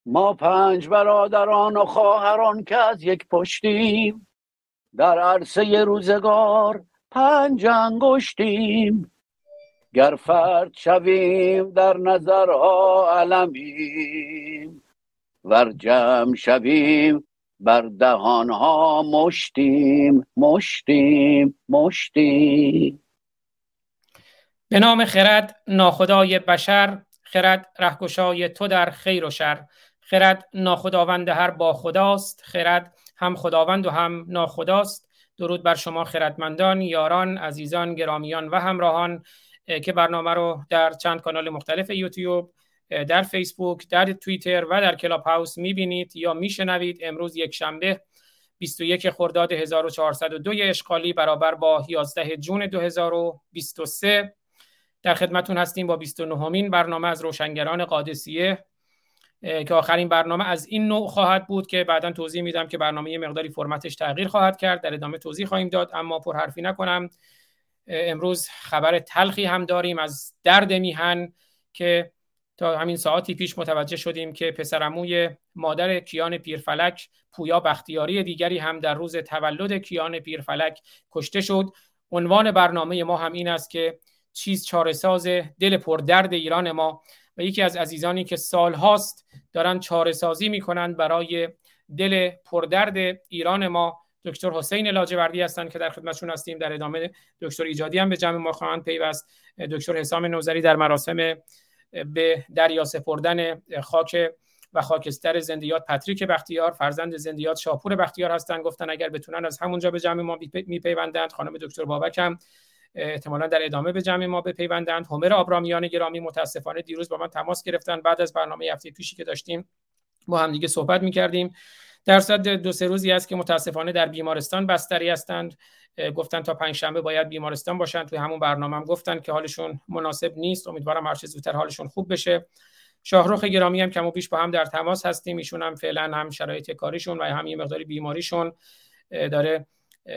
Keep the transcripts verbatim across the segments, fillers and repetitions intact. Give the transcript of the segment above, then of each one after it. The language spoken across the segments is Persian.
ما پنج برادران و خواهران که از یک پشتیم، در عرصه روزگار پنج انگشتیم. گر فرد شویم در نظرها علمیم، ور جمع شویم بر دهانها مشتیم مشتیم مشتیم. به نام خرد ناخدای بشر، خرد رهگشای تو در خیر و شر. خرد ناخداوند هر با خداست، خرد هم خداوند و هم ناخداست. درود بر شما خردمندان، یاران، عزیزان، گرامیان و همراهان که برنامه رو در چند کانال مختلف یوتیوب، در فیسبوک، در توییتر و در کلاب هاوس میبینید یا میشنوید. امروز یک شنبه بیست و یک خرداد هزار و چهارصد و دو اشغالی برابر با یازده جون دو هزار و بیست و سه در خدمتون هستیم با بیست و نهمین برنامه از روشنگران قادسیه که آخرین برنامه از این نوع خواهد بود که بعداً توضیح میدم که برنامه یه مقداری فرمتش تغییر خواهد کرد، در ادامه توضیح خواهیم داد. اما پرحرفی نکنم، امروز خبر تلخی هم داریم از درد میهن که تا همین ساعتی پیش متوجه شدیم که پسرعموی مادر کیان پیرفلک، پویا بختیاری دیگری هم در روز تولد کیان پیرفلک کشته شد. عنوان برنامه ما هم این است که چیز چاره‌ساز دل پردرد ایران ما، و یکی از عزیزانی که سالهاست دارن چاره‌سازی میکنن برای دل پردرد ایران ما دکتر حسین لاجوردی هستند که در خدمتشون هستیم. در ادامه دکتر ایجادی هم به جمع ما خواهند پیوست. دکتر حسام نوذری در مراسم به دریا سپردن خاک و خاکستر زندیات پتریک بختیار، فرزند زندیات شاپور بختیار هستند، گفتن اگر بتونن از همونجا به جمع ما میپیوندند. خانم دکتر بابک هم احتمالاً در ادامه به جمع ما بپیوندند. همر آبرامیان گرامی متاسفانه دیروز با من تماس گرفتن بعد از برنامه هفته پیشی که داشتیم با هم دیگه صحبت می‌کردیم. در صد دو سه روزی است که متاسفانه در بیمارستان بستری هستند. گفتن تا پنج شنبه باید بیمارستان باشن. توی همون برنامه هم گفتن که حالشون مناسب نیست. امیدوارم هر چه زودتر حالشون خوب بشه. شاهرخ گرامی هم کم و بیش با هم در تماس هستیم. ایشون هم فعلا هم شرایط کاریشون و هم یه مقداری بیماریشون داره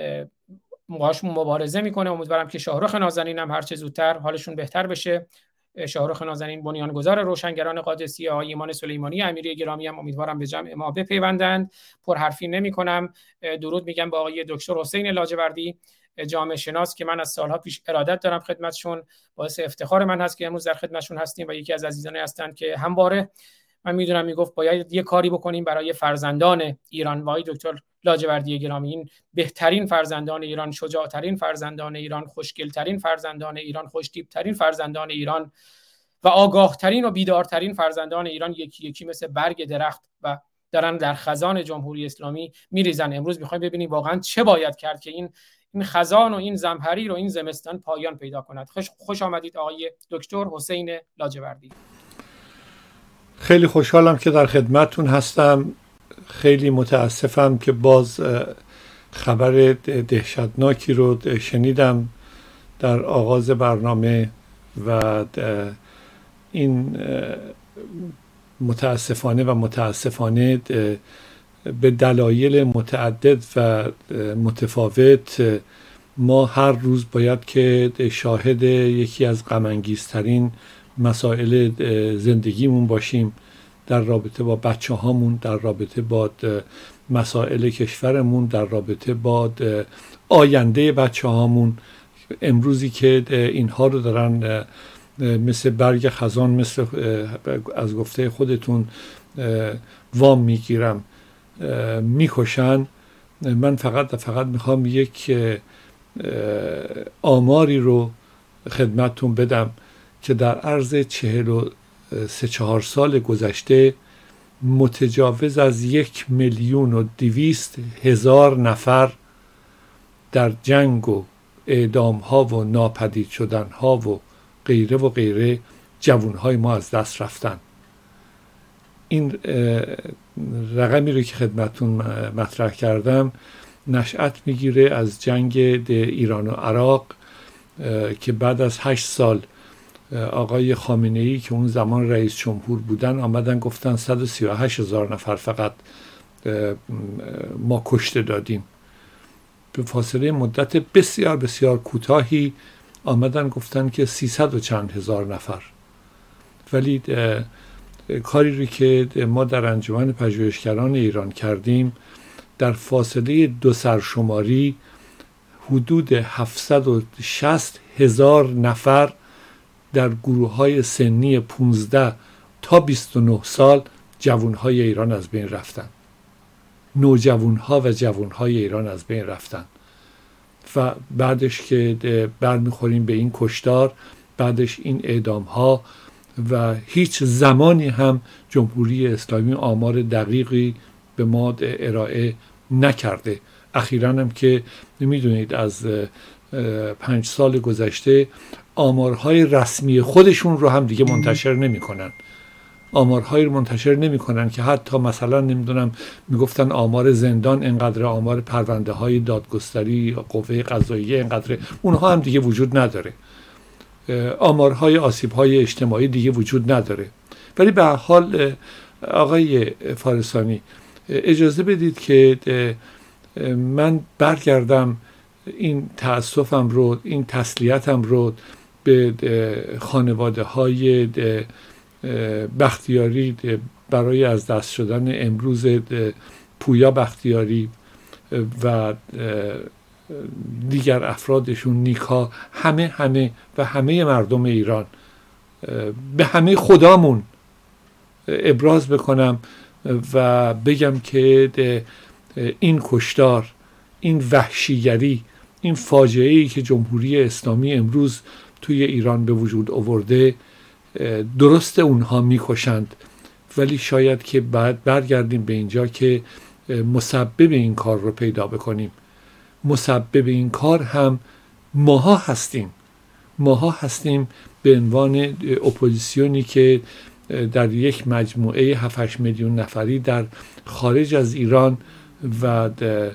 باهاشون مبارزه میکنه. امیدوارم که شاهرخ نازنین هم هر چه زودتر حالشون بهتر بشه. شاهرخ نازنین بنیانگذار روشنگران قادسیه، آقای ایمان سلیمانی امیری گرامی هم امیدوارم به جمع ما بپیوندند. پرحرفی نمی‌کنم، درود میگم با آقای دکتر حسین لاجوردی، جامعه شناس که من از سالها پیش ارادت دارم خدمتشون. باعث افتخار من هست که امروز در خدمتشون هستیم و یکی از عزیزانی هستند که همواره من میدونم میگفت باید یه کاری بکنیم برای فرزندان ایران. و آقای دکتر لاجوردی گرامی این بهترین فرزندان ایران، شجاعترین فرزندان ایران، خوشگلترین فرزندان ایران، خوشتیپترین فرزندان ایران و آگاهترین و بیدارترین فرزندان ایران یکی یکی مثل برگ درخت و دارن در خزان جمهوری اسلامی میریزن. امروز میخوایم ببینیم واقعا چه باید کرد که این این خزان و این زمهریر و این زمستان پایان پیدا کند. خوش, خوش آمدید آقای دکتر حسین لاجوردی. خیلی خوشحالم که در خدمتتون هستم. خیلی متاسفم که باز خبر دهشتناکی رو شنیدم در آغاز برنامه و این متاسفانه و متاسفانه به دلایل متعدد و متفاوت ما هر روز باید که شاهد یکی از غم‌انگیزترین مسائل زندگیمون باشیم، در رابطه با بچه هامون، در رابطه با مسائل کشورمون، در رابطه با آینده بچه هامون. امروزی که اینها رو دارن مثل برگ خزان، مثل از گفته خودتون وام میگیرم میکشن، من فقط فقط میخوام یک آماری رو خدمتتون بدم که در عرض چهل و سه چهار سال گذشته متجاوز از یک میلیون و دویست هزار نفر در جنگ و اعدام ها و ناپدید شدن ها و غیره و غیره جوان های ما از دست رفتن. این رقمی رو که خدمتون مطرح کردم نشأت میگیره از جنگ ایران و عراق که بعد از هشت سال آقای خامنه‌ای که اون زمان رئیس جمهور بودن آمدن گفتن صد و سی و هشت هزار نفر فقط ما کشته دادیم. به فاصله مدت بسیار بسیار کوتاهی آمدن گفتن که سیصد و چند هزار نفر. ولی کاری رو که ما در انجمن پژوهشگران ایران کردیم، در فاصله دو سرشماری حدود هفتصد و شصت هزار نفر در گروه‌های سنی پانزده تا بیست و نه سال جوانهای ایران از بین رفتن. نوجوانها و جوانهای ایران از بین رفتن و بعدش که برمیخوریم به این کشتار، بعدش این اعدام‌ها و هیچ زمانی هم جمهوری اسلامی آمار دقیقی به ما ارائه نکرده. اخیراً هم که میدونید از پنج سال گذشته آمارهای رسمی خودشون رو هم دیگه منتشر نمی کنن. آمارهایی رو منتشر نمی کنن که حتی مثلا نمیدونم میگفتن آمار زندان اینقدر، آمار پرونده های دادگستری قوه قضاییه اینقدر، اونها هم دیگه وجود نداره. آمارهای آسیب‌های اجتماعی دیگه وجود نداره. ولی به هر حال آقای فارسانی اجازه بدید که من برگردم این تأسفم رو، این تسلیتم رو به خانواده های بختیاری برای از دست شدن امروز پویا بختیاری و دیگر افرادشون، نیکا، همه همه و همه مردم ایران، به همه خدامون ابراز بکنم و بگم که این کشتار، این وحشیگری، این فاجعه‌ای که جمهوری اسلامی امروز توی ایران به وجود آورده، درست اونها میکشند، ولی شاید که بعد برگردیم به اینجا که مسبب این کار رو پیدا بکنیم. مسبب این کار هم ماها هستیم. ماها هستیم به عنوان اپوزیسیونی که در یک مجموعه هفت هشت میلیون نفری در خارج از ایران و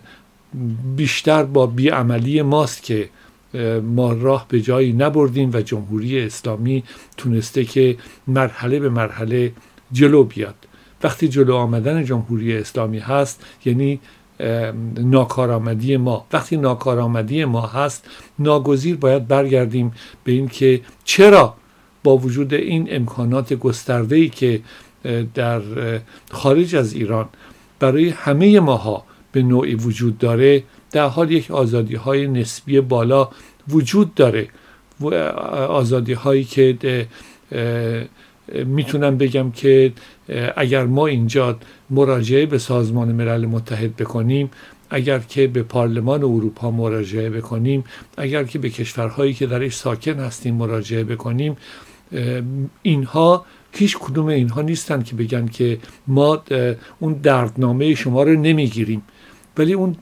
بیشتر با بیعملی ماست که ما راه به جایی نبردیم و جمهوری اسلامی تونسته که مرحله به مرحله جلو بیاد. وقتی جلو آمدن جمهوری اسلامی هست یعنی ناکارآمدی ما. وقتی ناکارآمدی ما هست ناگزیر باید برگردیم به این که چرا با وجود این امکانات گسترده‌ای که در خارج از ایران برای همه ماها به نوعی وجود داره، در حال یک آزادی های نسبی بالا وجود داره. آزادی هایی که میتونم بگم که اگر ما اینجا مراجعه به سازمان ملل متحد بکنیم، اگر که به پارلمان اروپا مراجعه بکنیم، اگر که به کشورهایی که درش ساکن هستیم مراجعه بکنیم، اینها هیچ کدوم اینها نیستن که بگن که ما اون دردنامه شما رو نمیگیریم، ولی اون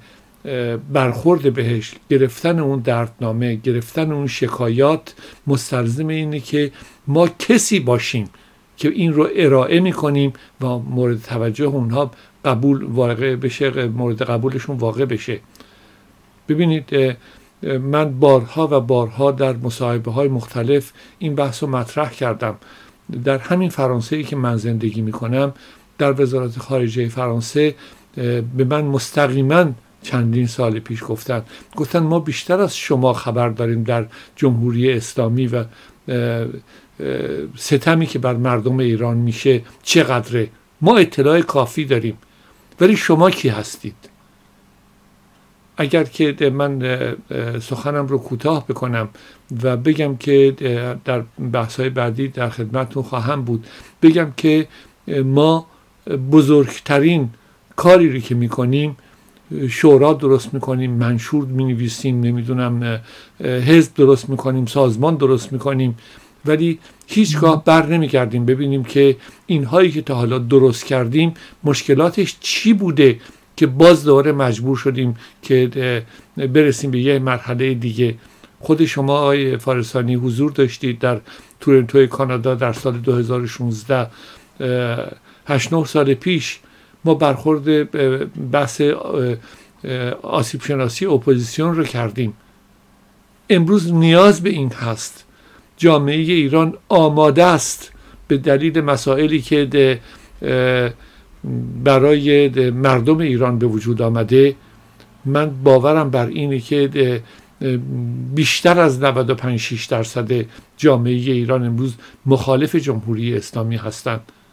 برخورد بهش، گرفتن اون دردنامه، گرفتن اون شکایات مستلزم اینه که ما کسی باشیم که این رو ارائه میکنیم و مورد توجه اونها قبول واقع بشه، مورد قبولشون واقع بشه. ببینید من بارها و بارها در مصاحبه های مختلف این بحث رو مطرح کردم. در همین فرانسه ای که من زندگی میکنم، در وزارت خارجه فرانسه به من مستقیما چندین سال پیش گفتن گفتن ما بیشتر از شما خبر داریم در جمهوری اسلامی و ستمی که بر مردم ایران میشه چقدره. ما اطلاع کافی داریم، ولی شما کی هستید؟ اگر که من سخنم رو کوتاه بکنم و بگم که در بحث‌های بعدی در خدمتتون خواهم بود، بگم که ما بزرگترین کاری رو که میکنیم، شورا درست میکنیم، منشور مینویسیم، نمیدونم حزب درست میکنیم، سازمان درست میکنیم، ولی هیچگاه بر نمیگردیم ببینیم که اینهایی که تا حالا درست کردیم مشکلاتش چی بوده که باز دوباره مجبور شدیم که برسیم به یه مرحله دیگه. خود شما آقای فارسانی حضور داشتید در تورنتو کانادا در سال دو هزار و شانزده، هشت نه سال پیش ما برخورد بحث آسیب شناسی اپوزیسیون رو کردیم. امروز نیاز به این هست. جامعه ایران آماده است به دلیل مسائلی که برای مردم ایران به وجود آمده. من باورم بر اینه که بیشتر از نود و پنج شش درصد جامعه ایران امروز مخالف جمهوری اسلامی هستند.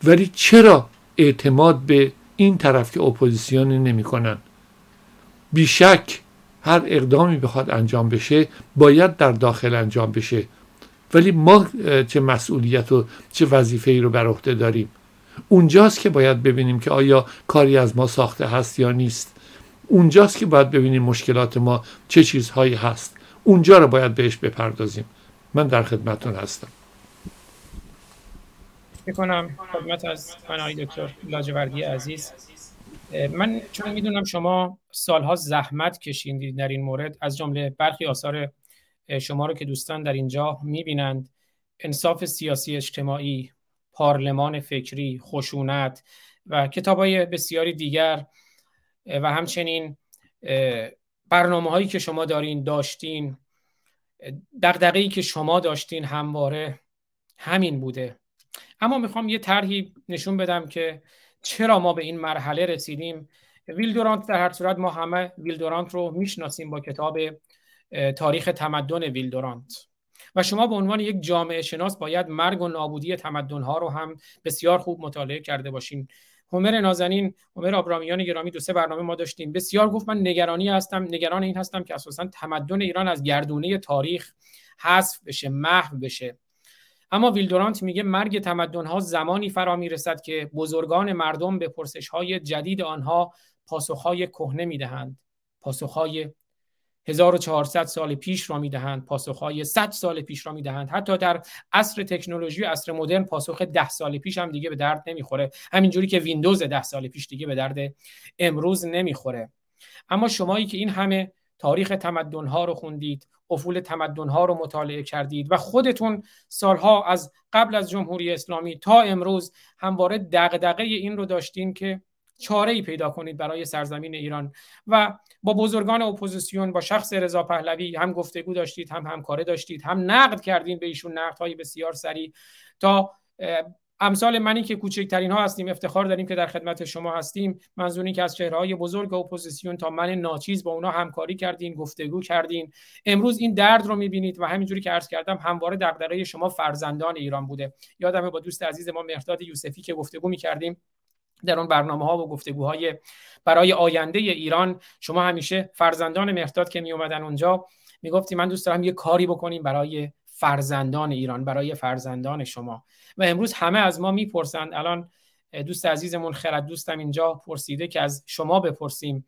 ولی چرا اعتماد به این طرف که اپوزیسیون نمی کنن؟ بیشک هر اقدامی بخواد انجام بشه باید در داخل انجام بشه، ولی ما چه مسئولیت و چه وظیفه‌ای رو بر عهده داریم؟ اونجاست که باید ببینیم که آیا کاری از ما ساخته هست یا نیست. اونجاست که باید ببینیم مشکلات ما چه چیزهایی هست. اونجا رو باید بهش بپردازیم. من در خدمتون هستم. میکنم خدمت از آقای دکتر لاجوردی عزیز. من چون میدونم شما سالها زحمت کشیدید در این مورد، از جمله برخی آثار شما رو که دوستان در اینجا میبینند، انصاف سیاسی اجتماعی، پارلمان فکری، خشونت و کتاب‌های بسیاری دیگر و همچنین برنامه‌هایی که شما دارین داشتین، دغدغه‌ای که شما داشتین همواره همین بوده. اما میخوام یه طرحی نشون بدم که چرا ما به این مرحله رسیدیم. ویل دورانت، در هر صورت ما همه ویل دورانت رو میشناسیم با کتاب تاریخ تمدن ویل دورانت، و شما به عنوان یک جامعه شناس باید مرگ و نابودی تمدن‌ها رو هم بسیار خوب مطالعه کرده باشین. هومر نازنین، هومر آبرامیان گرامی، دو سه برنامه ما داشتیم، بسیار گفت من نگرانی هستم، نگران این هستم که اساساً تمدن ایران از گردونه تاریخ حذف بشه، محو بشه. اما ویل دورانت میگه مرگ تمدن‌ها زمانی فرا میرسد که بزرگان مردم به پرسش‌های جدید آنها پاسخ‌های کهنه میدهند، پاسخ‌های هزار و چهارصد سال پیش را میدهند، پاسخ‌های صد سال پیش را میدهند. حتی در عصر تکنولوژی و عصر مدرن پاسخ ده سال پیش هم دیگه به درد نمیخوره، همینجوری که ویندوز ده سال پیش دیگه به درد امروز نمیخوره. اما شمایی که این همه تاریخ تمدن‌ها رو خوندید، افول تمدن‌ها رو مطالعه کردید و خودتون سالها از قبل از جمهوری اسلامی تا امروز همواره دغدغه این رو داشتین که چاره‌ای پیدا کنید برای سرزمین ایران، و با بزرگان اپوزیسیون، با شخص رضا پهلوی هم گفتگو داشتید، هم همکاری داشتید، هم نقد کردین به ایشون، نقدهای بسیار سریع، تا امثال منی که کوچکترین ها هستیم افتخار داریم که در خدمت شما هستیم. منظور این که از چهره‌های بزرگ اپوزیسیون تا من ناچیز با اونا همکاری کردین، گفتگو کردین. امروز این درد رو می‌بینید و همینجوری که عرض کردم همواره دغدغه شما فرزندان ایران بوده. یادمه با دوست عزیز ما مهرداد یوسفی که گفتگو می‌کردیم در اون برنامه‌ها و گفتگوهای برای آینده ایران، شما همیشه فرزندان مهرداد که میومدن اونجا میگفتی من دوست دارم یه کاری بکنیم برای فرزندان ایران، برای فرزندان شما. و امروز همه از ما میپرسند، الان دوست عزیزمون خرد دوستم اینجا پرسیده که از شما بپرسیم،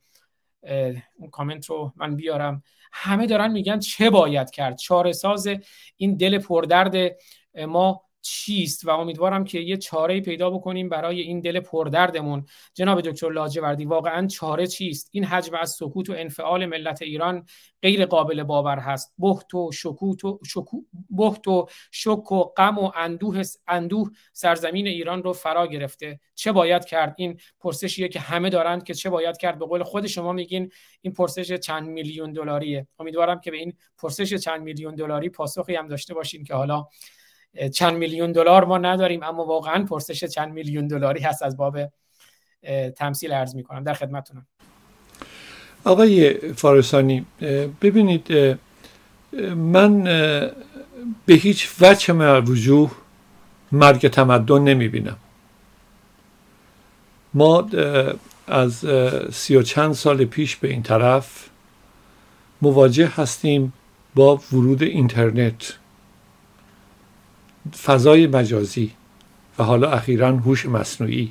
اون کامنت رو من بیارم، همه دارن میگن چه باید کرد، چاره ساز این دل پردرد ما چیست، و امیدوارم که یه چاره‌ای پیدا بکنیم برای این دل پردردمون. جناب دکتر لاجوردی، واقعا چاره چیست؟ این حجم از سکوت و انفعال ملت ایران غیر قابل باور هست. بهت و شکوت و شکو بهت و شک و غم و اندوه اندوه سرزمین ایران رو فرا گرفته. چه باید کرد؟ این پرسشیه که همه دارند که چه باید کرد. به قول خود شما میگین این پرسش چند میلیون دلاریه. امیدوارم که به این پرسش چند میلیون دلاری پاسخی هم داشته باشین که حالا چند میلیون دلار ما نداریم، اما واقعا پرسش چند میلیون دلاری هست. از باب تمثیل عرض میکنم، در خدمتتونم. آقای فارسانی، ببینید من به هیچ وجه من وجوه مرگ تمدن نمیبینم. ما از سی و چند سال پیش به این طرف مواجه هستیم با ورود اینترنت، فضای مجازی و حالا اخیراً هوش مصنوعی.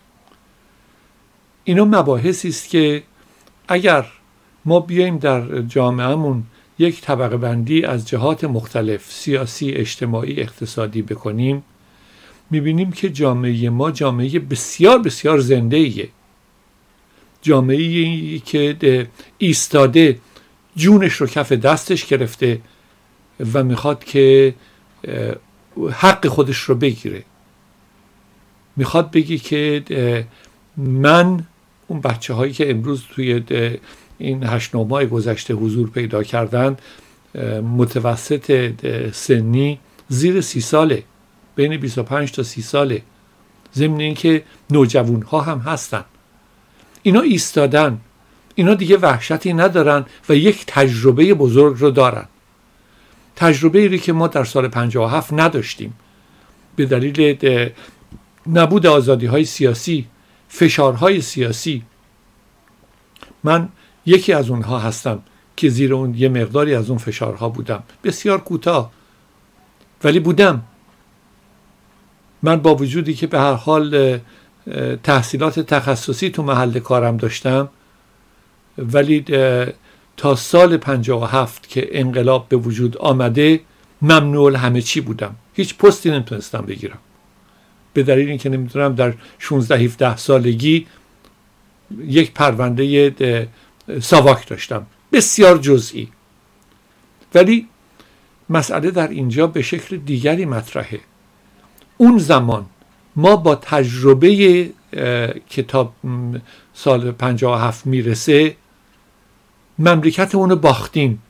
اینا مباحثی است که اگر ما بیایم در جامعهمون یک طبقه بندی از جهات مختلف، سیاسی، اجتماعی، اقتصادی بکنیم، میبینیم که جامعه ما جامعه بسیار بسیار زنده‌ایه. جامعه‌ای که ایستاده، جونش رو کف دستش گرفته و میخواد که حق خودش رو بگیره. میخواد بگی که من اون بچه هایی که امروز توی این هشت نه ماه گذشته حضور پیدا کردن متوسط سنی زیر سی ساله، بین بیست و پنج تا سی ساله، ضمن این که نوجوان ها هم هستن. اینا ایستادن، اینا دیگه وحشتی ندارن و یک تجربه بزرگ رو دارن. تجربه ای که ما در سال پنجاه و هفت نداشتیم به دلیل نبود آزادی های سیاسی، فشارهای سیاسی. من یکی از اونها هستم که زیر اون یه مقداری از اون فشارها بودم، بسیار کوتاه ولی بودم. من با وجودی که به هر حال تحصیلات تخصصی تو محل کارم داشتم، ولی تا سال پنجاه و هفت که انقلاب به وجود آمده ممنوع همه چی بودم. هیچ پستی نمیتونستم بگیرم، به دلیل اینکه نمیدونم در شانزده هفده سالگی یک پرونده ساواک داشتم، بسیار جزئی. ولی مسئله در اینجا به شکل دیگری مطرحه. اون زمان ما با تجربه کتاب سال پنجاه و هفت میرسه مملکت اونو باختیم.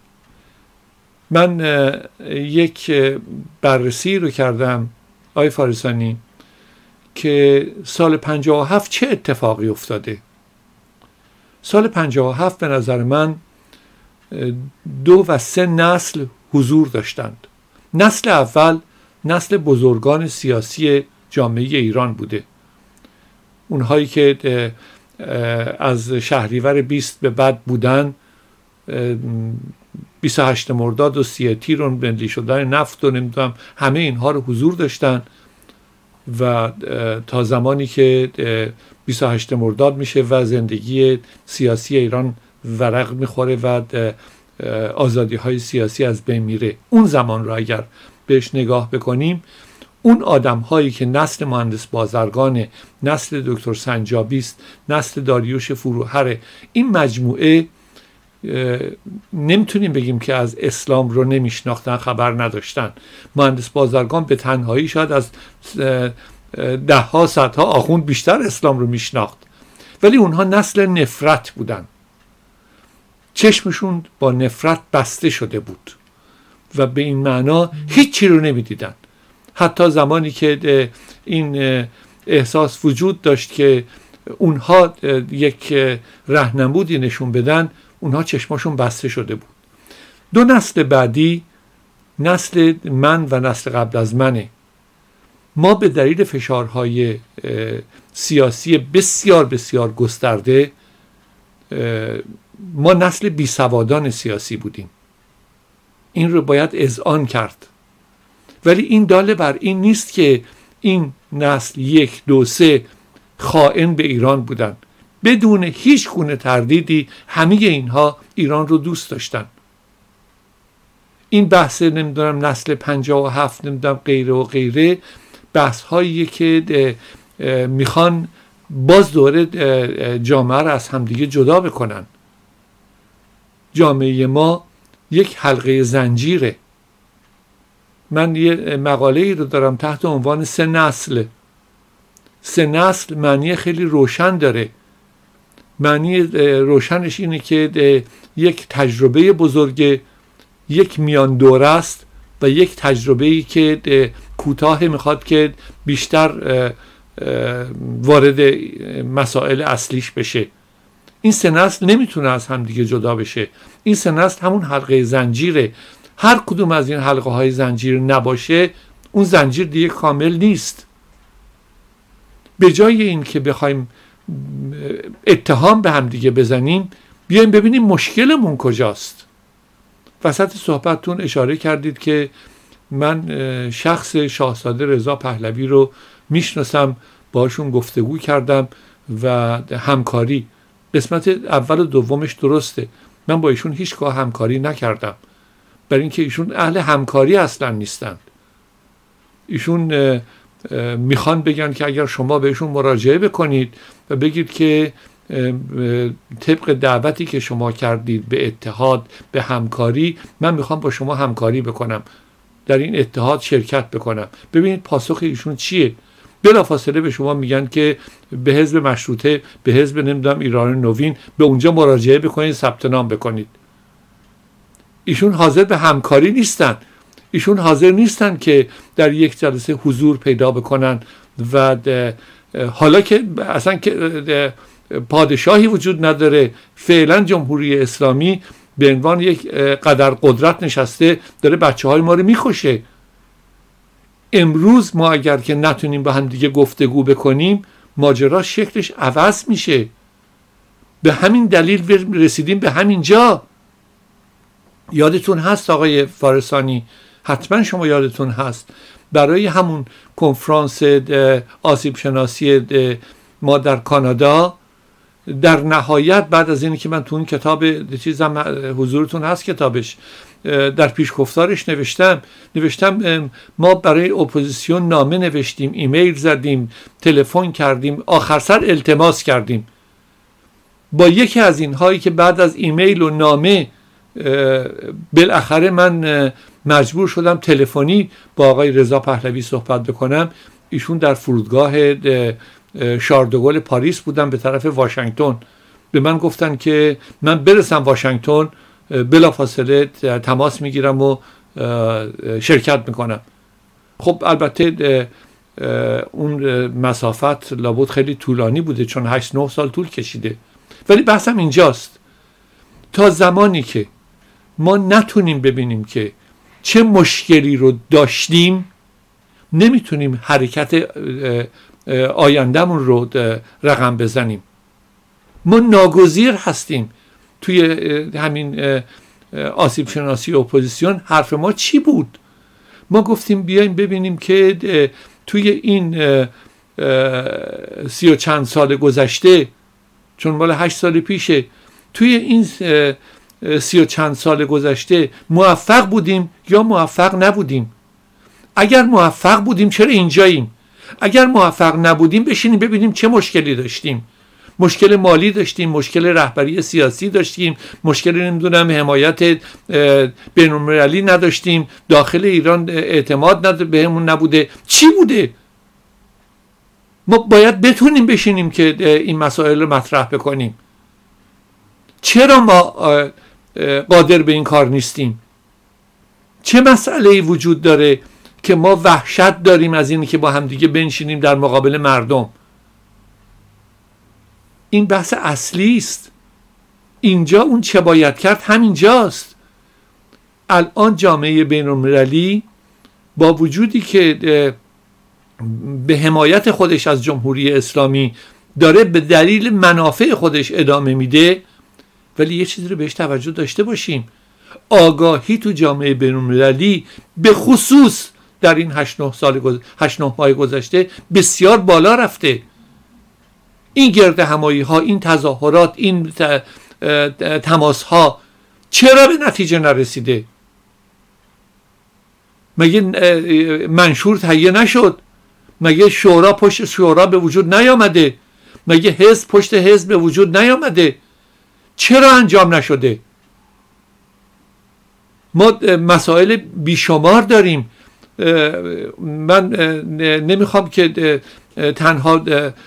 من یک بررسی رو کردم آقای فارسانی که سال پنجاه و هفت چه اتفاقی افتاده. سال پنجاه و هفت به نظر من دو و سه نسل حضور داشتند. نسل اول نسل بزرگان سیاسی جامعه ایران بوده، اونهایی که از شهریور بیست به بعد بودن، بیست و هشت مرداد و سی تیر و ملی شدن نفت و نمیدونم همه اینها رو حضور داشتن و تا زمانی که بیست و هشت مرداد میشه و زندگی سیاسی ایران ورق میخوره و آزادی های سیاسی از بین میره. اون زمان رو اگر بهش نگاه بکنیم، اون آدم هایی که نسل مهندس بازرگان، نسل دکتر سنجابی است، نسل داریوش فروهر، این مجموعه نمیتونیم بگیم که از اسلام رو نمیشناختن، خبر نداشتن. مهندس بازرگان به تنهایی شاید از ده ها صدها آخوند بیشتر اسلام رو میشناخت، ولی اونها نسل نفرت بودن، چشمشون با نفرت بسته شده بود و به این معنا هیچی رو نمیدیدن. حتی زمانی که این احساس وجود داشت که اونها یک راهنمودی نشون بدن، اونها چشماشون بسته شده بود. دو نسل بعدی، نسل من و نسل قبل از منه. ما به دلیل فشارهای سیاسی بسیار بسیار گسترده، ما نسل بیسوادان سیاسی بودیم. این رو باید اذعان کرد. ولی این داله بر این نیست که این نسل یک دو سه خائن به ایران بودن. بدون هیچ گونه تردیدی همه اینها ایران رو دوست داشتن. این بحث نمیدونم نسل پنجاه و هفت نمیدونم غیره و غیره، بحث هایی که میخوان باز دوره جامعه رو از همدیگه جدا بکنن. جامعه ما یک حلقه زنجیره. من یه مقاله ای رو دارم تحت عنوان سه نسل. سه نسل معنی خیلی روشن داره. معنی روشنش اینه که یک تجربه بزرگ، یک میان دوره است و یک تجربه‌ای که کوتاه میخواد که بیشتر وارد مسائل اصلیش بشه. این سه نسل نمیتونه از هم دیگه جدا بشه. این سه نسل همون حلقه زنجیره. هر کدوم از این حلقه های زنجیر نباشه، اون زنجیر دیگه کامل نیست. به جای این که بخوایم اتهام به هم دیگه بزنیم، بیایم ببینیم مشکلمون کجاست. وسط صحبتتون اشاره کردید که من شخص شاهزاده رضا پهلوی رو میشناسم، باشون گفتگو کردم و همکاری. قسمت اول و دومش درسته، من با ایشون هیچگاه همکاری نکردم، برای اینکه ایشون اهل همکاری اصلا نیستند. ایشون میخوان بگن که اگر شما بهشون مراجعه بکنید و بگید که طبق دعوتی که شما کردید به اتحاد، به همکاری، من میخوام با شما همکاری بکنم، در این اتحاد شرکت بکنم. ببینید پاسخ ایشون چیه؟ بلافاصله به شما میگن که به حزب مشروطه، به حزب نمیدونم ایران نوین، به اونجا مراجعه بکنید، ثبت نام بکنید. ایشون حاضر به همکاری نیستن. ایشون حاضر نیستن که در یک جلسه حضور پیدا بکنن و حالا که اصلا که پادشاهی وجود نداره، فعلا جمهوری اسلامی به عنوان یک قدر قدرت نشسته، داره بچه های ما رو میکشه. امروز ما اگر که نتونیم با هم دیگه گفتگو بکنیم، ماجرا شکلش عوض میشه. به همین دلیل رسیدیم به همین جا. یادتون هست آقای فارسانی، حتما شما یادتون هست، برای همون کنفرانس آسیب شناسی ما در کانادا، در نهایت بعد از اینی که من تو اون کتاب چیزم حضورتون هست کتابش، در پیشگفتارش نوشتم نوشتم ما برای اپوزیسیون نامه نوشتیم، ایمیل زدیم، تلفن کردیم، آخر سر التماس کردیم. با یکی از اینهایی که بعد از ایمیل و نامه بالاخره من مجبور شدم تلفنی با آقای رضا پهلوی صحبت بکنم، ایشون در فرودگاه شاردوگل پاریس بودن به طرف واشنگتن. به من گفتن که من برسم واشنگتن بلافاصله تماس میگیرم و شرکت میکنم. خب البته اون مسافت لابد خیلی طولانی بوده، چون هشت نه سال طول کشیده. ولی بحثم اینجاست، تا زمانی که ما نتونیم ببینیم که چه مشکلی رو داشتیم، نمیتونیم حرکت آیندهمون رو رقم بزنیم. ما ناگزیر هستیم. توی همین آسیب شناسی اپوزیسیون حرف ما چی بود؟ ما گفتیم بیایم ببینیم که توی این سی و چند سال گذشته، چون مال هشت سال پیشه، توی این سی و چند سال گذشته موفق بودیم یا موفق نبودیم؟ اگر موفق بودیم چرا اینجاییم؟ اگر موفق نبودیم بشینیم ببینیم چه مشکلی داشتیم. مشکل مالی داشتیم، مشکل رهبری سیاسی داشتیم، مشکل نمیدونم حمایت بین‌المللی نداشتیم، داخل ایران اعتماد بهمون نبوده، چی بوده؟ ما باید بتونیم بشینیم که این مسائل رو مطرح بکنیم. چرا ما قادر به این کار نیستیم؟ چه مسئله‌ای وجود داره که ما وحشت داریم از اینی که با همدیگه بنشینیم در مقابل مردم؟ این بحث اصلی است. اینجا اون چه باید کرد همینجاست. الان جامعه بین‌المللی با وجودی که به حمایت خودش از جمهوری اسلامی داره به دلیل منافع خودش ادامه میده، ولی یه چیزی رو بهش توجه داشته باشیم، آگاهی تو جامعه بین‌المللی به خصوص در این هشت نه سال گذ... هشت نه ماه گذشته بسیار بالا رفته. این گرد همایی ها، این تظاهرات، این ت... تماس ها چرا به نتیجه نرسیده؟ مگه منشور تهیه نشد؟ مگه شورا پشت شورا به وجود نیامده؟ مگه حزب پشت حزب به وجود نیامده؟ چرا انجام نشده؟ ما مسائل بیشمار داریم. من نمیخوام که تنها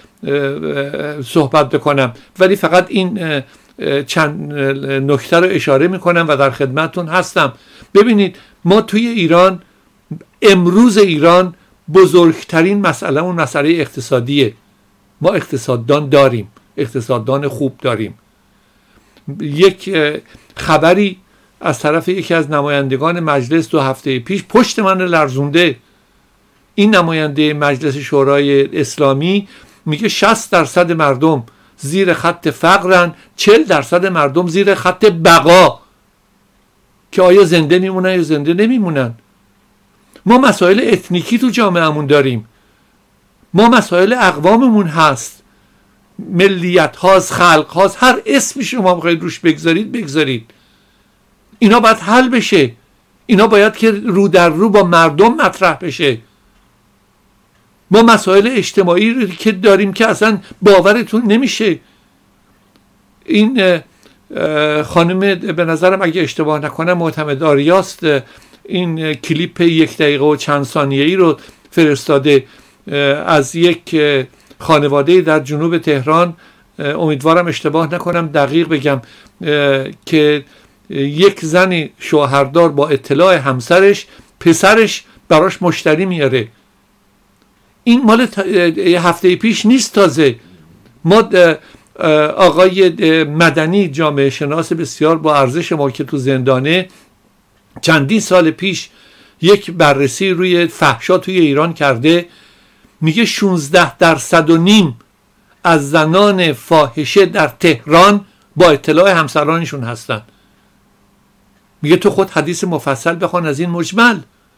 صحبت بکنم، ولی فقط این چند نکته رو اشاره میکنم و در خدمتتون هستم. ببینید ما توی ایران، امروز ایران بزرگترین مسئله اون مسئله اقتصادیه. ما اقتصاددان داریم، اقتصاددان خوب داریم. یک خبری از طرف یکی از نمایندگان مجلس دو هفته پیش پشت من لرزونده. این نماینده مجلس شورای اسلامی میگه شصت درصد مردم زیر خط فقرن، چهل درصد مردم زیر خط بقا، که آیا زنده میمونن یا زنده نمیمونن. ما مسائل اتنیکی تو جامعهمون داریم، ما مسائل اقواممون هست، ملیت هاست، خلق هاست، هر اسمی شما بخواید روش بگذارید بگذارید. اینا باید حل بشه، اینا باید که رو در رو با مردم مطرح بشه. ما مسائل اجتماعی رو که داریم که اصلا باورتون نمیشه. این خانم به نظرم اگه اشتباه نکنم معتمد آریاست، این کلیپ یک دقیقه و چند ثانیه‌ای رو فرستاده از یک خانواده در جنوب تهران. امیدوارم اشتباه نکنم، دقیق بگم، که یک زن شوهردار با اطلاع همسرش پسرش براش مشتری میاره. این مال هفته پیش نیست، تازه ما آقای مدنی جامعه شناس بسیار با ارزش ما که تو زندانه چندین سال پیش یک بررسی روی فحشا توی ایران کرده، میگه شانزده درصد و نیم از زنان فاحشه در تهران با اطلاع همسرانشون هستن. میگه تو خود حدیث مفصل بخوان از این مجمل.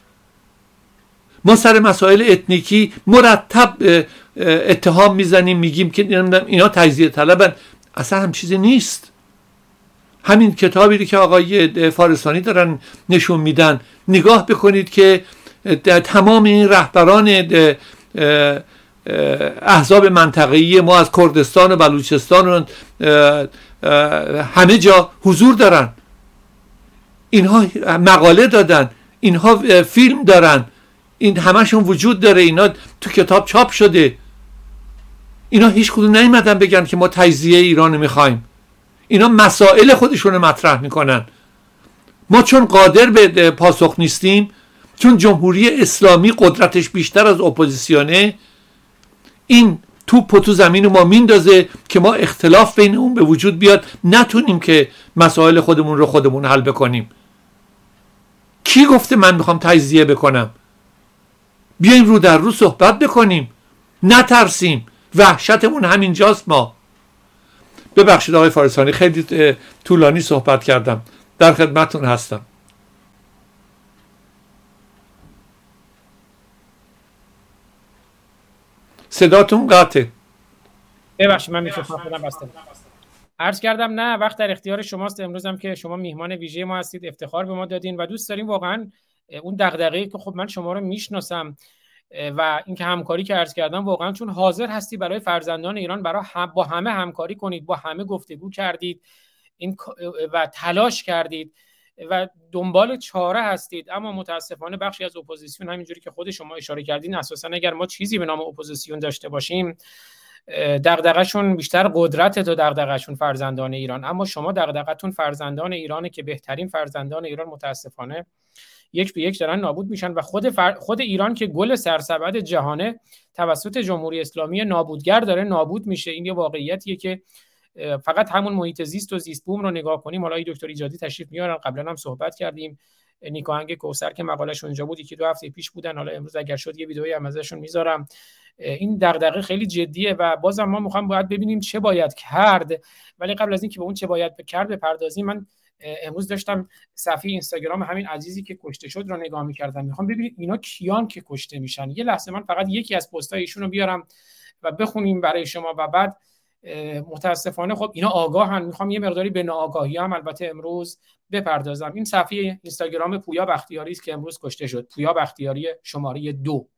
ما سر مسائل اتنیکی مرتب اتهام میزنیم، میگیم که اینا تجزیه طلبن. اصلا هم چیزی نیست. همین کتابی که آقای فارسانی دارن نشون میدن، نگاه بکنید که تمام این رهبران احزاب منطقه‌ای ما از کردستان و بلوچستان و همه جا حضور دارن. اینها مقاله دادن، اینها فیلم دارن، این همشون وجود داره، اینا تو کتاب چاپ شده. اینا هیچ کدوم نیومدن بگن که ما تجزیه ایران میخوایم. اینا مسائل خودشون مطرح میکنن. ما چون قادر به پاسخ نیستیم، چون جمهوری اسلامی قدرتش بیشتر از اپوزیسیونه، این توپ تو زمین ما میندازه که ما اختلاف بین اون به وجود بیاد، نتونیم که مسائل خودمون رو خودمون حل بکنیم. کی گفته من میخوام تجزیه بکنم؟ بیایم رو در رو صحبت بکنیم، نترسیم. وحشتمون همینجاست. ما ببخشید آقای فارسانی، خیلی طولانی صحبت کردم، در خدمتتون هستم. صداتون قطعه. ببخشید من میکروفون خودم بستم. عرض کردم نه، وقت در اختیار شماست. امروز هم که شما میهمان ویژه ما هستید، افتخار به ما دادین و دوست داریم واقعا اون دغدغه‌ای که خب من شما رو میشناسم و اینکه همکاری که عرض کردم واقعا چون حاضر هستی برای فرزندان ایران، برای هم با همه همکاری کنید، با همه گفتگو کردید این و تلاش کردید و دنبال چاره هستید. اما متاسفانه بخشی از اپوزیسیون همینجوری که خود شما اشاره کردین، اساسا اگر ما چیزی به نام اپوزیسیون داشته باشیم، دغدغه‌شون بیشتر قدرت تا دغدغه‌شون فرزندان ایران. اما شما دغدغه‌تون فرزندان ایرانه که بهترین فرزندان ایران متاسفانه یک به یک دارن نابود میشن و خود فر... خود ایران که گل سرسبد جهانه توسط جمهوری اسلامی نابودگر داره نابود میشه. این یه واقعیتیه که فقط همون محیط زیست و زیست بوم رو نگاه کنیم. حالا دکتر ایجادی تشریف میارن، قبلا هم صحبت کردیم، نیکاهنگ کوثر که مقالهش اونجا بود یکی دو هفته پیش بودن، حالا امروز اگر شد یه ویدئویی هم ازشون میذارم. این دغدغه خیلی جدیه و بازم ما میخوام باید ببینیم چه باید کرد. ولی قبل از این که به اون چه باید کرد بپردازیم، من امروز داشتم صفحه اینستاگرام همین عزیزی که کشته شد رو نگاه می‌کردم. میخوام ببینید اینا کیان که کشته میشن. یه لحظه من فقط یکی از پست‌های ایشون رو بیارم و بخونیم برای شما و بعد متاسفانه خب اینا آگاهن. میخوام یه مقداری به ناآگاهی هم البته امروز بپردازم. این صفحه اینستاگرام پویا بختیاری است که امروز کشته شد، پویا بختیاری شماره دو.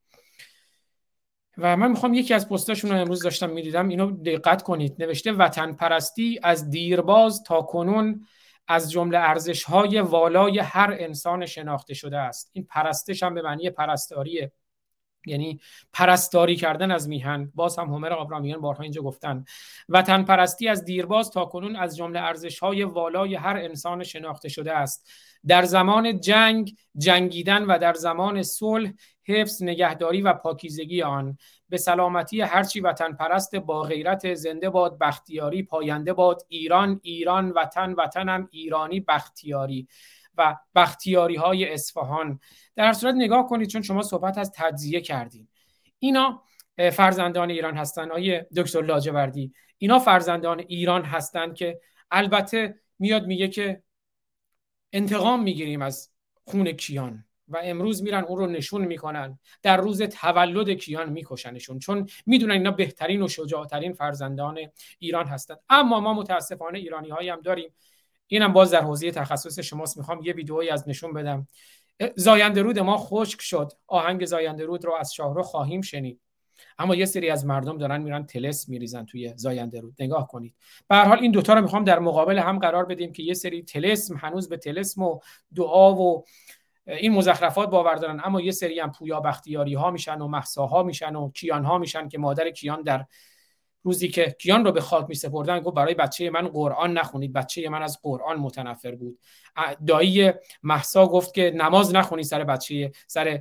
و من میخوام یکی از پستاشون رو امروز داشتم میدیدم، اینو دقت کنید. نوشته وطن پرستی از دیرباز تا کنون از جمله ارزش‌های والای هر انسان شناخته شده است. این پرستش هم به معنی پرستاریه، یعنی پرستاری کردن از میهن. باز هم هومر آبرامیان بارها اینجا گفتن وطن پرستی از دیرباز تا کنون از جمله ارزش‌های والای هر انسان شناخته شده است. در زمان جنگ جنگیدن و در زمان صلح حفظ، نگهداری و پاکیزگی آن. به سلامتی هرچی وطن پرست با غیرت. زنده باد بختیاری، پاینده باد ایران، ایران وطن، وطنم ایرانی بختیاری. و بختیاری های اصفهان. در هر صورت نگاه کنید، چون شما صحبت از تجزیه کردین، اینا فرزندان ایران هستن. آیه دکتر لاجوردی، اینا فرزندان ایران هستن که البته میاد میگه که انتقام میگیریم از خون کیان و امروز میرن اون رو نشون میکنن، در روز تولد کیان میکشنشون، چون میدونن اینا بهترین و شجاعترین فرزندان ایران هستن. اما ما متاسفانه ایرانی هایی هم داریم، اینم باز در حوزه تخصص شماست. میخوام یه ویدئویی از نشون بدم. زاینده رود ما خشک شد، آهنگ زاینده رود رو از شاهرخ خواهیم شنید، اما یه سری از مردم دارن میرن طلسم میریزن توی زاینده رود. نگاه کنید. به هر حال این دوتا رو میخوام در مقابل هم قرار بدیم که یه سری طلسم هنوز به طلسم و دعا و این مزخرفات باور دارن، اما یه سری هم پویا بختیاری ها میشن و مهسا ها میشن و کیان ها میشن که مادر کیان در روزی که کیان رو به خاک میسپردن گفت برای بچه من قرآن نخونید، بچه من از قرآن متنفر بود. دایی مهسا گفت که نماز نخونید سر بچه، سر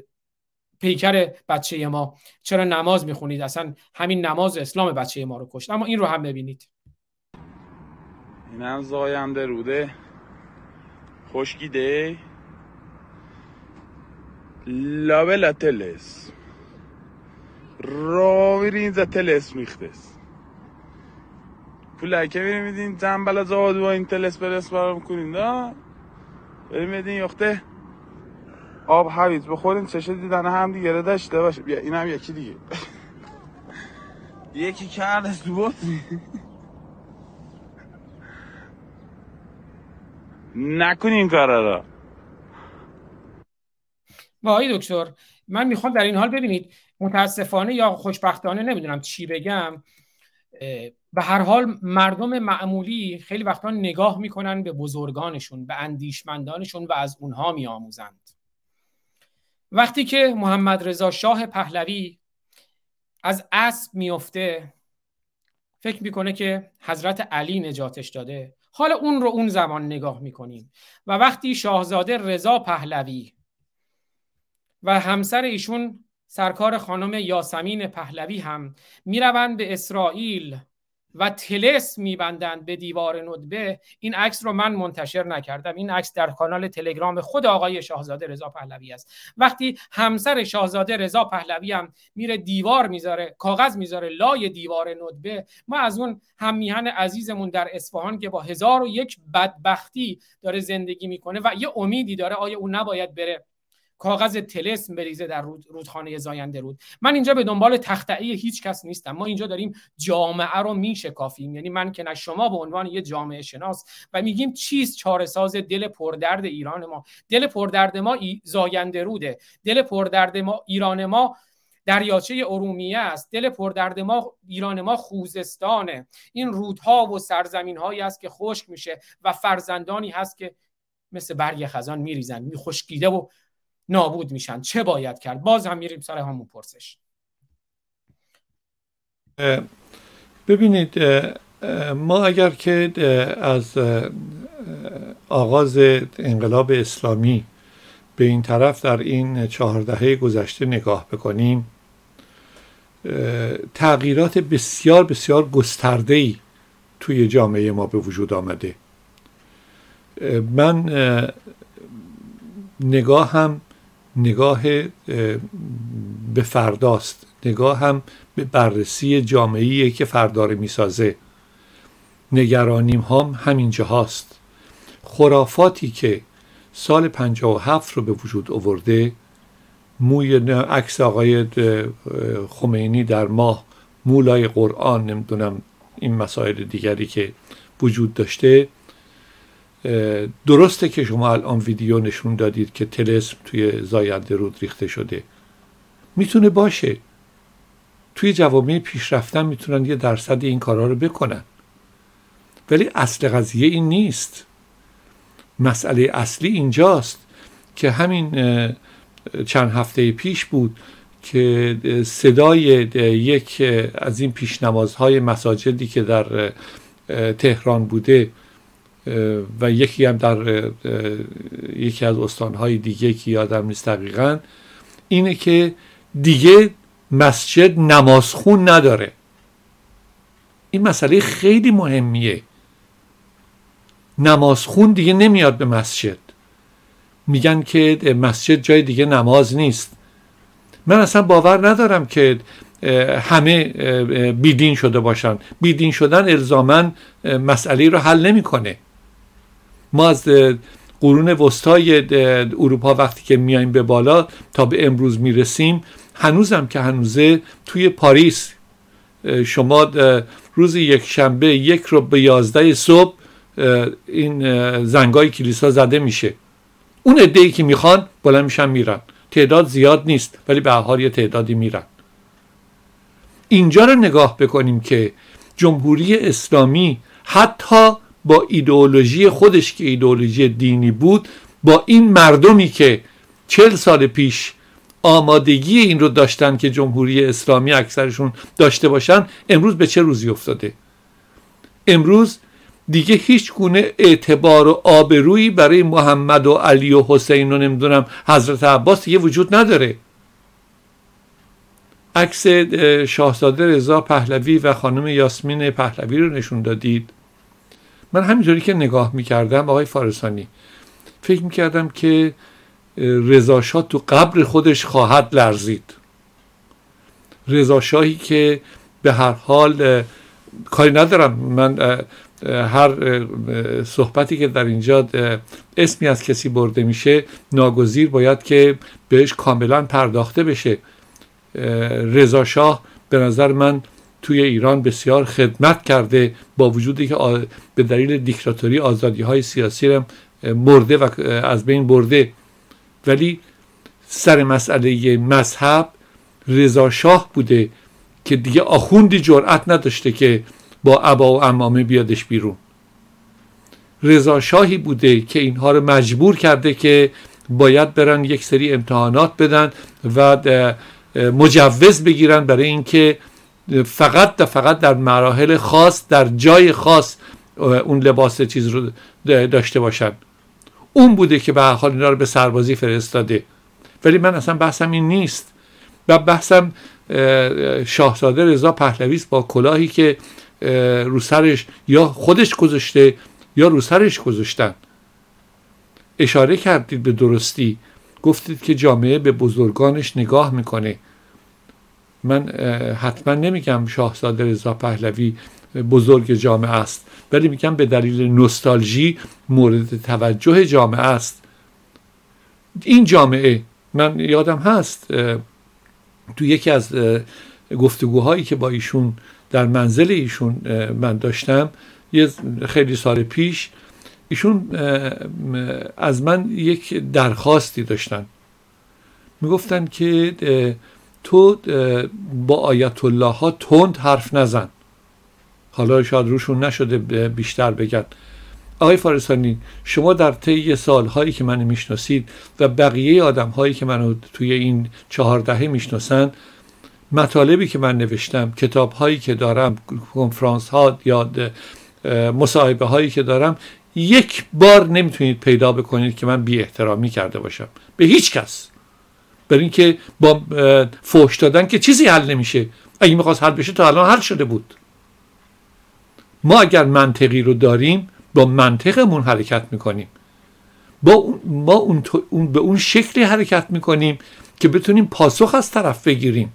پیکر بچه ما، چرا نماز میخونید؟ اصلا همین نماز اسلام بچه ما رو کشت. اما این رو هم ببینید. اینم زاینده روده خشکیده لابلا تلس را میرین زا تلس میختس پول که میرین میدین زنبلا زاد و این تلس برس برام کنین دا بریم میدین یخته آب حویز بخورین چشه دیدن هم دیگه رو داشته باشه. بیا این هم یکی دیگه یکی کرد از دو نکنین این کارا را. با آقای دکتر من میخوام در این حال ببینید متاسفانه یا خوشبختانه نمیدونم چی بگم، به هر حال مردم معمولی خیلی وقتا نگاه میکنن به بزرگانشون، به اندیشمندانشون و از اونها میآموزند. وقتی که محمد رضا شاه پهلوی از اسب میفته فکر میکنه که حضرت علی نجاتش داده، حالا اون رو اون زمان نگاه میکنیم. و وقتی شاهزاده رضا پهلوی و همسر ایشون سرکار خانم یاسمین پهلوی هم میروند به اسرائیل و طلسم میبندند به دیوار ندبه، این عکس رو من منتشر نکردم، این عکس در کانال تلگرام خود آقای شاهزاده رضا پهلوی است. وقتی همسر شاهزاده رضا پهلوی هم میره دیوار میذاره، کاغذ میذاره لای دیوار ندبه، ما از اون هم میهن عزیزمون در اصفهان که با هزار و یک بدبختی داره زندگی میکنه و یه امیدی داره، آیا اون نباید بره کاغذ طلسم بریزه در رود رودخانه زاینده رود؟ من اینجا به دنبال تخطئه هیچ کس نیستم، ما اینجا داریم جامعه رو میشکافیم، یعنی من که نه شما به عنوان یه جامعه شناس و میگیم چیست چاره‌ساز دل پردرد ایران ما. دل پردرد ما ای زاینده روده، دل پردرد ما ایران ما دریاچه ارومیه است، دل پردرد ما ایران ما خوزستانه، این رودها و سرزمین‌هایی است که خشک میشه و فرزندانی هست که مثل برگ خزان میریزن، میخشکیده و نابود میشن. چه باید کرد؟ باز هم میریم سر همون پرسش. ببینید ما اگر که از آغاز انقلاب اسلامی به این طرف در این چهار دهه گذشته نگاه بکنیم، تغییرات بسیار بسیار گسترده‌ای توی جامعه ما به وجود آمده. من نگاه هم نگاه به فرداست، نگاه هم به بررسی جامعه‌ایه که فردا رو میسازه. نگرانیم هم همینجا هاست. خرافاتی که سال پنجاه و هفت رو به وجود آورده، موی عکس آقای خمینی در ماه، مولای قرآن، نمیدونم این مسائل دیگری که وجود داشته، درسته که شما الان ویدیو نشون دادید که طلسم توی زاینده رود ریخته شده، میتونه باشه، توی جوامع پیشرفتن میتونن یه درصد این کارا رو بکنن، ولی اصل قضیه این نیست. مسئله اصلی اینجاست که همین چند هفته پیش بود که صدای یک از این پیشنمازهای مساجدی که در تهران بوده و یکی هم در یکی از استانهای دیگه که یادم نیست دقیقاً، اینه که دیگه مسجد نمازخون نداره. این مسئله خیلی مهمیه. نمازخون دیگه نمیاد به مسجد. میگن که مسجد جای دیگه نماز نیست. من اصلا باور ندارم که همه بیدین شده باشن. بیدین شدن الزاماً مسئله رو حل نمیکنه. ما از قرون وسطای اروپا وقتی که میایم به بالا تا به امروز میرسیم، هنوزم که هنوزه توی پاریس شما روز یک شنبه یک رو به یازده صبح این زنگای کلیسا زده میشه. اون عده‌ای که میخوان بلند میشن میرن، تعداد زیاد نیست ولی به هر حال یه تعدادی میرن. اینجا رو نگاه بکنیم که جمهوری اسلامی حتی با ایدئولوژی خودش که ایدئولوژی دینی بود، با این مردمی که چل سال پیش آمادگی این رو داشتن که جمهوری اسلامی اکثرشون داشته باشن، امروز به چه روزی افتاده؟ امروز دیگه هیچ گونه اعتبار و آبرویی برای محمد و علی و حسین و نمیدونم حضرت عباس دیگه وجود نداره. عکس شاهزاده رضا پهلوی و خانم یاسمین پهلوی رو نشون دادید. من همینطوری که نگاه میکردم آقای فارسانی، فکر میکردم که رضا شاه تو قبر خودش خواهد لرزید. رضا شاهی که به هر حال کاری ندارم، من هر صحبتی که در اینجا اسمی از کسی برده میشه ناگزیر باید که بهش کاملا پرداخته بشه. رضا شاه به نظر من توی ایران بسیار خدمت کرده، با وجودی که به دلیل دیکتاتوری آزادی های سیاسی هم مرده و از بین برده، ولی سر مسئله مذهب رضا شاه بوده که دیگه آخوندی جرأت نداشته که با عبا و عمامه بیادش بیرون. رضا شاهی بوده که اینها رو مجبور کرده که باید برن یک سری امتحانات بدن و مجوز بگیرن برای اینکه فقط و فقط در مراحل خاص در جای خاص اون لباس چیز رو داشته باشن. اون بوده که به هر حال اینا رو به سربازی فرستاده. ولی من اصلا بحثم این نیست. و بحثم شاهزاده رضا پهلوی است با کلاهی که رو سرش یا خودش گذاشته یا رو سرش گذاشتن. اشاره کردید به درستی، گفتید که جامعه به بزرگانش نگاه میکنه. من حتما نمیگم شاهزاده رضا پهلوی بزرگ جامعه است، ولی میگم به دلیل نوستالژی مورد توجه جامعه است. این جامعه، من یادم هست تو یکی از گفتگوهایی که با ایشون در منزل ایشون من داشتم یه خیلی سال پیش، ایشون از من یک درخواستی داشتن. میگفتن که تو با آیت الله ها تند حرف نزن. حالا شاید روشون نشده بیشتر بگن. آقای فارسانی، شما در طی سالهایی که منو میشناسید و بقیه آدمهایی که منو توی این چهار دهه میشناسن، مطالبی که من نوشتم، کتابهایی که دارم، کنفرانس ها یا مصاحبه هایی که دارم، یک بار نمیتونید پیدا بکنید که من بی احترامی کرده باشم به هیچ کس. برای اینکه با فحش دادن که چیزی حل نمیشه. اگه میخواست حل بشه تا الان حل شده بود. ما اگر منطقی رو داریم با منطقمون حرکت میکنیم، با ما اون, اون به اون شکلی حرکت میکنیم که بتونیم پاسخ از طرف بگیریم.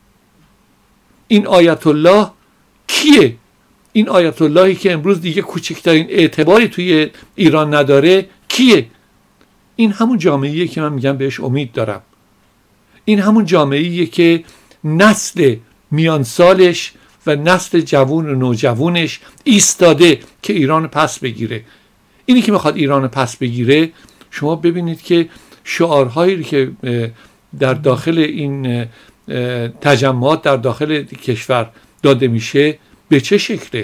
این آیت الله کیه؟ این آیت اللهی که امروز دیگه کوچکترین اعتباری توی ایران نداره کیه؟ این همون جامعه‌ایه که من میگم بهش امید دارم. این همون جامعه‌ایه که نسل میان سالش و نسل جوون و نوجوانش ایستاده که ایران پس بگیره. اینی که میخواد ایران پس بگیره، شما ببینید که شعارهایی که در داخل این تجمعات در داخل کشور داده میشه به چه شکله.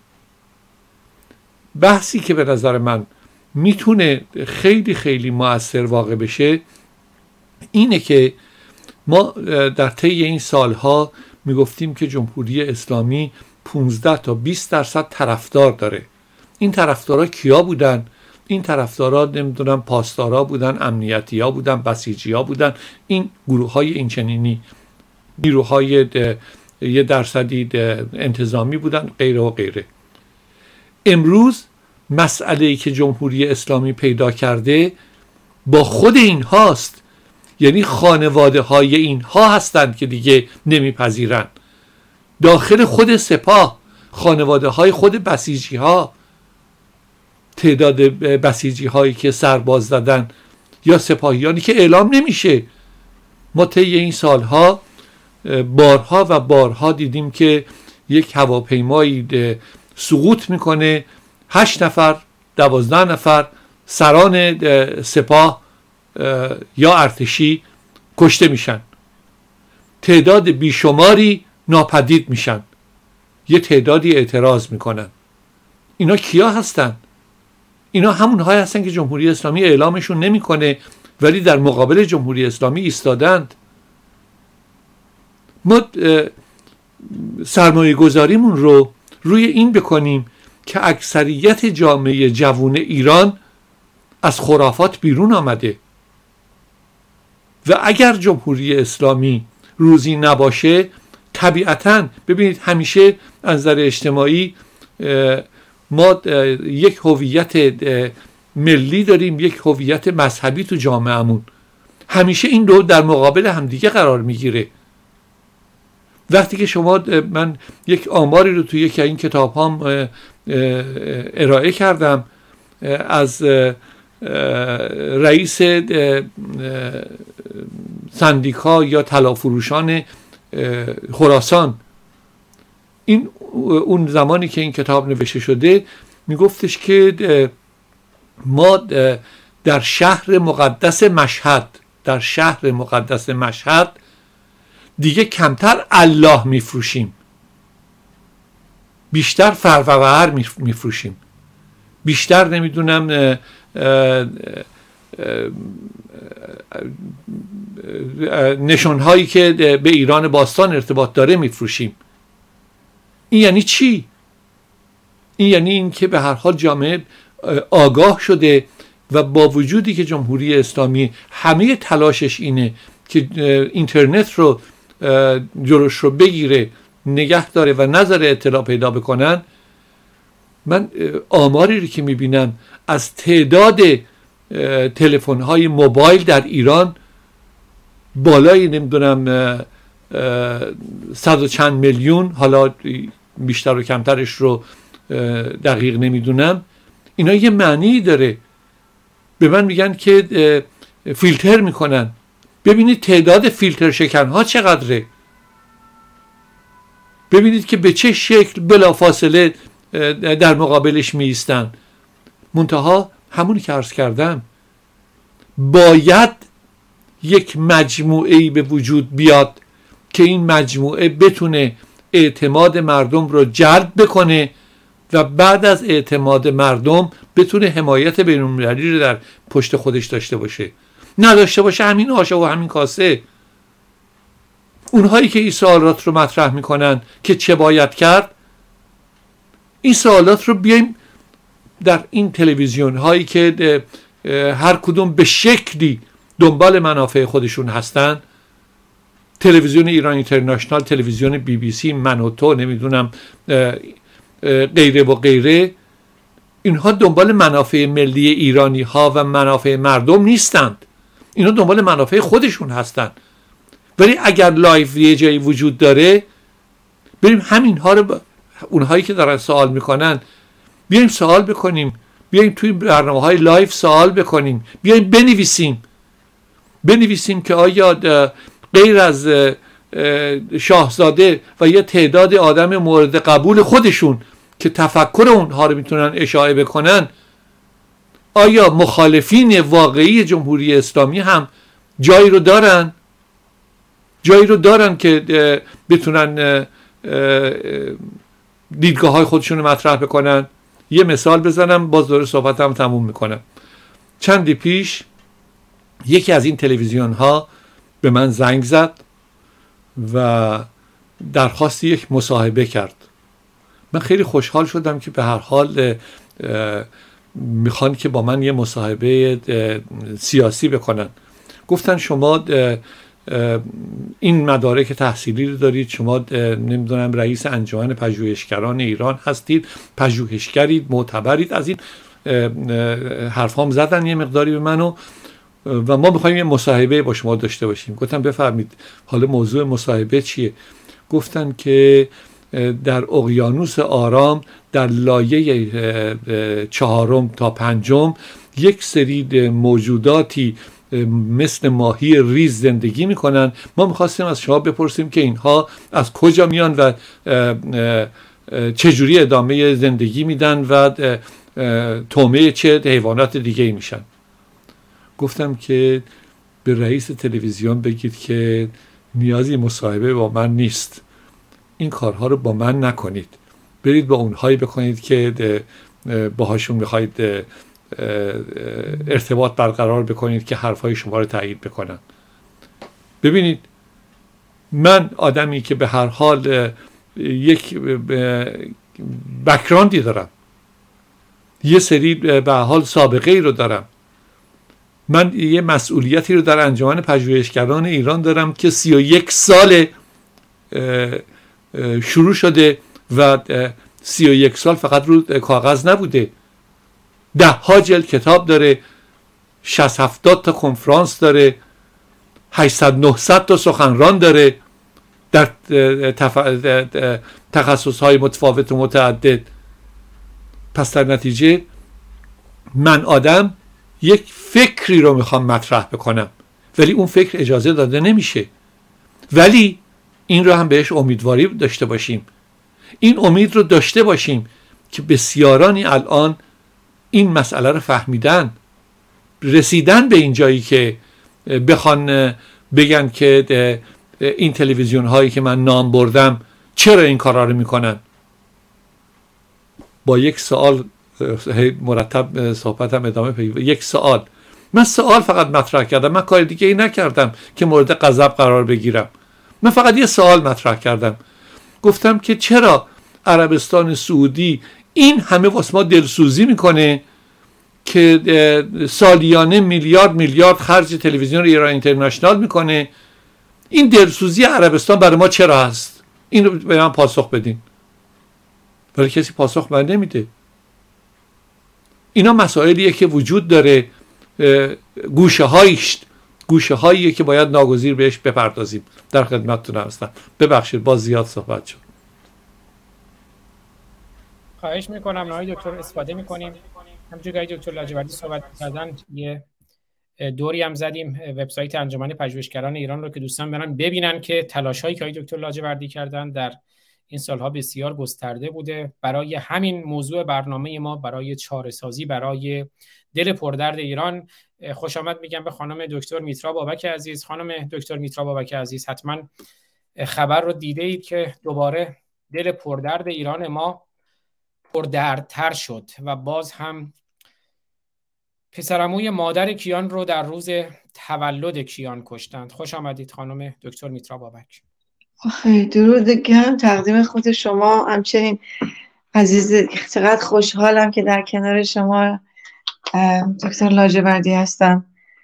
بحثی که به نظر من میتونه خیلی خیلی مؤثر واقع بشه اینه که ما در طی این سالها میگفتیم که جمهوری اسلامی پانزده تا بیست درصد طرفدار داره. این طرفدارا کیا بودن؟ این طرفدارا نمیدونم پاسدارا بودن، امنیتی‌ها بودن، بسیجی‌ها بودن، این گروه‌های اینچنینی، نیروهای یه درصدی انتظامی بودن، غیره و غیره. امروز مسئله‌ای که جمهوری اسلامی پیدا کرده با خود اینهاست. یعنی خانواده های اینها هستند که دیگه نمیپذیرن. داخل خود سپاه، خانواده های خود بسیجی ها، تعداد بسیجی هایی که سرباز زدن یا سپاهیانی که اعلام نمیشه. ما طی این سالها بارها و بارها دیدیم که یک هواپیمایی سقوط میکنه، هشت نفر، دوازده نفر سران سپاه یا ارتشی کشته میشن، تعداد بیشماری ناپدید میشن، یه تعدادی اعتراض میکنن. اینا کیا هستن؟ اینا همون های هستن که جمهوری اسلامی اعلامشون نمیکنه ولی در مقابل جمهوری اسلامی ایستادند. ما سرمایه گذاریمون رو روی این بکنیم که اکثریت جامعه جوان ایران از خرافات بیرون آمده و اگر جمهوری اسلامی روزی نباشه، طبیعتاً ببینید همیشه از نظر اجتماعی ما یک هویت ملی داریم، یک هویت مذهبی تو جامعهمون. همیشه این دو در مقابل همدیگه قرار میگیره. وقتی که شما، من یک آماری رو توی یکی این کتاب هام ارائه کردم از رئیس سندیکا یا طلافروشان خراسان، این اون زمانی که این کتاب نوشته شده میگفتش که ما در شهر مقدس مشهد در شهر مقدس مشهد دیگه کمتر الله میفروشیم، بیشتر فروهر میفروشیم، بیشتر نمیدونم نشانهایی که به ایران باستان ارتباط داره میفروشیم. این یعنی چی؟ این یعنی این که به هر حال جامعه آگاه شده و با وجودی که جمهوری اسلامی همه تلاشش اینه که اینترنت رو جلوش رو بگیره، نگه داره و نذاره اطلاع پیدا بکنن، من آماری رو که میبینم از تعداد تلفن‌های موبایل در ایران بالای نمیدونم صد و چند میلیون، حالا بیشتر و کمترش رو دقیق نمیدونم، اینا یه معنی داره. به من میگن که فیلتر میکنن. ببینید تعداد فیلتر شکنها چقدره، ببینید که به چه شکل بلافاصله در مقابلش میایستن. منتها همونی که عرض کردم، باید یک مجموعه‌ای به وجود بیاد که این مجموعه بتونه اعتماد مردم رو جلب بکنه و بعد از اعتماد مردم بتونه حمایت بین‌المللی رو در پشت خودش داشته باشه. نداشته باشه همین آشه و همین کاسه. اونهایی که این سوالات رو مطرح میکنن که چه باید کرد، این سوالات رو بیایم در این تلویزیون هایی که هر کدوم به شکلی دنبال منافع خودشون هستن، تلویزیون ایران اینترنشنال، تلویزیون بی بی سی، من و تو، نمیدونم غیره و غیره، اینها دنبال منافع ملی ایرانی ها و منافع مردم نیستند، اینا دنبال منافع خودشون هستند. ولی اگر لایف یه جایی وجود داره، بریم همین ها رو با اونهایی که دارن سوال میکنن بیایم سوال بکنیم، بیایم توی برنامه های لایف سوال بکنیم، بیایم بنویسیم بنویسیم که آیا غیر از شاهزاده و یه تعداد آدم مورد قبول خودشون که تفکر اونها رو میتونن اشاعه بکنن، آیا مخالفین واقعی جمهوری اسلامی هم جایی رو دارن جایی رو دارن که بتونن دیدگاه های خودشون رو مطرح بکنن؟ یه مثال بزنم باز دوره صحبتم تموم میکنم. چندی پیش یکی از این تلویزیون ها به من زنگ زد و درخواست یک مصاحبه کرد. من خیلی خوشحال شدم که به هر حال میخوان که با من یه مصاحبه سیاسی بکنن. گفتن شما این مدارک تحصیلی رو دارید، شما نمیدونم رئیس انجمن پژوهشگران ایران هستید، پژوهشگرید، معتبرید. از این حرفام زدن یه مقداری به منو و ما میخوایم یه مصاحبه با شما داشته باشیم. گفتم بفرمید، حالا موضوع مصاحبه چیه؟ گفتن که در اقیانوس آرام در لایه چهارم تا پنجم یک سری موجوداتی مثل ماهی ریز زندگی میکنن. ما میخواستیم از شما بپرسیم که اینها از کجا میان و چجوری ادامه زندگی میدن و طعمه چه حیوانات دیگه میشن. گفتم که به رئیس تلویزیون بگید که نیازی مصاحبه با من نیست، این کارها رو با من نکنید، برید با اونهایی بکنید که باهاشون میخواید ارتباط برقرار بکنید که حرفهای شما رو تایید بکنن. ببینید، من آدمی که به هر حال یک بک‌گراندی دارم، یه سری به حال سابقه ای رو دارم، من یه مسئولیتی رو در انجمن پژوهشگران ایران دارم که سی و یک سال شروع شده و سی و یک سال فقط رو کاغذ نبوده، ده ها جلد کتاب داره، شصت هفتاد تا کنفرانس داره هشتصد نهصد تا سخنران داره در تف... تخصص‌های متفاوت و متعدد. پس در نتیجه من آدم یک فکری رو میخوام مطرح بکنم، ولی اون فکر اجازه داده نمیشه. ولی این رو هم بهش امیدواری داشته باشیم، این امید رو داشته باشیم که بسیارانی الان این مسئله رو فهمیدن، رسیدن به این جایی که بخوان بگن که این تلویزیون هایی که من نام بردم چرا این کارا رو میکنن. با یک سوال مرتب صحبتم ادامه پیدا. یک سوال، من سوال فقط مطرح کردم، من کار دیگه ای نکردم که مورد غضب قرار بگیرم. من فقط یه سوال مطرح کردم، گفتم که چرا عربستان سعودی این همه واسه ما دلسوزی میکنه که سالیانه میلیارد میلیارد خرج تلویزیون ایران اینترنشنال میکنه، این دلسوزی عربستان برای ما چرا هست؟ این رو به من پاسخ بدین. ولی کسی پاسخ من نمیده. اینا مسائلیه که وجود داره، گوشه هایش گوشه هاییه که باید ناگزیر بهش بپردازیم. در خدمتتون هستم. ببخشید باز زیاد صحبت شد. خواهش میکنم آقای دکتر استفاده میکنیم. همونجوری که آقای دکتر لاجوردی صحبت کردن یه دوری هم زدیم وبسایت انجمن پژوهشگران ایران رو که دوستان برن ببینن که تلاش‌هایی که آقای دکتر لاجوردی کردن در این سالها بسیار گسترده بوده برای همین موضوع برنامه ما، برای چاره‌سازی برای دل پردرد ایران. خوش آمد میگم به خانم دکتر میترا بابک عزیز. خانم دکتر میترا بابک عزیز، حتما خبر رو دیده اید که دوباره دل پردرد ایران ما پردردتر شد و باز هم پسرعموی مادر کیان رو در روز تولد کیان کشتند. خوش آمدید خانم دکتر میترا بابک. خیلی درود گرم تقدیم خود شما. همچنین عزیز، چقدر خوشحالم که در کنار شما دکتر لاجوردی هستم.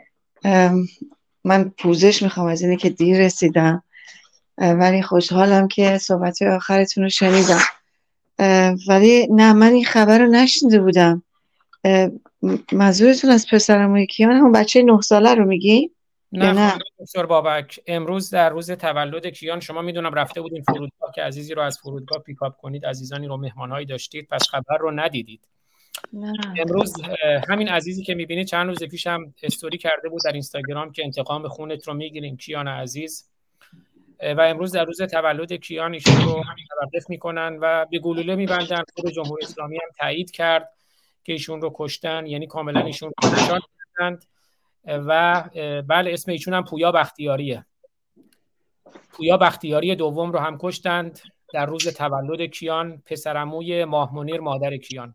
من پوزش میخوام از اینه که دیر رسیدم، ولی خوشحالم که صحبت آخرتون رو شنیدم. ولی نه، من این خبر رو نشنیده بودم. منظورتون از پسرعموی کیان همون بچه نه ساله رو میگی؟ نه نه دکتر بابک، امروز در روز تولد کیان شما میدونم رفته بودین فرودگاه که عزیزی رو از فرودگاه پیکاپ کنید، عزیزانی رو مهمانهایی داشتید، پس خبر رو ندیدید. نه. امروز همین عزیزی که میبینید چند روز پیش هم استوری کرده بود در اینستاگرام که انتقام خونت رو میگیریم کیان عزیز، و امروز در روز تولد کیان ایشون رو توقف میکنن و به گلوله میبندن. خود جمهوری اسلامی هم تایید کرد که ایشون رو کشتن، یعنی کاملا ایشون رو نشان دادند. و بله، اسم ایشون هم پویا بختیاریه. پویا بختیاری دوم رو هم کشتند در روز تولد کیان، پسرعموی ماه منیر مادر کیان.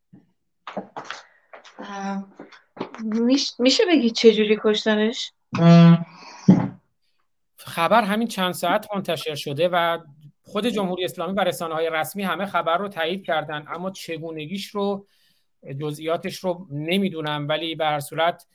میشه بگی چجوری کشتنش؟ خبر همین چند ساعت منتشر شده و خود جمهوری اسلامی و رسانه‌های رسمی همه خبر رو تایید کردن، اما چگونگیش رو، جزئیاتش رو نمیدونم، ولی به هر صورت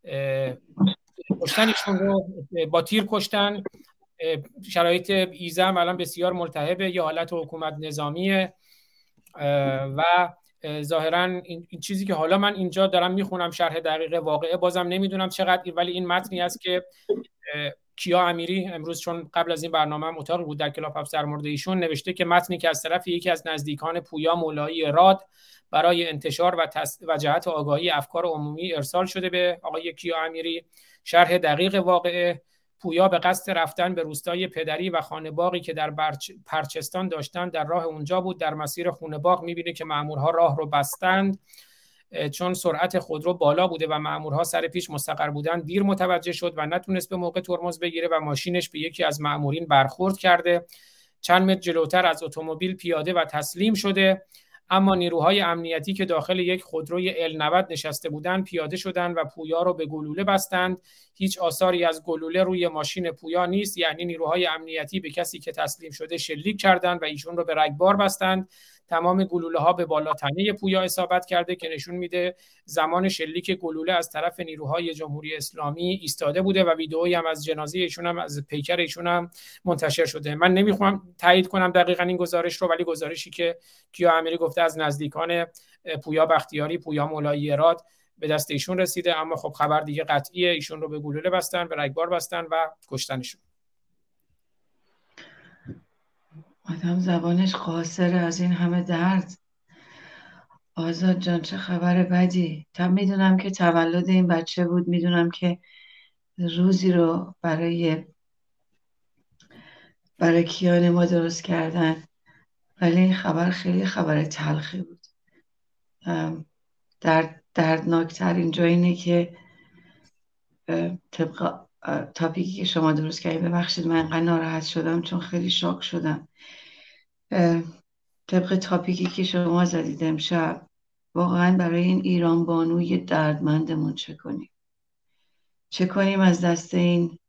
کشتنشون رو با تیر کشتن. شرایط ایزم الان بسیار ملتهبه، یه حالت حکومت نظامیه و ظاهراً این, این چیزی که حالا من اینجا دارم میخونم شرح دقیق واقعه بازم نمیدونم چقدر، ولی این متنی است که کیا امیری امروز، چون قبل از این برنامه هم اتاق بود در کلاب هاوس در مورد ایشون، نوشته که متنی که از طرف یکی از نزدیکان پویا مولایی راد برای انتشار و, تس... و جهت آگاهی افکار عمومی ارسال شده به آقای کیا امیری. شرح دقیق واقعه: پویا به قصد رفتن به روستای پدری و خانه باغی که در برچ... پرچستان داشتن در راه اونجا بود. در مسیر خونه باغ می‌بینه که مأمورها راه رو بستند، چون سرعت خودرو بالا بوده و مأمورها سر پیش مستقر بودن، دیر متوجه شد و نتونست به موقع ترمز بگیره و ماشینش به یکی از مأمورین برخورد کرده. چند متر جلوتر از اتومبیل پیاده و تسلیم شده، اما نیروهای امنیتی که داخل یک خودروی ال نود نشسته بودند پیاده شدند و پویا رو به گلوله بستند. هیچ آثاری از گلوله روی ماشین پویا نیست، یعنی نیروهای امنیتی به کسی که تسلیم شده شلیک کردند و ایشون رو به رگبار بستند. تمام گلوله ها به بالا تنه پویا اصابت کرده که نشون میده زمان شلیک گلوله از طرف نیروهای جمهوری اسلامی ایستاده بوده و ویدئویی هم از جنازه ایشون هم از پیکر ایشون هم منتشر شده. من نمیخوام تایید کنم دقیقاً این گزارش رو، ولی گزارشی که کیا امیری گفته از نزدیکان پویا بختیاری، پویا مولایی راد، به دست ایشون رسیده، اما خب خبر دیگه قطعیه، ایشون رو به گلوله بستن، به رگبار بستن و کشتنشون. آدم زبانش قاصره از این همه درد. آزاد جان چه خبر بدی. تا میدونم که تولد این بچه بود، میدونم که روزی رو برای برای کیان ما درست کردن، ولی این خبر خیلی خبر تلخی بود. درد دردناکتر اینجا اینه که طبق تاپیکی که شما درست کردید، ببخشید من انقدر ناراحت شدم چون خیلی شاک شدم. طبق تاپیکی که شما زدید امشب، واقعا برای این ایران بانوی دردمندمون چه کنیم؟ چه کنیم از دست این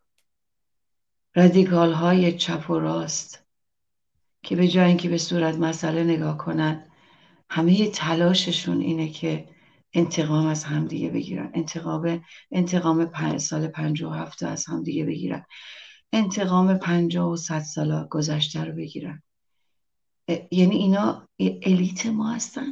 رادیکال های چپ و راست که به جای اینکه به صورت مسئله نگاه کنن، همه تلاششون اینه که انتقام از همدیگه بگیرن، انتقام انتقام پنج سال پنجاه و هفت از همدیگه بگیرن، انتقام پنجاه و صد سال گذشته رو بگیرن. یعنی اینا الیت ما هستن.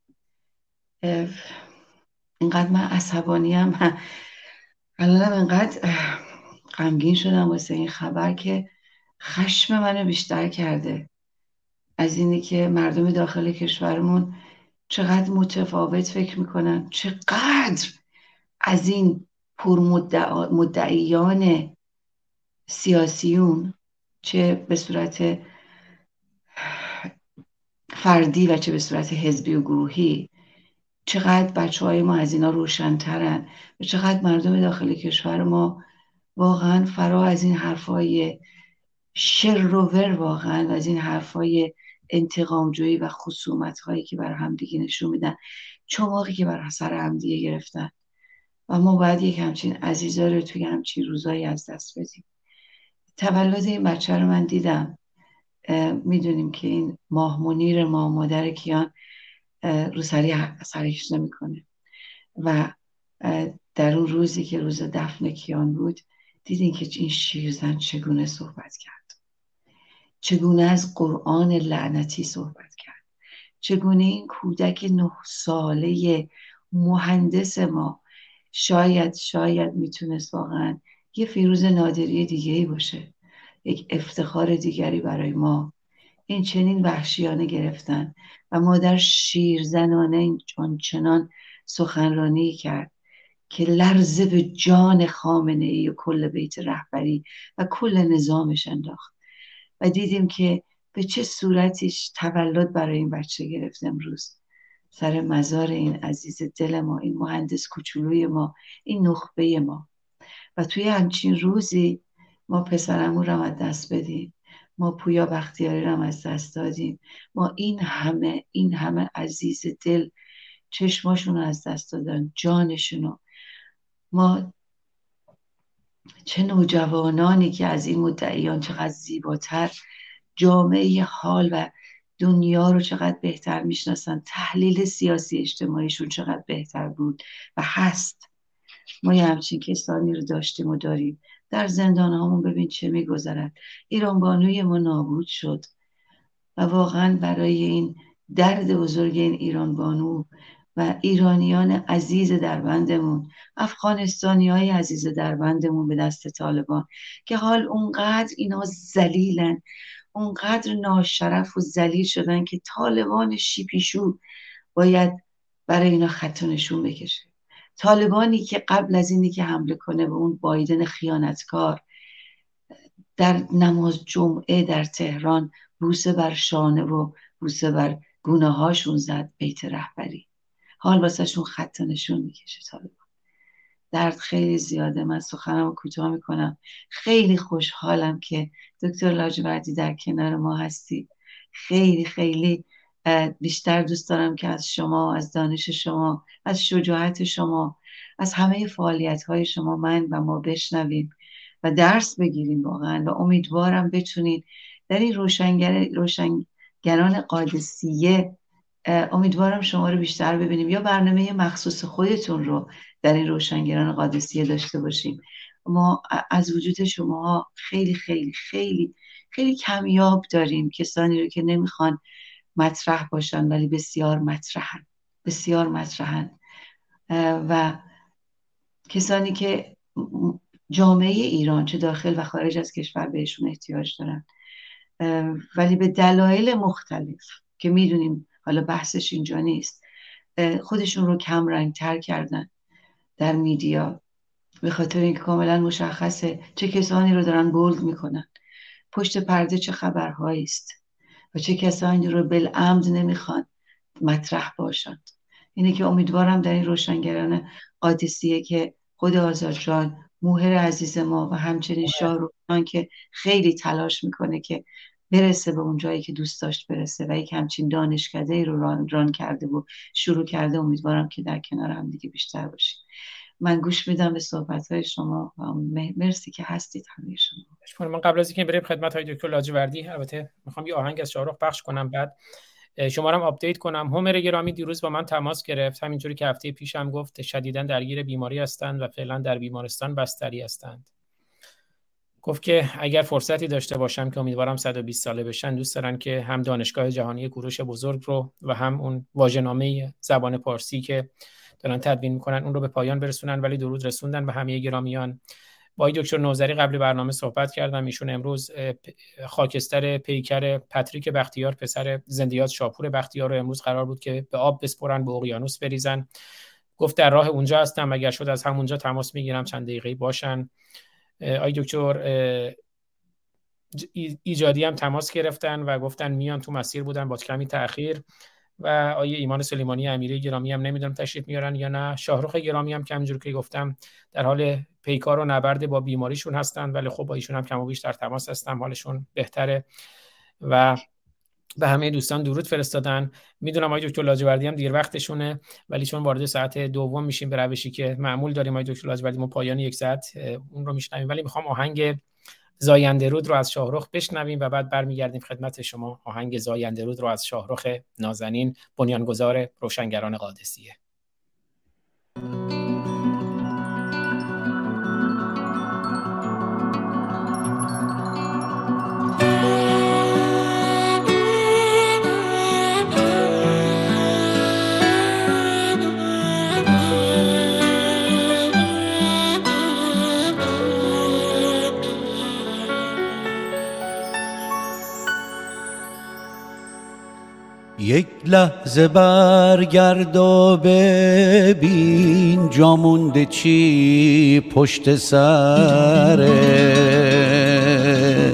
اینقدر من عصبانیم، الانم اینقدر غمگین شدم واسه این خبر که خشم منو بیشتر کرده از اینی که مردم داخل کشورمون چقدر متفاوت فکر میکنن، چقدر از این پرمدعیان سیاسیون، چه به صورت فردی و چه به صورت حزبی و گروهی، چقدر بچه های ما از اینا روشن‌ترن و چقدر مردم داخل کشور ما واقعا فرا از این حرفای شر و ور، واقعا از این حرفای انتقامجویی و خصومت هایی که بر همدیگه نشون میدن، چماقی که بر سر همدیگه گرفتن و ما باید یک همچین عزیزا رو توی همچین روزایی از دست بدیم. تولد این بچه رو من دیدم. میدونیم که این ماه منیر ما، مادر کیان، رو سری سرکش نمی کنه و در اون روزی که روز دفن کیان بود، دیدین که این شیرزن چگونه صحبت کرد، چگونه از قرآن لعنتی صحبت کرد، چگونه این کودک نه ساله مهندس ما شاید شاید میتونست واقعا یه فیروز نادری دیگه‌ای باشه، یک افتخار دیگری برای ما. این چنین وحشیانه گرفتن و مادر شیرزنانه این چنان سخنرانی کرد که لرزه به جان خامنه‌ای و کل بیت رهبری و کل نظامش انداخت و دیدیم که به چه صورتیش تولد برای این بچه گرفت امروز سر مزار این عزیز دل ما، این مهندس کوچولوی ما، این نخبه ما. و توی همچین روزی ما پسرمون رو از دست بدیم، ما پویا بختیاری رو از دست دادیم، ما این همه این همه عزیز دل چشماشون رو از دست دادن، جانشونو. ما چه نوجوانانی که از این مدعیان چقدر زیباتر جامعه حال و دنیا رو چقدر بهتر میشناسن، تحلیل سیاسی اجتماعیشون چقدر بهتر بود و هست. ما یه همچین کسانی رو داشتیم و داریم. در زندان هامون ببین چه میگذرد. ایران بانوی ما نابود شد و واقعا برای این درد بزرگ این ایران بانو و ایرانیان عزیز دربندمون، افغانستانی های عزیز دربندمون به دست طالبان که حال اونقدر اینا ذلیلن، اونقدر ناشرف و ذلیل شدن که طالبان شیپیشو باید برای اینا خط و نشون بکشه. طالبانی که قبل از اینی که حمله کنه به اون بایدن خیانتکار، در نماز جمعه در تهران بوسه بر شانه و بوسه بر گونه هاشون زد بیت رهبری، حال واسه شون خط نشون میکشه طالبان. درد خیلی زیاده. من سخنمو کوتاه میکنم. خیلی خوشحالم که دکتر لاجوردی در کنار ما هستی. خیلی خیلی بیشتر دوست دارم که از شما، از دانش شما، از شجاعت شما، از همه فعالیت‌های شما من و ما بشنویم و درس بگیریم واقعا. و امیدوارم بتونید در این روشنگر روشنگران قادسیه، امیدوارم شما رو بیشتر ببینیم یا برنامه مخصوص خودتون رو در این روشنگران قادسیه داشته باشیم. ما از وجود شما خیلی خیلی خیلی خیلی کمیاب داریم کسانی رو که نمیخوان مطرح باشن ولی بسیار مطرحن، بسیار مطرحن. و کسانی که جامعه ایران چه داخل و خارج از کشور بهشون احتیاج دارن، ولی به دلایل مختلف که میدونیم حالا بحثش اینجا نیست، خودشون رو کم رنگ تر کردن در میدیا، به خاطر اینکه کاملا مشخصه چه کسانی رو دارن بولد میکنن، پشت پرده چه خبرهایی است و چه کسانی رو بالعمد نمیخوان مطرح باشند. اینه که امیدوارم در این روشنگران قادسیه که خود آزاد جان، موهر عزیز ما و همچنین شاهرخ که خیلی تلاش میکنه که برسه به اون جایی که دوست داشت برسه و یک همچین دانشکده رو ران, ران کرده و شروع کرده، امیدوارم که در کنار هم دیگه بیشتر باشیم. من گوش میدم به صحبت‌های شما و مرسی که هستید همه شما. من قبل از اینکه بریم خدمت های دکتر لاجوردی، البته میخوام یه آهنگ از شاهرخ پخش کنم، بعد شما رو هم آپدیت کنم. همر گرامی دیروز با من تماس گرفت، همینجوری که هفته پیشم گفت شدیداً درگیر بیماری هستند و فعلا در بیمارستان بستری هستند. گفت که اگر فرصتی داشته باشم که امیدوارم صد و بیست ساله بشن، دوست دارن که هم دانشگاه جهانی کوروش بزرگ رو و هم اون واژه‌نامه زبان پارسی که دارن تدوین میکنن اون رو به پایان برسونن. ولی درود رسوندن به همه گرامیان. با دکتر نوذری قبل برنامه صحبت کردم، ایشون امروز خاکستر پیکر پتریک بختیار پسر زندیات شاپور بختیار رو امروز قرار بود که به آب بسپرن، به اقیانوس بریزن. گفت در راه اونجا هستم، اگر شد از همونجا تماس میگیرم چند دقیقه‌ای باشن. آی دکتر ایجادی هم تماس گرفتن و گفتن میان، تو مسیر بودن با کمی تأخیر. و آیه ایمان سلیمانی امیری گرامی هم نمیدونم تشریف میارن یا نه. شاهرخ گرامی هم که همونجوری که گفتم در حال پیکار و نبرد با بیماریشون هستن، ولی خب با ایشون هم کم و بیش در تماس هستم، حالشون بهتره. و به همه دوستان درود فرستادن. میدونم آقای دکتر لاجوردی هم دیر وقتشونه، ولی چون وارد ساعت دوم میشیم به روشی که معمول داریم آقای دکتر لاجوردی، ما پایان یک ساعت اون رو میشنویم، ولی میخوام آهنگ زاینده رود رو از شاهرخ بشنویم و بعد برمیگردیم خدمت شما. آهنگ زاینده رود رو از شاهرخ نازنین، بنیانگذار روشنگران قادسیه. یک لحظه برگرد و ببین جا مونده چی پشت سره.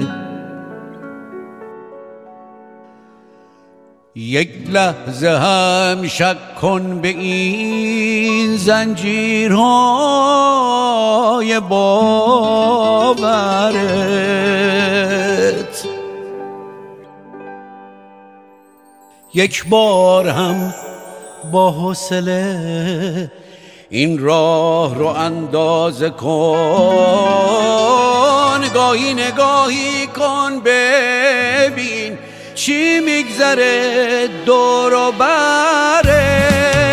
یک لحظه هم شک کن به این زنجیرهای باورت. یک بار هم با حوصله این راه رو اندازه کن، گاهی نگاهی کن ببین چی میگذره دور و بره.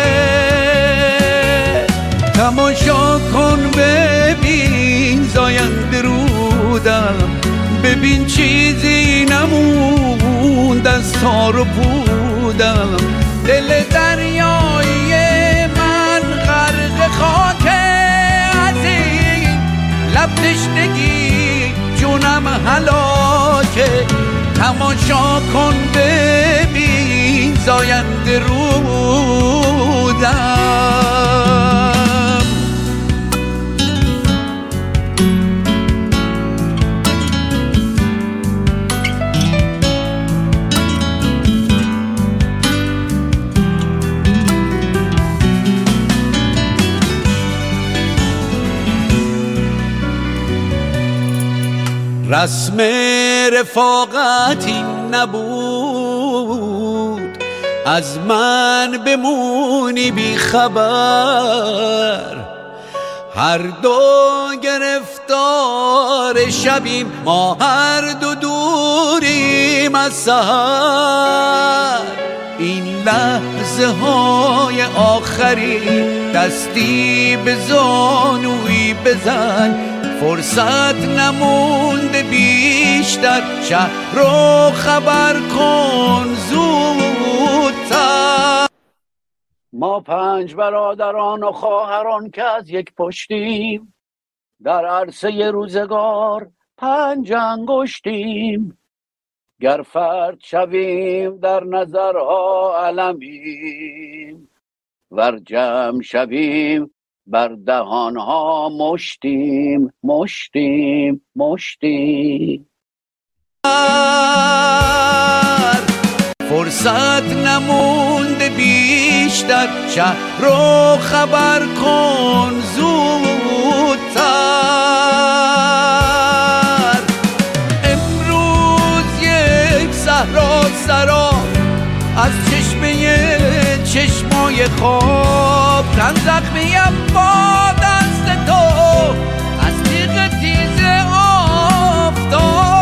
تماشا کن ببین زاینده رودم، ببین چیزی نموند از تار و پودم. دل دریایی من غرق خاک از این لب تشنگی، جونم هلاکه. تماشا کن ببین زاینده رودم. رسم رفاقت این نبود، از من بمونی بی خبر. هر دو گرفتار شبیم، ما هر دو دوریم از سحر. این لحظه های آخری دستی به زانوی بزن، فرصت نمونده بیشتر، شهر رو خبر کن زودتر. ما پنج برادران و خواهران که از یک پشتیم، در عرصه روزگار پنج انگشتیم. گر فرد شویم در نظرها علمیم، ور جمع شویم بر دهانها مشتیم مشتیم مشتیم. فرصت نمونده بیشتر، شهر رو خبر کن زودتر. امروز یک صحرا سرا از چشمه چشمای خواب، تن زخمیم با دست تو از تیغ تیز آفتاب.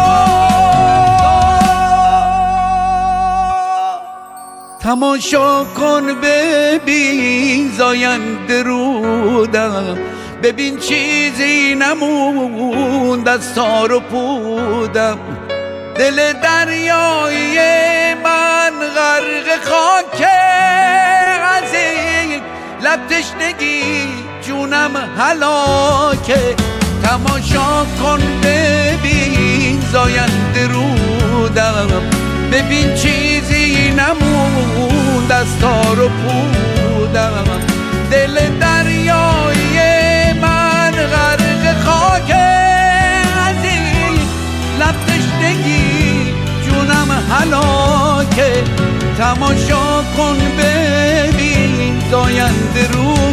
تماشا کن ببین زاینده رودم، ببین چیزی نموند از تار و پودم. دل دریایی من غرق خاکه، از این لب تشنگی جونم هلاکه. تماشا کن ببین زاینده رودم، ببین چیزی نموند از تار و پودم. دل دریایی من غرق خاکه، از این لب تشنگی جونم هلاکه. تماشا کن ببین زاینده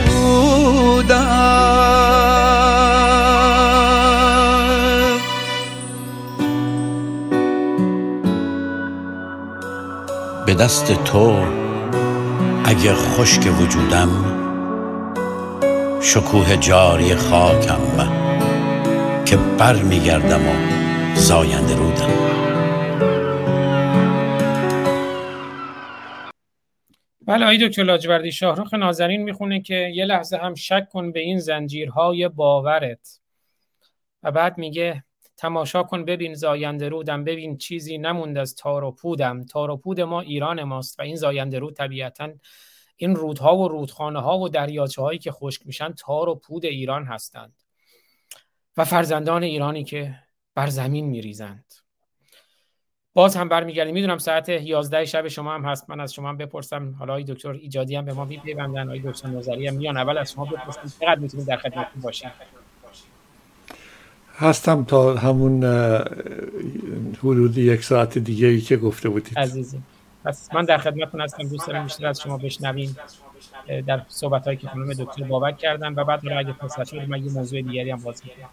رودم. به دست تو اگه خشک وجودم، شکوه جاری خاکم من که بر میگردم و زاینده رودم. بله آقای دکتر لاجوردی، شاهرخ نازنین میخونه که یه لحظه هم شک کن به این زنجیرهای باورت، و بعد میگه تماشا کن ببین زاینده رودم، ببین چیزی نموند از تار و پودم. تار و پود ما ایران ماست و این زاینده رود طبیعتاً این رودها و رودخانه ها و دریاچه هایی که خشک میشن تار و پود ایران هستند و فرزندان ایرانی که بر زمین میریزند. باز هم برمیگردیم، میدونم ساعت یازده شب شما هم هست، من از شما هم بپرسم، حالا آقای دکتر ایجادی هم به ما میپیوندن، آقای دکتر نظری هم میان، اول از شما بپرسم چقدر میتونید در خدمتتون باشید؟ هستم تا همون حدود یک ساعت دیگه ای که گفته بودید. عزیزی پس من در خدمتتون هستم، دوست دارم بیشتر از شما بشنویم در صحبت‌هایی که خانم دکتر بابک کردن و بعد اگه فرصت شد من یه موضوع دیگری هم باز می‌کنم.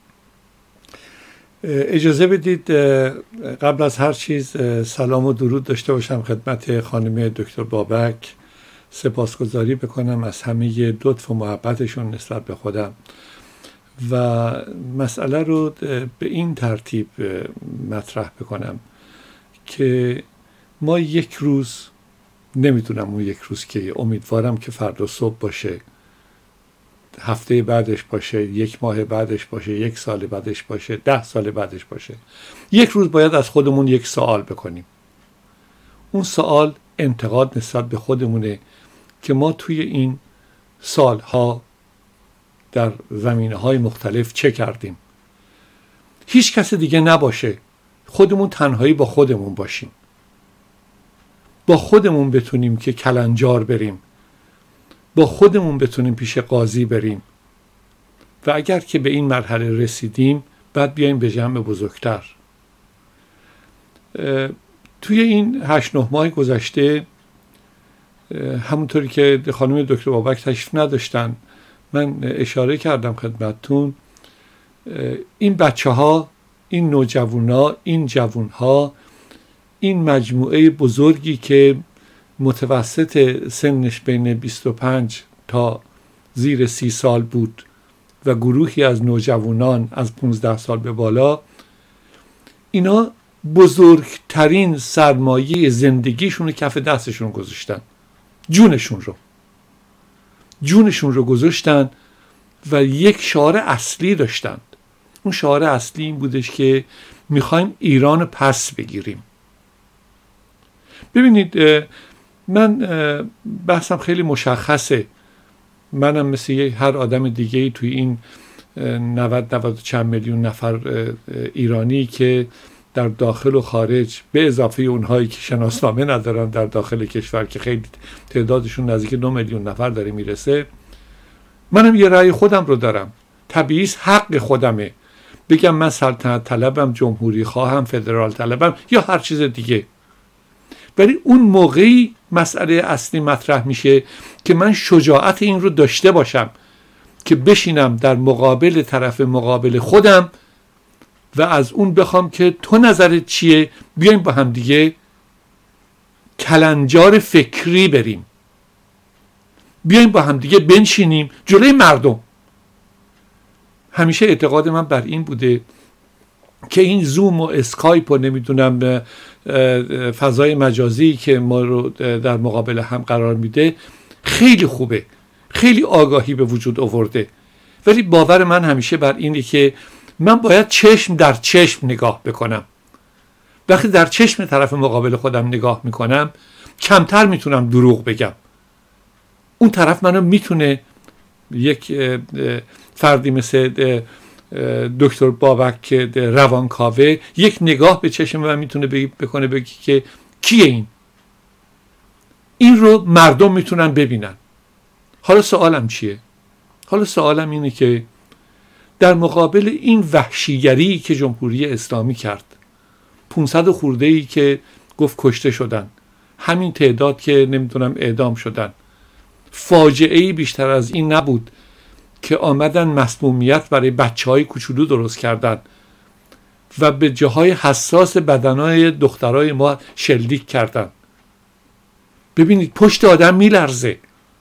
اجازه بدید قبل از هر چیز سلام و درود داشته باشم خدمت خانم دکتر بابک، سپاسگزاری بکنم از همه لطف و محبتشون نسبت به خودم و مسئله رو به این ترتیب مطرح بکنم که ما یک روز، نمیدونم اون یک روز که، امیدوارم که فردا صبح باشه، هفته بعدش باشه، یک ماه بعدش باشه، یک سال بعدش باشه، ده سال بعدش باشه، یک روز باید از خودمون یک سوال بکنیم. اون سوال انتقاد نسبت به خودمونه که ما توی این سالها در زمینه‌های مختلف چه کردیم. هیچ کس دیگه نباشه، خودمون تنهایی با خودمون باشیم، با خودمون بتونیم که کلنجار بریم، با خودمون بتونیم پیش قاضی بریم و اگر که به این مرحله رسیدیم بعد بیایم به جمع بزرگتر. توی این هشت نه ماه گذشته همونطوری که خانم دکتر بابک تشریف نداشتن من اشاره کردم خدمتتون، این بچه ها، این نوجوان ها، این جوان ها، این مجموعه بزرگی که متوسط سنش بین بیست و پنج تا زیر سی سال بود و گروهی از نوجوانان از پانزده سال به بالا، اینا بزرگترین سرمایه زندگیشون رو کف دستشون گذاشتن، جونشون رو جونشون رو گذاشتن و یک شعار اصلی داشتند. اون شعار اصلی این بودش که میخوایم ایران پس بگیریم. ببینید من بحثم خیلی مشخصه. منم مثل هر آدم دیگه ای توی این نود نود چند میلیون نفر ایرانی که در داخل و خارج به اضافه اونهایی که شناسنامه ندارن در داخل کشور که خیلی تعدادشون نزدیک دو میلیون نفر داره میرسه، منم یه رأی خودم رو دارم. طبیعی حق خودمه بگم من سلطنت طلبم، جمهوری خواهم، فدرال طلبم یا هر چیز دیگه. ولی اون موقعی مسئله اصلی مطرح میشه که من شجاعت این رو داشته باشم که بشینم در مقابل طرف مقابل خودم و از اون بخوام که تو نظرت چیه، بیایم با هم دیگه کلنجار فکری بریم، بیایم با هم دیگه بنشینیم جلوی مردم. همیشه اعتقاد من بر این بوده که این زوم و اسکایپ و نمیدونم فضای مجازی که ما رو در مقابل هم قرار میده خیلی خوبه، خیلی آگاهی به وجود آورده، ولی باور من همیشه بر اینه که من باید چشم در چشم نگاه بکنم. وقتی در چشم طرف مقابل خودم نگاه میکنم کمتر میتونم دروغ بگم. اون طرف منو میتونه، یک فردی مثل دکتر بابک روانکاوه یک نگاه به چشم من میتونه بکنه بگی که کیه این؟ این رو مردم میتونن ببینن. حالا سوالم چیه؟ حالا سوالم اینه که در مقابل این وحشیگری که جمهوری اسلامی کرد، پونصد خورده‌ای که گفت کشته شدن، همین تعداد که نمیدونم اعدام شدن، فاجعه‌ای بیشتر از این نبود که آمدن مسمومیت برای بچه‌های کوچولو درست کردن و به جاهای حساس بدنهای دخترای ما شلیک کردن. ببینید پشت آدم میلرزه.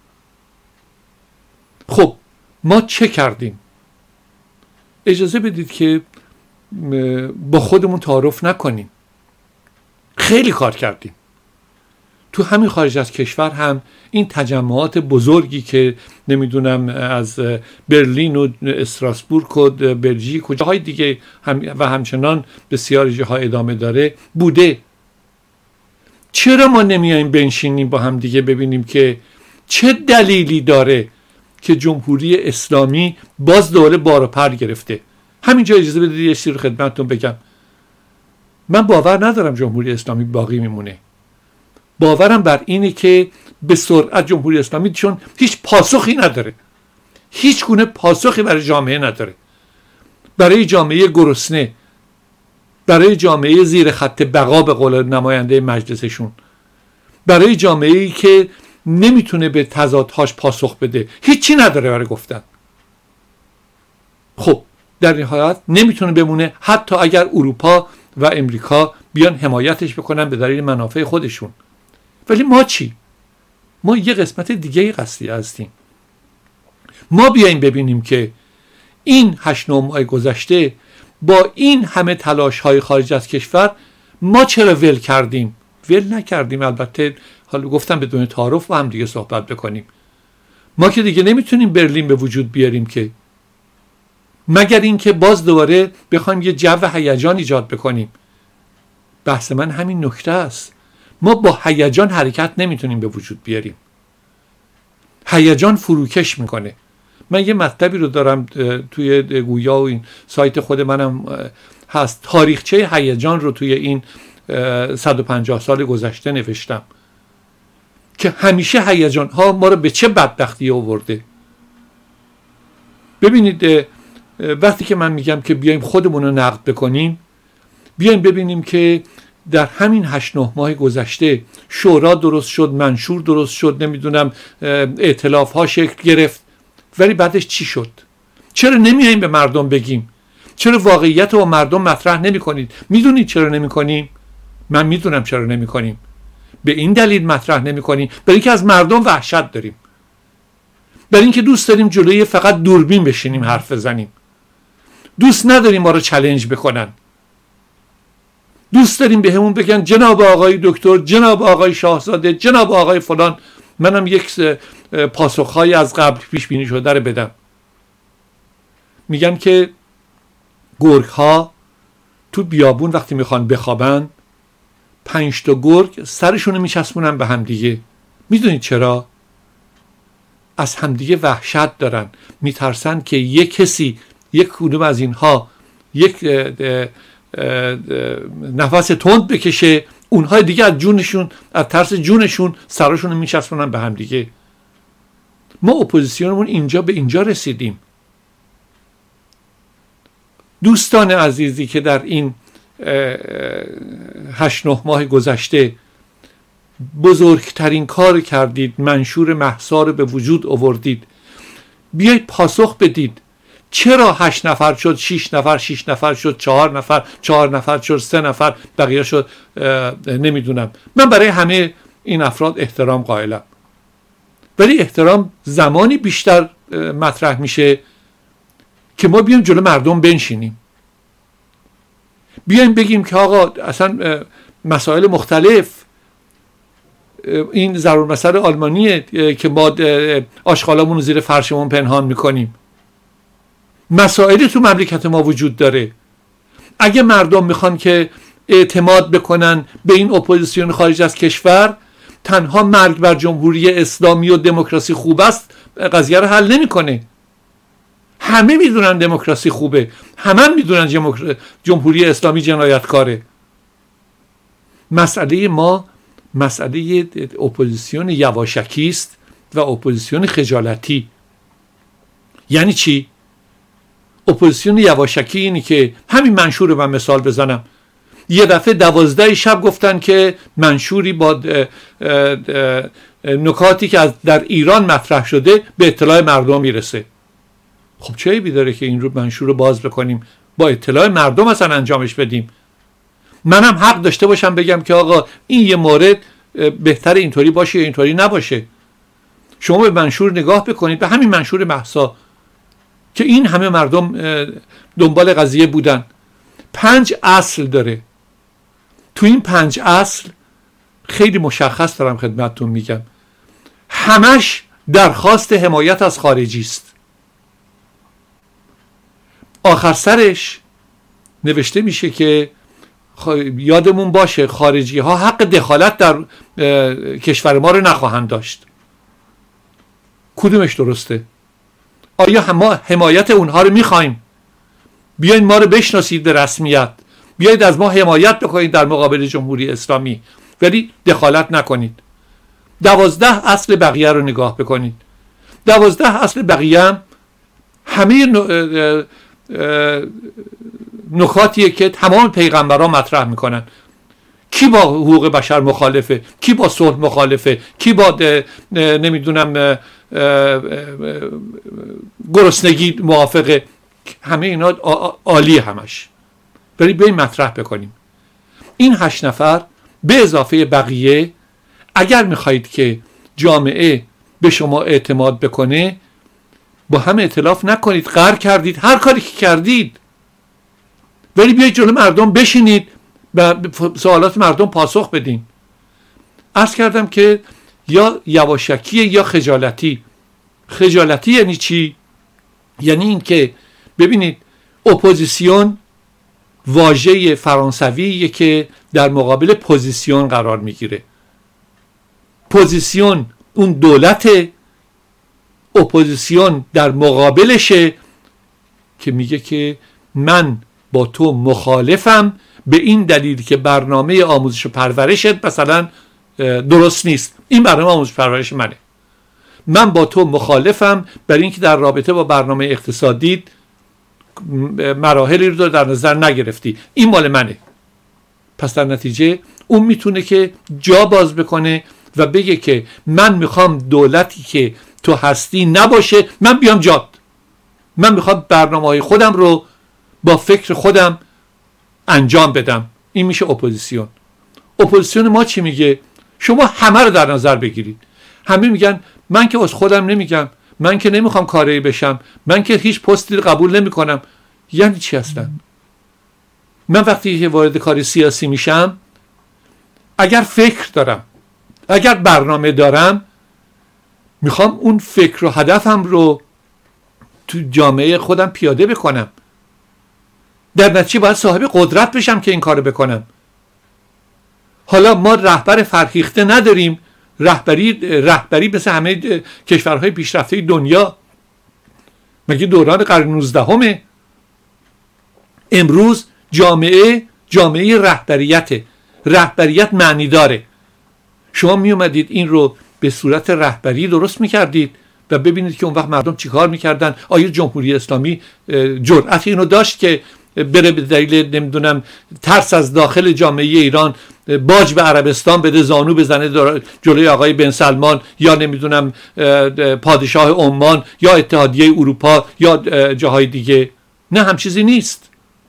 خب ما چه کردیم؟ اجازه بدید که با خودمون تعارف نکنیم. خیلی کار کردیم. تو همین خارج از کشور هم این تجمعات بزرگی که نمیدونم از برلین و استراسبورگ و بلژیک و جاهای دیگه هم و همچنان بسیاری جاها ادامه داره بوده. چرا ما نمیاییم بنشینیم با هم دیگه ببینیم که چه دلیلی داره که جمهوری اسلامی باز دوره بار و پر گرفته؟ همینجا اجازه بدید یه چیزی رو خدمتتون بگم. من باور ندارم جمهوری اسلامی باقی میمونه. باورم بر اینه که به سرعت جمهوری اسلامی چون هیچ پاسخی نداره، هیچ گونه پاسخی برای جامعه نداره، برای جامعه گرسنه، برای جامعه زیر خط بقا به قول نماینده مجلسشون، برای جامعه‌ای که نمیتونه به تضادهاش پاسخ بده، هیچی نداره برای گفتن. خب در نهایت نمیتونه بمونه حتی اگر اروپا و امریکا بیان حمایتش بکنن به دلیل منافع خودشون. ولی ما چی؟ ما یه قسمت دیگه قضیه هستیم. ما بیاییم ببینیم که این هشت نه ماه گذشته با این همه تلاش های خارج از کشور ما چرا ول کردیم؟ ول نکردیم. البته حالا گفتم بدون تعارف با هم دیگه صحبت بکنیم. ما که دیگه نمیتونیم برلین به وجود بیاریم که، مگر اینکه باز دوباره بخوایم یه جو هیجان ایجاد بکنیم. بحث من همین نکته است. ما با هیجان حرکت نمیتونیم به وجود بیاریم. هیجان فروکش میکنه. من یه مطلبی رو دارم توی گویا و این سایت خود منم هست، تاریخچه هیجان رو توی این صد و پنجاه سال گذشته نوشتم که همیشه هیجان ها ما رو به چه بدبختی آورده. ببینید وقتی که من میگم که بیایم خودمون رو نقد بکنیم، بیایم ببینیم که در همین هشت نه ماه گذشته شورا درست شد، منشور درست شد، نمیدونم ائتلاف ها شکل گرفت، ولی بعدش چی شد؟ چرا نمیاییم به مردم بگیم؟ چرا واقعیت رو مردم مطرح نمی کنید؟ میدونید چرا نمی کنیم؟ من میدونم چرا نمی کنیم. به این دلیل مطرح نمی کنیم برای اینکه از مردم وحشت داریم، برای اینکه دوست داریم جلوی فقط دوربین بشینیم حرف بزنیم، دوست نداریم ما رو چالش بکنن، دوست داریم به همون بگن جناب آقای دکتر، جناب آقای شاهزاده، جناب آقای فلان. منم یک پاسخهایی از قبل پیش بینی شده رو بدم. میگم که گرگ ها تو بیابون وقتی میخوان بخوابن، پنج تا گرگ سرشونو میچسبونن به هم دیگه، میدونید چرا؟ از همدیگه وحشت دارن، میترسن که یک کسی، یک کدوم از اینها یک اه اه اه نفس تند بکشه، اونهای دیگه از جونشون، از ترس جونشون سراشون میچسبونن به هم دیگه. ما اپوزیسیونمون اینجا به اینجا رسیدیم. دوستان عزیزی که در این هشت نه ماه گذشته بزرگترین کار کردید، منشور مهسا رو به وجود آوردید، بیایید پاسخ بدید. چرا هشت نفر شد، شش نفر، شش نفر شد، چهار نفر، چهار نفر شد، سه نفر، بقیه شد نمیدونم. من برای همه این افراد احترام قائلم، ولی احترام زمانی بیشتر مطرح میشه که ما بیایم جلو مردم بنشینیم، بیایم بگیم که آقا اصلا مسائل مختلف، این ضرور مسئله آلمانیه که ما آشغالامون رو زیر فرشمون پنهان میکنیم. مسائلی تو مملکت ما وجود داره. اگه مردم میخوان که اعتماد بکنن به این اپوزیسیون خارج از کشور، تنها مرگ بر جمهوری اسلامی و دموکراسی خوب است قضیه رو حل نمیکنه. همه میدونن دموکراسی خوبه، همه میدونن جمهوری اسلامی جنایتکاره. مسئله ما مسئله اپوزیسیون یواشکی است و اپوزیسیون خجالتی. یعنی چی؟ اپوزیسیون یواشکی اینی که همین منشور رو من مثال بزنم، یه دفعه دوازده شب گفتن که منشوری با نکاتی که از در ایران مطرح شده به اطلاع مردم میرسه. خب چه عیبی داره که این رو منشور رو باز بکنیم، با اطلاع مردم اصلا انجامش بدیم؟ منم حق داشته باشم بگم که آقا این یه مورد بهتر اینطوری باشه یا اینطوری نباشه. شما به منشور نگاه بکنید، به همین منشور مهسا که این همه مردم دنبال قضیه بودن، پنج اصل داره. تو این پنج اصل خیلی مشخص دارم خدمتتون میگم، همش درخواست حمایت از خارجی است. آخر سرش نوشته میشه که یادمون باشه خارجی ها حق دخالت در کشور ما رو نخواهند داشت. کدومش درسته؟ آیا ما حمایت اونها رو میخوایم؟ بیاین ما رو بشناسید به رسمیت، بیایید از ما حمایت بکنید در مقابل جمهوری اسلامی، ولی دخالت نکنید. دوازده اصل بقیه رو نگاه بکنید. دوازده اصل بقیه هم همه نکاتیه که تمام پیغمبران مطرح میکنن. کی با حقوق بشر مخالفه، کی با صلح مخالفه، کی با نمیدونم گرسنگی موافقه، همه اینا عالی همش. ولی بیایم مطرح بکنیم. این هشت نفر به اضافه بقیه، اگر میخواهید که جامعه به شما اعتماد بکنه، با هم ائتلاف نکنید، قهر کردید، هر کاری که کردید، ولی بیایید جلو مردم بشینید، به سوالات مردم پاسخ بدین. عرض کردم که یا یواشکی یا خجالتی. خجالتی یعنی چی؟ یعنی این که ببینید اپوزیسیون واژه فرانسویه که در مقابل پوزیسیون قرار میگیره. پوزیسیون اون دولت، اپوزیسیون در مقابلشه که میگه که من با تو مخالفم به این دلیل که برنامه آموزش و پرورشت مثلا درست نیست، این برنامه آموزش و پرورش منه. من با تو مخالفم برای اینکه در رابطه با برنامه اقتصادی مراحلی رو در نظر نگرفتی، این مال منه. پس در نتیجه اون میتونه که جا باز بکنه و بگه که من میخوام دولتی که تو هستی نباشه، من بیام جات، من میخوام برنامه‌های خودم رو با فکر خودم انجام بدم. این میشه اپوزیسیون. اپوزیسیون ما چی میگه؟ شما همه رو در نظر بگیرید. همه میگن من که از خودم نمیگم، من که نمیخوام کاری بشم، من که هیچ پستی قبول نمیکنم. یعنی چی اصلا؟ من وقتی که وارد کار سیاسی میشم، اگر فکر دارم، اگر برنامه دارم، میخوام اون فکر و هدفم رو تو جامعه خودم پیاده بکنم. در نتیجه باید صاحب قدرت بشم که این کارو بکنم. حالا ما رهبر فرهیخته نداریم، رهبری رهبری مثل همه کشورهای پیشرفته دنیا. مگه دوران قرن نوزدهمه؟ امروز جامعه جامعه رهبریته. رهبریت معنی داره. شما می اومدید این رو به صورت رهبری درست میکردید و ببینید که اون وقت مردم چیکار میکردن. آیا جمهوری اسلامی جرأت اینو داشت که بره به دلیل نمیدونم ترس از داخل جامعه ایران باج به عربستان بده، زانو بزنه جلوی آقای بن سلمان یا نمیدونم پادشاه عمان یا اتحادیه اروپا یا جاهای دیگه؟ نه، هم چیزی نیست.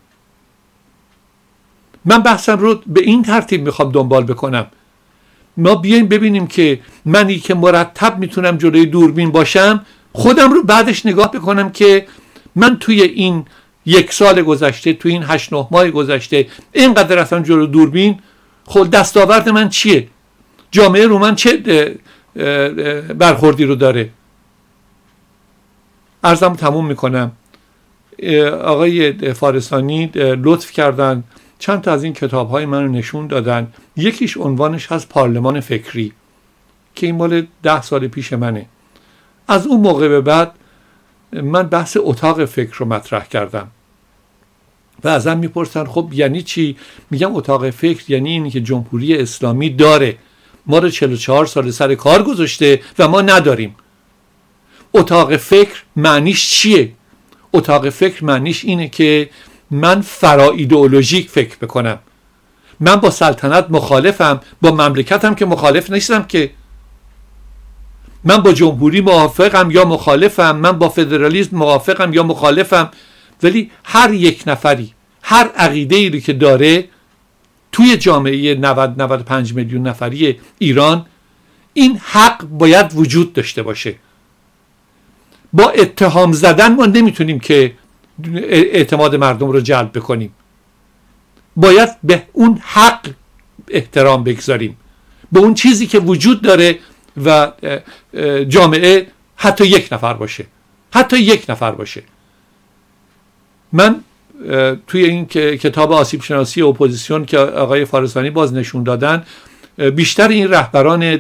من بحثم رو به این ترتیب میخوام دنبال بکنم. ما بیایم ببینیم که منی که مرتب میتونم جلوی دوربین باشم، خودم رو بعدش نگاه بکنم که من توی این یک سال گذشته، توی این هشت نه ماه گذشته اینقدر رفتم جلوی دوربین، خود دستاورد من چیه؟ جامعه رو من چه برخوردی رو داره؟ عرضم تموم میکنم. آقای فارسانی لطف کردن چند تا از این کتاب های من رو نشون دادن. یکیش عنوانش هست پارلمان فکری که این مال ده سال پیش منه. از اون موقع به بعد من بحث اتاق فکر رو مطرح کردم و ازم میپرسن خب یعنی چی؟ میگم اتاق فکر یعنی اینی که جمهوری اسلامی داره، ما رو چهل و چهار سال سر کار گذاشته و ما نداریم. اتاق فکر معنیش چیه؟ اتاق فکر معنیش اینه که من فرا ایدئولوژیک فکر بکنم. من با سلطنت مخالفم، با مملکتم که مخالف نیستم که. من با جمهوری موافقم یا مخالفم، من با فدرالیسم موافقم یا مخالفم، ولی هر یک نفری هر عقیده‌ای رو که داره توی جامعه نود نود و پنج میلیون نفری ایران این حق باید وجود داشته باشه. با اتهام زدن ما نمیتونیم که اعتماد مردم رو جلب بکنیم. باید به اون حق احترام بگذاریم، به اون چیزی که وجود داره و جامعه حتی یک نفر باشه، حتی یک نفر باشه. من توی این کتاب آسیب شناسی اپوزیسیون که آقای فارسانی باز نشون دادن، بیشتر این رهبران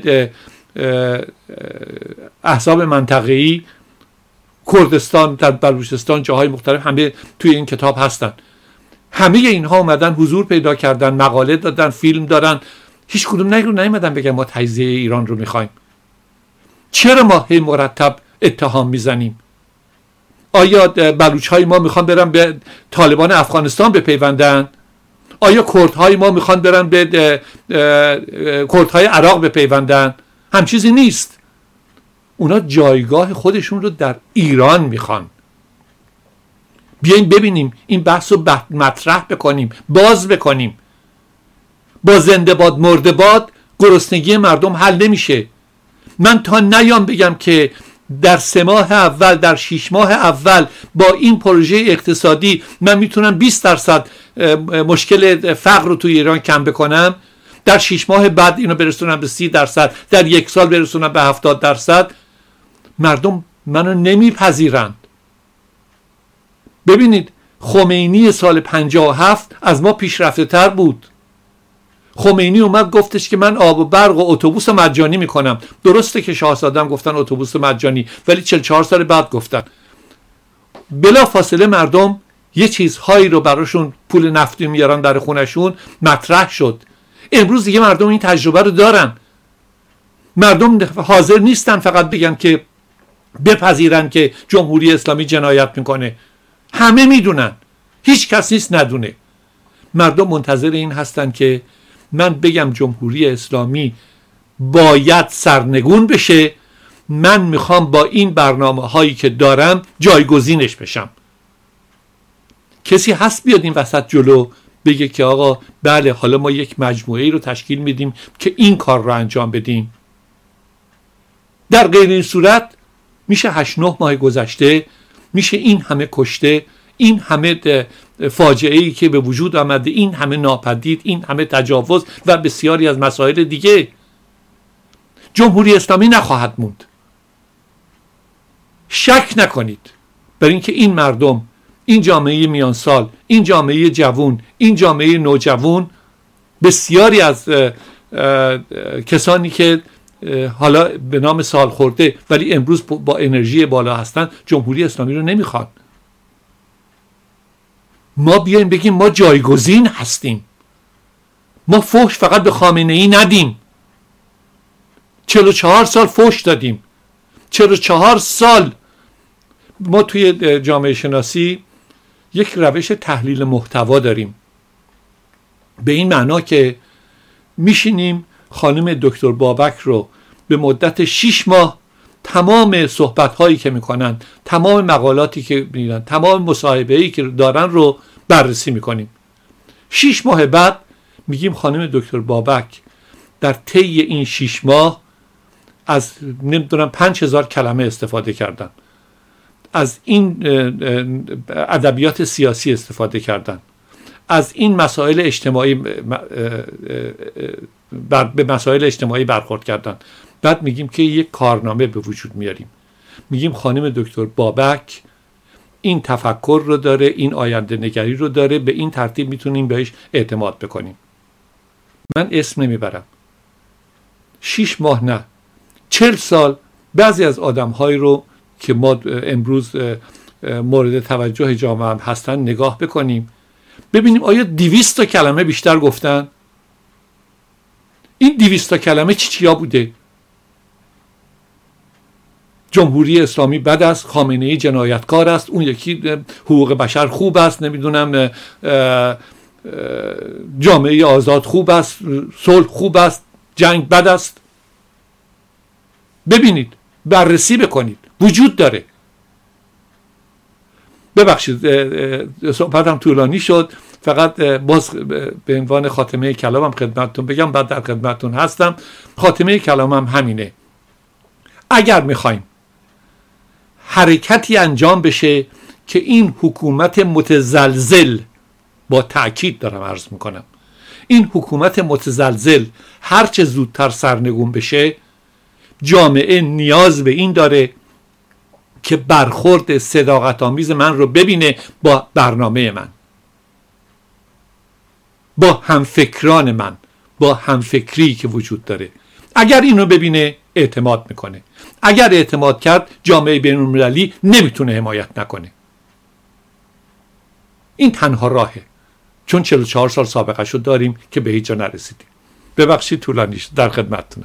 احزاب منطقه‌ای، کردستان، در بلوچستان، جاهای مختلف همه توی این کتاب هستن. همه اینها اومدن حضور پیدا کردن، مقاله دادن، فیلم دارن. هیچ کدوم نگرو نیومدن بگن ما تجزیه ایران رو میخوایم. چرا ما هی مرتب اتهام میزنیم؟ آیا بلوچ‌های ما میخوان برن به طالبان افغانستان بپیوندن؟ آیا کردهای ما میخوان برن به کردهای عراق بپیوندن؟ هم چیزی نیست. اونا جایگاه خودشون رو در ایران میخوان. بیاین ببینیم این بحث رو مطرح بکنیم، باز بکنیم. با زنده باد مرده باد گرسنگی مردم حل نمیشه. من تا نیام بگم که در سه ماه اول، در شش ماه اول با این پروژه اقتصادی من میتونم بیست درصد مشکل فقر رو توی ایران کم بکنم، در شش ماه بعد اینو برسونم به سی درصد، در یک سال برسونم به هفتاد درصد، مردم منو نمیپذیرند. ببینید خمینی سال پنجاه و هفت از ما پیشرفته تر بود. خمینی اومد گفتش که من آب و برق و اتوبوس مجانی میکنم. درسته که شاهزاده‌ام گفتن اتوبوس مجانی، ولی چهل و چهار سال بعد گفتن. بلا فاصله مردم یه چیزهایی رو براشون پول نفتی میارن در خونشون، مطرح شد. امروز دیگه مردم این تجربه رو دارن. مردم حاضر نیستن فقط بگن که بپذیرن که جمهوری اسلامی جنایت میکنه. همه میدونن، هیچ کس نیست ندونه. مردم منتظر این هستن که من بگم جمهوری اسلامی باید سرنگون بشه، من میخوام با این برنامه هایی که دارم جایگزینش بشم. کسی هست بیاد این وسط جلو بگه که آقا بله حالا ما یک مجموعه ای رو تشکیل میدیم که این کار رو انجام بدیم؟ در غیر این صورت میشه هشت نه ماه گذشته، میشه این همه کشته، این همه فاجعه ای که به وجود آمده، این همه ناپدید، این همه تجاوز و بسیاری از مسائل دیگه. جمهوری اسلامی نخواهد موند. شک نکنید بر اینکه این مردم، این جامعه میان سال، این جامعه جوون، این جامعه نوجوان، بسیاری از کسانی که حالا به نام سال خورده ولی امروز با انرژی بالا هستن جمهوری اسلامی رو نمیخوان. ما بیایم بگیم ما جایگزین هستیم، ما فحش فقط به خامنه ای ندیم. چهل و چهار سال فحش دادیم، چهل و چهار سال ما توی جامعه شناسی یک روش تحلیل محتوا داریم، به این معنا که میشینیم خانم دکتر بابک رو به مدت شش ماه تمام صحبت هایی که میکنن، تمام مقالاتی که میدن، تمام مصاحبه‌ای که دارن رو بررسی میکنیم. شش ماه بعد میگیم خانم دکتر بابک در طی این شش ماه از نمیدونم پنج هزار کلمه استفاده کردن، از این ادبیات سیاسی استفاده کردن، از این مسائل اجتماعی بر به مسائل اجتماعی برخورد کردن. بعد میگیم که یک کارنامه به وجود میاریم، میگیم خانم دکتر بابک این تفکر رو داره، این آینده نگری رو داره، به این ترتیب میتونیم بهش اعتماد بکنیم. من اسم نمیبرم، شش ماه نه چل سال بعضی از آدم‌هایی رو که ما امروز مورد توجه جامعه هم هستن نگاه بکنیم، ببینیم آیا دویست تا کلمه بیشتر گفتن؟ این دویست تا کلمه چی چیا بوده؟ جمهوری اسلامی بد است، خامنه ای جنایتکار است، اون یکی حقوق بشر خوب است، نمیدونم جامعه آزاد خوب است، صلح خوب است، جنگ بد است. ببینید، بررسی بکنید، وجود داره. ببخشید صحبتم طولانی شد، فقط باز به عنوان خاتمه کلامم خدمتتون بگم، بعد در خدمتتون هستم. خاتمه کلامم همینه، اگر میخوایم حرکتی انجام بشه که این حکومت متزلزل، با تأکید دارم عرض میکنم، این حکومت متزلزل هرچه زودتر سرنگون بشه، جامعه نیاز به این داره که برخورد صداقت آمیز من رو ببینه با برنامه من، با همفکران من، با همفکری که وجود داره. اگر اینو ببینه اعتماد میکنه، اگر اعتماد کرد جامعه بین‌المللی نمیتونه حمایت نکنه. این تنها راهه، چون چهل و چهار سال سابقه شو داریم که به هیچ جا نرسیدیم. ببخشید طولانی شد، در خدمتتونم.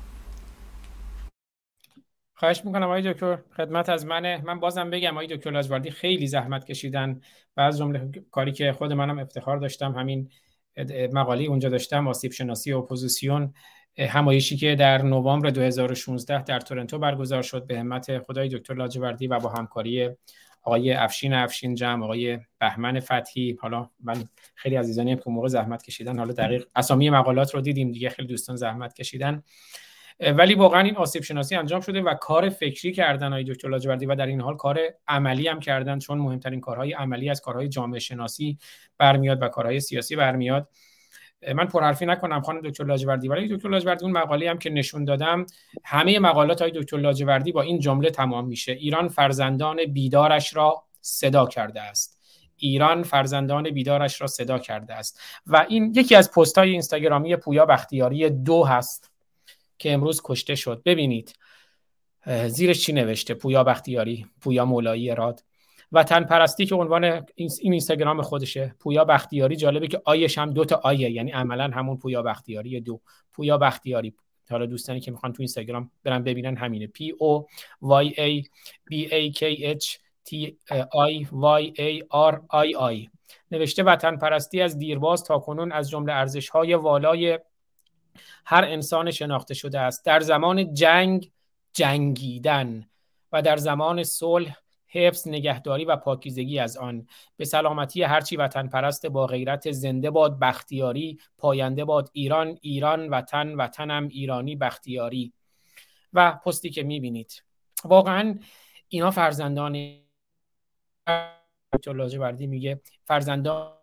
خواهش میکنم آقای دکتر، خدمت از منه. من بازم بگم آقای دکتر لاجوردی خیلی زحمت کشیدن و از جمله کاری که خود منم افتخار داشتم همین مقاله اونجا داشتم، آسیب شناسی اپوزیسیون، همایشی که در نوامبر دو هزار و شانزده در تورنتو برگزار شد به همت خدای دکتر لاجوردی و با همکاری آقای افشین افشین جمع، آقای بهمن فتحی. حالا من خیلی عزیزانی که موقع زحمت کشیدن، حالا دقیق اسامی مقالات رو دیدیم دیگه، خیلی دوستان زحمت کشیدن، ولی واقعا این آسیب شناسی انجام شده و کار فکری کردن آقای دکتر لاجوردی و در این حال کار عملی هم کردن، چون مهمترین کارهای عملی از کارهای جامعه شناسی برمیاد و کارهای سیاسی برمیاد. من پرحرفی نکنم خانم دکتر لاجوردی، ولی دکتر لاجوردی اون مقاله هم که نشون دادم، همه مقالات های دکتر لاجوردی با این جمله تمام میشه: ایران فرزندان بیدارش را صدا کرده است. ایران فرزندان بیدارش را صدا کرده است. و این یکی از پست های اینستاگرامی پویا بختیاری دو هست که امروز کشته شد. ببینید زیرش چی نوشته پویا بختیاری، پویا مولایی راد: وطن پرستی، که عنوان این اینستاگرام خودشه. پویا بختیاری، جالبه که آیش هم دو تا آیه، یعنی عملا همون پویا بختیاری دو. پویا بختیاری، حالا دوستانی که میخوان تو اینستاگرام برن ببینن همینه، P O Y A B A K H T I Y A R I I. نوشته وطن پرستی از دیرباز تا کنون از جمله ارزش‌های والای هر انسان شناخته شده است. در زمان جنگ جنگیدن و در زمان صلح حفظ، نگهداری و پاکیزگی از آن. به سلامتی هرچی وطن پرست با غیرت. زنده باد بختیاری، پاینده باد ایران، ایران وطن، وطنم ایرانی بختیاری. و پستی که میبینید واقعا اینا فرزندان دکتر لاجوردی میگه فرزندان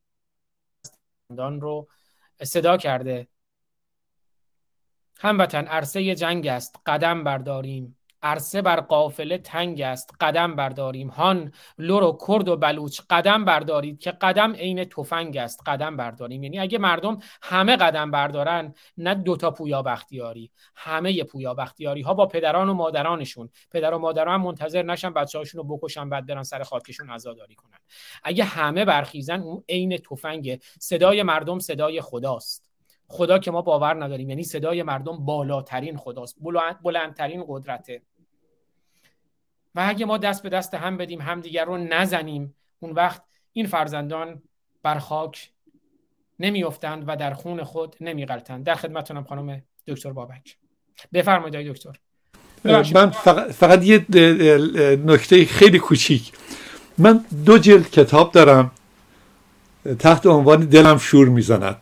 رو صدا کرده. هموطن عرصه جنگ است، قدم برداریم. عرصه بر قافله تنگ است قدم برداریم. هان لور و کرد و بلوچ قدم بردارید که قدم عین تفنگ است قدم برداریم. یعنی اگه مردم همه قدم بردارن، نه دوتا پویا بختیاری، همه پویا بختیاری ها با پدران و مادرانشون، پدر و مادران منتظر نشن بچه‌هاشون رو بکشن بعد برن سر خاکشون عزاداری کنن. اگه همه برخیزن، اون عین تفنگه. صدای مردم صدای خداست. خدا که ما باور نداریم، یعنی صدای مردم بالاترین خداست، بلند، بلندترین قدرته. و اگه ما دست به دست هم بدیم، همدیگر رو نزنیم، اون وقت این فرزندان بر خاک نمیافتند و در خون خود نمیغلطند. در خدمتتونم خانم دکتر بابک. بفرمایید آقای دکتر. من فقط, فقط یه نکته خیلی کوچیک. من دو جلد کتاب دارم تحت عنوان دلم شور میزند.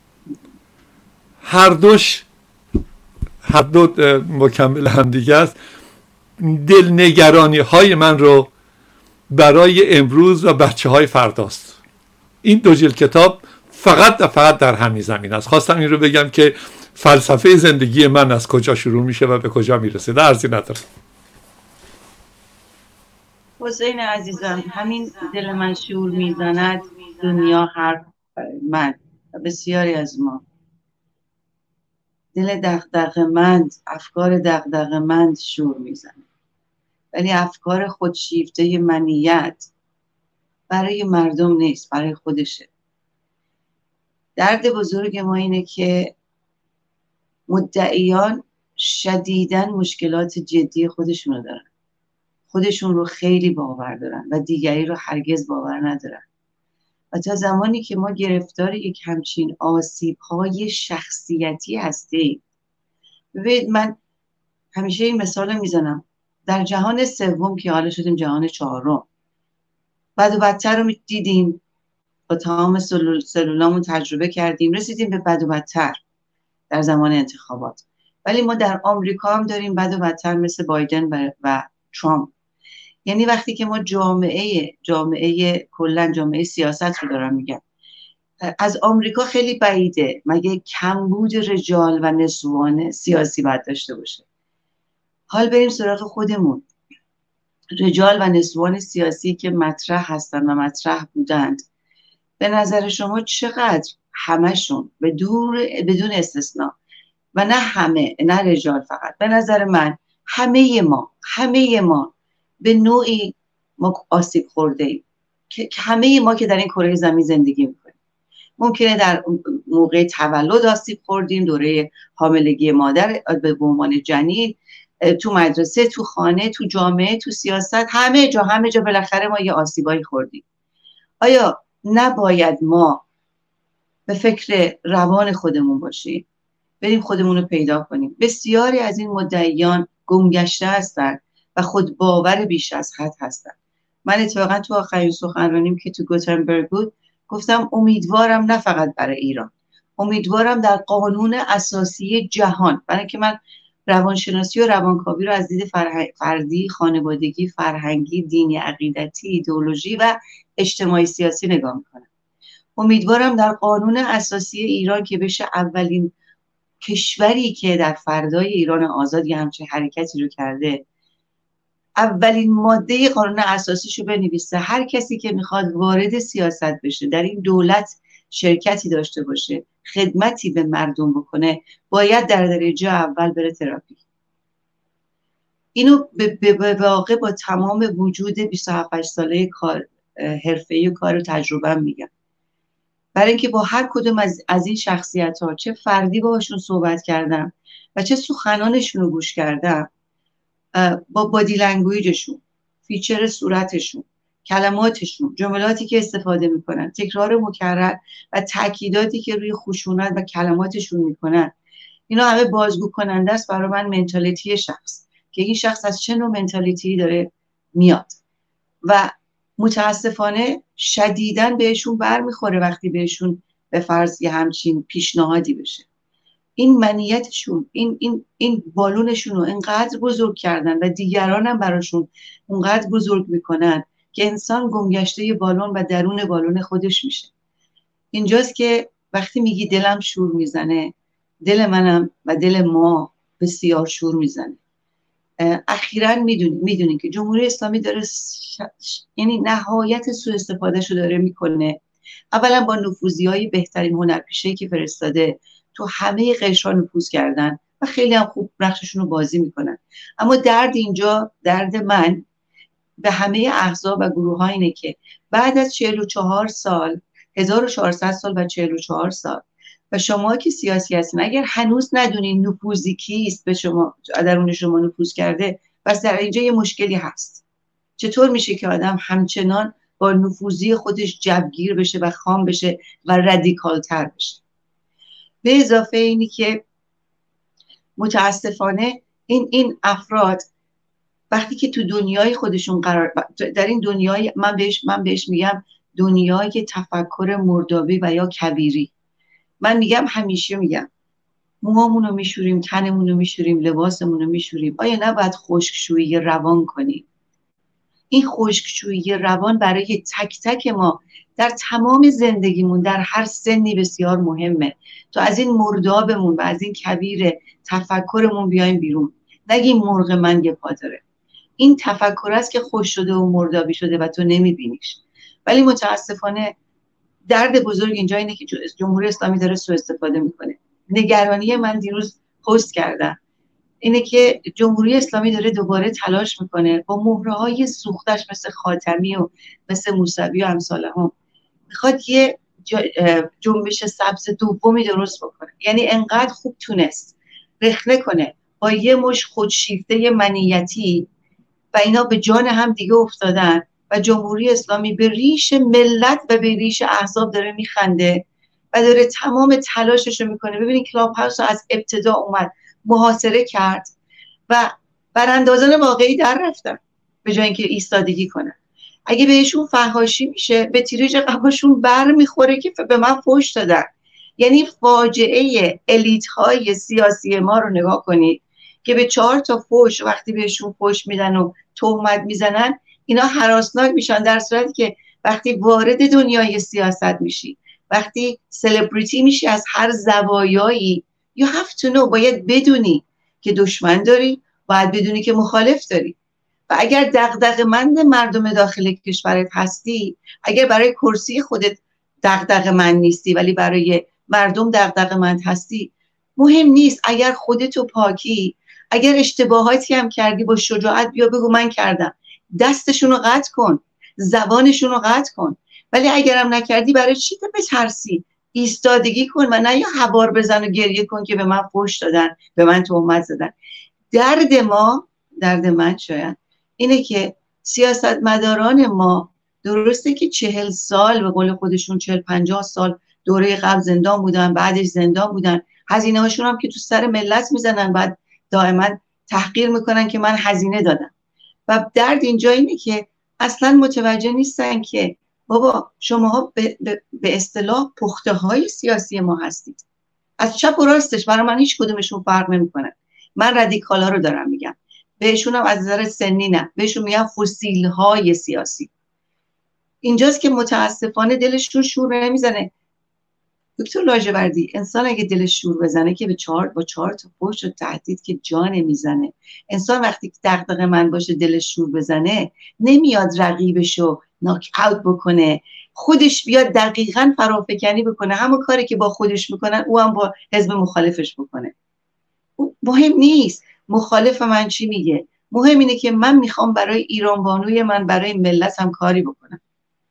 هر دوش هر دو مکمل هم دیگه است. دلنگرانی های من رو برای امروز و بچه های فرداست. این دو جلد کتاب فقط و فقط در همین زمین است. خواستم این رو بگم که فلسفه زندگی من از کجا شروع میشه و به کجا میرسه. درزی ندارم. حسین عزیزم، همین دل من شور میزند، دنیا حرف من و بسیاری از ما. دل دغدغه‌مند، افکار دغدغه‌مند شور میزنه، ولی افکار خودشیفته منیت برای مردم نیست، برای خودشه. درد بزرگ ما اینه که مدعیان شدیداً مشکلات جدی خودشونو دارن، خودشون رو خیلی باور دارن و دیگری رو هرگز باور ندارن. و تا زمانی که ما گرفتار یک همچین آسیب‌های شخصیتی هستیم، ببینید من همیشه این مثال رو میزنم، در جهان سوم که حالا شدیم جهان چهارم، بد و بدتر رو دیدیم، با تمام سلول سلولامون تجربه کردیم، رسیدیم به بد و بدتر در زمان انتخابات. ولی ما در آمریکا هم داریم بد و بدتر مثل بایدن و, و ترامپ. یعنی وقتی که ما جامعه جامعه کلا جامعه سیاست رو دارم میگم، از آمریکا خیلی بعیده مگه کمبود رجال و نسوان سیاسی باید داشته باشه. حال بریم سراغ خودمون. رجال و نسوان سیاسی که مطرح هستن و مطرح بودند، به نظر شما چقدر همشون بدون بدون استثناء، و نه همه، نه رجال فقط، به نظر من همه ما همه ما به نوعی ما آسیب خورده ایم، که همه ما که در این کره زمین زندگی میکنیم. ممکنه در موقع تولد آسیب خوردیم، دوره حاملگی مادر به عنوان جنین، تو مدرسه، تو خانه، تو جامعه، تو سیاست، همه جا همه جا بالاخره ما یه آسیبایی خوردیم. آیا نباید ما به فکر روان خودمون باشیم، بریم خودمون رو پیدا کنیم؟ بسیاری از این مدعیان گمگشته هستن و خود باور بیش از حد هستن. من اتفاقا تو آخرین سخنرانیم که تو گوتنبرگ بود گفتم امیدوارم نه فقط برای ایران، امیدوارم در قانون اساسی جهان، برای که من روانشناسی و روانکاوی رو از دید فردی، خانوادگی، فرهنگی، دینی، عقیدتی، ایدئولوژی و اجتماعی سیاسی نگاه میکنم. امیدوارم در قانون اساسی ایران که بشه اولین کشوری که در فردای ایران آزاد یه همچین حرکتی رو کرده، اولین ماده قانون اساسیشو بنویسه هر کسی که میخواد وارد سیاست بشه، در این دولت شرکتی داشته باشه، خدمتی به مردم بکنه، باید در درجه اول بره تراپی. اینو به واقع با تمام وجود بیست و هفت ساله کار حرفه‌ای و کار و تجربه میگم. برای اینکه با هر کدوم از, از این شخصیت ها چه فردی باهاشون صحبت کردم و چه سخنانشون رو گوش کردم، با بادی لنگویجشون، فیچر صورتشون، کلماتشون، جملاتی که استفاده میکنن، تکرار مکرر و تاکیداتی که روی خشونت و کلماتشون میکنن، اینا همه بازگو کننده است برای من منتالیتی شخص، که این شخص از چه نوع منتالیتی داره میاد. و متاسفانه شدیداً بهشون برمیخوره وقتی بهشون به فرض یه همچین پیشنهادی بشه. این منیتشون، این این این بالونشون رو اینقدر بزرگ کردن و دیگران هم براشون اونقدر بزرگ میکنن که انسان گمگشته بالون و درون بالون خودش میشه. اینجاست که وقتی میگی دلم شور میزنه، دل منم و دل ما بسیار شور میزنه. اخیراً میدونید میدونید که جمهوری اسلامی داره ش... یعنی نهایت سوء استفادهشو داره میکنه. اولا با نفوذی‌های بهترین هنرپیشه‌ای که فرستاده تو همه قشرها نفوذ کردن و خیلی هم خوب نقششون رو بازی میکنن. اما درد اینجا، درد من به همه احزاب و گروه‌ها اینه که بعد از چهل و چهار سال، هزار و چهارصد سال و چهل و چهار سال، و شما که سیاسی هستین اگر هنوز ندونین نفوذی کیست به شما، درون شما نفوذ کرده، پس در اینجا یه مشکلی هست. چطور میشه که آدم همچنان با نفوذی خودش جبگیر بشه و خام بشه و رادیکال تر بشه؟ به اضافه اینی که متاسفانه این این افراد وقتی که تو دنیای خودشون قرار، در این دنیای من بهش من بهش میگم دنیای تفکر مردابی و یا کبیری، من میگم همیشه میگم موهامونو میشوریم، تنمونو میشوریم، لباسمونو میشوریم، آیا نباید خشکشویی روان کنیم؟ این خشکشویی روان برای تک تک ما در تمام زندگیمون در هر سنی بسیار مهمه. تو از این مردابمون و از این کبیر تفکرمون بیایم بیرون، نگیم مرغ من یه پا داره. این تفکر است که خوش شده و مردابی شده و تو نمیبینیش. ولی متاسفانه درد بزرگ اینجا اینه که جمهوری اسلامی داره سوء استفاده میکنه. نگرانی من دیروز پست کردم اینه که جمهوری اسلامی داره دوباره تلاش میکنه با مهره‌های سوختش مثل خاتمی و مثل موسوی و امثال هم، میخواد یه جنبش سبز دومی درست بکنه. یعنی انقدر خوب تونست رخنه کنه با یه مش خودشیفته منیتی و اینا به جان هم دیگه افتادن و جمهوری اسلامی به ریش ملت و به ریش احزاب داره میخنده و داره تمام تلاشش رو میکنه. ببینید کلاب هاوس از ابتدا اومد محاصره کرد و براندازان واقعی در رفتن به جای اینکه ایستادگی کنن. اگه بهشون فحاشی میشه به تیریج قباشون بر میخوره که به من فحش دادن. یعنی فاجعه الیت های سیاسی ما رو نگاه کنید که به چهار تا فحش وقتی بهشون فحش میدن و تهمت میزنن اینا هراسناک میشن، در صورتی که وقتی وارد دنیای سیاست میشی، وقتی سلبریتی میشی از هر زوایایی، you have to know، باید بدونی که دشمن داری، باید بدونی که مخالف داری. و اگر دغدغه‌مند مردم داخل کشورت هستی، اگر برای کرسی خودت دغدغه‌مند نیستی ولی برای مردم دغدغه‌مند هستی، مهم نیست. اگر خودتو پاکی، اگر اشتباهاتی هم کردی با شجاعت بیا بگو من کردم، دستشون رو قطع کن، زبانشون رو قطع کن. ولی اگرم نکردی برای چی بترسی؟ ایستادگی کن و نه یا هوار بزن و گریه کن که به من فحش دادن، به من تهمت زدن. درد ما، درد من شاید اینه که سیاستمداران ما درسته که چهل سال به قول خودشون چهل پنجاه سال دوره قبل زندان بودن، بعدش زندان بودن، هزینه هاشون هم که تو سر ملت میزنن، بعد دائما تحقیر میکنن که من هزینه دادم. و درد اینجا اینه که اصلا متوجه نیستن که بابا شماها به, به, به اصطلاح پخته های سیاسی ما هستید. از چپ و راستش برای من هیچ کدومشون فرق نمیکنن. من رادیکالا رو دارم میگم، بهشون هم از نظر سنی نه، بهشون میگم فسیل های سیاسی. اینجاست که متاسفانه دلشون شور نمیزنه. دکتر لاجوردی، انسان اگه دلش شور بزنه که به چهار با چهار تا فحش و تهدید که جان میزنه. انسان وقتی دغدغه من باشه دلش شور بزنه نمیاد رقیبشو ناک اوت بکنه، خودش بیاد دقیقاً فرافکنی بکنه، همون کاری که با خودش میکنن او هم با حزب مخالفش بکنه. مهم نیست مخالف من چی میگه، مهم اینه که من میخوام برای ایران بانوی من، برای ملتم کاری بکنم.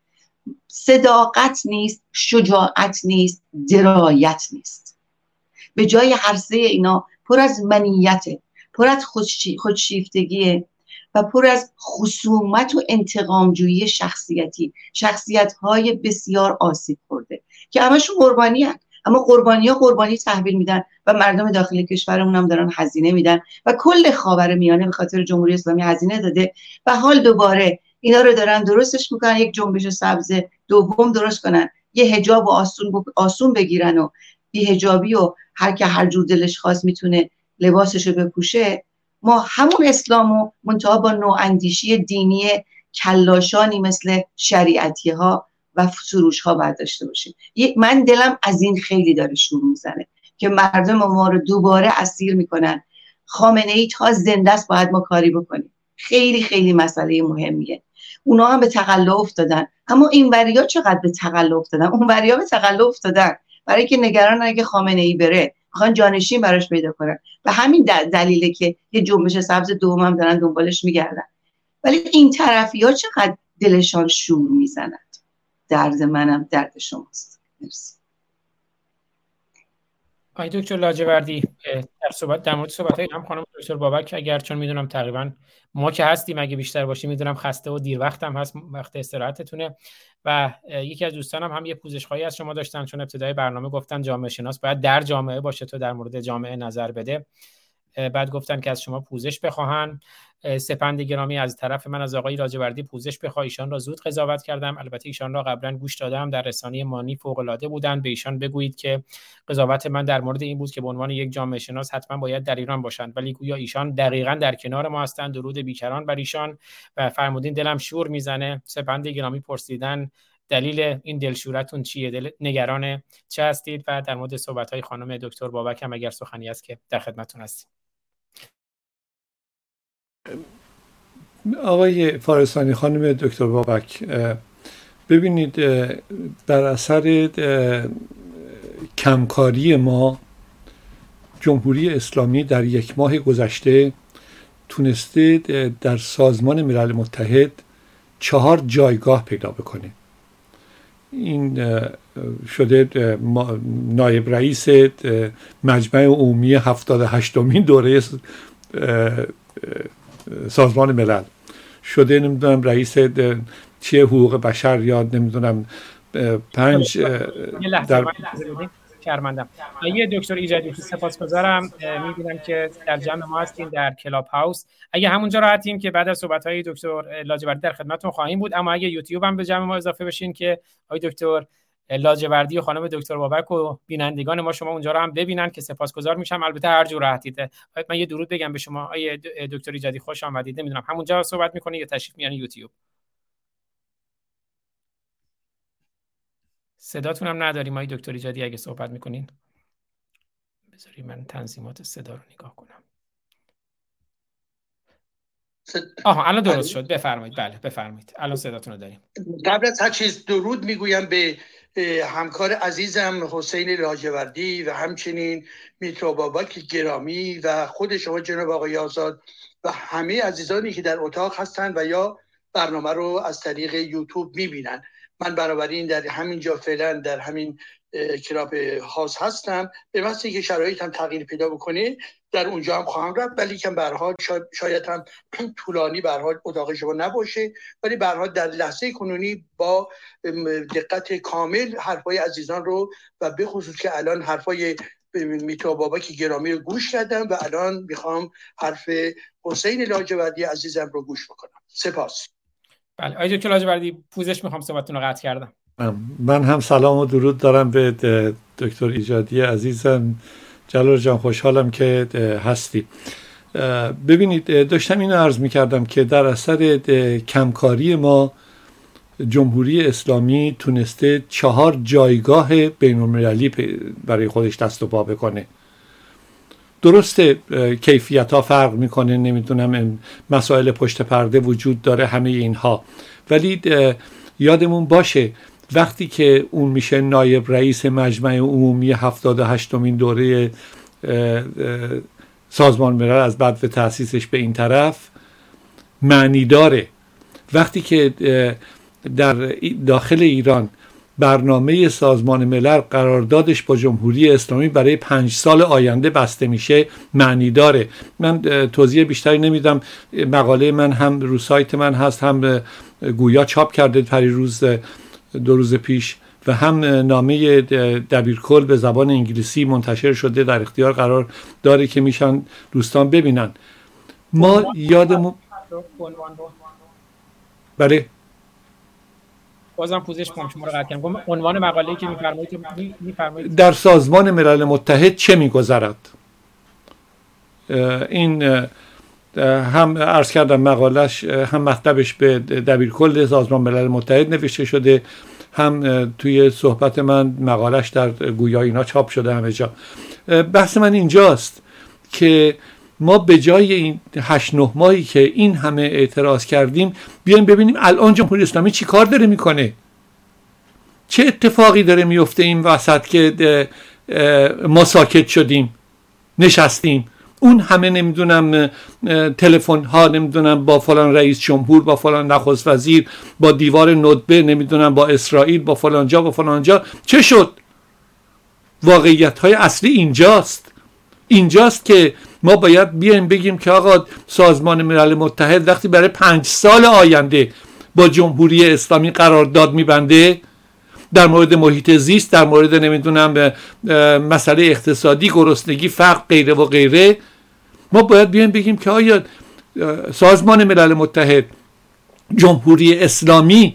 صداقت نیست، شجاعت نیست، درایت نیست. به جای هر سه اینا پر از منیته، پر از خودشیفتگیه و پر از خصومت و انتقامجویی شخصیتی، شخصیت‌های بسیار آسیب خورده که همشون قربانی هست. اما قربانی ها قربانی تحویل میدن و مردم داخل کشورمون هم دارن هزینه میدن و کل خاورمیانه به خاطر جمهوری اسلامی هزینه داده و حال دوباره اینا رو دارن درستش میکنن، یک جنبش سبز دوم درست کنن، یه حجاب و آسون آسون بگیرن و بی حجابی و هر که هر جور دلش خواست میتونه لباسشو بپوشه. ما همون اسلامو منتها با نواندیشی دینی کلاشانی مثل شریعتی ها و سروش ها باید داشته باشیم. من دلم از این خیلی داره شروع میزنه که مردم ما رو دوباره اسیر میکنن، خامنه ای تا زنده است باید ما کاری بکنیم. خیلی خیلی مسئله مهمیه. اونا هم به تقلا افتادن، اما این وریا چقدر به تقلا افتادن؟ اون وریا به تقلا افتادن برای که نگران اگه خامنه ای بره میخوان جانشین براش پیدا کنن. به همین دلیله که یه جنبش سبز دوم هم دارن دنبالش میگردن. ولی این طرفی‌ها چقدر دلشان شور میزند. درد منم درد شماست. مرسی. آقای دکتر لاجوردی در صحبت در مورد صحبت‌های هم خانم دکتر بابک، اگر چون میدونم تقریبا ما که هستیم اگه بیشتر باشیم، میدونم خسته و دیر وقت هم هست، وقت استراحتتونه و یکی از دوستانم هم, هم یه پوزش‌خواهی از شما داشتن، چون ابتدای برنامه گفتن جامعه شناس باید در جامعه باشه تو در مورد جامعه نظر بده، بعد گفتن که از شما پوزش بخواهن. سپند گرامی از طرف من از آقای لاجوردی پوزش بخواه، ایشان را زود قضاوت کردم، البته ایشان را قبلا گوش دادم، در رسانه مانی فوق‌العاده بودن. به ایشان بگویید که قضاوت من در مورد این بود که به عنوان یک جامعه شناس حتما باید در ایران باشند، ولی گویا ایشان دقیقاً در کنار ما هستند. درود بیکران بر ایشان و فرمودین دلم شور میزنه. سپند گرامی پرسیدن دلیل این دلشورتون چیه، دل نگران چه هستید و در مورد صحبت‌های خانم دکتر بابک هم اگر سخنی است که در خدمتتون هستیم. آقای فارسانی، خانم دکتر بابک، ببینید بر اثر کمکاری ما جمهوری اسلامی در یک ماه گذشته تونسته در سازمان ملل متحد چهار جایگاه پیدا بکنه. این شده نایب رئیس مجمع عمومی هفتاد و هشتمین دوره سازمان ملل شده، نمیدونم رئیس چیه حقوق بشر یا نمیدونم پنج در شرمندم. یه دکتر ایجادی سپاسگزارم، میبینم که در جمع ما هستین در کلاب هاوس. اگه همونجا راحتیم که بعد از صحبت‌های دکتر لاجوردی در خدمتتون خواهیم بود، اما اگه یوتیوب هم به جمع ما اضافه بشین که آقای دکتر لاجوردی و خانم دکتر بابک و بینندگان ما شما اونجا رو هم ببینن که سپاسگزار میشم. البته هر جور راحتید. من یه درود بگم به شما آقای دکتر ایجادی، خوش آمدید. نمیدونم همونجا صحبت میکنید یا تشریف میارین یوتیوب؟ صداتون هم نداریم آقای دکتر ایجادی، اگه صحبت میکنین بذاری من تنظیمات صدا رو نگاه کنم. آها الان درست شد، بفرمایید. بله بفرمایید، الان صداتون رو داریم. قبل از هر چیز درود میگویم به همکار عزیزم حسین لاجوردی و همچنین میترا بابک گرامی و خود شما جناب آقای آزاد و همه عزیزانی که در اتاق هستند و یا برنامه رو از طریق یوتیوب میبینن. من بنابراین در همین جا فعلا در همین کلاب هاوس هستم. به واسه که شرایط هم تغییر پیدا بکنه در اونجا هم خواهم رفت، ولی که به هر حال شاید هم طولانی به هر حال اتاق شما نباشه، ولی به هر حال در لحظه کنونی با دقت کامل حرفای عزیزان رو و به خصوص که الان حرفای میترا بابک گرامی رو گوش کردم و الان میخوام حرف حسین لاجوردی عزیزم رو گوش بکنم. سپاس. بله آقای دکتر لاجوردی، پوزش میخوام صحبتتون رو قطع کردم. من هم سلام و درود دارم به دکتر ایجادی عزیزم. جلال جان خوشحالم که هستی. ببینید داشتم اینو عرض میکردم که در اثر کمکاری ما جمهوری اسلامی تونسته چهار جایگاه بین المللی برای خودش دست و پا بکنه. درسته کیفیت ها فرق میکنه، نمیدونم مسائل پشت پرده وجود داره، همه اینها، ولی یادمون باشه وقتی که اون میشه نایب رئیس مجمع عمومی هفتاد و هشتمین دوره سازمان ملل از بعد و تأسیسش به این طرف، معنی داره. وقتی که در داخل ایران برنامه سازمان ملل قراردادش با جمهوری اسلامی برای پنج سال آینده بسته میشه، معنی داره. من توضیح بیشتری نمیدم، مقاله من هم رو سایت من هست، هم گویا چاپ کرده پریروز دو روز پیش و هم نامه دبیرکل به زبان انگلیسی منتشر شده، در اختیار قرار داره که میشن دوستان ببینن. ما یادمون بله بازم پوزش کنم شما رو قطع کردم. عنوان مقاله‌ای که می‌فرمایید می‌فرمایید در سازمان ملل متحد چه می‌گذرد. این هم عرض کردم مقالش، هم مطلبش به دبیرکل سازمان ملل متحد نوشته شده، هم توی صحبت من مقالش در گویا اینا چاپ شده همه جا. بحث من اینجاست که ما به جای این هشت نه ماهی که این همه اعتراض کردیم بیایم ببینیم الان جمهوری اسلامی چی کار داره میکنه، چه اتفاقی داره میفته این وسط که ما ساکت شدیم نشستیم. اون همه نمیدونم تلفن ها، نمیدونم با فلان رئیس جمهور، با فلان نخست وزیر، با دیوار ندبه، نمیدونم با اسرائیل، با فلان جا، با فلان جا، چه شد؟ واقعیت های اصلی اینجاست. اینجاست که ما باید بیایم بگیم که آقا سازمان ملل متحد وقتی برای پنج سال آینده با جمهوری اسلامی قرارداد میبنده در مورد محیط زیست، در مورد نمیدونم مسئله اقتصادی، گرسنگی، فقر، غیره و غیره، ما باید بیایم بگیم که آیا سازمان ملل متحد، جمهوری اسلامی،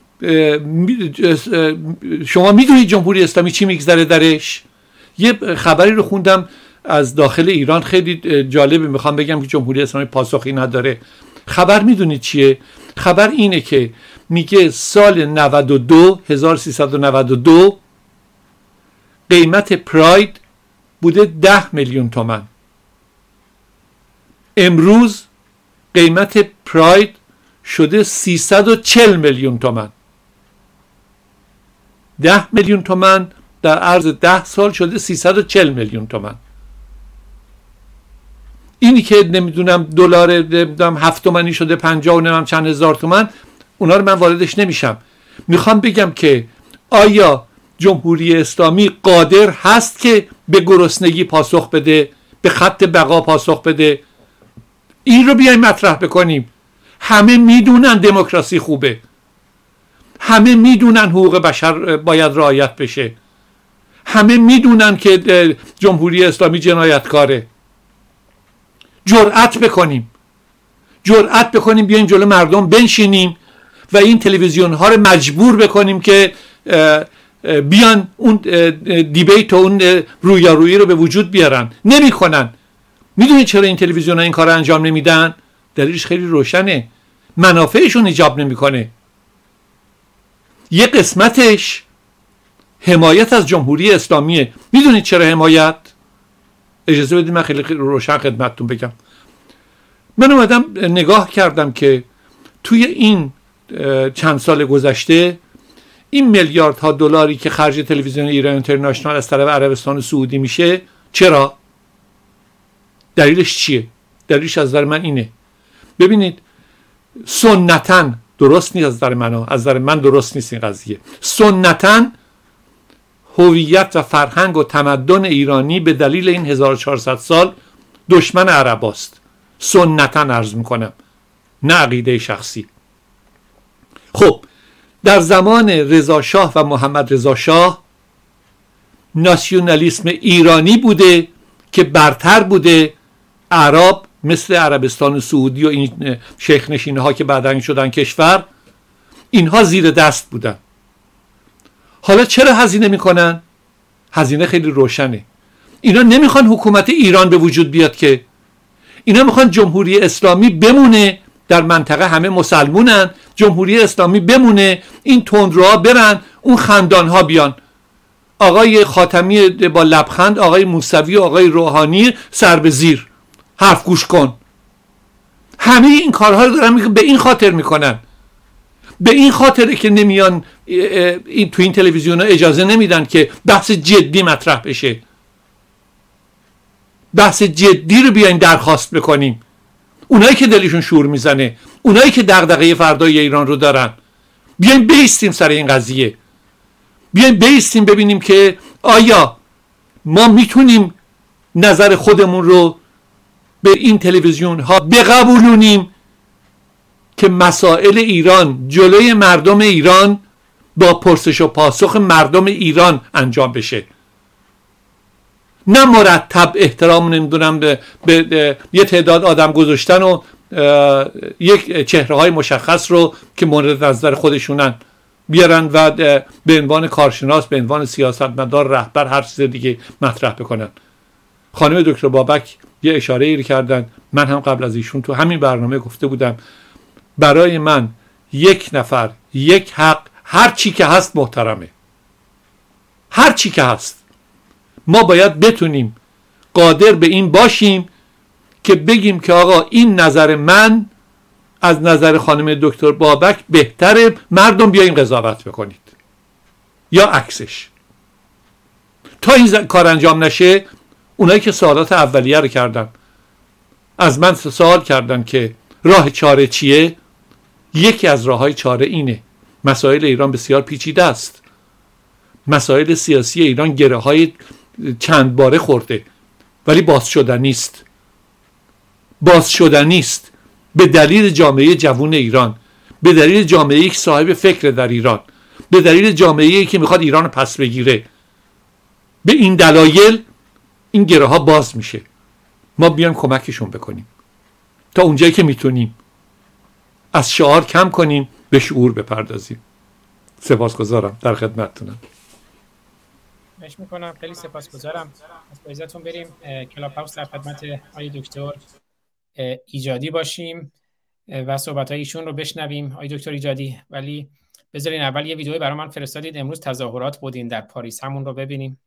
شما میدونید جمهوری اسلامی چی میگذره درش؟ یه خبری رو خوندم از داخل ایران، خیلی جالبه، میخوام بگم که جمهوری اسلامی پاسخی نداره. خبر میدونید چیه؟ خبر اینه که میگه سال نود و دو هزار و سیصد و نود و دو قیمت پراید بوده ده میلیون تومان. امروز قیمت پراید شده سیصد و چهل میلیون تومان. ده میلیون تومان در عرض ده سال شده سیصد و چهل میلیون تومان. اینی که نمیدونم دلار نمیدونم هفت تومانی شده پنجاه و نمیدونم چند هزار تومان، اونا رو من واردش نمیشم. میخوام بگم که آیا جمهوری اسلامی قادر هست که به گرسنگی پاسخ بده، به خط بقا پاسخ بده؟ این رو بیایم مطرح بکنیم. همه میدونن دموکراسی خوبه، همه میدونن حقوق بشر باید رعایت بشه، همه میدونن که جمهوری اسلامی جنایتکاره. جرأت بکنیم، جرأت بکنیم بیایم جلو مردم بنشینیم و این تلویزیون ها رو مجبور بکنیم که بیان اون دیبیت و اون رویارویی رو به وجود بیارن. نمیکنن. میدونید چرا این تلویزیون ها این کار انجام نمیدن؟ دلیلش خیلی روشنه، منافعشون ایجاب نمیکنه. یه قسمتش حمایت از جمهوری اسلامیه. میدونید چرا حمایت؟ اجازه بدید من خیلی روشن خدمتتون بگم. من اومدم نگاه کردم که توی این چند سال گذشته این میلیاردها دلاری که خرج تلویزیون ایران اینترنشنال از طرف عربستان سعودی میشه، چرا؟ دلیلش چیه؟ دلیلش از نظر من اینه. ببینید سنتاً درست نیست، از نظر من از نظر من درست نیست این قضیه. سنتاً هویت و فرهنگ و تمدن ایرانی به دلیل این هزار و چهارصد سال دشمن عرب است. سنتاً عرض میکنم، نه عقیده شخصی. خب در زمان رضا شاه و محمد رضا شاه ناسیونالیسم ایرانی بوده که برتر بوده. عرب مثل عربستان سعودی و این شیخ نشینه ها که بعداً شدن کشور، اینها زیر دست بودن. حالا چرا هزینه میکنن؟ هزینه خیلی روشنه. اینا نمیخوان حکومت ایران به وجود بیاد، که اینا میخوان جمهوری اسلامی بمونه در منطقه، همه مسلمونن، جمهوری اسلامی بمونه، این تندروها برن، اون خندانها بیان، آقای خاتمی با لبخند، آقای موسوی و آقای روحانی سر به زیر، حرف گوش کن. همه این کارها رو دارن به این خاطر میکنن. به این خاطره که نمیان این تو این تلویزیون ها اجازه نمیدن که بحث جدی مطرح بشه. بحث جدی رو بیاین درخواست بکنیم. اونایی که دلشون شور میزنه، اونایی که دغدغه فردای ایران رو دارن، بیاین بیستیم سر این قضیه. بیاین بیستیم ببینیم که آیا ما میتونیم نظر خودمون رو به این تلویزیون ها بقبولونیم که مسائل ایران جلوی مردم ایران با پرسش و پاسخ مردم ایران انجام بشه، نه مرتب احترام نمیدونم به, به, به یه تعداد آدم گذاشتن و یک چهره های مشخص رو که مورد نظر خودشونن بیارن و به عنوان کارشناس، به عنوان سیاستمدار، رهبر، هر چیز دیگه مطرح بکنن. خانم دکتر بابک یه اشاره ای کردن، من هم قبل از ایشون تو همین برنامه گفته بودم، برای من یک نفر یک حق، هر چی که هست محترمه، هر چی که هست. ما باید بتونیم قادر به این باشیم که بگیم که آقا این نظر من از نظر خانم دکتر بابک بهتره، مردم بیاین قضاوت بکنید، یا عکسش. تا این کار انجام نشه، اونایی که سوالات اولیه رو کردن از من سوال کردن که راه چاره چیه، یکی از راههای چاره اینه. مسائل ایران بسیار پیچیده است، مسائل سیاسی ایران گره های چند باره خورده، ولی باز شدنی است. باز شدنی است به دلیل جامعه جوان ایران، به دلیل جامعه‌ای که صاحب فکر در ایران، به دلیل جامعه‌ای که میخواد ایران رو پس بگیره. به این دلایل این گره ها باز میشه. ما بیایم کمکشون بکنیم تا اونجایی که میتونیم از شعار کم کنیم، به شعور بپردازیم. سپاسگزارم، در خدمتتونم. مش میکنم، خیلی سپاسگزارم. از پایزتون بریم کلاب هاوس در خدمت آقای دکتر ایجادی باشیم و صحبت‌های ایشون رو بشنویم. آقای دکتر ایجادی، ولی بذارین اول یه ویدیویی برای من فرستادید، امروز تظاهرات بودین در پاریس، همون رو ببینیم.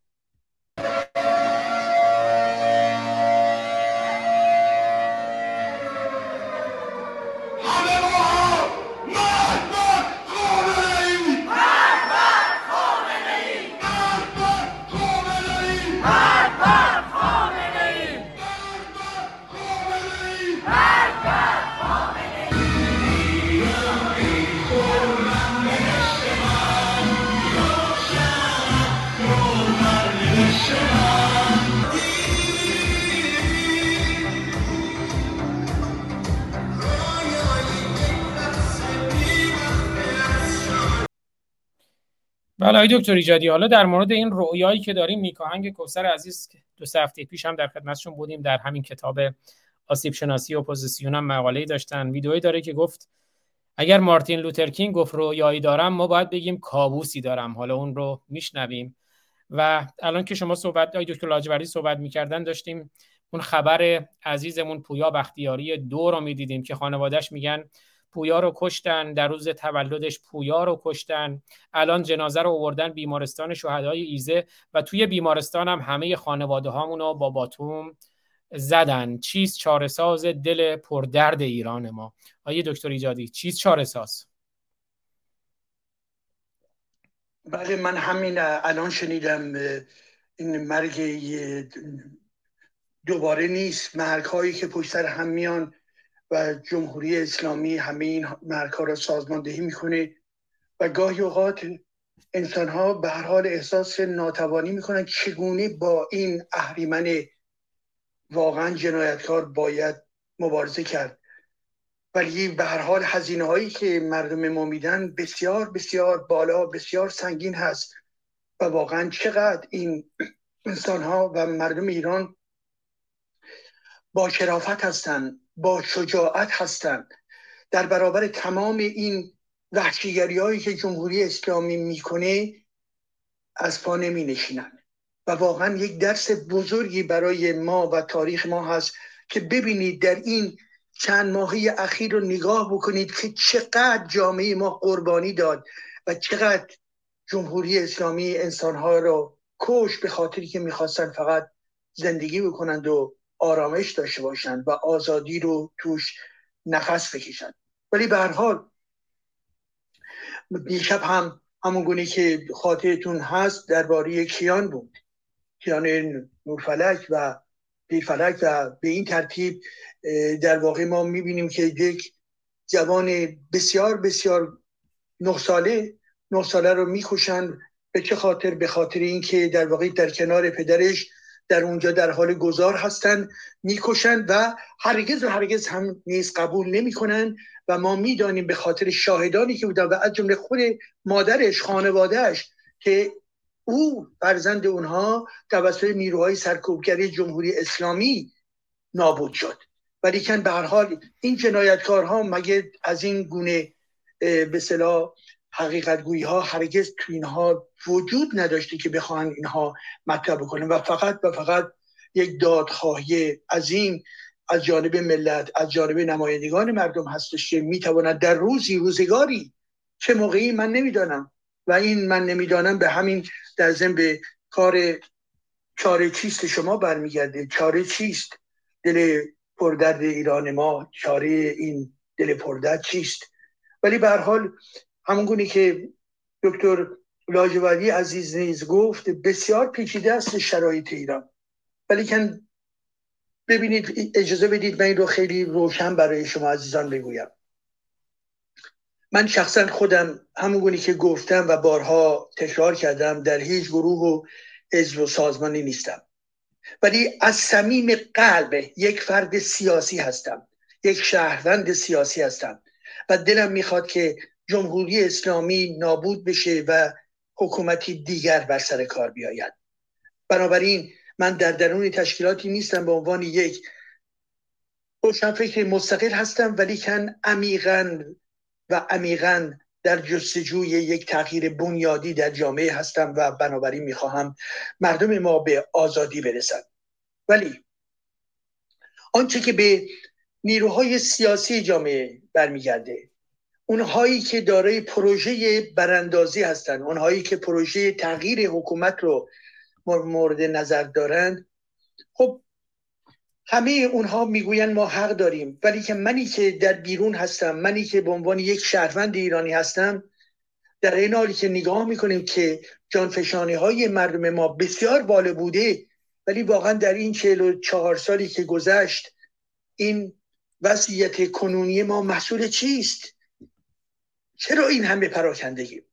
بله آقای دکتر ایجادی، حالا در مورد این رؤیایی که داریم، میکاهنگ کوثر عزیز دو سه هفته پیش هم در خدمتشون بودیم، در همین کتاب آسیب شناسی اپوزیسیون هم مقاله‌ای داشتن، ویدئویی داره که گفت اگر مارتین لوترکینگ گفت رؤیایی دارم، ما باید بگیم کابوسی دارم. حالا اون رو میشنویم. و الان که شما صحبت آقای دکتر لاجوردی صحبت میکردن، داشتیم اون خبر عزیزمون پویا بختیاری دو رو میدیدیم که خانواده‌اش میگن پویا رو کشتن، در روز تولدش پویا رو کشتن، الان جنازه رو آوردن بیمارستان شهدای ایزه و توی بیمارستان هم همه خانواده هامونو با باتوم زدن. چیز چاره ساز دل پردرد ایران ما؟ آیه دکتر ایجادی، چیز چاره ساز؟ بله، من همین الان شنیدم این مرگ دوباره نیست، مرگ هایی که پشت سر هم میان و جمهوری اسلامی همه این مرگ ها را سازماندهی میکنه و گاهی اوقات انسان ها به هر حال احساس ناتوانی میکنن چگونه با این اهریمن واقعا جنایتکار باید مبارزه کرد. ولی به هر حال هزینه هایی که مردم ما میدن بسیار بسیار بالا، بسیار سنگین هست و واقعا چقدر این انسان ها و مردم ایران با شرافت هستند، با شجاعت هستند، در برابر تمام این وحشیگری هایی که جمهوری اسلامی میکنه از پا نمی نشینن و واقعا یک درس بزرگی برای ما و تاریخ ما هست که ببینید در این چند ماهی اخیر رو نگاه بکنید که چقدر جامعه ما قربانی داد و چقدر جمهوری اسلامی انسانها رو کش به خاطری که میخواستن فقط زندگی بکنند و آرامش داشته باشند و آزادی رو توش نفس بکشند. ولی به هر حال دیشب هم همون گونه که خاطرتون هست درباره کیان بود، کیان نورفلک و پیرفلک، و به این ترتیب در واقع ما میبینیم که یک جوان بسیار بسیار نه ساله نه ساله رو میکشن. به چه خاطر؟ به خاطر اینکه در واقع در کنار پدرش در اونجا در حال گذار هستن، میکشن و هرگز و هرگز هم نیز قبول نمیکنن و ما میدانیم به خاطر شاهدانی که بودن و از جمله خود مادرش، خانوادهش، که او فرزند اونها توسط نیروهای سرکوبگری جمهوری اسلامی نابود شد. ولی کن به هر حال این جنایتکارها مگه از این گونه به اصطلاح حقیقت گویی ها هرگز تو اینها وجود نداشته که بخوان اینها مطرح بکنن و فقط و فقط یک دادخواهی عظیم از جانب ملت، از جانب نمایندگان مردم هستش که میتواند در روزی روزگاری، چه موقعی من نمیدانم و این من نمیدانم به همین در ضمن به کار چاره چیست شما برمیگرده. چاره چیست؟ دل پردرد ایران ما، چاره این دل پردرد چیست؟ ولی به هر حال همونگونه که دکتر لاجوردی عزیز نیز گفت، بسیار پیچیده است شرایط ایران. ولی کن ببینید، اجازه بدید من این رو خیلی روشن برای شما عزیزان بگویم. من شخصا خودم همونگونه که گفتم و بارها تکرار کردم، در هیچ گروه و حزب و سازمانی نیستم، ولی از صمیم قلب یک فرد سیاسی هستم، یک شهروند سیاسی هستم و دلم میخواد که جمهوری اسلامی نابود بشه و حکومتی دیگر بر سر کار بیاید. بنابراین من در درون تشکیلاتی نیستم به عنوان یک روشنفکر مستقل هستم، ولی کن عمیقاً و عمیقاً در جستجوی یک تغییر بنیادی در جامعه هستم و بنابراین میخواهم مردم ما به آزادی برسند. ولی آنچه که به نیروهای سیاسی جامعه برمیگرده، اونهایی که دارای پروژه براندازی هستند، اونهایی که پروژه تغییر حکومت رو مورد نظر دارند، خب همه اونها میگوین ما حق داریم، ولی که منی که در بیرون هستم، منی که به عنوان یک شهروند ایرانی هستم، در این حالی که نگاه میکنیم که جانفشانی های مردم ما بسیار بالا بوده، ولی واقعا در این چهل و چهار سالی که گذشت این وضعیت کنونی ما محصول چیست؟ چرا این همه پراکندگی؟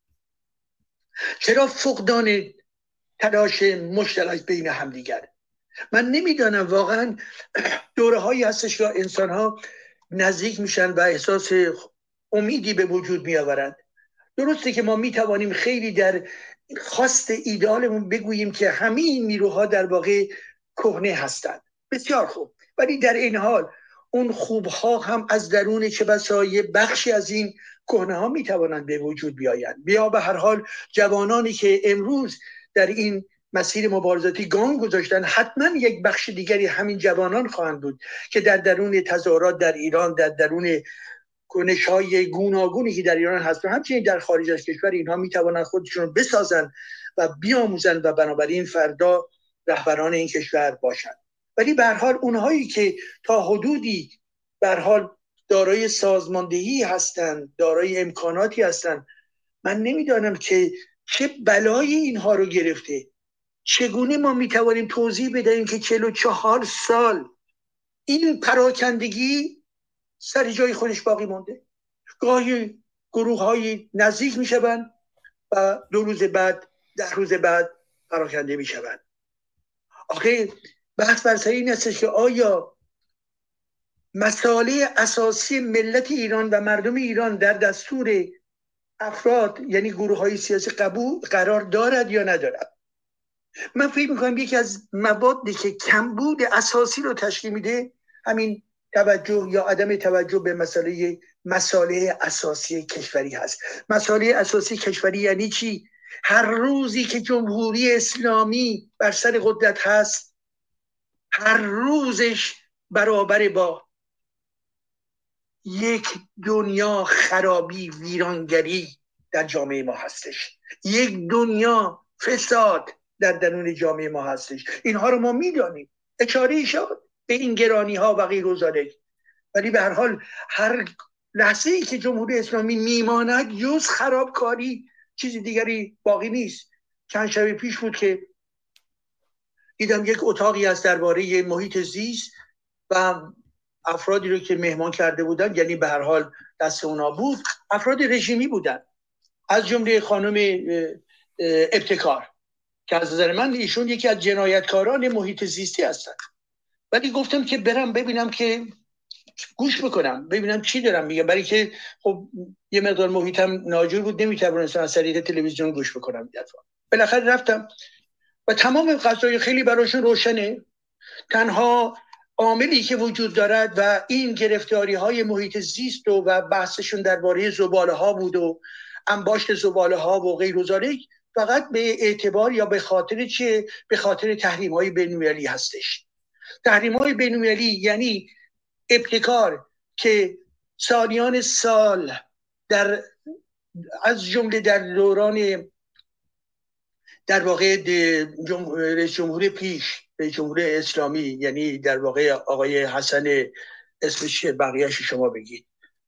چرا فقدان تلاش مشترک بین همدیگر؟ من نمیدانم، واقعا دوره هایی هستش که انسان ها نزدیک میشن و احساس امیدی به وجود میآورند. درسته که ما میتوانیم خیلی در خواست ایدالمون بگوییم که همه این نیروها در واقع کهنه هستند، بسیار خوب، ولی در این حال اون خوبها هم از درون چه بسا یه بخشی از این کهنه ها میتوانند به وجود بیایند. بیا به هر حال جوانانی که امروز در این مسیر مبارزاتی گام گذاشتن، حتما یک بخش دیگری همین جوانان خواهند بود که در درون تظاهرات در ایران، در درون کنش‌های گوناگونی که در ایران هست و همچنین در خارج از کشور، اینها میتوانند خودشون رو بسازن و بیاموزن و بنابراین فردا رهبران این کشور باشند. ولی به هر حال اونهایی که تا حدودی به هر حال دارای سازماندهی هستند، دارای امکاناتی هستند، من نمیدانم که چه بلایی اینها رو گرفته. چگونه ما میتوانیم توضیح بدهیم که چهل و چهار سال این پراکندگی سر جای خودش باقی مونده؟ گاهی گروه های نزدیک میشوند و دو روز بعد، ده روز بعد پراکنده میشوند. آخه بحث بر سر این است که آیا مسائل اساسی ملت ایران و مردم ایران در دستور افراد یعنی گروه های سیاسی قبول قرار دارد یا ندارد؟ من فکر میکنم یکی از موادی که کمبود اساسی رو تشکیل میده همین توجه یا عدم توجه به مسئله مسائل اساسی کشوری هست. مسائل اساسی کشوری یعنی چی؟ هر روزی که جمهوری اسلامی بر سر قدرت هست، هر روزش برابر با یک دنیا خرابی، ویرانگری در جامعه ما هستش. یک دنیا فساد در درون جامعه ما هستش. اینها رو ما میدانیم، اشاره شد به این گرانی ها و غیر و ذالک. ولی به هر حال هر لحظه ای که جمهوری اسلامی میماند جز خرابکاری چیز دیگری باقی نیست. چند شب پیش بود که دیدم یک اتاقی از درباره محیط زیست و افرادی رو که مهمان کرده بودن، یعنی به هر حال دست اونا بود، افراد رژیمی بودن، از جمله خانم ابتکار که از نظر من ایشون یکی از جنایتکاران محیط زیستی هستن. ولی گفتم که برم ببینم، که گوش بکنم ببینم چی دارم میگم، برای که خب یه مقدار محیطم ناجور بود، نمیتونستم از طریق تلویزیون گوش بکنم. بالاخره رفتم و تمام قضایا خیلی براشون روشنه. تنها عاملی که وجود دارد و این گرفتاری های محیط زیست و, و بحثشون درباره زباله ها بود و انباشت زباله ها و غیر و ذالک، فقط به اعتبار یا به خاطر چه؟ به خاطر تحریم های بین‌المللی هستش. تحریم های بین‌المللی یعنی ابتکار که سالیان سال در از جمله در دوران در واقع رئیس جمهور پیش، رئیس جمهور اسلامی، یعنی در واقع آقای حسن، اسمش بقیهش شما بگید،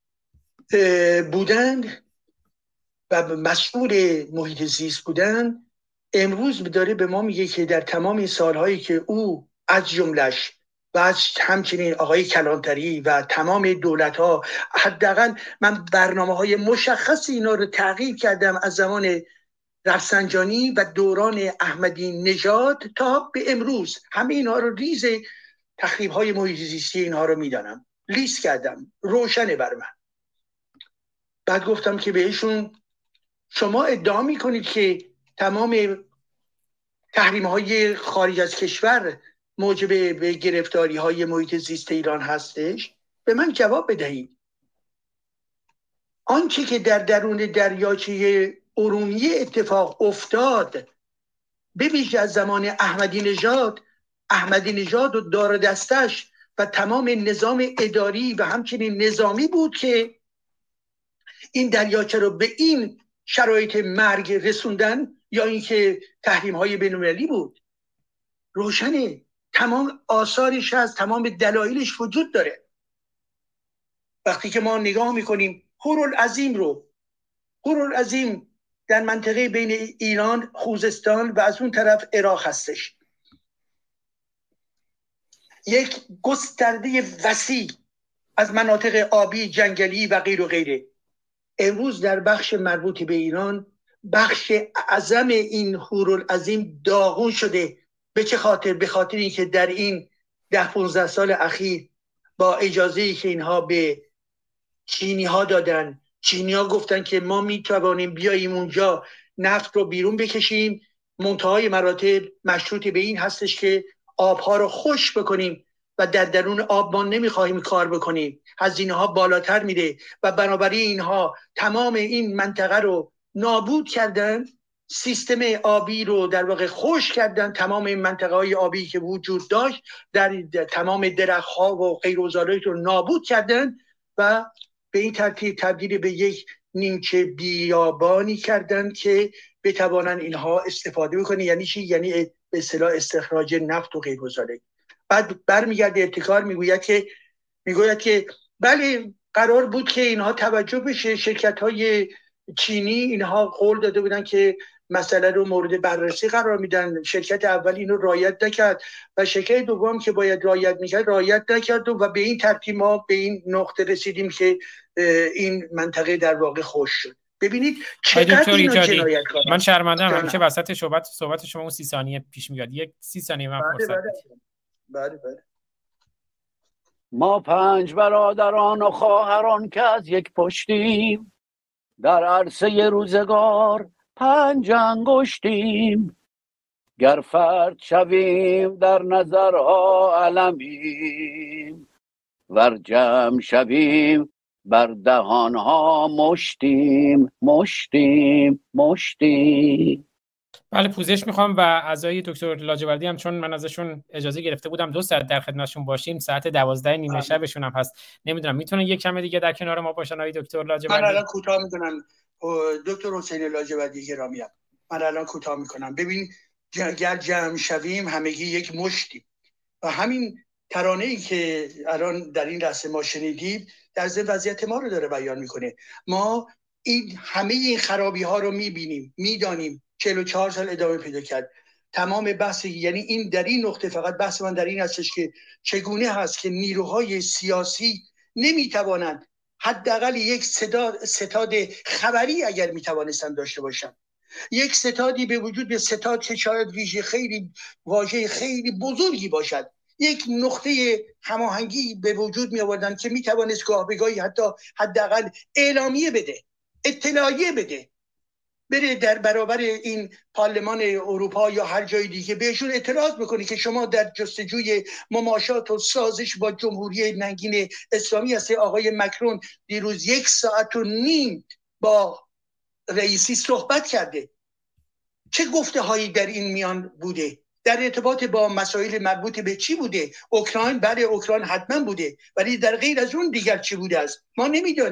بودند و مسئول محیط زیست بودند، امروز داره به ما میگه که در تمام این سالهایی که او از جملش و از همچنین آقای کلانتری و تمام دولت ها، حداقل من برنامه های مشخص اینا رو تعقیب کردم از زمان رفسنجانی و دوران احمدی نژاد تا به امروز، همه اینها رو ریز تخریب های محیط زیستی اینها رو میدانم، لیست کردم، روشنه بر من. بعد گفتم که بهشون شما ادعا میکنید که تمام تحریم های خارج از کشور موجب به گرفتاری های محیط زیست ایران هستش؟ به من جواب بدهید. آنچه که در درون دریاچه ارومیه اتفاق افتاد، به ویژه از زمان احمدی نژاد، احمدی نژاد و دار دستش و تمام نظام اداری و همچنین نظامی بود که این دریاچه رو به این شرایط مرگ رسوندن، یا اینکه تحریم های بین‌المللی بود. روشنه، تمام آثارش هست، تمام دلایلش وجود داره. وقتی که ما نگاه میکنیم هورالعظیم رو، هورالعظیم در منطقه بین ایران، خوزستان و از اون طرف عراق هستش، یک گسترده وسیع از مناطق آبی، جنگلی و غیر و غیره. امروز در بخش مربوط به ایران، بخش اعظم این هورالعظیم داغون شده. به چه خاطر؟ به خاطر اینکه در این ده پونزده سال اخیر با اجازه‌ای که اینها به چینی ها دادن، چینی ها گفتن که ما می توانیم بیاییم اونجا نفت رو بیرون بکشیم، منتهای مراتب مشروط به این هستش که آبها رو خشک بکنیم و در درون آب ما نمیخواهیم کار بکنیم، هزینه ها بالاتر میره و بنابراین اینها تمام این منطقه رو نابود کردن، سیستم آبی رو در واقع خشک کردن، تمام این منطقه های آبی که وجود داشت در, در تمام درخت ها و غیر و ذالک رو نابود کردن و به این ترتیب تبدیل به یک نیمچه بیابانی کردن که بتوانن اینها استفاده بکنن. یعنی چی؟ یعنی به اصطلاح استخراج نفت و غیر و ذالک. بعد برمیگرده ابتکار میگوید که میگوید که بله قرار بود که اینها توجه بشه، شرکت های چینی اینها قول داده بودن که مسئله رو مورد بررسی قرار میدن، شرکت اول اینو رعایت نکرد و شرکت دوم که باید رعایت میکرد رعایت نکرد و به این ترتیب ما به این نقطه رسیدیم که این منطقه در واقع خشک شد. ببینید چقدر اینا جنایت کارن. من شرمنده ام همیشه وسط صحبت صحبت شما اون سی ثانیه پیش میاد، یک سی ثانیه من فرصت بدید. بله بله. ما پنج برادران و خواهران که از یک پشتیم، در عرصه روزگار پنج انگشتیم. گر فرد شویم در نظرها علمیم، ور جمع شویم بر دهانها مشتیم مشتیم مشتیم. بله پوزش میخوام و اعضای دکتر لاجوردی هم چون من ازشون اجازه گرفته بودم دو ساعت در خدمتشون باشیم، ساعت دوازده نیمه شبشون هم هست، نمیدونم میتونن یک کم دیگه در کنار ما باشن آقای دکتر لاجوردی؟ من الان کوتاه میکنم دکتر حسین لاجوردی گرامی، من الان کوتاه میکنم. ببین گر جمع شویم همگی یک مشتیم و همین ترانه ای که الان در این لحظه ما شنیدیم در ضمن وضعیت ما رو داره بیان میکنه. ما این همه این خرابی ها رو میبینیم، میدانیم. چهل و چهار سال ادامه پیدا کرد تمام بحث، یعنی این در این نقطه فقط بحث من در این هستش که چگونه هست که نیروهای سیاسی نمیتوانند حداقل یک ستاد ستاد خبری اگر میتوانستن داشته باشن، یک ستادی به وجود به ستاد که شاید ویژه خیلی واژه خیلی بزرگی باشد، یک نقطه هماهنگی به وجود می آوردن که می توانست گاه به گاهی حتی حداقل اعلامیه بده، اطلاعیه بده، بره در برابر این پارلمان اروپا یا هر جای دیگه بهشون اعتراض بکنی که شما در جستجوی مماشات و سازش با جمهوری ننگین اسلامی هستی. آقای مکرون دیروز یک ساعت و نیم با رئیسی صحبت کرده. چه گفته هایی در این میان بوده؟ در ارتباط با مسائل مربوط به چی بوده؟ اوکراین، بله اوکراین حتما بوده، ولی در غیر از اون دیگر چی بوده است ما نمیدانیم.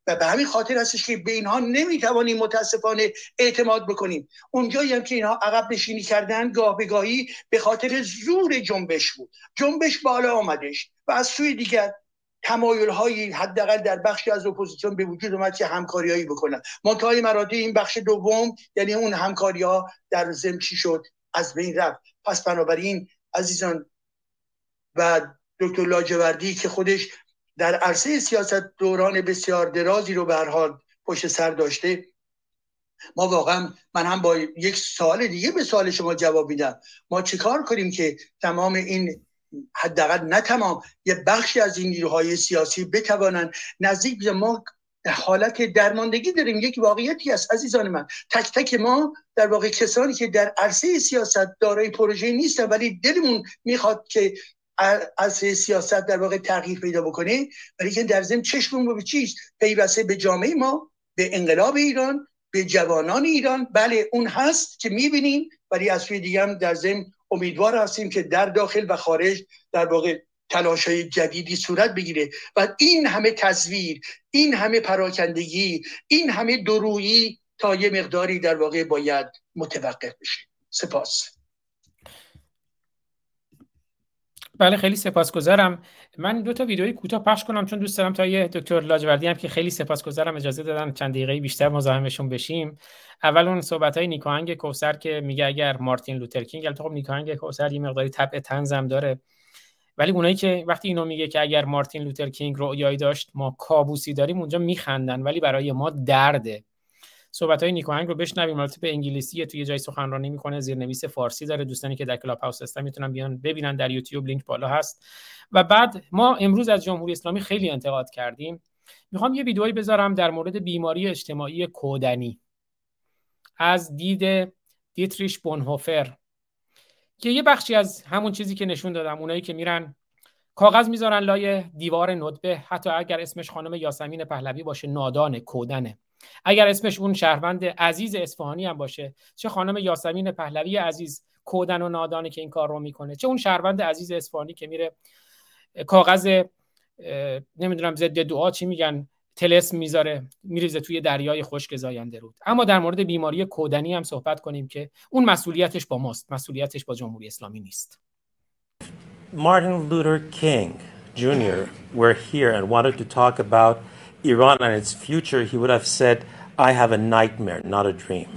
و به همین خاطر هستش که به اینها نمیتوانیم متاسفانه اعتماد بکنیم. اونجایی هم که اینها عقب نشینی کردن گاه به گاهی به خاطر زور جنبش بود. جنبش بالا آمدش و از سوی دیگر تمایل‌هایی حداقل در بخشی از اپوزیسیون به وجود اومد که همکاریایی بکنن. منتهای مراتب این بخش دوم، یعنی اون همکاری‌ها در ضمن چی شد؟ از بین رفت. پس بنابراین عزیزان و دکتر لاجوردی که خودش در عرصه سیاست دوران بسیار درازی رو به هر حال پشت سر داشته، ما واقعا من هم با یک سوال دیگه به سوال شما جواب میدم. ما چیکار کنیم که تمام این حداقل نه تمام یه بخشی از این نیروهای سیاسی بتوانن نزدیک به ما حالت درماندگی داریم. یک واقعیتی است عزیزان من، تک تک ما در واقع کسانی که در عرصه سیاست دارای پروژه نیستن ولی دلمون میخواد که از سیاست در واقع تغییر پیدا بکنه، ولی که در ضمن چشممون رو به چیست؟ پیوسته به جامعه ما، به انقلاب ایران، به جوانان ایران. بله اون هست که میبینیم، ولی از سوی دیگه هم در ضمن امیدوار هستیم که در داخل و خارج در واقع تلاش‌های جدیدی صورت بگیره و این همه تزویر، این همه پراکندگی، این همه درویی تا یه مقداری در واقع باید متوقف بشه. سپاس. بله خیلی سپاسگزارم. من دو تا ویدئوی کوتاه پخش کنم چون دوست دارم تا یه دکتر لاجوردی هم که خیلی سپاسگزارم اجازه دادن چند دقیقه بیشتر مزاحمشون بشیم. اول اون صحبت‌های نیکاهنگ کوثر که میگه اگر مارتین لوتر کینگ، البته خب نیکاهنگ کوثر یه مقداری طبع طنز هم داره، ولی اونایی که وقتی اینو میگه که اگر مارتین لوتر کینگ رؤیایی داشت ما کابوسی داریم اونجا میخندن، ولی برای ما درده. صحبت‌های نیکاهنگ رو بشنویم. البته به انگلیسیه، توی جای سخنرانی میکنه، زیرنویس فارسی داره. دوستانی که در کلاب هاوس هستن میتونن بیان ببینن، در یوتیوب لینک بالا هست. و بعد ما امروز از جمهوری اسلامی خیلی انتقاد کردیم. میخوام یه ویدئویی بذارم در مورد بیماری اجتماعی کودنی از دید دیتریش بونهوفر که یه بخشی از همون چیزی که نشون دادم، اونایی که میرن کاغذ میذارن لای دیوار ندبه، حتی اگر اسمش خانم یاسمین پهلوی باشه نادانه، کودنه. اگر اسمش اون شهروند عزیز اصفهانی هم باشه، چه خانم یاسمین پهلوی عزیز کودن و نادانه که این کار رو میکنه، چه اون شهروند عزیز اصفهانی که میره کاغذ نمیدونم ضد دعا چی میگن طلسم میذاره میریزه توی دریای خشک زاینده رود. اما در مورد بیماری کودنی هم صحبت کنیم که اون مسئولیتش با ماست، مسئولیتش با جمهوری اسلامی نیست. Martin Luther King Junior were here and wanted to talk about Iran and its future, he would have said, I have a nightmare, not a dream.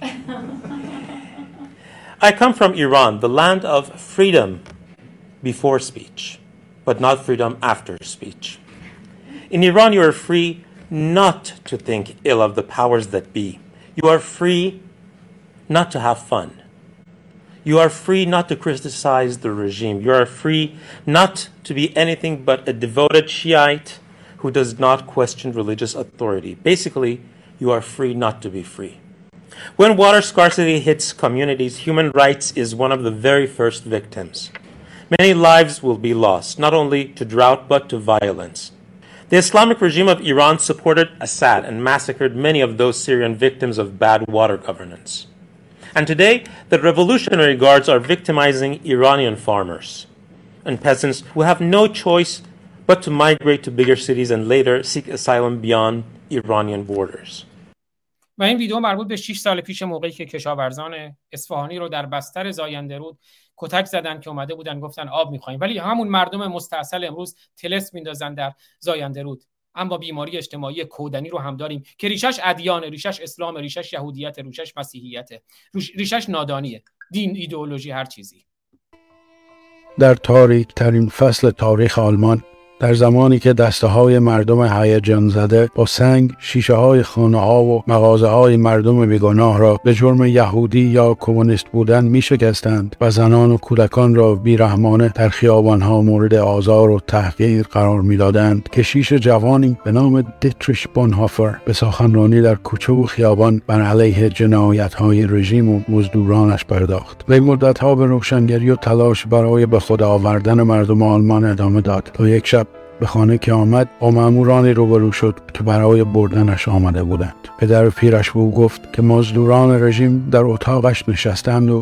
I come from Iran, the land of freedom before speech, but not freedom after speech. In Iran, you are free not to think ill of the powers that be. You are free not to have fun. You are free not to criticize the regime. You are free not to be anything but a devoted Shiite who does not question religious authority. Basically, you are free not to be free. When water scarcity hits communities, human rights is one of the very first victims. Many lives will be lost, not only to drought but to violence. The Islamic regime of Iran supported Assad and massacred many of those Syrian victims of bad water governance. And today, the Revolutionary Guards are victimizing Iranian farmers and peasants who have no choice but to migrate to bigger cities and later seek asylum beyond Iranian borders. و این ویدیو مربوط به شش سال پیش موقعی که کشاورزان اصفهانی رو در بستر زاینده رود کتک زدن که اومده بودن گفتن آب می‌خوایم، ولی همون مردم مستعسل امروز طلسم میندازن در زاینده رود. اما بیماری اجتماعی کودنی رو هم داریم که ریشش ادیان، ریشش اسلام، ریشش یهودیت، ریشش مسیحیت، ریشش نادانیه، دین، ایدئولوژی، هر چیزی. در تاریک ترین فصل تاریخ آلمان، در زمانی که دسته های مردم هیجان زده با سنگ شیشه های خانه ها و مغازه های مردم بیگناه را به جرم یهودی یا کمونیست بودن می شکستند و زنان و کودکان را بیرحمانه در خیابان ها مورد آزار و تحقیر قرار می دادند، کشیش جوانی به نام دیتریش بونهوفر به سخنرانی در کوچه و خیابان بر علیه جنایت های رژیم و مزدورانش پرداخت. وی مدت ها به روشنگری و تلاش برای به خود آوردن مردم آلمان ادامه داد تا یک شب به خانه که آمد با مامورانی روبرو شد که برای بردنش آمده بودند. پدر پیرش به او گفت که مزدوران رژیم در اتاقش نشستند و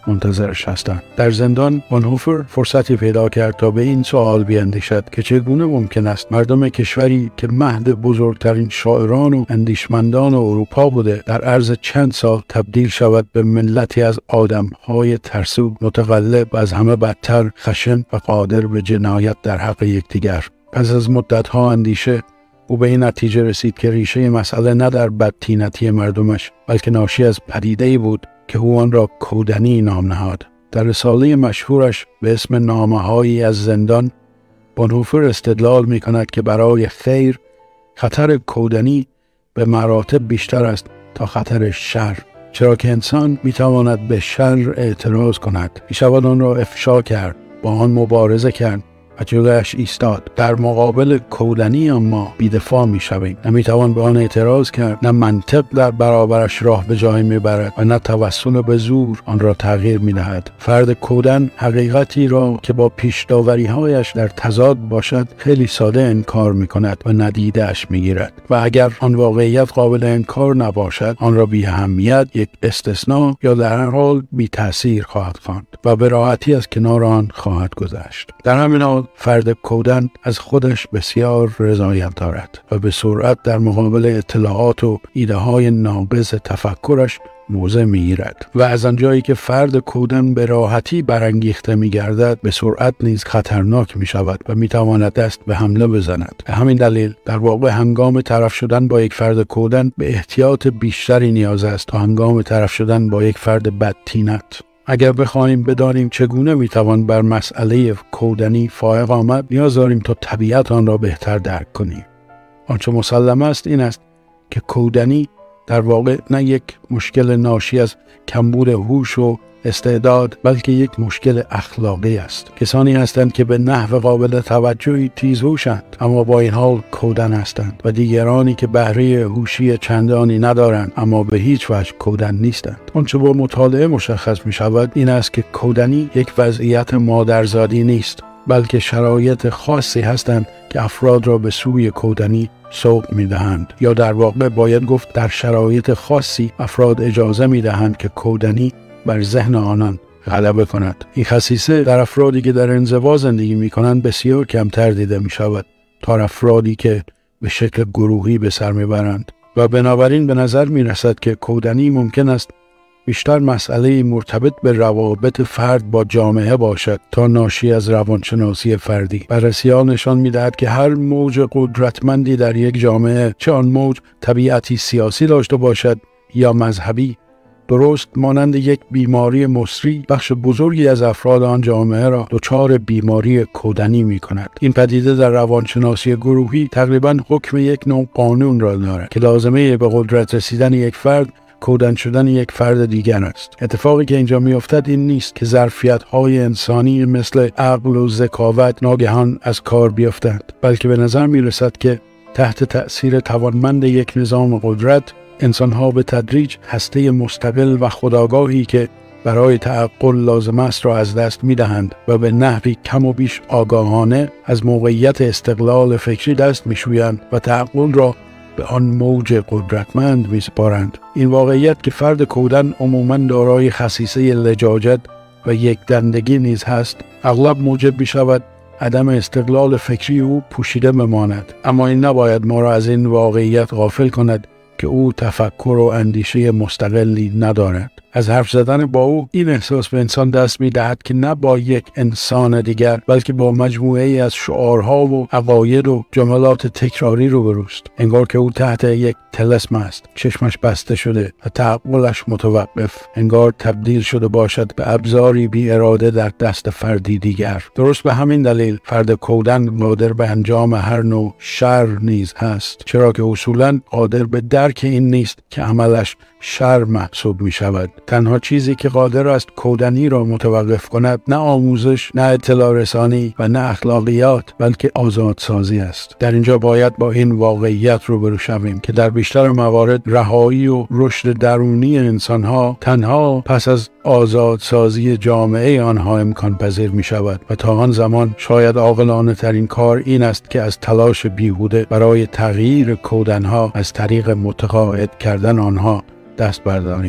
منتظرش هستند. در زندان بونهوفر فرصتی پیدا کرد تا به این سوال بیاندیشد که چگونه ممکن است مردم کشوری که مهد بزرگترین شاعران و اندیشمندان اروپا بوده در عرض چند سال تبدیل شود به ملتی از آدم‌های ترسو، متقلب، از همه بدتر، خشن و قادر به جنایت در حق یکدیگر. پس از مدت‌ها اندیشه او به این نتیجه رسید که ریشه مسئله نه در بدتینتی مردمش بلکه ناشی از پدیده‌ای بود که او آن را کودنی نام نهاد. در رساله مشهورش به اسم نامه‌هایی از زندان، بونهوفر استدلال می‌کند که برای خیر خطر کودنی به مراتب بیشتر است تا خطر شر، چرا که انسان می‌تواند به شر اعتراض کند، می‌شود آن را افشا کرد، با آن مبارزه کرد و جلویش ایستاد. در مقابل کودنی اما بی‌دفاع می‌شویم، نمی‌توان به آن اعتراض کرد، نه منطق در برابرش راه به جای می‌برد و نه توسل به زور آن را تغییر می‌دهد. فرد کودن حقیقتی را که با پیش‌داوری‌هایش در تضاد باشد خیلی ساده انکار می‌کند و ندیده‌اش می‌گیرد و اگر آن واقعیت قابل انکار نباشد آن را بی اهمیت، یک استثناء یا در هر حال بی تأثیر خواهد خواند و به راحتی از کنار آن خواهد گذشت. در همین حال فرد کودن از خودش بسیار رضایت دارد و به سرعت در مقابل اطلاعات و ایده‌های ناقص تفکرش موضع می‌گیرد و از آنجایی که فرد کودن به راحتی برانگیخته می‌گردد به سرعت نیز خطرناک می‌شود و می‌تواند دست به حمله بزند. به همین دلیل در واقع هنگام طرف شدن با یک فرد کودن به احتیاط بیشتری نیاز است تا هنگام طرف شدن با یک فرد بدتینت. اگر بخواهیم بدانیم چگونه میتوان بر مسئله کودنی فائق آمد، نیاز داریم تا طبیعت آن را بهتر درک کنیم. آنچه مسلم است این است که کودنی در واقع نه یک مشکل ناشی از کمبود هوش و استعداد بلکه یک مشکل اخلاقی است. کسانی هستند که به نحو قابل توجهی تیزهوشند اما با این حال کودن هستند و دیگرانی که بهره هوشی چندانی ندارند اما به هیچ وجه کودن نیستند. آنچه با مطالعه مشخص می شود این است که کودنی یک وضعیت مادرزادی نیست بلکه شرایط خاصی هستند که افراد را به سوی کودنی سوق می دهند، یا در واقع باید گفت در شرایط خاصی افراد اجازه می دهند که کودنی بر ذهن آنان غلبه کند. این خصیصه در افرادی که در انزوا زندگی می کنند بسیار کمتر دیده می شود تا افرادی که به شکل گروهی به سر می برند و بنابراین به نظر می رسد که کودنی ممکن است بیشتر مسئله مرتبط به روابط فرد با جامعه باشد تا ناشی از روانشناسی فردی. بررسی‌ها نشان می‌دهد که هر موج قدرتمندی در یک جامعه، چه آن موج طبیعتی سیاسی داشته باشد یا مذهبی، درست مانند یک بیماری مصری بخش بزرگی از افراد آن جامعه را دچار بیماری کودنی می‌کند. این پدیده در روانشناسی گروهی تقریباً حکم یک نوع قانون را دارد که لازمه به قدرت رسیدن یک فرد کودن شدن یک فرد دیگر است. اتفاقی که اینجا میافتد این نیست که ظرفیت‌های انسانی مثل عقل و ذکاوت ناگهان از کار بیفتند، بلکه به نظر میرسد که تحت تأثیر توانمند یک نظام قدرت انسان‌ها به تدریج هسته مستقل و خودآگاهی که برای تعقل لازم است را از دست می‌دهند و به نحوی کم و بیش آگاهانه از موقعیت استقلال فکری دست می‌شویند و تعقل را به آن موج قدرتمند می‌سپارند. این واقعیت که فرد کودن عموماً دارای خصیصه لجاجت و یک دندگی نیز هست، اغلب موجب می‌شود عدم استقلال فکری او پوشیده بماند. اما این نباید ما را از این واقعیت غافل کند که او تفکر و اندیشه مستقلی ندارد. از حرف زدن با او این احساس به انسان دست می‌دهد که نه با یک انسان دیگر بلکه با مجموعه ای از شعارها و عقاید و جملات تکراری روبروست. انگار که او تحت یک طلسم است، چشمش بسته شده و تعقلش متوقف، انگار تبدیل شده باشد به ابزاری بی اراده در دست فردی دیگر. درست به همین دلیل فرد کودن قادر به انجام هر نوع شر نیز هست، چرا که اصولاً قادر به درک این نیست که عملش شر محسوب می شود. تنها چیزی که قادر است کودنی را متوقف کند نه آموزش، نه اطلاع رسانی و نه اخلاقیات بلکه آزادسازی است. در اینجا باید با این واقعیت روبرو شویم که در بیشتر موارد رهایی و رشد درونی انسانها تنها پس از آزادسازی جامعه آنها امکان پذیر می شود و تا آن زمان شاید عاقلانه ترین کار این است که از تلاش بیهوده برای تغییر کودنها از طریق متقاعد کردن آنها دست برداریم.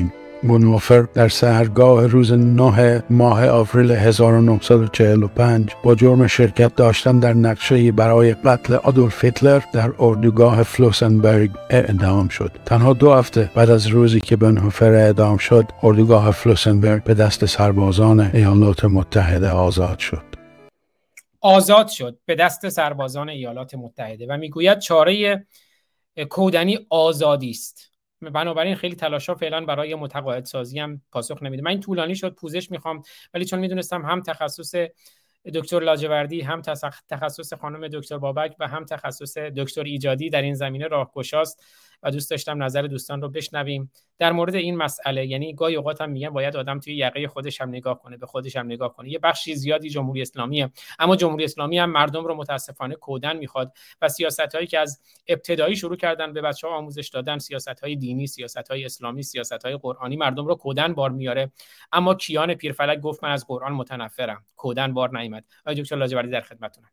بونوفر در سحرگاه روز نه ماه آوریل هزار و نهصد و چهل و پنج با جرم شرکت داشتن در نقشه‌ای برای قتل آدولف هیتلر در اردوگاه فلوسنبرگ اعدام شد. تنها دو هفته بعد از روزی که بونوفر اعدام شد، اردوگاه فلوسنبرگ به دست سربازان ایالات متحده آزاد شد. آزاد شد به دست سربازان ایالات متحده و میگوید چاره کودنی آزادی است. بنابراین خیلی تلاشا فعلا برای متقاعد سازی هم پاسخ نمیده. من این طولانی شد، پوزش میخوام، ولی چون میدونستم هم تخصص دکتر لاجوردی، هم تخصص خانم دکتر بابک و هم تخصص دکتر ایجادی در این زمینه راهگشاست و دوست داشتم نظر دوستان رو بشنویم در مورد این مسئله. یعنی گاهی اوقات هم میگن باید آدم توی یقه خودش هم نگاه کنه، به خودش هم نگاه کنه. یه بخشی زیادی جمهوری اسلامیه، اما جمهوری اسلامی هم مردم رو متاسفانه کودن میخواد و سیاستایی که از ابتدایی شروع کردن به بچه‌ها آموزش دادن، سیاست‌های دینی، سیاست‌های اسلامی، سیاست‌های قرآنی، مردم رو کودن بار میاره. اما کیان پیرفلک گفت من از قرآن متنفرم، کودن بار نیامد. آقای دکتر لاجوردی در خدمتتونم.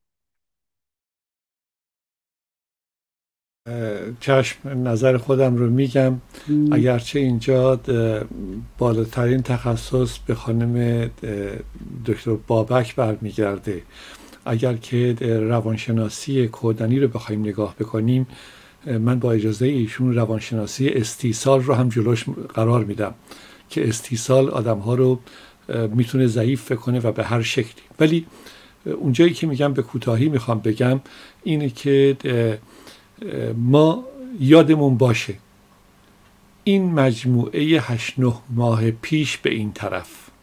چشم، نظر خودم رو میگم. اگرچه اینجا بالاترین تخصص به خانم دکتر بابک برمیگرده، اگر که روانشناسی کودنی رو بخوایم نگاه بکنیم، من با اجازه ایشون روانشناسی استیصال رو هم جلوش قرار میدم که استیصال آدم ها رو میتونه ضعیف کنه و به هر شکلی. ولی اونجایی که میگم به کوتاهی میخوام بگم اینه که ما یادمون باشه این مجموعه هشت نه ماه پیش به این طرف،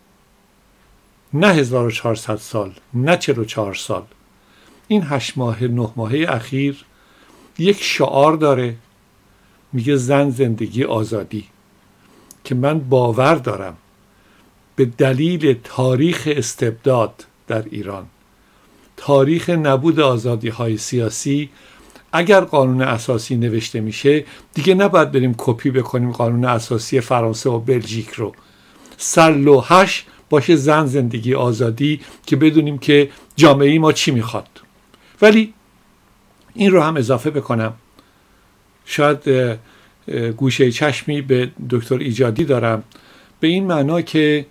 نه هزار و چهارصد سال، نه چهل و چهار سال، این هشت ماه نه ماهه اخیر یک شعار داره، میگه زن، زندگی، آزادی، که من باور دارم به دلیل تاریخ استبداد در ایران، تاریخ نبود آزادی های سیاسی، اگر قانون اساسی نوشته میشه دیگه نباید بریم کپی بکنیم قانون اساسی فرانسه و بلژیک رو. سرلوحش باشه زن، زندگی، آزادی، که بدونیم که جامعه ما چی میخواد. ولی این رو هم اضافه بکنم، شاید گوشه چشمی به دکتر ایجادی دارم، به این معنا که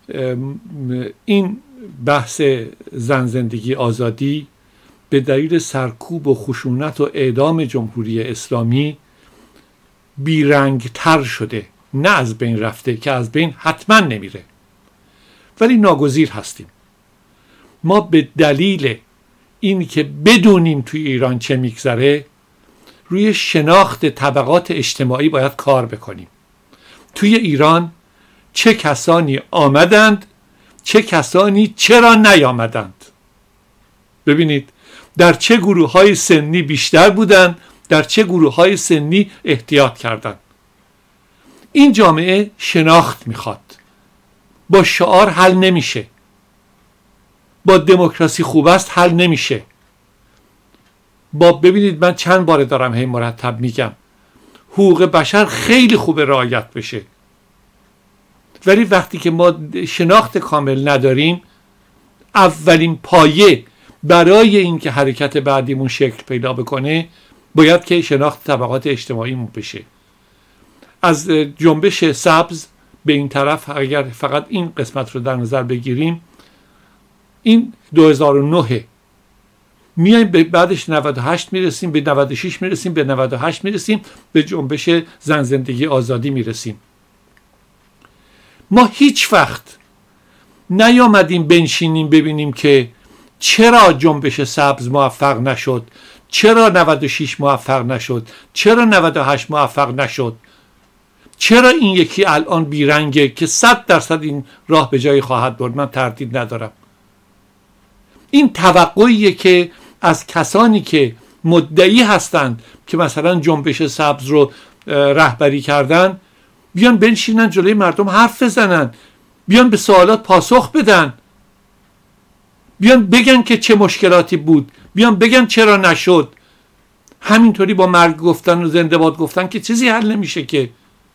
این بحث زن، زندگی، آزادی به دلیل سرکوب و خشونت و اعدام جمهوری اسلامی بیرنگ تر شده، نه از بین رفته که از بین حتما نمیره، ولی ناگزیر هستیم. ما به دلیل این که بدونیم توی ایران چه میگذره، روی شناخت طبقات اجتماعی باید کار بکنیم. توی ایران چه کسانی آمدند، چه کسانی چرا نیامدند. ببینید در چه گروه های سنی بیشتر بودن، در چه گروه های سنی احتیاط کردن. این جامعه شناخت میخواد. با شعار حل نمیشه، با دموکراسی خوب است حل نمیشه. با ببینید من چند بار دارم هی مرتب میگم حقوق بشر خیلی خوبه رعایت بشه، ولی وقتی که ما شناخت کامل نداریم، اولین پایه برای اینکه حرکت بعدیمون شکل پیدا بکنه باید که شناخت طبقات اجتماعیمون بشه. از جنبش سبز به این طرف اگر فقط این قسمت رو در نظر بگیریم، این دو هزار و نه میایم، به بعدش نود و هشت میرسیم، به نود و شش میرسیم، به نود و هشت میرسیم، به جنبش زن، زندگی، آزادی میرسیم. ما هیچ وقت نیامدیم بنشینیم ببینیم که چرا جنبش سبز موفق نشد، چرا نود و شش موفق نشد، چرا نود و هشت موفق نشد، چرا این یکی الان بیرنگه که صد درصد این راه به جایی خواهد برد. من تردید ندارم. این توقعیه که از کسانی که مدعی هستند که مثلا جنبش سبز رو رهبری کردن بیان بنشینن جلوی مردم حرف بزنن، بیان به سوالات پاسخ بدن، بیان بگن که چه مشکلاتی بود، بیان بگن چرا نشد. همینطوری با مرگ گفتن و زنده باد گفتن که چیزی حل نمیشه که.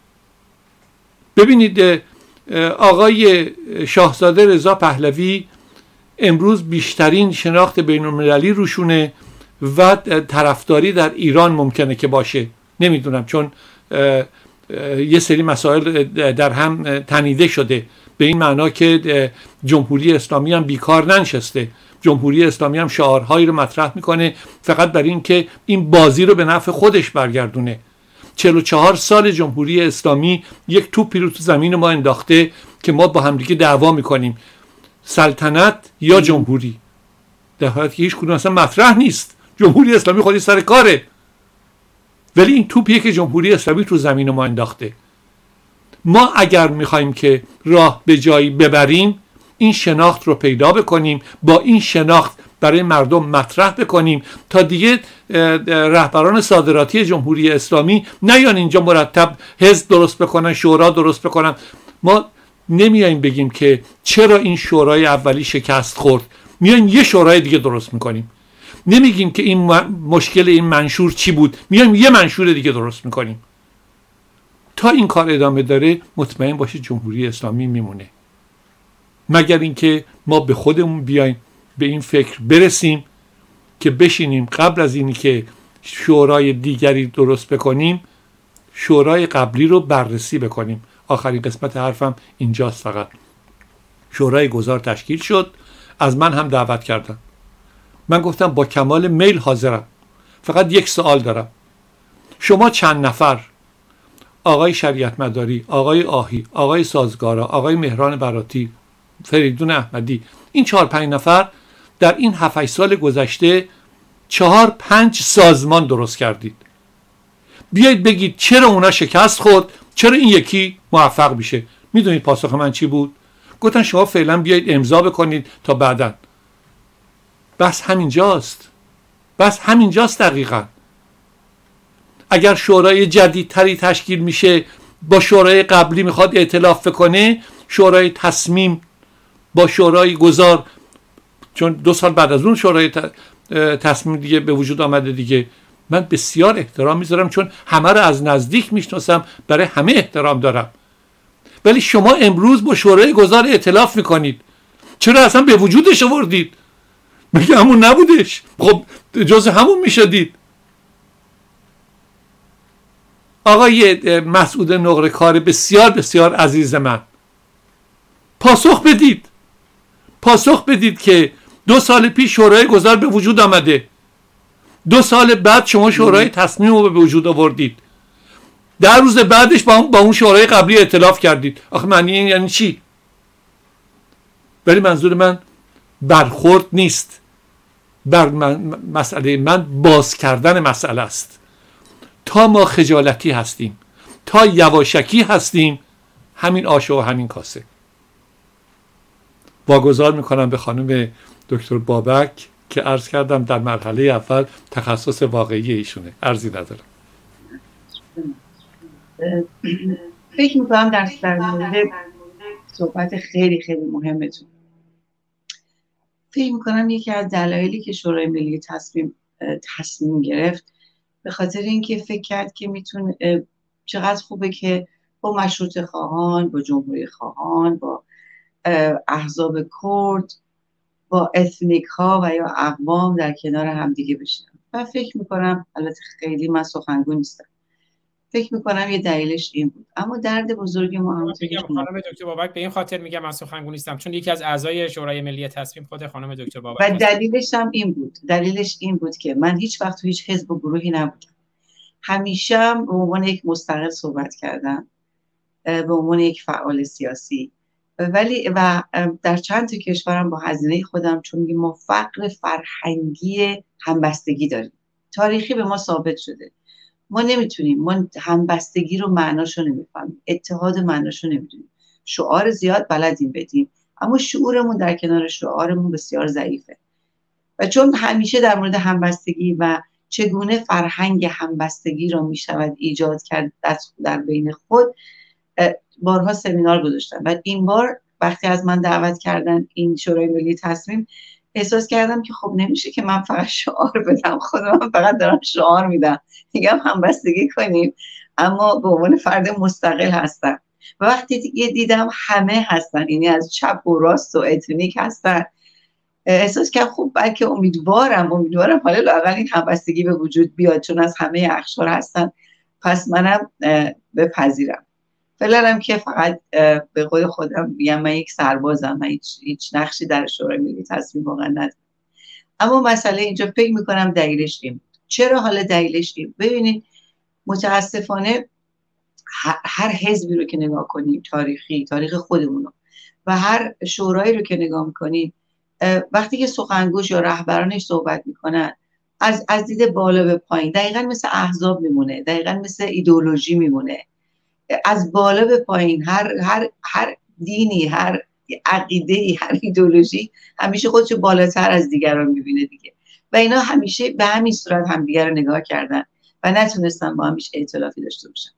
ببینید آقای شاهزاده رضا پهلوی امروز بیشترین شناخت بین المللی روشونه و طرفداری در ایران ممکنه که باشه، نمیدونم، چون یه سری مسائل در هم تنیده شده، به این معنا که جمهوری اسلامی هم بیکار ننشسته. جمهوری اسلامی هم شعارهایی رو مطرح میکنه فقط برای این که این بازی رو به نفع خودش برگردونه. چهل و چهار سال جمهوری اسلامی یک توپی رو تو زمین ما انداخته که ما با همدیگه دعوا میکنیم، سلطنت یا جمهوری، در حالی که هیچ کدوم اصلا مطرح نیست. جمهوری اسلامی خودی سر کاره، ولی این توپیه که جمهوری اسلامی تو زمین ما انداخته. ما اگر میخوایم که راه به جایی ببریم، این شناخت رو پیدا بکنیم، با این شناخت برای مردم مطرح بکنیم تا دیگه رهبران صادراتی جمهوری اسلامی نیان اینجا مرتب حزب درست بکنن، شورا درست بکنن. ما نمیاییم بگیم که چرا این شورای اولی شکست خورد، میایم یه شورای دیگه درست میکنیم. نمیگیم که این مشکل این منشور چی بود، میایم یه منشور دیگه درست میکنیم. تا این کار ادامه داره مطمئن باشه جمهوری اسلامی میمونه، مگر اینکه ما به خودمون بیایم به این فکر برسیم که بشینیم قبل از اینی که شورای دیگری درست بکنیم شورای قبلی رو بررسی بکنیم. آخرین قسمت حرفم اینجاست. فقط شورای گذار تشکیل شد، از من هم دعوت کردن. من گفتم با کمال میل حاضرم، فقط یک سوال دارم. شما چند نفر، آقای شریعت مداری، آقای آهی، آقای سازگارا، آقای مهران براتی، فریدون احمدی، این چهار پنج نفر در این هفت سال گذشته چهار پنج سازمان درست کردید. بیایید بگید چرا اونا شکست خورد، چرا این یکی موفق میشه. میدونید پاسخ من چی بود؟ گفتن شما فعلا بیایید امضا بکنید تا بعداً. بس همینجاست، بس همینجاست. دقیقاً اگر شورای جدیدتری تشکیل میشه با شورای قبلی میخواد ائتلاف کنه، شورای تصمیم با شورای گذار، چون دو سال بعد از اون شورای تصمیم دیگه به وجود آمده دیگه، من بسیار احترام میذارم چون همه رو از نزدیک میشناسم، برای همه احترام دارم. ولی شما امروز با شورای گذار ائتلاف میکنید، چرا اصلا به وجودش آوردید؟ مگه همون نبودش؟ خب جز همون میشدید. آقای مسعود نقره کار بسیار بسیار عزیز من، پاسخ بدید، پاسخ بدید که دو سال پیش شورای گذار به وجود آمده، دو سال بعد شما شورای تصمیم رو به وجود آوردید، در روز بعدش با اون, با اون شورای قبلی ائتلاف کردید. آخه معنی این یعنی چی؟ ولی منظور من برخورد نیست، بر من مسئله من باز کردن مسئله است. تا ما خجالتی هستیم، تا یواشکی هستیم، همین آش و همین کاسه. واگذار میکنم به خانم دکتر بابک که عرض کردم در مرحله اول تخصص واقعی ایشونه. عرضی ندارم. فکر میکنم در در مورد صحبت خیلی خیلی مهمتون، فکر میکنم یکی از دلایلی که شورای ملی تصمیم تصمیم گرفت به خاطر اینکه فکر کرد که میتونه چقدر خوبه که با مشروطه خواهان، با جمهوری خواهان، با احزاب کرد، با اتنیک ها و یا اقوام در کنار همدیگه بشن. من فکر میکنم، البته خیلی من سخنگو نیستم، فکر میکنم یه دلیلش این بود. اما درد بزرگی ما هم خانم دکتر بابک به این خاطر میگم من سخنگو نیستم چون یکی از اعضای شورای ملی تصمیم خود خانم دکتر بابک و دلیلش هم این بود. دلیلش این بود که من هیچ وقت تو هیچ حزب و گروهی نبودم. همیشه هم به عنوان یک مستقل صحبت کردم، به عنوان یک فعال سیاسی، ولی و در چند تا کشورم با هزینه خودم، چون ما فقر فرهنگی همبستگی داریم. تاریخی به ما ثابت شده. ما نمیتونیم، ما همبستگی رو معناشو نمیفهمیم، اتحاد معناشو نمیدونیم. شعار زیاد بلدیم بدیم اما شعورمون در کنار شعارمون بسیار ضعیفه. و چون همیشه در مورد همبستگی و چگونه فرهنگ همبستگی رو میشود ایجاد کرد در بین خود بارها سمینار گذاشتم و این بار وقتی از من دعوت کردن این شورای ملی تصمیم، احساس کردم که خب نمیشه که من فقط شعار بدم، خودم فقط دارم شعار میدم، میگم همبستگی کنیم اما به عنوان فرد مستقل هستم. و وقتی دیدم همه هستن، یعنی از چپ و راست و اتنیک هستن، احساس کردم خب بلکه امیدوارم امیدوارم حالا لااقل این همبستگی به وجود بیاد، چون از همه اقشار هستن پس منم بپذیرم. فعلا هم که فقط به قول خودم میگم من یک سربازم، من هیچ, هیچ نقشی در شورای ملی تصمیم واقعا ندارم. اما مسئله اینجا فکر میکنم دلیلش این. چرا حالا دلیلش این؟ ببینید متاسفانه هر حزبی رو که نگاه کنیم، تاریخی تاریخ خودمونو و هر شورایی رو که نگاه میکنیم، وقتی که سخنگوش یا رهبرانش صحبت میکنن از از دید بالا به پایین دقیقاً مثل احزاب میمونه، دقیقاً مثل ایدئولوژی میمونه. از بالا به پایین هر هر هر دینی، هر عقیده‌ای، هر ایدئولوژی همیشه خودشو بالاتر از دیگران میبینه دیگه. و اینا همیشه به همین صورت همدیگر رو نگاه کردن و نتونستن با همیش ائتلافی داشته باشن.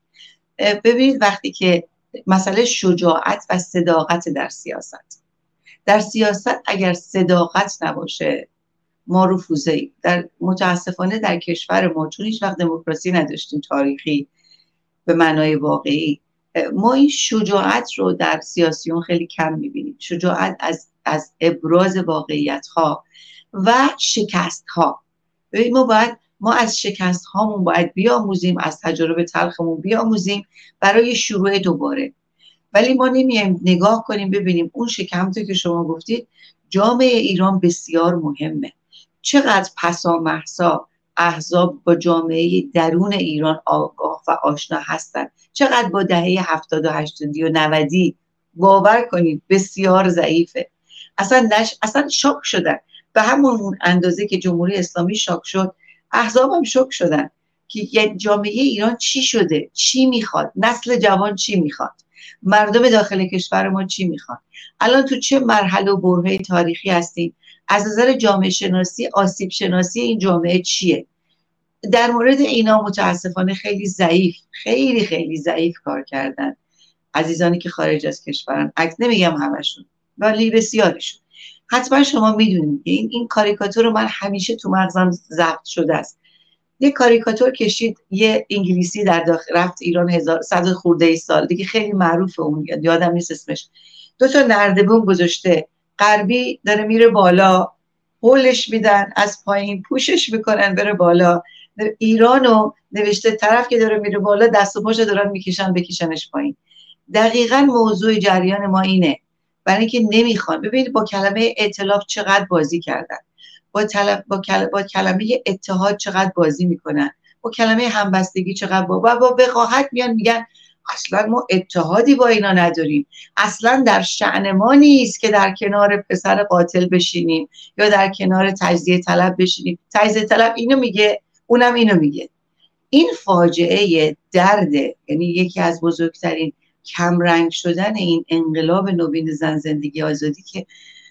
ببینید وقتی که مسئله شجاعت و صداقت در سیاست، در سیاست اگر صداقت نباشه ما رفوزه‌ایم. در متاسفانه در کشور ما چون هیچ وقت دموکراسی نداشتیم تاریخی به معنای واقعی، ما این شجاعت رو در سیاسیون خیلی کم میبینیم. شجاعت از از ابراز واقعیت ها و شکست ها. ببین ما باید ما از شکست هامون باید بیاموزیم، از تجربه تلخمون بیاموزیم برای شروع دوباره. ولی ما نمیایم نگاه کنیم ببینیم اون شکمتی که شما گفتید جامعه ایران بسیار مهمه. چقدر پسا محسا احزاب با جامعه درون ایران آگاه و آشنا هستن، چقدر با دهه هفتاد و هشتادی و نودی باور کنید بسیار ضعیفه. اصلا نش... اصلا شاک شدن به همون اندازه که جمهوری اسلامی شاک شد، احزاب هم شاک شدن که یه جامعه ایران چی شده، چی میخواد، نسل جوان چی میخواد، مردم داخل کشور ما چی میخواد، الان تو چه مرحله و برهه تاریخی هستیم، از نظر جامعه شناسی آسیب شناسی این جامعه چیه. در مورد اینا متاسفانه خیلی ضعیف خیلی خیلی ضعیف کار کردن عزیزانی که خارج از کشورن. اگه نمیگم همشون ولی بسیارشون. حتما شما میدونید این این کاریکاتور رو من همیشه تو مغزم ضبط شده است. یه کاریکاتور کشید یه انگلیسی در داخل رفت ایران هزار صد خورده ای سال دیگه، خیلی معروفه اون، یادم نیست اسمش. دو تا نردبون گذاشته، غربی داره میره بالا، هولش میدن، از پایین پوشش میکنن بره بالا. ایرانو نوشته طرف که داره میره بالا دست و پاشو دارن میکشن بکشنش پایین. دقیقاً موضوع جریان ما اینه. برای اینکه نمیخوان. ببینید با کلمه ائتلاف چقدر بازی کردن، با, طلب، با, کل... با کلمه اتحاد چقدر بازی میکنن، با کلمه همبستگی چقدر با با, با وقاحت میان میگن اصلا ما اتحادی با اینا نداریم، اصلا در شأن ما نیست که در کنار پسر قاتل بشینیم یا در کنار تجزیه طلب بشینیم. تجزیه طلب اینو میگه اونم اینو میگه. این فاجعه درده، یعنی یکی از بزرگترین کمرنگ شدن این انقلاب نوین زن زندگی آزادی که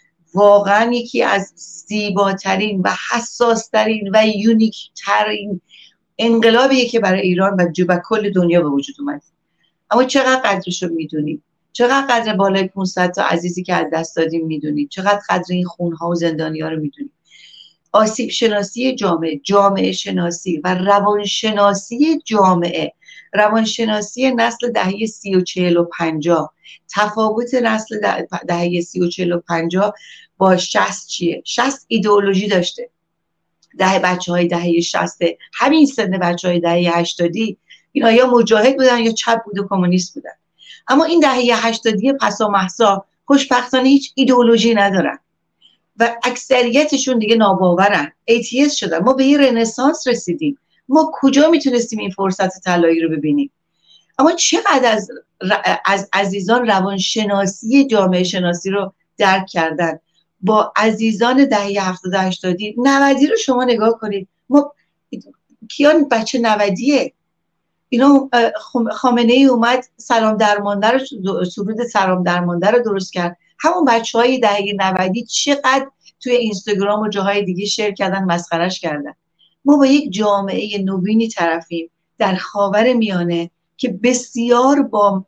واقعا یکی از زیباترین و حساسترین و یونیک ترین انقلابیه که برای ایران و جو کل دنیا به وجود اومد. اما چقدر قدرشو میدونیم، چقدر قدر بالای پانصد تا عزیزی که از دست دادیم میدونیم، چقدر قدر این خونها و زندانی‌ها رو میدونیم. آسیب شناسی جامعه، جامعه شناسی و روانشناسی جامعه، روانشناسی نسل دهه سی و چهل و پنجاه، تفاوت نسل دهه سی و چهل و پنجاه با شصت چیه؟ شصت ایدئولوژی داشته. ده بچه های دهه شصت همین سن بچه های دهه هشتادی اینا یا مجاهد بودن یا چپ بود و کمونیست بودن. اما این دهه هشتادی پسا محسا خوشبختانه هیچ ایدئولوژی ندارن و اکثریتشون دیگه ناباورن، ایتیست شدن. ما به یه رنسانس رسیدیم. ما کجا میتونستیم این فرصت طلایی رو ببینیم؟ اما چقدر از از عزیزان روانشناسی جامعه شناسی رو درک کردن. با عزیزان دهه هفتاد هشتادی نودی رو شما نگاه کنید. ما کیان بچه نودیه اینا، خامنه ای اومد سلام درمانده رو، سرود سلام درمانده رو درست کرد. همون بچه های دهه نودی چقدر توی اینستاگرام و جاهای دیگه شیر کردن، مسخرش کردن. ما با یک جامعه نوینی طرفیم در خاور میانه که بسیار با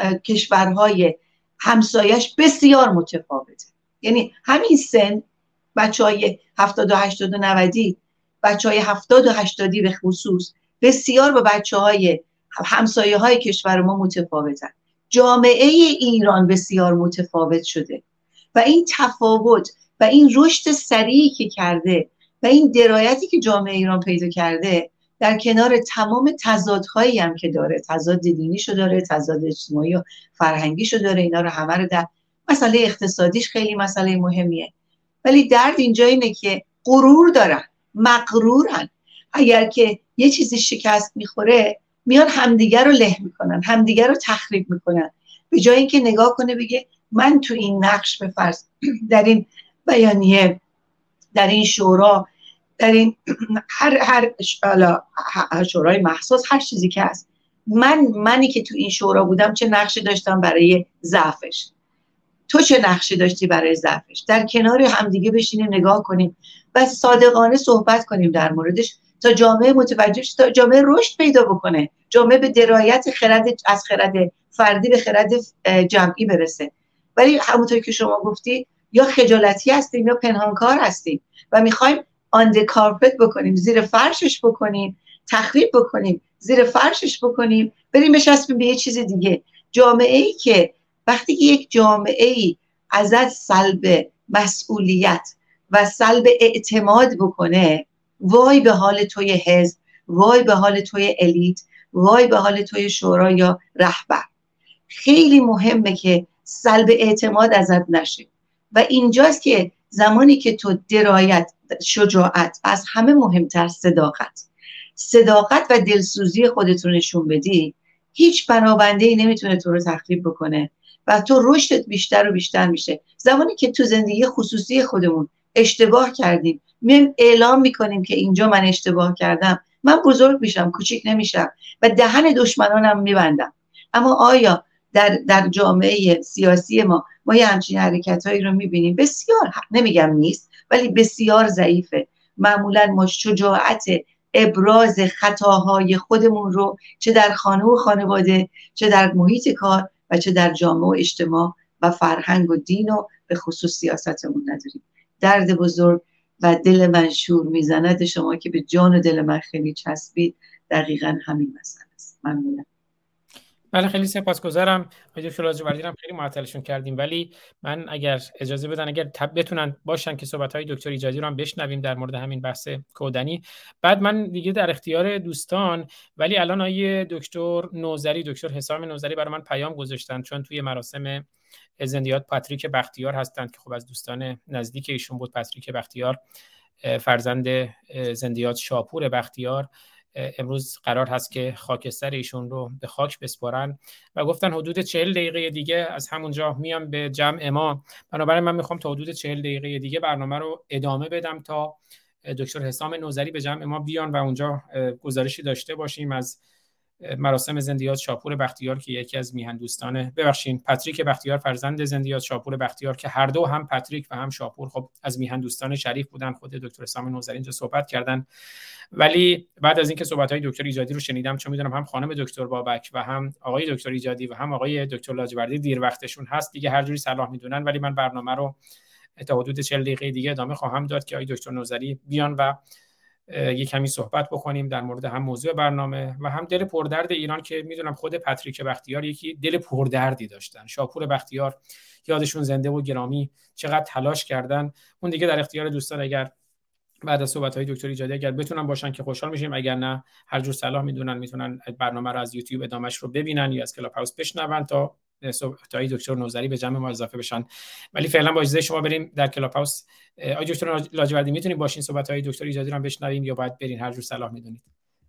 کشورهای همسایش بسیار متفاوته. یعنی همین سن بچه های هفتاد و هشتاد و نودی، بچه های هفتاد و هشتادی به خصوص بسیار با بچه های همسایه های کشور ما متفاوتن. جامعه ایران بسیار متفاوت شده و این تفاوت و این رشد سریعی که کرده و این درایتی که جامعه ایران پیدا کرده در کنار تمام تضادهایی هم که داره، تضاد دینیشو داره، تضاد اجتماعی و فرهنگیشو داره، اینا رو همه رو در مسئله اقتصادیش خیلی مسئله مهمیه. ولی درد اینجا اینه که غرور دارن، مغرورن. اگر که یه چیزی شکست میخوره میان همدیگر رو له میکنن، همدیگر رو تخریب میکنن، به جای اینکه نگاه کنه بگه من تو این نقش به فرض در این بیانیه، در این شورا، در این هر هر هر شورای مخصوص، هر چیزی که هست، من منی که تو این شورا بودم چه نقشی داشتم برای ضعفش، تو چه نقشی داشتی برای ضعفش. در کنار همدیگه بشینیم نگاه کنیم و صادقانه صحبت کنیم در موردش تا جامعه متوجه شه، تا جامعه رشد پیدا بکنه، جامعه به درایت خرد، از خرد فردی به خرد جمعی برسه. ولی همونطور که شما گفتی یا خجالتی هستیم یا پنهانکار هستیم و میخوایم آن د کارپت بکنیم، زیر فرشش بکنیم، تخریب بکنیم، زیر فرشش بکنیم، بریم بچسبیم به یه چیز دیگه. جامعه ای که وقتی که یک جامعه ای ازت سلب مسئولیت و سلب اعتماد بکنه، وای به حال توی حزب، وای به حال توی الیت، وای به حال توی شورا یا رهبر. خیلی مهمه که سلب اعتماد ازت نشه و اینجاست که زمانی که تو درایت، شجاعت، از همه مهمتر صداقت صداقت و دلسوزی خودت رو نشون بدی، هیچ بنابنده‌ای نمیتونه تو رو تخریب بکنه و تو رشدت بیشتر و بیشتر میشه. زمانی که تو زندگی خصوصی خودمون اشتباه کردیم، میایم اعلام میکنیم که اینجا من اشتباه کردم، من بزرگ میشم، کوچیک نمیشم و دهن دشمنانم میبندم. اما آیا در در جامعه سیاسی ما ما یه همچین حرکتایی رو میبینیم؟ بسیار، نمیگم نیست، ولی بسیار ضعیفه. معمولا ما شجاعت ابراز خطاهای خودمون رو چه در خانه و خانواده، چه در محیط کار و چه در جامعه و اجتماع و فرهنگ و دین و به خصوص سیاستمون نداریم. درد بزرگ و دل من شور میزند شما که به جان و دل من خیلی چسبید، دقیقاً همین مسئله است. ممنونم. بله خیلی سپاسگزارم. آقای دکتر لاجوردی هم خیلی معطلشون کردیم، ولی من اگر اجازه بدن، اگر بتونن باشن که صحبت‌های دکتر ایجادی رو هم بشنویم در مورد همین بحث کودنی. بعد من دیگه در اختیار دوستان، ولی الان آقای دکتر نوذری، دکتر حسام نوذری برای من پیام گذاشتن، چون توی مراسم زندیات پاتریک بختیار هستند که خب از دوستان نزدیک ایشون بود. پاتریک بختیار فرزند زندیات شاپور بختیار، امروز قرار هست که خاکستر ایشون رو به خاک بسپارن و گفتن حدود چهل دقیقه دیگه از همونجا میام به جمع ما. بنابراین من میخوام تا حدود چهل دقیقه دیگه برنامه رو ادامه بدم تا دکتر حسام نوذری به جمع ما بیان و اونجا گزارشی داشته باشیم از مراسم زندیات شاپور بختیار که یکی از میهن دوستان، ببخشید پاتریک بختیار فرزند زندیات شاپور بختیار که هر دو هم پاتریک و هم شاپور خب از میهن دوستان شریف بودن. خود دکتر حسام نوذری اینجا صحبت کردن، ولی بعد از اینکه صحبت‌های دکتر ایجادی رو شنیدم، چون میدونم هم خانم دکتر بابک و هم آقای دکتر ایجادی و هم آقای دکتر لاجوردی دیر وقتشون هست دیگه، هر جوری صلاح میدونن، ولی من برنامه رو تا حدود چهل دقیقه دیگه ادامه خواهم داد که آقای دکتر نوذری بیان و یک کمی صحبت بکنیم در مورد هم موضوع برنامه و هم دل پردرد ایران که میدونم خود پاتریک بختیار یکی دل پردردی داشتن. شاپور بختیار یادشون زنده و گرامی، چقدر تلاش کردن. اون دیگه در اختیار دوستان، اگر بعد از صحبت‌های دکتر ایجادی اگر بتونن باشن که خوشحال میشیم، اگر نه هر جور صلاح میدونن میتونن برنامه رو از یوتیوب ادامهش رو ببینن یا از کلاب هاوس بشنون تا صحبت‌های دکتر نوذری به جمع ما اضافه بشن. ولی فعلا با اجازه شما بریم در کلاب هاوس. آقای دکتر لاجوردی میتونیم باشین صحبت‌های دکتر ایجادی رو هم بشنویم یا باید برین؟ هر جور صلاح میدونید.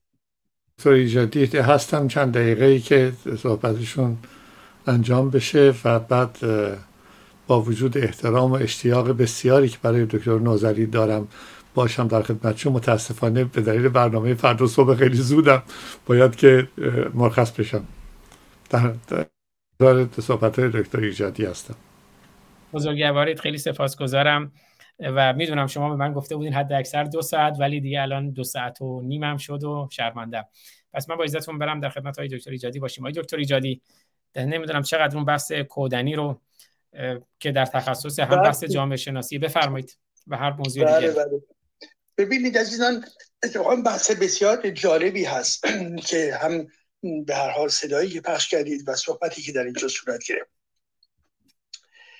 دکتر ایجادی هستم چند دقیقه‌ای که صحبتشون انجام بشه و بعد با وجود احترام و اشتیاق بسیاری که برای دکتر نوذری دارم باشم در خدمتشون. متاسفانه به دلیل برنامه فردا صبح خیلی زودم باید که مرخص بشم. در در صحبت‌های دکتر ایجادی هستم. بزرگوارید، خیلی سپاسگزارم و میدونم شما به من گفته بودین حد اکثر دو ساعت، ولی دیگه الان دو ساعت و نیم هم شد و شرمندم. پس من با اجازهتون برم در خدمت های دکتر ایجادی باشیم. های دکتر ایجادی، نمیدونم چقدر اون بحث کودنی رو که در تخصص هم بحث جامعه شناسی بفرمایید و هر موضوع دیگه. بله بله. ببینید عزیزان، اتفاقا بحث بسیار جالبی هست که هم به هر حال صدایی که پخش کردید و صحبتی که در اینجا صورت گرفت.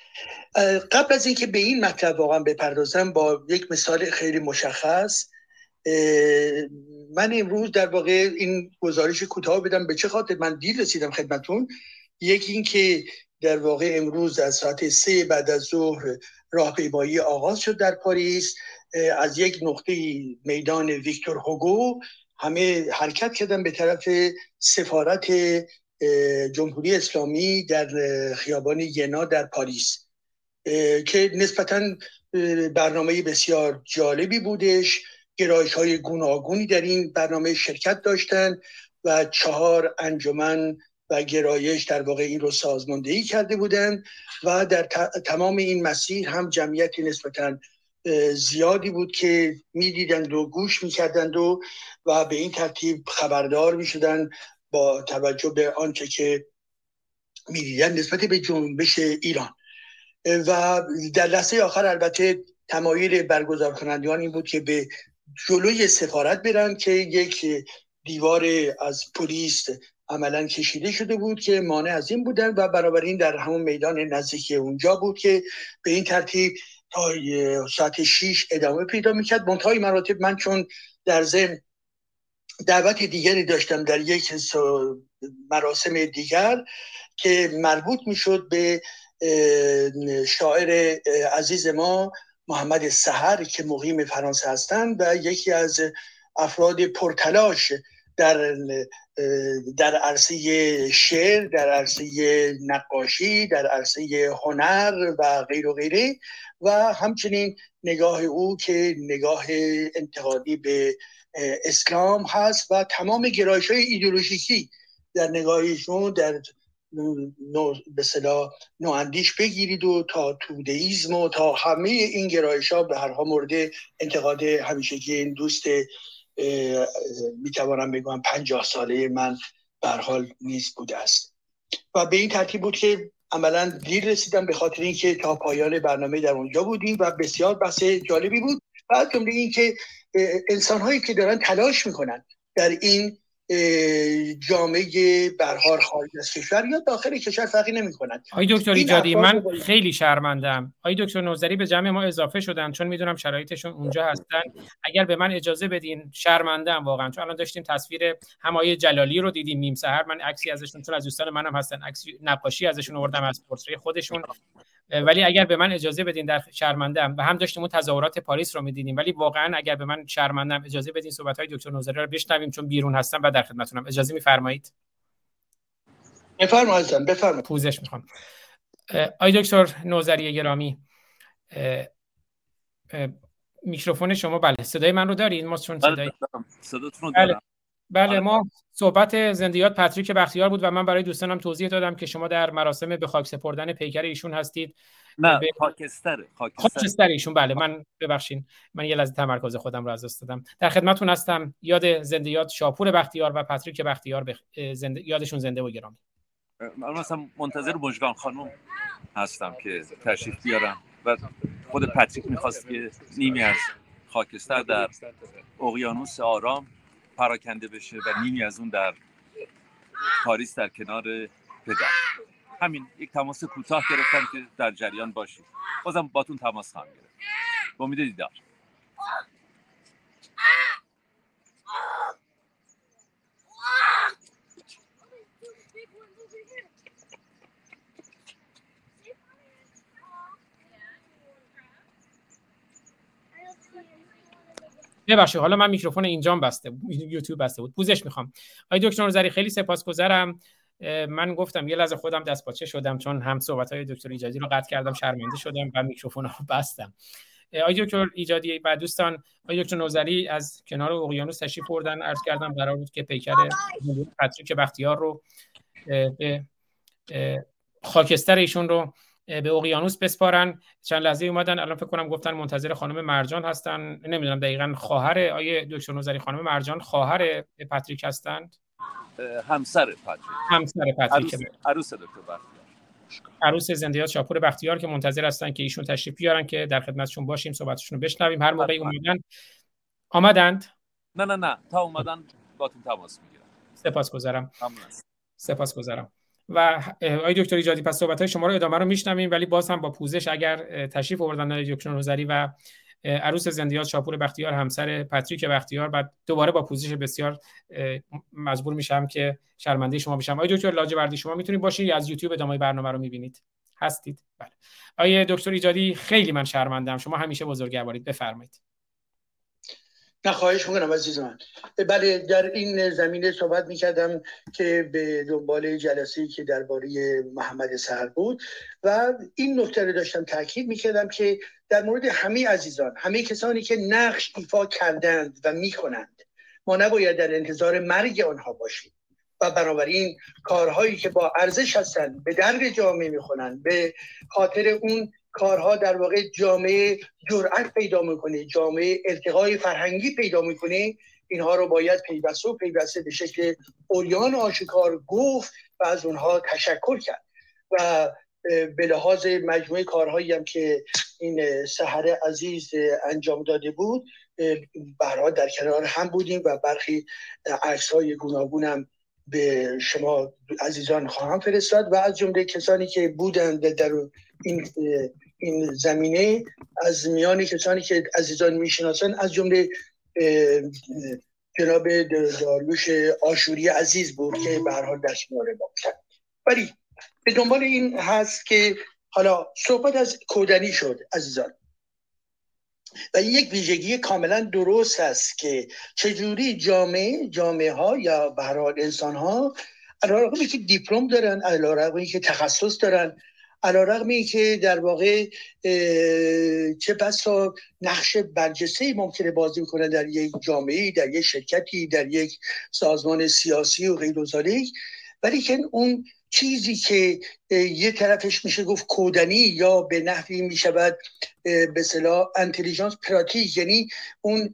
قبل از اینکه به این مطلب واقعا بپردازم با یک مثال خیلی مشخص من امروز در واقع این گزارش کوتاه بدم به چه خاطر من دیر رسیدم خدمتون. یکی این که در واقع امروز از ساعت سه بعد از ظهر راهپیمایی آغاز شد در پاریس. از یک نقطه میدان ویکتور هوگو همه حرکت کردن به طرف سفارت جمهوری اسلامی در خیابان ینا در پاریس که نسبتاً برنامه بسیار جالبی بودش. گرایش‌های گوناگونی در این برنامه شرکت داشتند و چهار انجمن و گرایش در واقع این رو سازماندهی کرده بودند و در تمام این مسیر هم جمعیت نسبتاً زیادی بود که می‌دیدند و گوش می‌کردند و و به این ترتیب خبردار می‌شدند با توجه به آنچه که می‌دیدند نسبت به جنبش ایران. و در لحظه آخر البته تمایل برگزار کنندگان این بود که به جلوی سفارت برن که یک دیوار از پلیس عملا کشیده شده بود که مانع از این بودن و بنابراین در همون میدان نزدیکی اونجا بود که به این ترتیب تا ساعت شیش ادامه پیدا میکرد. منتهای مراتب من چون در ضمن دعوت دیگری داشتم در یک مراسم دیگر که مربوط میشد به شاعر عزیز ما محمد سحر که مقیم فرانسه هستند و یکی از افراد پرتلاش در در عرصه شعر، در عرصه نقاشی، در عرصه هنر و غیر و غیره و همچنین نگاه او که نگاه انتقادی به اسلام هست و تمام گرایش‌های ایدئولوژیکی در نگاهشون در نو به اصطلاح نواندیش بگیرید و تا تودئیسم و تا همه این گرایش‌ها به هر حال مورد انتقاد همیشگی این دوست میتوانم بگم پنجاه ساله من به هر حال نیز بوده است و به این ترتیب بود که عملا دیر رسیدم به خاطر اینکه تا پایان برنامه در اونجا بودیم و بسیار بحث جالبی بود و از جمله اینکه انسان‌هایی که دارن تلاش میکنن در این جامعه برهار خارج از کشور یا داخل کشور فرقی نمی‌کنند. آقای دکتر ایجادی من خیلی شرمندم. آقای دکتر نوذری به جمع ما اضافه شدن چون میدونم شرایطشون اونجا هستن. اگر به من اجازه بدین شرمندم واقعا چون الان داشتیم تصویر هم آقای جلالی رو دیدیم نیم سحر، من عکسی ازشون چون از دوستان منم هستن عکس نقاشی ازشون آوردم از پورتری خودشون، ولی اگر به من اجازه بدین در شرمندم و هم داشتیم اون تظاهرات پاریس رو می‌دیدیم ولی واقعا اگر به من شرمندم اجازه بدین صحبت‌های دکتر نوذری رو بشنویم چون بیرون هستم و در خدمتتونم. اجازه می‌فرمایید؟ بفرمایید بفرمایید. پوزش می‌خوام. آقای دکتر نوذری گرامی میکروفون شما بله صدای من رو دارین؟ ما چون صدای صداتون رو دارم. بله ما صحبت زندیات پاتریک بختیار بود و من برای دوستانم توضیح دادم که شما در مراسم به خاک سپردن پیکر ایشون هستید. نه به... خاکستر خاکستر خاکستر ایشون بله من ببخشید من یه لحظه تمرکز خودم رو از دست دادم. در خدمتتون هستم. یاد زندیات شاپور بختیار و پاتریک بختیار به زند... یادشون زنده و گرامی. من مثلا منتظر مژگان خانم هستم که تشریف بیارم و خود پاتریک می‌خواست که نیمی از خاکستر در اقیانوس آرام پراکنده بشه و نیمی از اون در پاریس در کنار پدر. همین یک تماس کوتاه گرفتم که در جریان باشید. بازم باتون تماس خواهم گرفت. با امید دیدار. ببخشید حالا من میکروفون اینجام بسته بود، یوتیوب بسته بود. پوزش میخوام. آقای دکتر نوذری خیلی سپاسگزارم. من گفتم یه لحظه خودم دستپاچه شدم چون هم صحبت‌های دکتر ایجادی رو قطع کردم، شرمنده شدم و میکروفون رو بستم. آقای دکتر ایجادی و دوستان، آقای دکتر نوذری از کنار اقیانوس تشریف بردن. عرض کردم قرار بود که پیکر پاتریک بختیار رو به خاکستر ایشون رو به اقیانوس بسپارن. چند لحظه اومدن، الان فکر کنم گفتن منتظر خانم مرجان هستن. نمیدونم دقیقاً خواهر آیه دکتر نوذری خانم مرجان خواهر پاتریک هستند؟ همسر پاتریک. همسر پاتریک. عروس دکتر بختیار. عروس زندیات شاپور بختیار که منتظر هستن که ایشون تشریف بیارن که در خدمتشون باشیم، صحبتشون رو بشنویم. هر موقعی اومدن آمدند؟ نه نه نه تا اومدن باتون تماس میگیرم. سپاسگزارم. ممنون. سپاسگزارم. و آقای دکتر ایجادی پس صحبت‌های شما رو ادامه رو میشنویم ولی باز هم با پوزش اگر تشریف آوردن آقای دکتر نوذری و عروس زندیات شاپور بختیار همسر پاتریک بختیار، بعد دوباره با پوزش بسیار مجبور میشم که شرمنده شما بشم. آقای دکتر لاجوردی شما میتونید باشید یا از یوتیوب ادامه برنامه رو میبینید؟ هستید؟ بله. آقای دکتر ایجادی خیلی من شرمندم، شما همیشه بزرگوارید، بفرمایید. نه خواهش میکنم عزیز من. بله، در این زمینه صحبت میکردم که به دنبال جلسه‌ای که درباره محمد سحر بود و این نکته رو داشتم تاکید میکردم که در مورد همه عزیزان، همه کسانی که نقش ایفا کردند و میکنند، ما نباید در انتظار مرگ آنها باشیم و بنابراین کارهایی که با ارزش هستند، به درد جامعه میخونند، به خاطر اون کارها در واقع جامعه جرأت پیدا میکنه، جامعه ارتقای فرهنگی پیدا میکنه، اینها رو باید پیوسته و پیوسته به شکل عریان آشکار گفت و از اونها تشکر کرد. و به لحاظ مجموعه کارهایی هم که این سحر عزیز انجام داده بود، برها در کنار هم بودیم و برخی عکس‌های گوناگون هم به شما عزیزان خواهم فرستاد و از جمله کسانی که بودند در این این زمینه، از میان کسانی که عزیزان میشناسن، از جمله جناب داریوش آشوری عزیز بود که به هر حال در کنار ما بود. ولی به دنبال این هست که حالا صحبت از کودنی شد عزیزان و یک ویژگی کاملا درست است که چجوری جامعه جامعه ها یا به هر حال انسان ها علیرغم اینکه دیپلم دارن، علیرغم اینکه تخصص دارن، علیرغم اینکه در واقع چه بسا نقش برجسته‌ای ممکنه بازی کنه در یک جامعه، در یک شرکتی، در یک سازمان سیاسی و غیر ذالک، ولی که اون چیزی که یه طرفش میشه گفت کودنی یا به نحوی میشود به اصطلاح انتلیجنس پراتیک، یعنی اون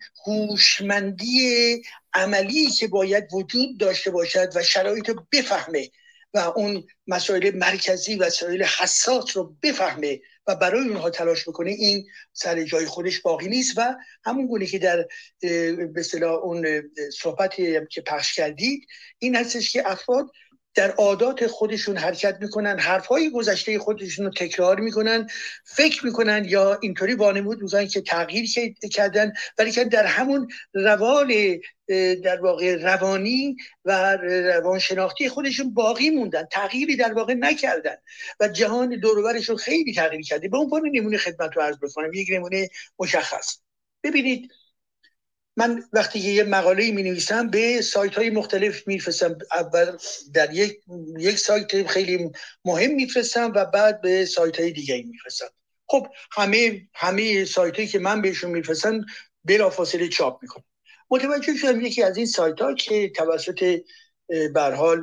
هوشمندی عملی که باید وجود داشته باشد و شرایط رو بفهمه و اون مسائل مرکزی و مسائل حساس رو بفهمه و برای اونها تلاش بکنه، این سر جای خودش باقی نیست. و همون گونه که در به اصطلاح اون صحبتی که پخش کردید این هستش که افراد در عادات خودشون حرکت میکنن، حرفهای گذشته خودشون رو تکرار میکنن، فکر میکنن یا اینطوری وانمود میکنن که تغییر کردن، ولی که در همون روال در واقع روانی و روانشناختی خودشون باقی موندن، تغییری در واقع نکردن و جهان دور و برشون خیلی تغییر کرده. به عنوان نمونه خدمت رو عرض بکنم، یک نمونه مشخص. ببینید، من وقتی یه مقاله می نویسم به سایت های مختلف میفرستم. اول در یک یک سایت خیلی مهم میفرستم و بعد به سایت های دیگه میفرستم. خب همه همه سایت هایی که من بهشون میفرستم بلافاصله چاپ میکنم. متوجه شدم یکی از این سایت ها که توسط به هر حال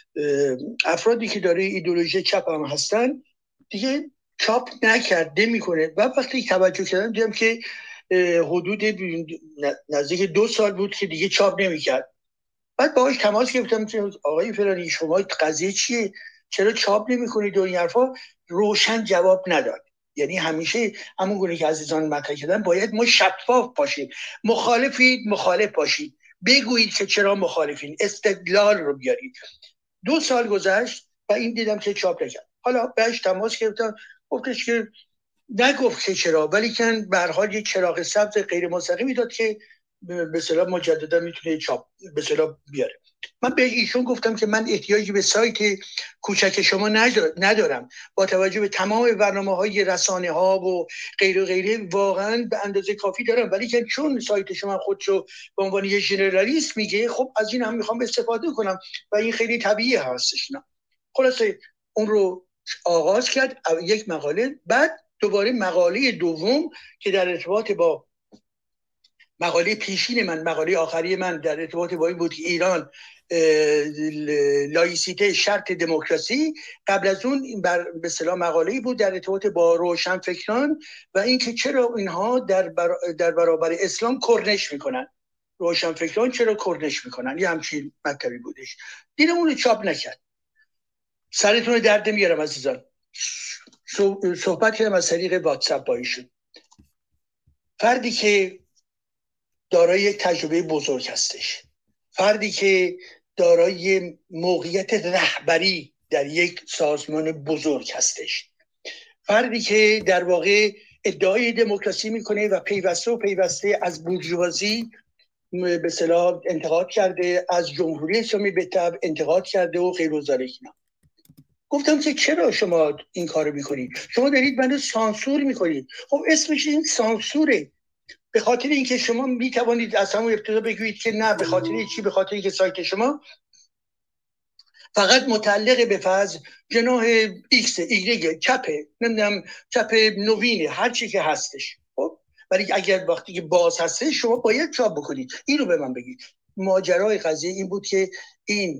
افرادی که داره ایدئولوژی چپ هم هستن دیگه چاپ نکرده میکنه و وقتی توجه کردم دیدم که حدود نزدیک دو سال بود که دیگه چاپ نمی‌کرد. بعد باهاش تماس گرفتم که آقای فلانی شما قضیه چیه؟ چرا چاپ نمی‌کنید؟ و این حرفا روشن جواب نداد. یعنی همیشه همون گونه که عزیزان مطرح کردن باید ما شفاف باشیم. مخالفید مخالف باشید. بگویید که چرا مخالفین. استدلال رو بیارید. دو سال گذشت و این دیدم که چاپ نکرد. حالا بهش تماس گرفتم، گفتش که نگفت که چرا، ولی که به هر حال یک چراغ سبز غیر مستقیمی داد که به اصطلاح مجددا میتونه چاپ به اصطلاح بیاره. من به ایشون گفتم که من احتیاجی به سایت کوچک شما ندارم، با توجه به تمام برنامه‌های رسانه‌ها و غیر و غیره واقعا به اندازه کافی دارم، ولی که چون سایت شما خودشو به عنوان یه ژنرالیست میگه، خب از این هم میخوام استفاده کنم و این خیلی طبیعی هستش. نه خلاصه اون رو آغاز کرد یک مقاله، بعد دوباره مقاله دوم که در ارتباط با مقاله پیشین من، مقاله آخری من در ارتباط با این بود که ایران لایسیته شرط دموکراسی، قبل از اون بر به اصطلاح مقاله‌ای بود در ارتباط با روشنفکران و اینکه چرا اینها در بر... در برابر اسلام کرنش میکنن، روشنفکران چرا کرنش میکنن، یه همچین مطلبی بودش. دیدم اون رو چاپ نکرد. سرتون درد میارم عزیزان. صحبت کردم از طریق واتساپ با ایشون. فردی که دارای یک تجربه بزرگ هستش، فردی که دارای موقعیت رهبری در یک سازمان بزرگ هستش، فردی که در واقع ادعای دموکراسی میکنه و پیوسته و پیوسته از بورژوازی به اصطلاح انتقاد کرده، از جمهوری اسلامی به تبع انتقاد کرده و غیر و ذالک. گفتم که چرا شما این کارو میکنید؟ شما دارید منو سانسور میکنید. خب اسمش این سانسوره. به خاطر اینکه شما میتوانید از همون ابتدا بگویید که نه، به خاطر چی؟ به خاطر اینکه سایت شما فقط متعلق به فرض جناح ایکس، ایگرگ، چپه، نمیدونم چپ نوینه، هر چی که هستش. خب ولی اگر وقتی که باز هستش شما باید چاپ بکنید. این رو به من بگید. ماجرای قضیه این بود که این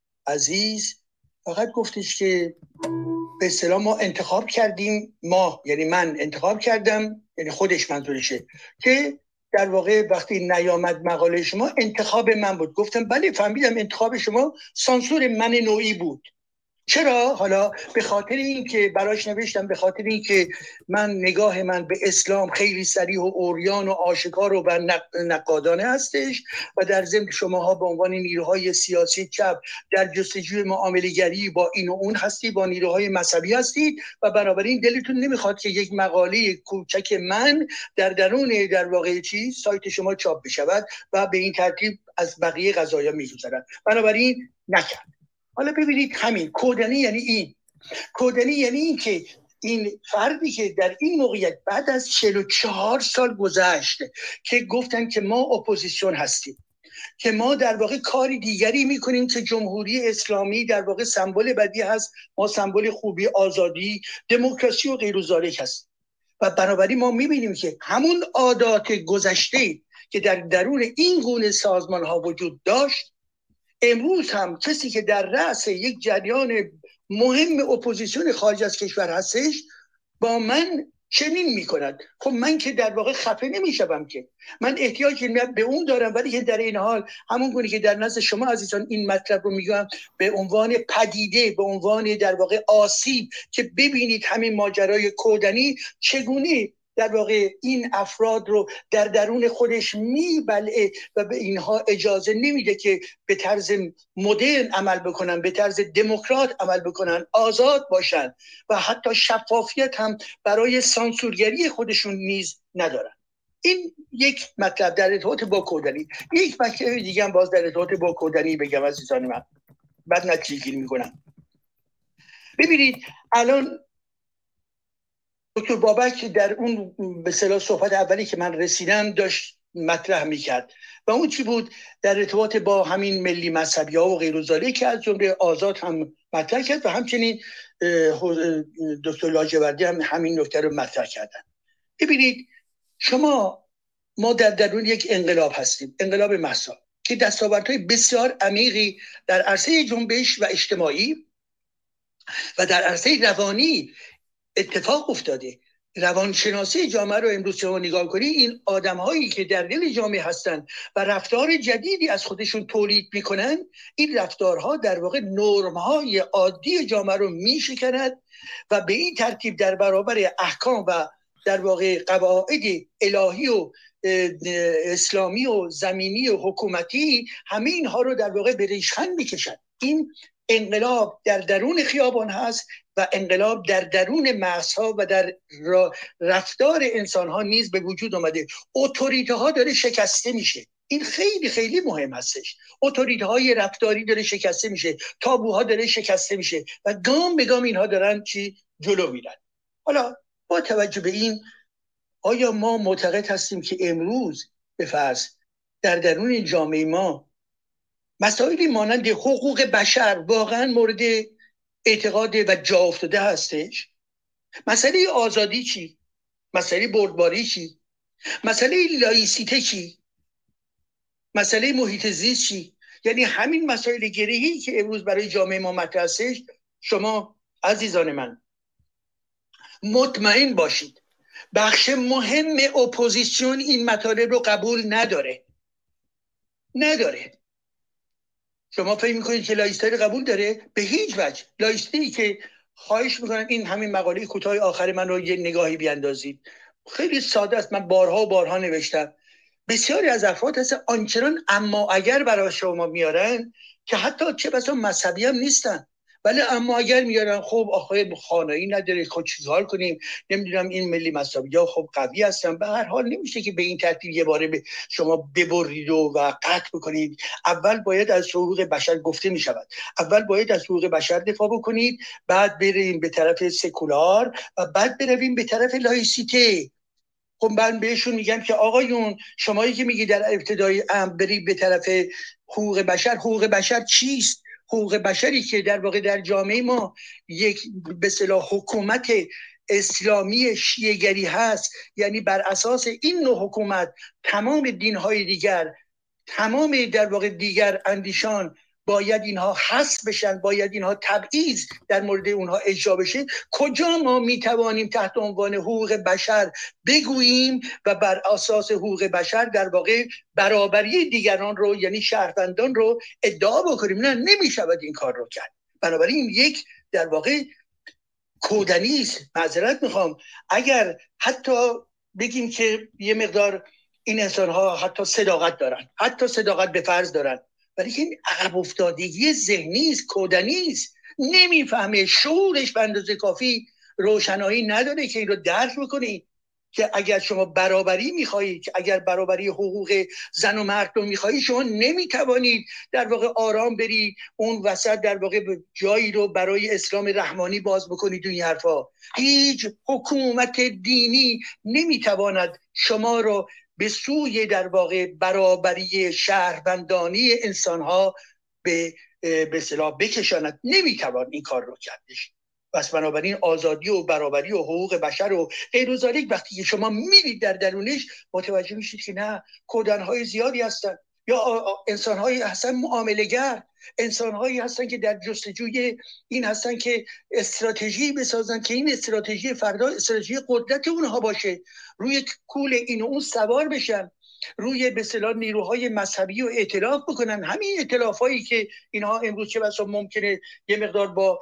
عزیز فقط گفتش که به اصطلاح ما انتخاب کردیم، ما یعنی من انتخاب کردم، یعنی خودش منظورشه، که در واقع وقتی نیامد مقاله شما انتخاب من بود. گفتم بله فهمیدم انتخاب شما سانسور من نوعی بود. چرا؟ حالا به خاطر این که براش نوشتم، به خاطر این که من نگاه من به اسلام خیلی صریح و عریان و آشکار و نقادانه هستش و در ضمن شماها به عنوان نیروهای سیاسی چپ در جستجوی معامله‌گری با این و اون هستید، با نیروهای مذهبی هستید و بنابراین دلتون نمیخواد که یک مقاله کوچک من در درون در واقع چیز سایت شما چاپ بشود و به این ترتیب از بقیه قضایا میگذرد. بنابراین نکرد. حالا ببینید همین کودنی یعنی این کودنی یعنی این که این فردی که در این موقعیت بعد از چهل و چهار سال گذشته که گفتن که ما اپوزیسیون هستیم، که ما در واقع کاری دیگری میکنیم که جمهوری اسلامی در واقع سمبل بدی هست، ما سمبل خوبی، آزادی، دموکراسی و غیر ذالک هست و بنابراین ما میبینیم که همون عادات گذشته که در درون این گونه سازمان ها وجود داشت امروز هم کسی که در رأس یک جریان مهم اپوزیسیون خارج از کشور هستش با من چنین میکند. خب من که در واقع خفه نمیشم، که من احتیاج به اون دارم، ولی که در این حال همون گونه که در نزد شما عزیزان این مطلب رو میگم به عنوان پدیده، به عنوان در واقع آسیب، که ببینید همین ماجرای کودنی چگونه در واقع این افراد رو در درون خودش میبلعه و به اینها اجازه نمیده که به طرز مدرن عمل بکنن، به طرز دموکرات عمل بکنن، آزاد باشن و حتی شفافیت هم برای سانسورگری خودشون نیز ندارن. این یک مطلب در ارتباط با کودنی. یک مطلب دیگه هم باز در ارتباط با کودنی بگم عزیزان من، بعد نتیجه گیری میکنم. ببینید الان دکتر بابک در اون به اصطلاح صحبت اولی که من رسیدم داشت مطرح میکرد و اون چی بود؟ در ارتباط با همین ملی مذهبی ها و غیر و ذالک که از جمله آزاد هم مطرح کرد و همچنین دکتر لاجوردی هم همین نکته رو مطرح کردن. ببینید شما ما در درون یک انقلاب هستیم، انقلاب محض که دستاوردهای بسیار عمیقی در عرصه جنبش و اجتماعی و در عرصه روانی اتفاق افتاده. روانشناسی جامعه رو امروز شما نگاه کنید، این آدم هایی که در دل جامعه هستن و رفتار جدیدی از خودشون تولید میکنن، این رفتارها در واقع نرم های عادی جامعه رو میشکند و به این ترتیب در برابر احکام و در واقع قواعد الهی و اسلامی و زمینی و حکومتی همه اینها رو در واقع به ریشخند میکشند. این انقلاب در درون خیابان هست و انقلاب در درون مرزها و در رفتار انسانها نیز به وجود آمده. اتوریته ها داره شکسته میشه. این خیلی خیلی مهم هستش. اتوریته های رفتاری داره شکسته میشه، تابوها داره شکسته میشه و گام به گام اینها دارن چی جلو میرن. حالا با توجه به این، آیا ما معتقد هستیم که امروز به فرض در درون جامعه ما مسائلی مانند حقوق بشر واقعا مورد اعتقاد و جا افتاده هستش؟ مسئله آزادی چی؟ مسئله بردباری چی؟ مسئله لایسیته چی؟ مسئله محیط زیست چی؟ یعنی همین مسائل گرهی که امروز برای جامعه ما مطرح هستش، شما عزیزان من مطمئن باشید بخش مهم اپوزیسیون این مطالب رو قبول نداره نداره شما فکر میکنید که لایسیته قبول داره؟ به هیچ وجه. لایسیته‌ای که خواهش میکنم این همین مقاله کوتاه آخر من رو یه نگاهی بیاندازید. خیلی ساده است، من بارها و بارها نوشتم. بسیاری از افراد هستن آنچنان اما اگر برای شما میارن که حتی چه بسا مذهبی هم نیستن ولی اما اگر میارن خب آخه خانه‌ای نداره، خب چیکار کنیم، نمیدونم این ملی مساوی‌ها خب قوی هستن، به هر حال نمیشه که به این ترتیب یه باره به شما ببرید و, و قطع بکنید. اول باید از حقوق بشر گفته میشود، اول باید از حقوق بشر دفاع بکنید، بعد بریم به طرف سکولار و بعد برویم به طرف لایسیته. خب من بهشون میگم که آقایون شمایی که میگی در ابتدای امر برید به طرف حقوق بشر، حقوق بشر چیست؟ حقوق بشری که در واقع در جامعه ما یک به اصطلاح حکومت اسلامی شیعه‌گری هست، یعنی بر اساس این نوع حکومت تمام دین‌های دیگر، تمام در واقع دیگر اندیشان باید اینها حذف بشن، باید اینها تبعیض در مورد اونها اجرا بشه. کجا ما میتوانیم تحت عنوان حقوق بشر بگوییم و بر اساس حقوق بشر در واقع برابری دیگران رو یعنی شهروندان رو ادعا بکنیم؟ نه، نمیشود این کار رو کرد. بنابراین یک در واقع کودنی است. معذرت میخوام اگر حتی بگیم که یه مقدار این انسان ها حتی صداقت دارن، حتی صداقت به فرض دارن، ولی که این عقب افتادگی ذهنی است، کودنی است، نمیفهمه، شعورش به اندازه کافی روشنایی نداره که این رو درک بکنی که اگر شما برابری میخواهید، که اگر برابری حقوق زن و مرد رو میخواهید، شما نمیتوانید در واقع آرام برید اون وسط در واقع جایی رو برای اسلام رحمانی باز بکنید. این حرفا هیچ حکومت دینی نمیتواند شما رو به سوی در واقع برابری شهروندانی انسانها به به اصطلاح بکشاند. نمیتوان این کار رو کردش. پس بنابراین آزادی و برابری و حقوق بشر و غیر و ذالک وقتی که شما میرید در درونش متوجه میشید که نه، کودنهای زیادی هستن یا انسانهایی هستن معامله‌گر، انسانهایی هستن که در جستجوی این هستن که استراتژی بسازن که این استراتژی فردا استراتژی قدرت اونها باشه، روی کول این و اون سوار بشن، روی به اصطلاح نیروهای مذهبی و ائتلاف بکنن. همین ائتلافایی که اینها امروز چه بسا ممکنه یه مقدار با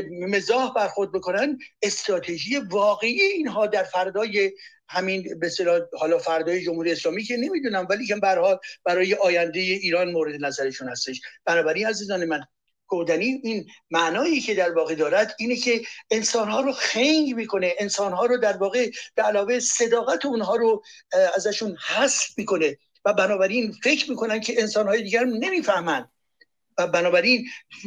مزاح برخورد بکنن، استراتژی واقعی اینها در فردای همین به اصطلاح حالا فردای جمهوری اسلامی که نمیدونم، ولی که به هر حال برای آینده ایران مورد نظرشون هستش. بنابراین عزیزان من، کودنی این معنایی که در واقع دارد اینه که انسانها رو خنگ میکنه، انسانها رو در واقع به علاوه صداقت اونها رو ازشون حذف میکنه و بنابراین فکر میکنن که انسانهای دیگر نمیفهمن و بنابراین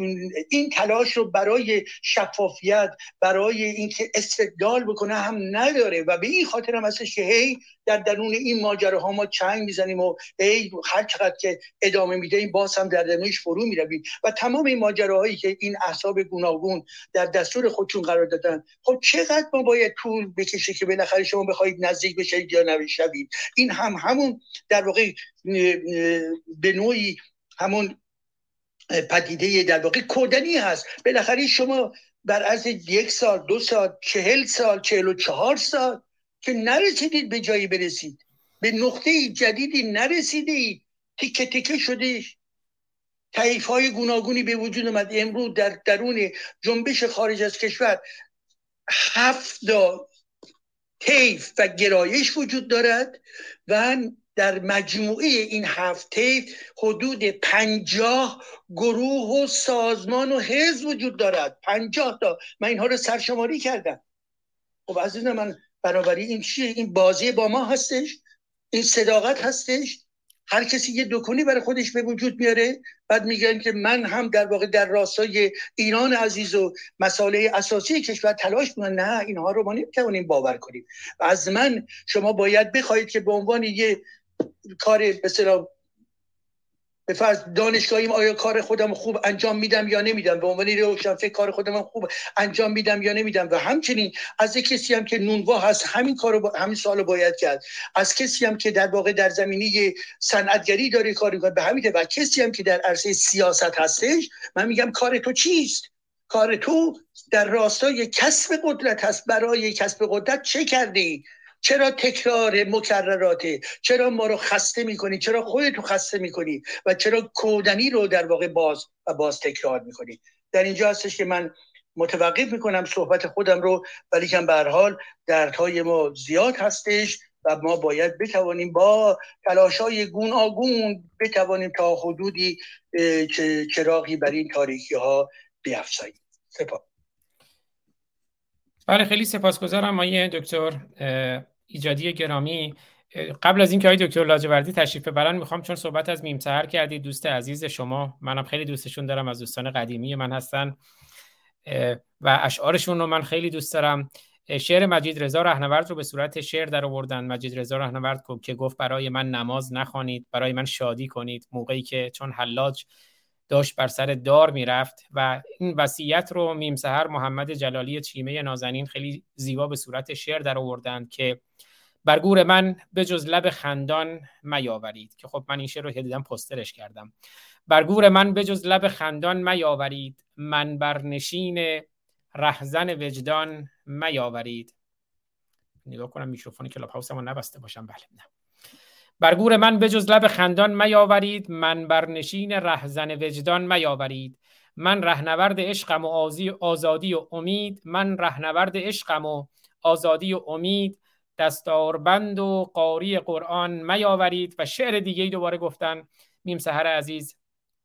این تلاش رو برای شفافیت، برای اینکه استدلال بکنه هم نداره و به این خاطر هم هستش که هی در درون این ماجراها ما چنگ میزنیم و هی هر چقدر که ادامه میدیم باز هم در درونش فرو میرویم و تمام این ماجراهایی که این احزاب گوناگون در دستور خودشون قرار دادن، خب چقدر ما باید طول بکشه که بالاخره شما بخواید نزدیک بشید یا نشوید؟ این هم همون در واقع به نوعی همون پدیده در واقع کودنی هست. بالاخره شما بر عرض یک سال، دو سال، چهل سال، چهل و چهار سال که نرسیدید به جایی برسید، به نقطه جدیدی نرسیدید، تیکه تیکه شده، طایف‌های گوناگونی به وجود اومد. امروز در درون جنبش خارج از کشور هفت طیف و گرایش وجود دارد و در مجموعه این هفت طیف حدود پنجاه گروه و سازمان و حزب وجود دارد. پنجاه تا، من اینها رو سرشماری کردم. خب عزیزان من، بنابراین این چیه؟ این بازی با ما هستش، این صداقت هستش. هر کسی یه دکونی برای خودش به وجود میاره، بعد میگن که من هم در واقع در راستای ایران عزیز و مسائل اساسی کشور تلاش میکنم. نه، اینها رو ما نمیتونیم باور کنیم. و از من شما باید بخواید که به عنوان یه کار به اصطلاح به فرض دانشگاهیم آیا کار خودم خوب انجام میدم یا نمیدم، به عنوان روشنفکر کار خودم خوب انجام میدم یا نمیدم، و همچنین از کسی هم که نونوا هست همین کارو با... همین سوالو باید کرد، از کسی هم که در واقع در زمینه صنعتگری داره کار میکنه به همین، و کسی هم که در عرصه سیاست هستش. من میگم کار تو چیست؟ کار تو در راستای کسب قدرت هست. برای کسب قدرت چه کردی؟ چرا تکرار مکرراته؟ چرا ما رو خسته میکنی؟ چرا خودتو خسته میکنی؟ و چرا کودنی رو در واقع باز و باز تکرار میکنی؟ در اینجا هستش که من متوقف میکنم صحبت خودم رو، ولی که به هر حال دردهای ما زیاد هستش و ما باید بتوانیم با تلاشای گوناگون بتوانیم تا حدودی چراغی بر این تاریکی ها بیفزاییم. سپاس. بله خیلی سپاسگزارم آقای دکتر ایجادی گرامی. قبل از اینکه آقای دکتر لاجوردی تشریف ببرن میخوام، چون صحبت از میم سحر کردید، دوست عزیز شما، منم خیلی دوستشون دارم، از دوستان قدیمی من هستن و اشعارشون رو من خیلی دوست دارم. شعر مجید رضا رهنورد رو به صورت شعر در آوردن. مجید رضا رهنورد که گفت برای من نماز نخوانید، برای من شادی کنید، موقعی که چون حلاج داشت بر سر دار میرفت. و این وصیت رو میم سحر محمد جلالی چیمه نازنین خیلی زیبا به صورت شعر در آوردن که بر گور من به جز لب خندان میاورید، که خب من این شعر رو دیدم پوسترش کردم. بر گور من به جز لب خندان میاورید، من بر نشین رهزن وجدان میاورید. نگاه کنم میکروفون کلاب هاوسمو نبسته باشم. بله نه. بر گور من به جز لب خندان میاورید، من بر نشین رهزن وجدان میاورید. من رهنورد عشقم و آزادی و امید، من رهنورد عشقم و آزادی و امید، دستاربند و قاری قرآن میاورید. و شعر دیگه‌ای دوباره گفتن میم سحر عزیز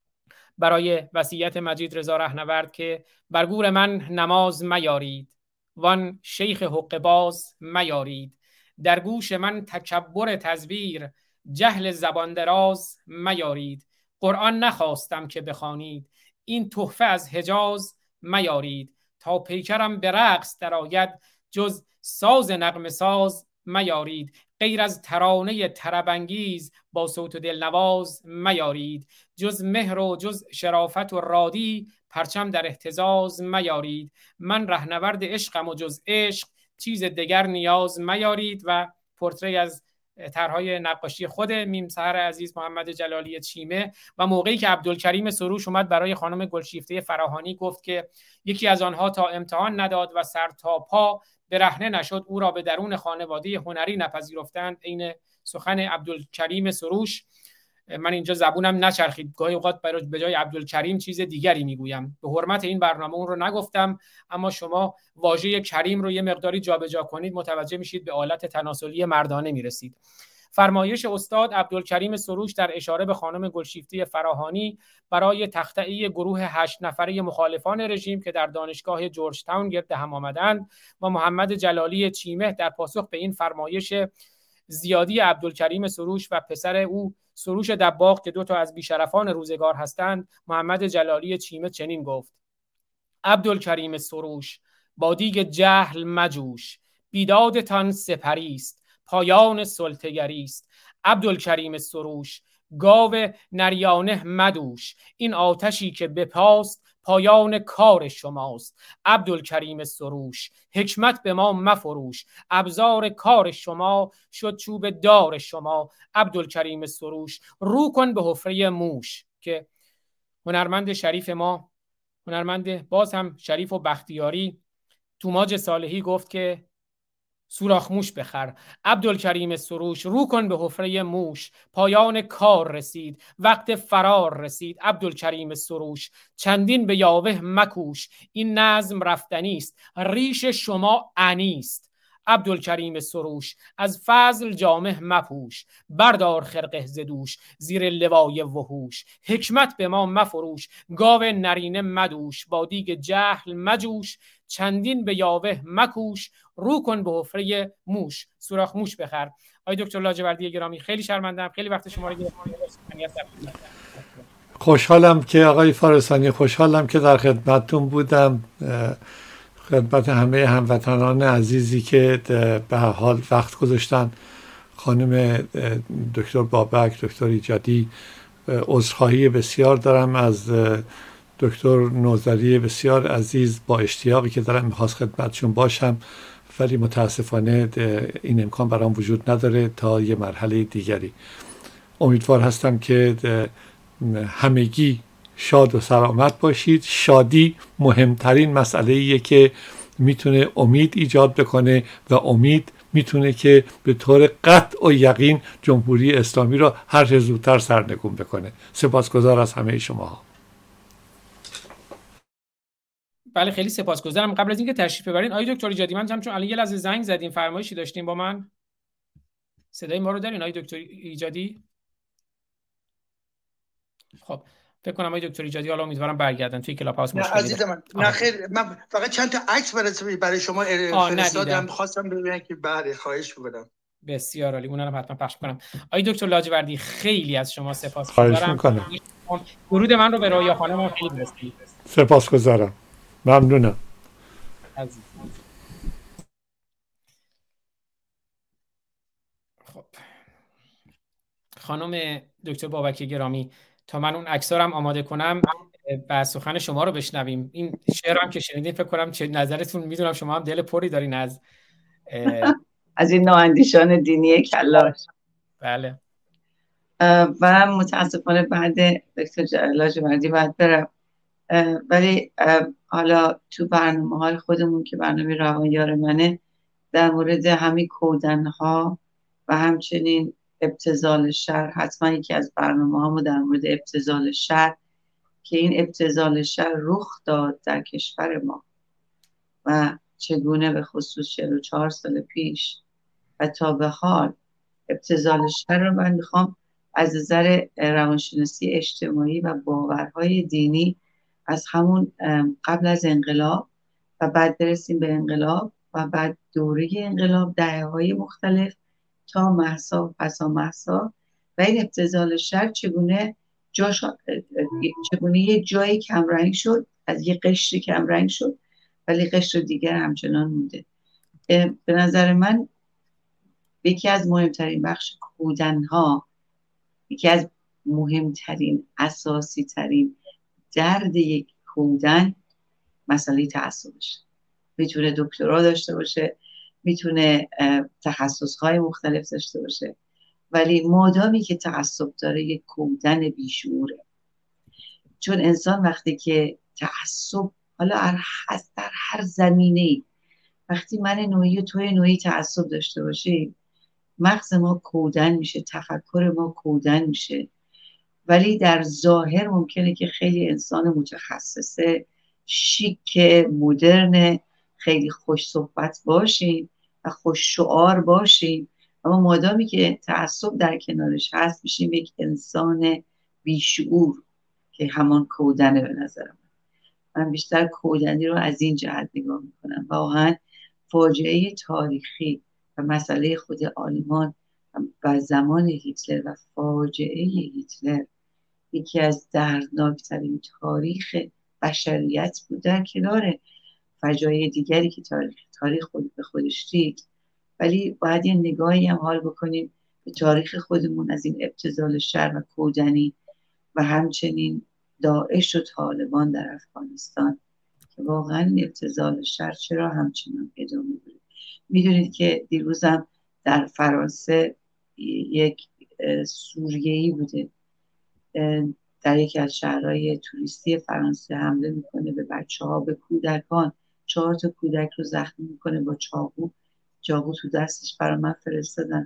برای وصیت مجید رضا رهنورد که بر گور من نماز میارید، وان شیخ حقه باز میارید. در گوش من تکبر تزویر، جهل زبان دراز میارید. قرآن نخواستم که بخوانید، این تحفه از حجاز میارید. تا پیکرم به رقص درآید، جز ساز نغمه ساز میارید. غیر از ترانه طرب‌انگیز با صوت دلنواز میارید. جز مهر و جز شرافت و رادی، پرچم در اهتزاز میارید. من رهنورد عشقم و جز عشق، چیز دیگر نیاز میارید. و پورتری از طرحهای نقاشی خود میم سحر عزیز محمد جلالی چیمه. و موقعی که عبدالکریم سروش اومد برای خانم گلشیفته فراهانی گفت که یکی از آنها تا امتحان نداد و سر تا پا برهنه نشد، او را به درون خانواده هنری نپذیرفتند. این سخن عبدالکریم سروش. من اینجا زبونم نچرخید، گاهی اوقات به جای عبدالکریم چیز دیگری میگویم. به حرمت این برنامه اون رو نگفتم، اما شما واژه کریم رو یه مقداری جابجا کنید متوجه میشید به آلت تناسلی مردانه میرسید. فرمایش استاد عبدالکریم سروش در اشاره به خانم گلشیفته فراهانی برای تخطئه گروه هشت نفره مخالفان رژیم که در دانشگاه جورج تاون گرد هم آمدند و محمد جلالی چیمه در پاسخ به این فرمایش زیادی عبدالکریم سروش و پسر او سروش دباغ که دو تا از بیشرفان روزگار هستند، محمد جلالی چیمه چنین گفت: عبدالکریم سروش، با دیگ جهل مجوش، بیدادتان سپریست، پایان سلطه‌گریست. عبدالکریم سروش، گاو نریانه مدوش، این آتشی که بپاست پایان کار شماست. عبدالکریم سروش، حکمت به ما مفروش، ابزار کار شما شد چوب دار شما. عبدالکریم سروش، رو کن به حفره موش. که هنرمند شریف ما، هنرمند باز هم شریف و بختیاری، توماج صالحی گفت که سوراخ موش بخر. عبدالکریم سروش، رو کن به حفره موش، پایان کار رسید، وقت فرار رسید. عبدالکریم سروش، چندین به یاوه مکوش، این نظم رفتنیست، ریش شما انیست. عبدالکریم سروش، از فضل جامه مپوش، بردار خرقه ز دوش، زیر لوای وحوش. حکمت به ما مفروش، گاو نرینه مدوش، با دیگ جهل مجوش، چندین به یاوه مکوش، رو کن به حفره موش، سوراخ موش بخر. آقای دکتر لاجوردی گرامی، خیلی شرمندم خیلی وقت شما رو گرفتم. خوشحالم که آقای فارسانی، خوشحالم که در خدمتتون بودم، خدمت همه هموطنان عزیزی که به هر حال وقت گذاشتن. خانم دکتر بابک، دکتر ایجادی، عذرخواهی بسیار دارم از دکتر نوذری بسیار عزیز، با اشتیاقی که دارم میخواست خدمتشون باشم، ولی متاسفانه این امکان برام وجود نداره تا یه مرحله دیگری. امیدوار هستم که همگی شاد و سلامت باشید. شادی مهمترین مسئله ایه که میتونه امید ایجاد بکنه و امید میتونه که به طور قطع و یقین جمهوری اسلامی را هر چه زودتر سرنگون بکنه. سپاسگزار از همه شما. بله خیلی سپاسگزارم. قبل از اینکه تشریف ببرین آقای دکتر ایجادی، من چون الان یه لحظه زنگ زدیم، فرمایشی داشتیم با من، صدای ما رو دارین آقای دکتر ایجادی؟ خب فکر کنم آقای دکتر ایجادی حالا امیدوارم برگردن توی کلاب هاوس. نه مشکلی عزیز من، نه خیر، من فقط چند تا عکس برای برای شما فرستادم، خواستم ببینم که بعد خواهش می‌کنم. بسیار عالی، اونها رو حتما پخش کنم. آقای دکتر لاجوردی خیلی از شما سپاسگزارم. خواهش می‌کنم. درود من رو به رویا خانم خیلی برسونید. سپاسگزارم. ممنونم. عزیز. خب خانم دکتر بابکی گرامی، تا من اون عکس‌ها رو هم آماده کنم و سخن شما رو بشنویم. این شعر هم که شنیدین فکر کنم چه نظرتون، میدونم شما هم دل پری دارین از از این نواندیشان دینی کلاش. بله. و متاسفانه بعد دکتر لاجوردی باید برم، ولی حالا تو برنامه های خودمون که برنامه روانیار منه، در مورد همین کودنها و همچنین ابتذال شر، حتما یکی از برنامه هامو در مورد ابتذال شر که این ابتذال شر رخ داد در کشور ما و چگونه به خصوص چهل و چهار سال پیش و تا به حال ابتذال شر رو من میخوام از نظر روانشناسی اجتماعی و باورهای دینی از همون قبل از انقلاب و بعد برسیم به انقلاب و بعد دوره انقلاب، دهه‌های مختلف تا مهسا و پسا مهسا و این ابتذال شر چگونه جاش چگونه یه جایی کمرنگ شد، از یه قشر کمرنگ شد ولی قشر دیگر همچنان مونده. به نظر من یکی از مهمترین بخش کودنها، یکی از مهمترین اساسی ترین درد یک کودن مسئله تعصبش. میتونه دکترا داشته باشه، میتونه تخصصهای مختلف داشته باشه، ولی مادامی که تعصب داره یک کودن بیشعوره. چون انسان وقتی که تعصب، حالا در هر زمینه‌ای، وقتی من نوعی و توی نوعی تعصب داشته باشیم، مغز ما کودن میشه، تفکر ما کودن میشه، ولی در ظاهر ممکنه که خیلی انسان متخصصه، شیک، مدرن، خیلی خوش صحبت باشیم و خوش شعار باشیم، اما مادامی که تعصب در کنارش هست میشیم یک انسان بیشعور که همان کودنه. به نظر من من بیشتر کودنی رو از این جهت نگاه میکنم. واقعا فاجعه تاریخی و مسئله خود آلمان و زمان هیتلر و فاجعه هیتلر یکی از دردناکترین تاریخ بشریت بود، در کنار فجایع دیگری که تاریخ تاریخ خود به خودش دید. ولی باید یه نگاهی هم حال بکنیم به تاریخ خودمون از این ابتذال شر و کودنی و همچنین داعش و طالبان در افغانستان که واقعا ابتذال شر چرا همچنان ادامه داره. میدونید که دیروزم در فرانسه یک سوریه‌ای بوده در یکی از شهرهای توریستی فرانسه حمله میکنه به بچه ها، به کودکان، چهار تا کودک رو زخمی میکنه با چاقو، چاقو تو دستش برای من فرستادن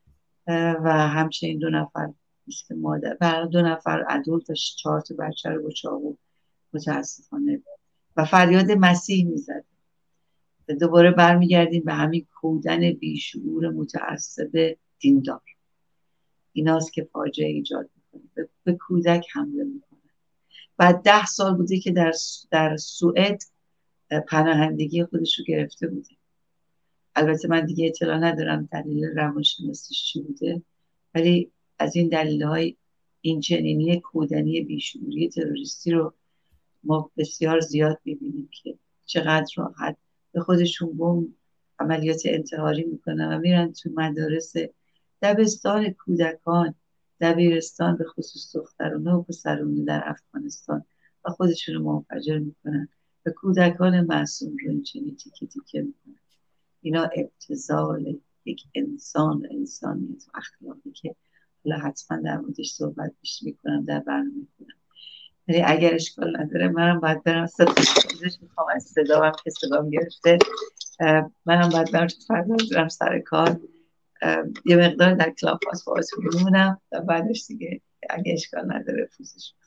و همچنین دو نفر مثل مادر برای دو نفر عدول داشت چهار تا بچه رو با چاقو متاسفانه و فریاد مسیح میزد. دوباره برمیگردیم به همین کودن بیشعور متعصب دیندار. ایناست که فاجعه ایجاد میکنه، به, به کودک حمله میکنه. بعد ده سال بوده که در در سوئد پناهندگی خودش رو گرفته بوده. البته من دیگه اطلاع ندارم دلیل روانشناسیش چی بوده، ولی از این دلایل این چنینی کودنی بیشعوری تروریستی رو ما بسیار زیاد میبینیم که چقدر راحت به خودشون بمب عملیات انتحاری میکنن و میرن تو مدارس دبستان کودکان، دبیرستان، به خصوص دخترانه و پسرانه در افغانستان و خودشون رو منفجر میکنن و کودکان معصوم رو این چنین تیکه تیکه میکنن. اینا ابتذال یک انسان و انسانیت و اخلاقی که حالا حتما در موردش صحبت میکنم در برنامه خودم. ولی اگر اشکال نداره منم باید برم صداش میخوام از صدام که صدام گرفته، منم باید برم فردا برم سر کار، یه مقدار در کلاب هاوس باهاتون میمونم و بعدش دیگه اگه اشکال نداره پوزش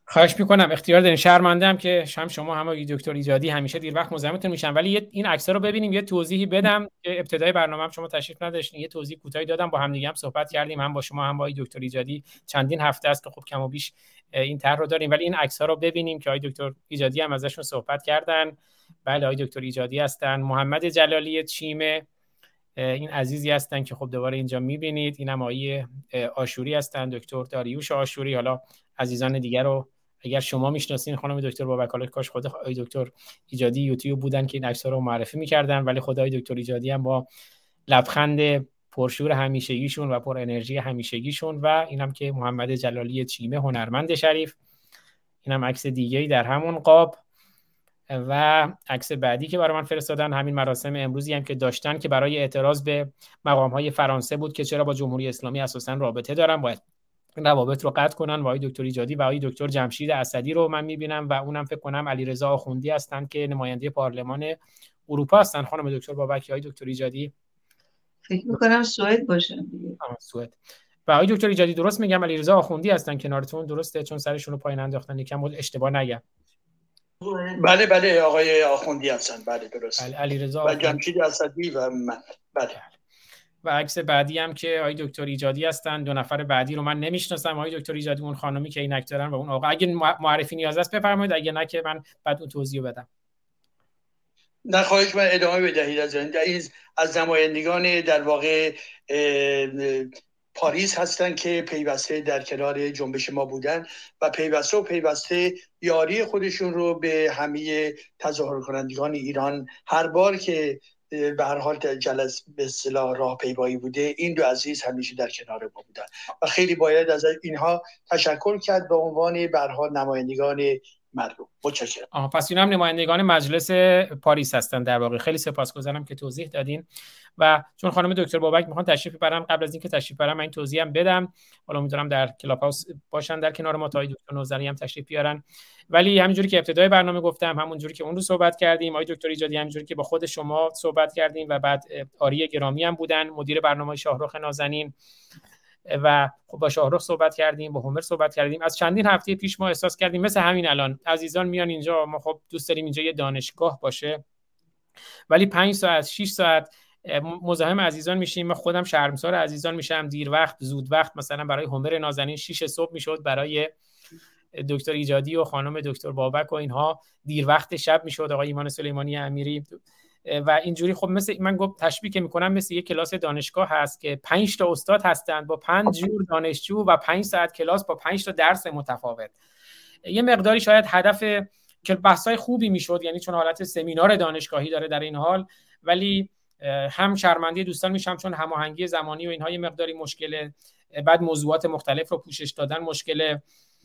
خواهش میکنم، اختیار دارین. شرمنده‌ام که هم شما هم آقای دکتر ایجادی همیشه دیر وقت مزاحمتون میشن، ولی این عکس‌ها رو ببینیم، یه توضیحی بدم که ابتدای برنامه‌ام شما تشریف نداشتین، یه توضیح کوتاهی دادم، با هم دیگه هم صحبت کردیم، هم با شما هم با آقای دکتر ایجادی چندین هفته است که خب کم و بیش این طرح رو داریم، ولی این عکس‌ها رو ببینیم که آقای دکتر ایجادی هم ازشون صحبت کردن. بله، آقای دکتر ایجادی هستن. محمد جلالی چیمه این عزیزی هستن که خب دوباره اینجا می‌بینید. اینم آقای آشوری هستن، دکتر داریوش آشوری. حالا عزیزان دیگر رو اگر شما میشناسین، خانم دکتر بابک، حالا کاش خود آقای دکتر ایجادی یوتیوب بودن که این عکس‌ها رو معرفی می‌کردن، ولی خدای دکتر ایجادی هم با لبخند پرشور همیشگیشون و پر انرژی همیشگیشون. و اینم که محمد جلالی چیمه، هنرمند شریف. اینم عکس دیگه‌ای در همون قاب. و عکس بعدی که برای من فرستادن همین مراسم امروزی هم که داشتن، که برای اعتراض به مقام‌های فرانسه بود که چرا با جمهوری اسلامی اساساً رابطه دارن، باید روابط رو قطع کنن. و آقای دکتر ایجادی و آقای دکتر جمشید اسدی رو من می‌بینم و اونم فکر کنم علیرضا آخوندی هستن که نماینده پارلمان اروپا هستن. خانم دکتر بابک، آقای دکتر ایجادی فکر می‌کنم سوئد باشن دیگه. آها، سوئد. و آقای دکتر ایجادی درست میگم علیرضا آخوندی هستن کنارتون؟ درسته؟ چون سرشون رو پایین انداختن، یکم اشتباه نگم. بله بله آقای آخوندی هستن، بله درست. بله، علیرضا و جمشید اسدی و من. بله. و عکس بعدی هم که آقای دکتر ایجادی هستن. دو نفر بعدی رو من نمیشناسم. آقای دکتر ایجادی اون خانمی که این عکس دارن و اون آقا، اگه معرفی نیاز است بفرمایید، اگه نه که من بعد اون توضیح بدم. نه خواهش من ادامه بدهید. از این از نمایندگان در واقع پاریس هستن که پیوسته در کنار جنبش ما بودن و پیوسته و پیوسته یاری خودشون رو به همه تظاهر کنندگان ایران هر بار که به هر حال جلسه به اصطلاح راهپیمایی بوده، این دو عزیز همیشه در کنار ما بودن و خیلی باید از اینها تشکر کرد به عنوان به هر حال نمایندگان مردم. متشکرم. آها، پس اینا هم نمایندگان مجلس پاریس هستن در واقع. خیلی سپاسگزارم که توضیح دادین. و چون خانم دکتر بابک میخوان تشریف ببرم، قبل از اینکه تشریف ببرم من این توضیح هم بدم. حالا میذارم در کلاب هاوس باشن در کنار ما تا آقای دکتر نوذری هم تشریف بیارن. ولی همینجوری که ابتدای برنامه گفتم، همونجوری که اون رو صحبت کردیم، آقای دکتر ایجادی همینجوری که با خود شما صحبت کردیم و بعد آری گرامی هم بودن، مدیر برنامه شاهرخ نازنین، و خب با شاهرخ صحبت کردیم، با همر صحبت کردیم. از چندین هفته پیش ما احساس کردیم مثل همین الان عزیزان میان اینجا، ما خب دوست داریم اینجا یه دانشگاه باشه، ولی پنج ساعت شش ساعت مزاحم عزیزان میشیم. من خودم شرمسار عزیزان میشم، دیر وقت زود وقت، مثلا برای همر نازنین شش صبح میشد، برای دکتر ایجادی و خانم دکتر بابک و اینها دیر وقت شب میشد، آقای ایمان سلیمانی امیری و اینجوری. خب مثل من گفت تشبیه که میکنم مثل یک کلاس دانشگاه هست که پنج تا استاد هستند با پنج جور دانشجو و پنج ساعت کلاس با پنج تا درس متفاوت. یه مقداری شاید هدف که بحثای خوبی میشد، یعنی چون حالت سمینار دانشگاهی داره در این حال، ولی هم شرمنده دوستان میشم چون هماهنگی زمانی و اینها یه مقداری مشکله، بعد موضوعات مختلف رو پوشش دادن مشکله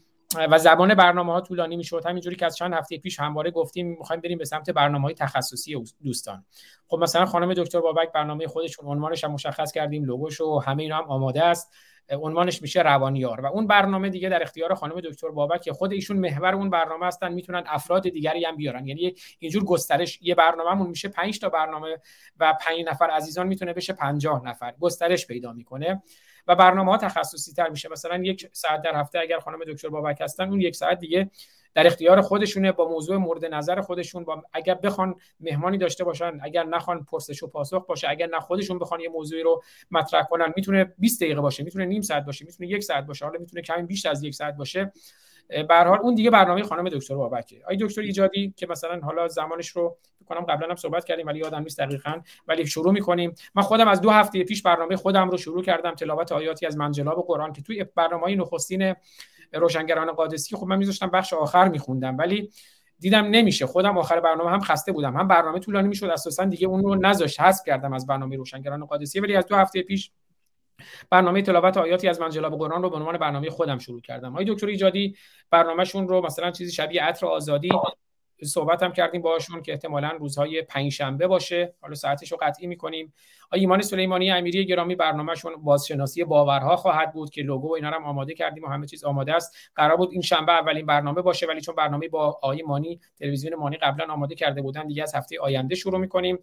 و زبان برنامه‌ها طولانی میشد. همینجوری که از چند هفته پیش همواره گفتیم می‌خوایم بریم به سمت برنامه‌های تخصصی دوستان. خب مثلا خانم دکتر بابک برنامه خودشون عنوانش هم مشخص کردیم، لوگوش و همه اینا هم آماده است، عنوانش میشه روانیار و اون برنامه دیگه در اختیار خانم دکتر بابک که خود ایشون محور اون برنامه هستن، میتونن افراد دیگری هم بیارن. یعنی اینجور گسترش یه برنامه‌مون میشه پنج تا برنامه و پنج نفر عزیزان میتونه بشه پنجاه نفر، گسترش پیدا میکنه و برنامه‌ها تخصصی تر میشه. مثلا یک ساعت در هفته اگر خانم دکتر بابک هستن، اون یک ساعت دیگه در اختیار خودشونه، با موضوع مورد نظر خودشون، با اگر بخوان مهمانی داشته باشن، اگر نخوان پرسش و پاسخ باشه، اگر نه خودشون بخوان یه موضوعی رو مطرح کنن، میتونه بیست دقیقه باشه، میتونه نیم ساعت باشه، میتونه یک ساعت باشه، حالا میتونه کمی بیشتر از یک ساعت باشه. به هر حال اون دیگه برنامه خانم دکتر بابکه. آی دکتر ایجادی که مثلا حالا زمانش رو بکنم قبلا هم صحبت کردیم ولی یادم نیست دقیقاً، ولی شروع می‌کنیم. من خودم از دو هفته پیش برنامه خودم رو شروع کردم، تلاوت آیاتی از منجلاب قرآن که توی برنامه‌های نخستین روشنگران قادسی خب من می‌ذاشتم بخش آخر می‌خوندم، ولی دیدم نمیشه. خودم آخر برنامه هم خسته بودم، هم برنامه طولانی میشد، اساساً دیگه اون رو نذاشت، حذف کردم از برنامه روشنگران قادسی. ولی از دو هفته پیش برنامه تلاوت آیاتی از منجلاب قرآن رو به عنوان برنامه خودم شروع کردم. آقای دکتر ایجادی برنامه‌شون رو مثلا چیزی شبیه عطر آزادی صحبت هم کردیم باهاشون که احتمالاً روزهای پنجشنبه باشه، حالا ساعتش رو قطعی می‌کنیم. آقای ایمان سلیمانی امیری گرامی برنامه‌شون بازشناسی باورها خواهد بود که لوگو و اینا رو هم آماده کردیم و همه چیز آماده است. قرار بود این شنبه اولین برنامه باشه، ولی چون برنامه با آقای مانی تلویزیون مانی قبلا آماده کرده بودن، دیگه از هفته آینده شروع می‌کنیم.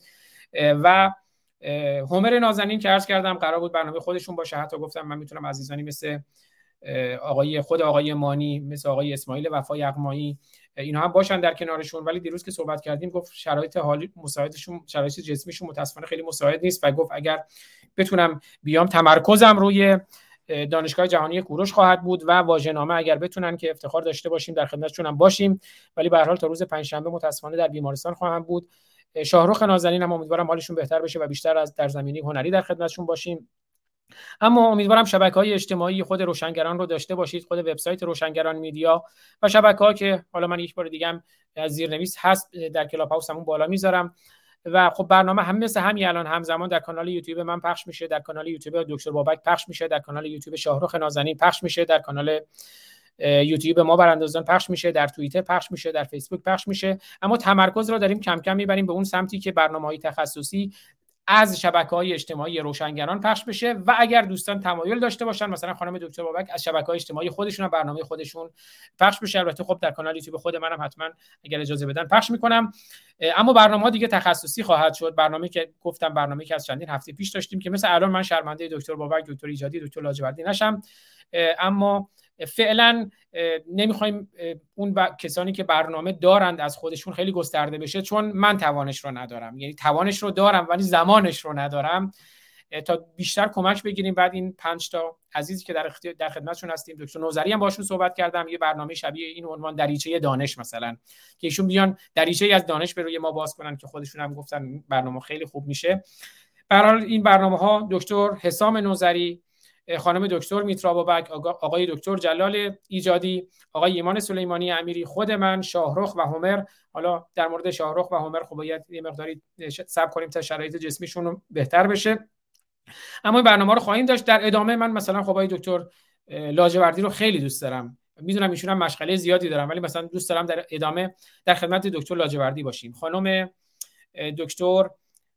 و همر نازنین که عرض کردم قرار بود برنامه خودشون باشه، حتی گفتم من میتونم عزیزانی مثل آقای خود آقای مانی، مثل آقای اسماعیل وفا یغمایی، اینا هم باشن در کنارشون. ولی دیروز که صحبت کردیم گفت شرایط حالی مساعدشون، شرایط جسمیشون متاسفانه خیلی مساعد نیست و گفت اگر بتونم بیام تمرکزم روی دانشگاه جهانی کوروش خواهد بود و واژه‌نامه اگر بتونن که افتخار داشته باشیم در خدمتشون هم باشیم، ولی به هر حال تا روز پنجشنبه متاسفانه در بیمارستان خواهم بود. شاهرخ نازنین هم امیدوارم حالشون بهتر بشه و بیشتر از در زمینه هنری در خدمتشون باشیم. اما امیدوارم شبکه‌های اجتماعی خود روشنگران رو داشته باشید، خود وبسایت روشنگران میدیا و شبکه‌ها که حالا من یک بار دیگه هم از زیرنویس هست در کلاب هاوس همون بالا میذارم. و خب برنامه هم مثل همین الان همزمان در کانال یوتیوب من پخش میشه، در کانال یوتیوب دکتر بابک پخش میشه، در کانال یوتیوب شاهرخ نازنین پخش میشه، در کانال یوتیوب ما براندازان پخش میشه، در توییتر پخش میشه، در فیسبوک پخش میشه. اما تمرکز رو داریم کم کم میبریم به اون سمتی که برنامه‌های تخصصی از شبکه‌های اجتماعی روشنگران پخش بشه و اگر دوستان تمایل داشته باشن مثلا خانم دکتر بابک از شبکه‌های اجتماعی خودشون برنامه خودشون پخش بشه. البته خب در کانال یوتیوب خود منم حتما اگر اجازه بدن پخش میکنم. اما برنامه‌ها دیگه تخصصی خواهد شد. برنامه‌ای که گفتم برنامه‌ای که از چندین هفته پیش داشتیم که مثل الان من شرمنده دکتر بابک، دکتر ایجادی، دکتر لاجوردی نشم، اما فعلا نمیخوایم اون با... کسانی که برنامه دارند از خودشون خیلی گسترده بشه، چون من توانش رو ندارم، یعنی توانش رو دارم ولی زمانش رو ندارم، تا بیشتر کمک بگیریم. بعد این پنج تا عزیزی که در اختیار در خدمتشون هستیم، دکتر نوذری هم باشون صحبت کردم، یه برنامه شبیه این عنوان دریچه دانش مثلا که ایشون بیان دریچه‌ای از دانش به روی ما باز کنن که خودشون هم گفتن برنامه خیلی خوب میشه. به هر حال این برنامه‌ها دکتر حسام نوذری، خانم دکتر میترا بابک، آقای دکتر جلال ایجادی، آقای ایمان سلیمانی امیری، خود من، شاهرخ و همر. حالا در مورد شاهرخ و همر خب باید یه مقداری صبر کنیم تا شرایط جسمیشون بهتر بشه، اما این برنامه رو خواهیم داشت. در ادامه من مثلا خب آقای دکتر لاجوردی رو خیلی دوست دارم، میدونم ایشون هم مشغله زیادی دارم، ولی مثلا دوست دارم در ادامه در خدمت دکتر لاجوردی باشیم. خانم دکتر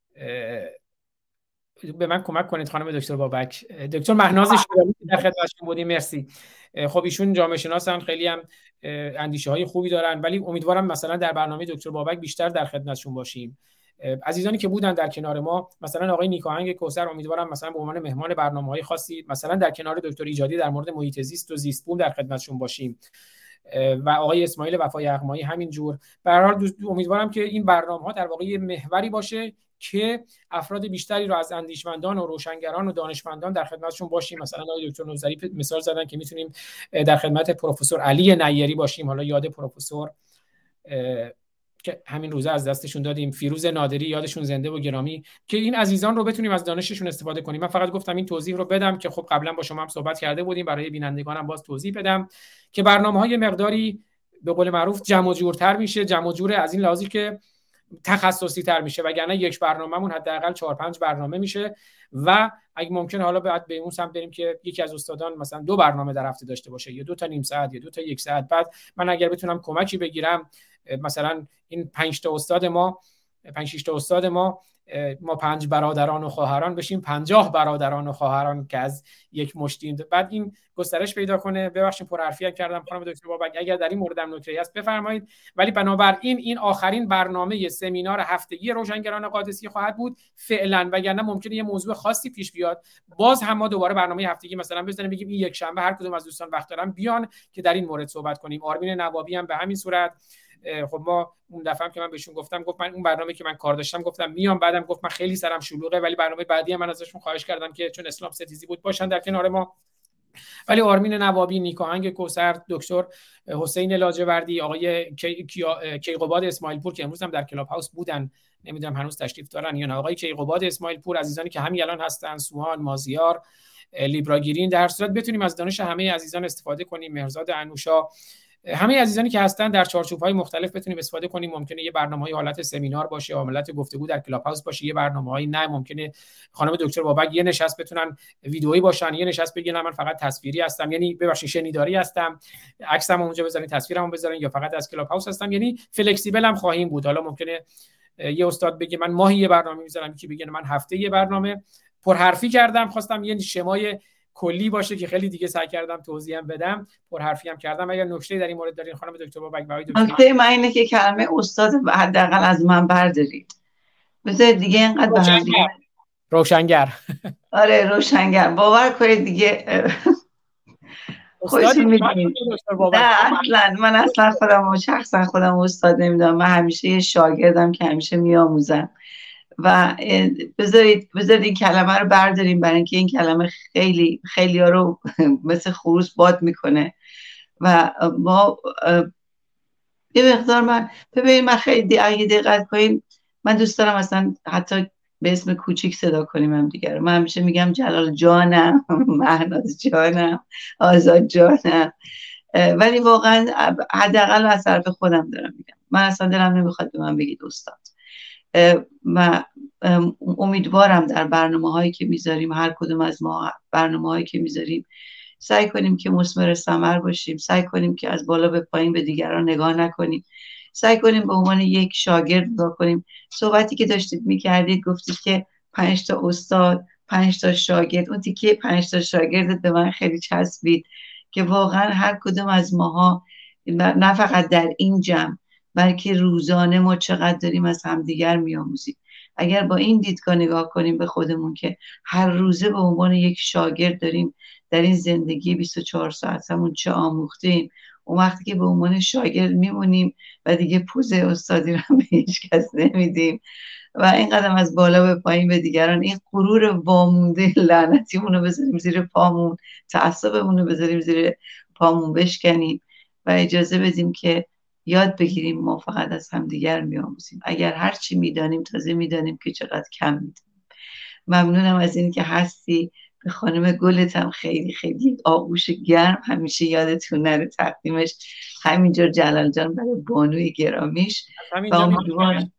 به من کمک کنید، خانم دکتر بابک، دکتر مهناز شیرازی در خدمتشون بودیم، مرسی. خب ایشون جامعه شناسن، خیلی هم اندیشه های خوبی دارن، ولی امیدوارم مثلا در برنامه دکتر بابک بیشتر در خدمتشون باشیم. عزیزانی که بودن در کنار ما، مثلا آقای نیکاهنگ کوثر، امیدوارم مثلا به عنوان مهمان برنامه‌های خاصی مثلا در کنار دکتر ایجادی در مورد محیط زیست و زیست بوم در خدمتشون باشیم و آقای اسماعیل وفا یغمایی همین جور. به هر حال امیدوارم که این برنامه‌ها در واقع محوری باشه که افراد بیشتری رو از اندیشمندان و روشنگران و دانشمندان در خدمتشون باشیم. مثلا آقای دکتر نوذری مثال زدن که میتونیم در خدمت پروفسور علی نیری باشیم، حالا یاد پروفسور که همین روزا از دستشون دادیم، فیروز نادری، یادشون زنده و گرامی، که این عزیزان رو بتونیم از دانششون استفاده کنیم. من فقط گفتم این توضیح رو بدم که خب قبلا با شما هم صحبت کرده بودیم، برای بینندگانم باز توضیح بدم که برنامه‌های مقداری به قول معروف جمع و جورتر میشه، جمع و جور از این لحاظی که تخصصی تر میشه، وگرنه یک برنامه‌مون حداقل چهار پنج برنامه میشه و اگه ممکن حالا بعد به اون سمت بریم که یکی از استادان مثلا دو برنامه در هفته داشته باشه، یا دو تا نیم ساعت یا دو تا یک ساعت. بعد من اگر بتونم کمکی بگیرم، مثلا این پنج تا استاد ما پنج شش تا استاد ما ما پنج برادران و خواهران بشیم پنجاه برادران و خواهران که از یک مشتیم، بعد این گسترش پیدا کنه. ببخشید پرحرفی کردم خانم دکتر بابک، اگر در این مورد هم نکته‌ای هست بفرمایید. ولی بنابراین این آخرین برنامه سمینار هفتگی روشنگران قادسی خواهد بود فعلا، وگرنه ممکنه یه موضوع خاصی پیش بیاد، باز هم ما دوباره برنامه هفتگی مثلا بزنیم بگیم این یک شنبه هر کدوم از دوستان وقت دارن بیان که در این مورد صحبت کنیم. آرمین نوابی هم به همین صورت. خب ما اون دفعه هم که من بهشون گفتم، گفت من اون برنامه که من کار داشتم گفتم میام، بعدم گفت من خیلی سرم شلوغه، ولی برنامه بعدی هم من ازشون خواهش کردم که چون اسلام ستیزی بود باشن در کنار ما. ولی آرمین نوابی، نیکاهنگ کوثر، دکتر حسین لاجوردی، آقای کیقوباد اسماعیل پور که امروز هم در کلاب هاوس بودن، نمیدونم هنوز تشریف دارن یا نه، آقای کیقوباد اسماعیل پور، عزیزانی که همین الان هستن، سوهان، مازیار، لیبراگیرین، در هر صورت بتونیم از دانش همه عزیزان استفاده کنیم. مهرزاد انوشا، همه عزیزانی که هستن در چارچوب‌های مختلف بتونیم استفاده کنیم. ممکنه یه برنامه‌های حالت سمینار باشه، حالت گفتگو در کلاب هاوس باشه، یه برنامه‌های نه ممکنه خانم دکتر بابک یه نشست بتونن ویدئویی باشن، یه نشست بگن من فقط تصویری هستم، یعنی ببخشید شنیداری هستم، عکسمو اونجا بذارین، تصویرمو بذارین، یا فقط از کلاب هاوس هستم، یعنی فلکسیبل هم خواهیم بود. حالا ممکنه یه استاد بگه من ماهی یه برنامه میذارم، یکی بگه من هفته یه برنامه. پرحرفی کردم، خواستم یه شمای کلی باشه که خیلی دیگه سعی کردم توضیحم بدم، پرحرفی هم کردم. اگر نکته در این مورد دارین خانم دکتر بابک و آقای دکتر، نکته من اینه که کلمه استاد حداقل از من بردارید، بذارید دیگه اینقدر به هم روشنگر. آره روشنگر، باور کنید دیگه خودتون میدونید. نه اصلا من اصلا خودم شخصا خودم استاد نمیدونم. من همیشه یه شاگردم که همیشه میآموزم و بذارید بذارید این کلمه رو برداریم، برای اینکه این کلمه خیلی خیلی ها رو مثل خروس باد میکنه و ما یه مقدار من ببینید من خیلی اگه دقت کنیم من دوست دارم اصلا حتی به اسم کوچیک صدا کنیم هم دیگه رو. من همیشه میگم جلال جانم، مهناز جانم، آزاد جانم، ولی واقعا حداقل از طرف خودم دارم میگم. من اصلا دلم نمیخواد به من بگید استاد. و امیدوارم در برنامه هایی که میذاریم، هر کدوم از ما برنامه هایی که میذاریم سعی کنیم که مثمر ثمر باشیم، سعی کنیم که از بالا به پایین به دیگران نگاه نکنیم، سعی کنیم به عنوان یک شاگرد نگاه کنیم. صحبتی که داشتید میکردید گفتید که پنج تا استاد، پنج تا شاگرد، اون تیکه پنج تا شاگردت به من خیلی چسبید که واقعا هر کدوم از ماها نه فقط در این جمع بلکه روزانه ما چقدر داریم از همدیگر میآموزیم. اگر با این دیدگاه نگاه کنیم به خودمون که هر روزه به عنوان یک شاگرد داریم در این زندگی بیست و چهار ساعتمون چه آموختیم، اون وقتی که به عنوان شاگرد میمونیم و دیگه پوز استادی رو به هیچ کس نمیدیم و این قدم از بالا به پایین به دیگران، این غرور وامونده لعنتیمون رو بذاریم زیر پامون، تعصبمون رو بذاریم زیر پامون بشکنیم و اجازه بدیم که یاد بگیریم ما فقط از همدیگر میآموزیم. اگر هر چی میدانیم تازه میدانیم که چقدر کم میدونیم. ممنونم از این که هستی. به خانم گلتم خیلی خیلی آغوش گرم، همیشه یادتون نره تقدیمش همینجور جلال جان برای بانوی گرامیش و امیدوارم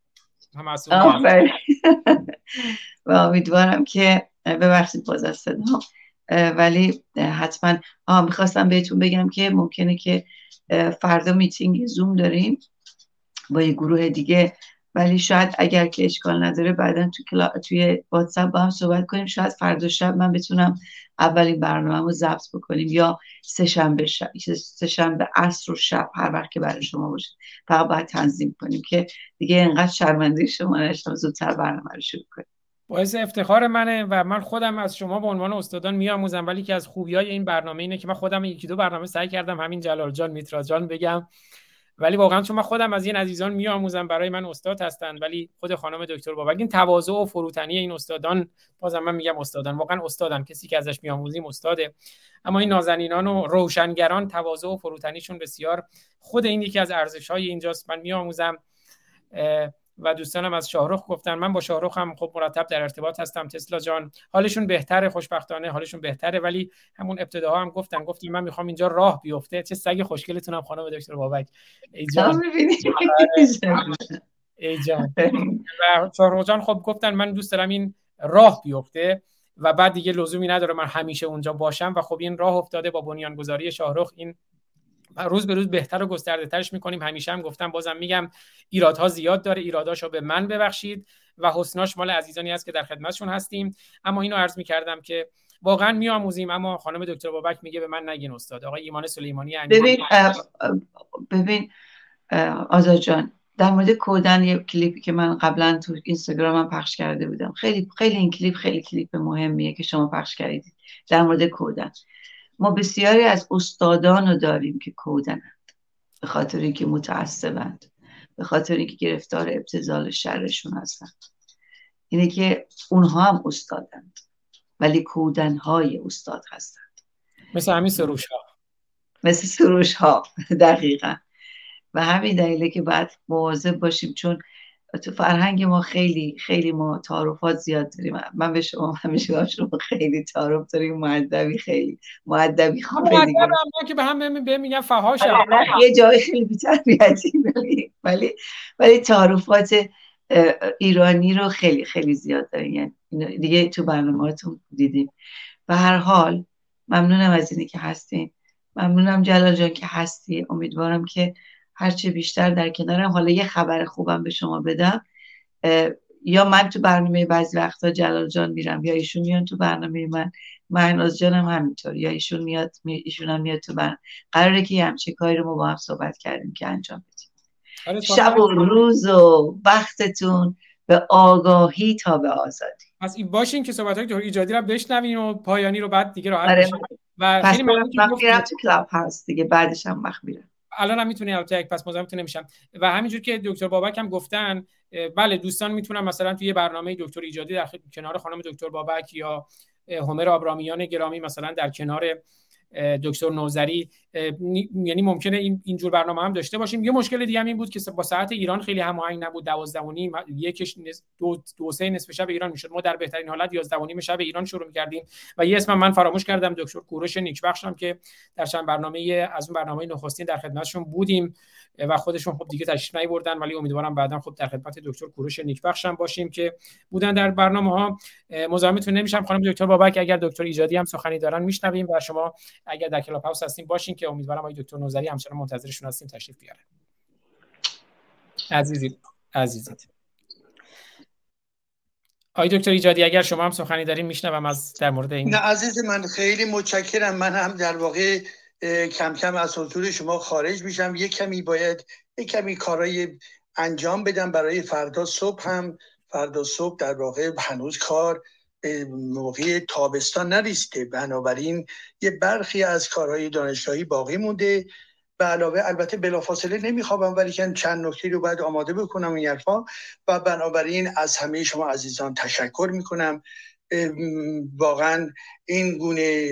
و امیدوارم که ببخشید باز از صدا، ولی حتما آه میخواستم بهتون بگم که ممکنه که فردا میتینگ زوم داریم با یه گروه دیگه، ولی شاید اگر که اشکال نداره بعدا تو کلا... توی واتساپ با هم صحبت کنیم. شاید فردا شب من بتونم اولین برنامه‌مو ضبط بکنیم یا سه شنبه شب، سه شنبه عصر و شب، هر وقت که برای شما باشه. فقط باید تنظیم کنیم که دیگه اینقدر شرمنده شما نشم، زودتر برنامه رو شروع کنیم. باعث افتخار منه و من خودم از شما به عنوان استادان میآموزم، ولی که از خوبیای این برنامه اینه که من خودم یکی دو برنامه سعی کردم همین جلال جان میترا جان بگم، ولی واقعا چون من خودم از این عزیزان میآموزم، برای من استاد هستن. ولی خود خانم دکتر بابک این تواضع و فروتنی این استادان، بازم من میگم استادان، واقعا استادن، کسی که ازش میآموزیم استاده. اما این نازنینان و روشنگران تواضع و فروتنیشون بسیار، خود این یکی از ارزش‌های اینجاست. من میآموزم و دوستانم از شاهرخ گفتن، من با شاهرخ هم خب مرتب در ارتباط هستم. تسلا جان حالشون بهتره، خوشبختانه حالشون بهتره، ولی همون ابتداها هم گفتن گفتم من میخوام اینجا راه بیفته. چه سگ خوشگلتونم خانم دکتر بابک. ای جان ای جان و شاهرخ جان خب گفتن من دوست دارم این راه بیفته و بعد دیگه لزومی نداره من همیشه اونجا باشم و خب این راه افتاده با بنیانگذاری شاهرخ. این روز به روز بهتر و گسترده ترش میکنیم. همیشه هم گفتم، بازم میگم، ایرادها زیاد داره، ایراداشو به من ببخشید و حسناش مال عزیزانی هست که در خدمتشون هستیم. اما اینو عرض میکردم که واقعا میآموزیم، اما خانم دکتر بابک میگه به من نگین استاد. آقای ایمان سلیمانی ببین ببین آزاد جان، در مورد کودن یه کلیپی که من قبلا تو اینستاگرامم پخش کرده بودم، خیلی خیلی این کلیپ خیلی کلیپ مهمیه که شما پخش کردید در مورد کودن. ما بسیاری از استادان رو داریم که کودنند، به خاطر اینکه متعصبند، به خاطر اینکه گرفتار ابتذال شرشون هستند. اینه که اونها هم استادند ولی کودنهای استاد هستند، مثل همین سروش ها مثل سروش ها دقیقا. و همین دلیله که باید مواظب باشیم، چون تو فرهنگ ما خیلی خیلی ما تعارفات زیاد داریم. من به شما همیشه گفتم شما خیلی تعارف داریم، مؤدبی، خیلی مؤدبی خیلی دیگه من که به هم به میگم فحاشم یه جای خیلی بی‌تربیتی، ولی ولی ولی تعارفات ایرانی رو خیلی خیلی زیاد داریم، یعنی دیگه تو برنامه‌هاتون دیدیم. به هر حال ممنونم از اینی که هستین، ممنونم جلال جان که هستی. امیدوارم که هرچه بیشتر در کنارم. حالا یه خبر خوبم به شما بدم، یا من تو برنامه بعضی وقتا جلال جان میرم یا ایشون میان تو برنامه من، مهناز جانم همینطور، یا ایشون میاد ایشون هم میاد تو برنامه. قراره که همچین کاری رو ما با هم صحبت کردیم که انجام بدیم. شب و روز و وقتتون به آگاهی تا به آزادی. پس این باشین که صحبت‌های دکتر ایجادی رو بشنویم و پایانی رو بعد دیگه راحت آره. بشیم. و پس خیلی ممنون که وقت میرم تو کلاب هاوس دیگه، بعدش هم وقت میرم. الان هم میتونی البته یک پس مزاحمتون نمیشم. و همینجور که دکتر بابک هم گفتن، بله دوستان میتونن مثلا توی برنامه دکتر ایجادی در کنار خانم دکتر بابک یا هومر آبرامیان گرامی مثلا در کنار دکتر نوذری، یعنی ممکنه این اینجور برنامه هم داشته باشیم. یه مشکل دیگه هم این بود که با ساعت ایران خیلی هماهنگ نبود، دوازده و نیم یکش دو دو سه نصف شب ایران میشد. ما در بهترین حالت یازده و نیم شب ایران شروع می‌کردیم. و یه اسم من فراموش کردم، دکتر کوروش نیکبخشم که در چند برنامه از اون برنامه نخستین در خدمتشون بودیم و خودشون خب دیگه تشریف نیاوردن، ولی امیدوارم بعداً خب در خدمت دکتر کوروش نیکبخشم باشیم که بودن در برنامه‌ها. مزاحمتون نمیشم. خانم دکتر بابک اگر دکتر ایجادی هم سخنی دارن میشنویم و شما اگر در کلاب هاوس هستین باشین که امیدوارم آقای دکتر نوذری همچنان منتظرشون هستیم تشریف بیارن. عزیزی عزیزید آقای دکتر ایجادی اگر شما هم سخنی دارین میشنوم از در مورد این. نه عزیز من خیلی متشکرم. من هم در واقع کم کم از حضور شما خارج میشم. یک کمی باید یک کمی کارهای انجام بدم برای فردا صبح. هم فردا صبح در واقع هنوز کار موقع تابستان نرسیده، بنابراین یه برخی از کارهای دانشگاهی باقی مونده. به علاوه البته بلافاصله نمیخوابم، ولی که چند نکته رو باید آماده بکنم این حرفا. و بنابراین از همه شما عزیزان تشکر میکنم. واقعا این گونه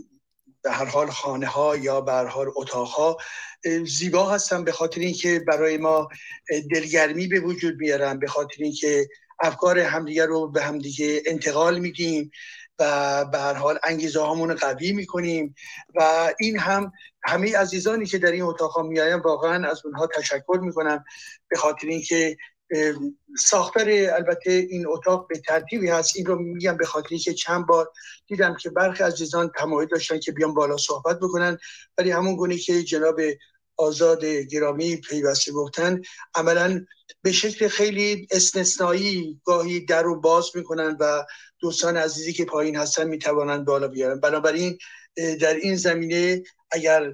به هر حال خانه ها یا به هر حال اتاق ها زیبا هستن به خاطر اینکه برای ما دلگرمی به وجود میارن، به خاطر اینکه افکار همدیگه رو به همدیگه انتقال میدیم و به هر حال انگیزه هامون قوی میکنیم. و این هم همه عزیزانی که در این اتاق ها میاین واقعا از اونها تشکر میکنم، به خاطر اینکه ساختار البته این اتاق به ترتیبی هست. این رو میگم به خاطر اینکه چند بار دیدم که برخی عزیزان تمایل داشتن که بیان بالا صحبت بکنن، ولی همون گونه که جناب آزاد گرامی پیوسته گفتن عملاً به شکل خیلی استثنایی گاهی در رو باز میکنن و دوستان عزیزی که پایین هستن میتوانند بالا بیارن. بنابراین در این زمینه اگر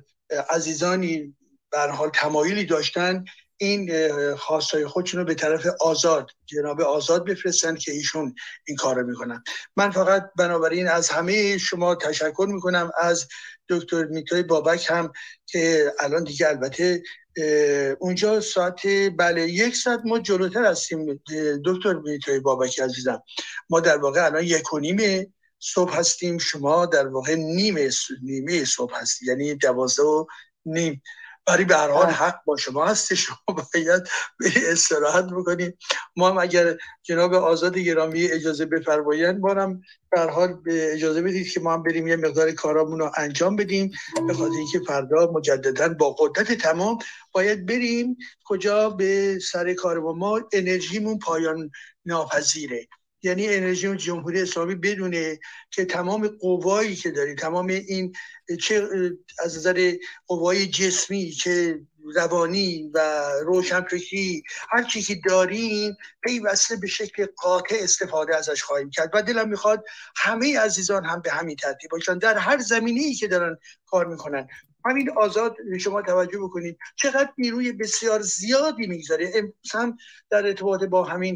عزیزانی به هر حال تمایلی داشتن این خواستای خودشون رو به طرف آزاد جناب آزاد بفرستن که ایشون این کار رو میکنن. من فقط بنابراین از همه شما تشکر میکنم، از دکتر میتوی بابک هم که الان دیگه البته اونجا ساعت بله یک ساعت ما جلوتر هستیم. دکتر میتوی بابک عزیزم ما در واقع الان یک و نیم صبح هستیم، شما در واقع نیمه نیمه صبح هستید، یعنی دوازده و نیم. برای به هر حال حق با شما هست، شما باید بری استراحت بکنید. ما هم اگر جناب آزاد گرامی اجازه بفرمایند ما هم به هر حال اجازه بدید که ما هم بریم یه مقدار کارامون رو انجام بدیم، به خاطر اینکه فردا مجددا با قدرت تمام باید بریم کجا به سر کار. با ما انرژیمون پایان ناپذیره، یعنی انرژی جمهوری اسلامی بدونه که تمام قوایی که داریم، تمام این چه از نظر قوای جسمی چه روانی و روشنفکری هر چی که داریم پیوسته به شکل قاطع استفاده ازش خواهیم کرد. و دلم میخواد همه عزیزان هم به همین ترتیب باشن در هر زمینه‌ای که دارن کار میکنن. همین آزاد شما توجه بکنید چقدر نیروی بسیار زیادی میگذاره. امروز هم در ارتباط با همین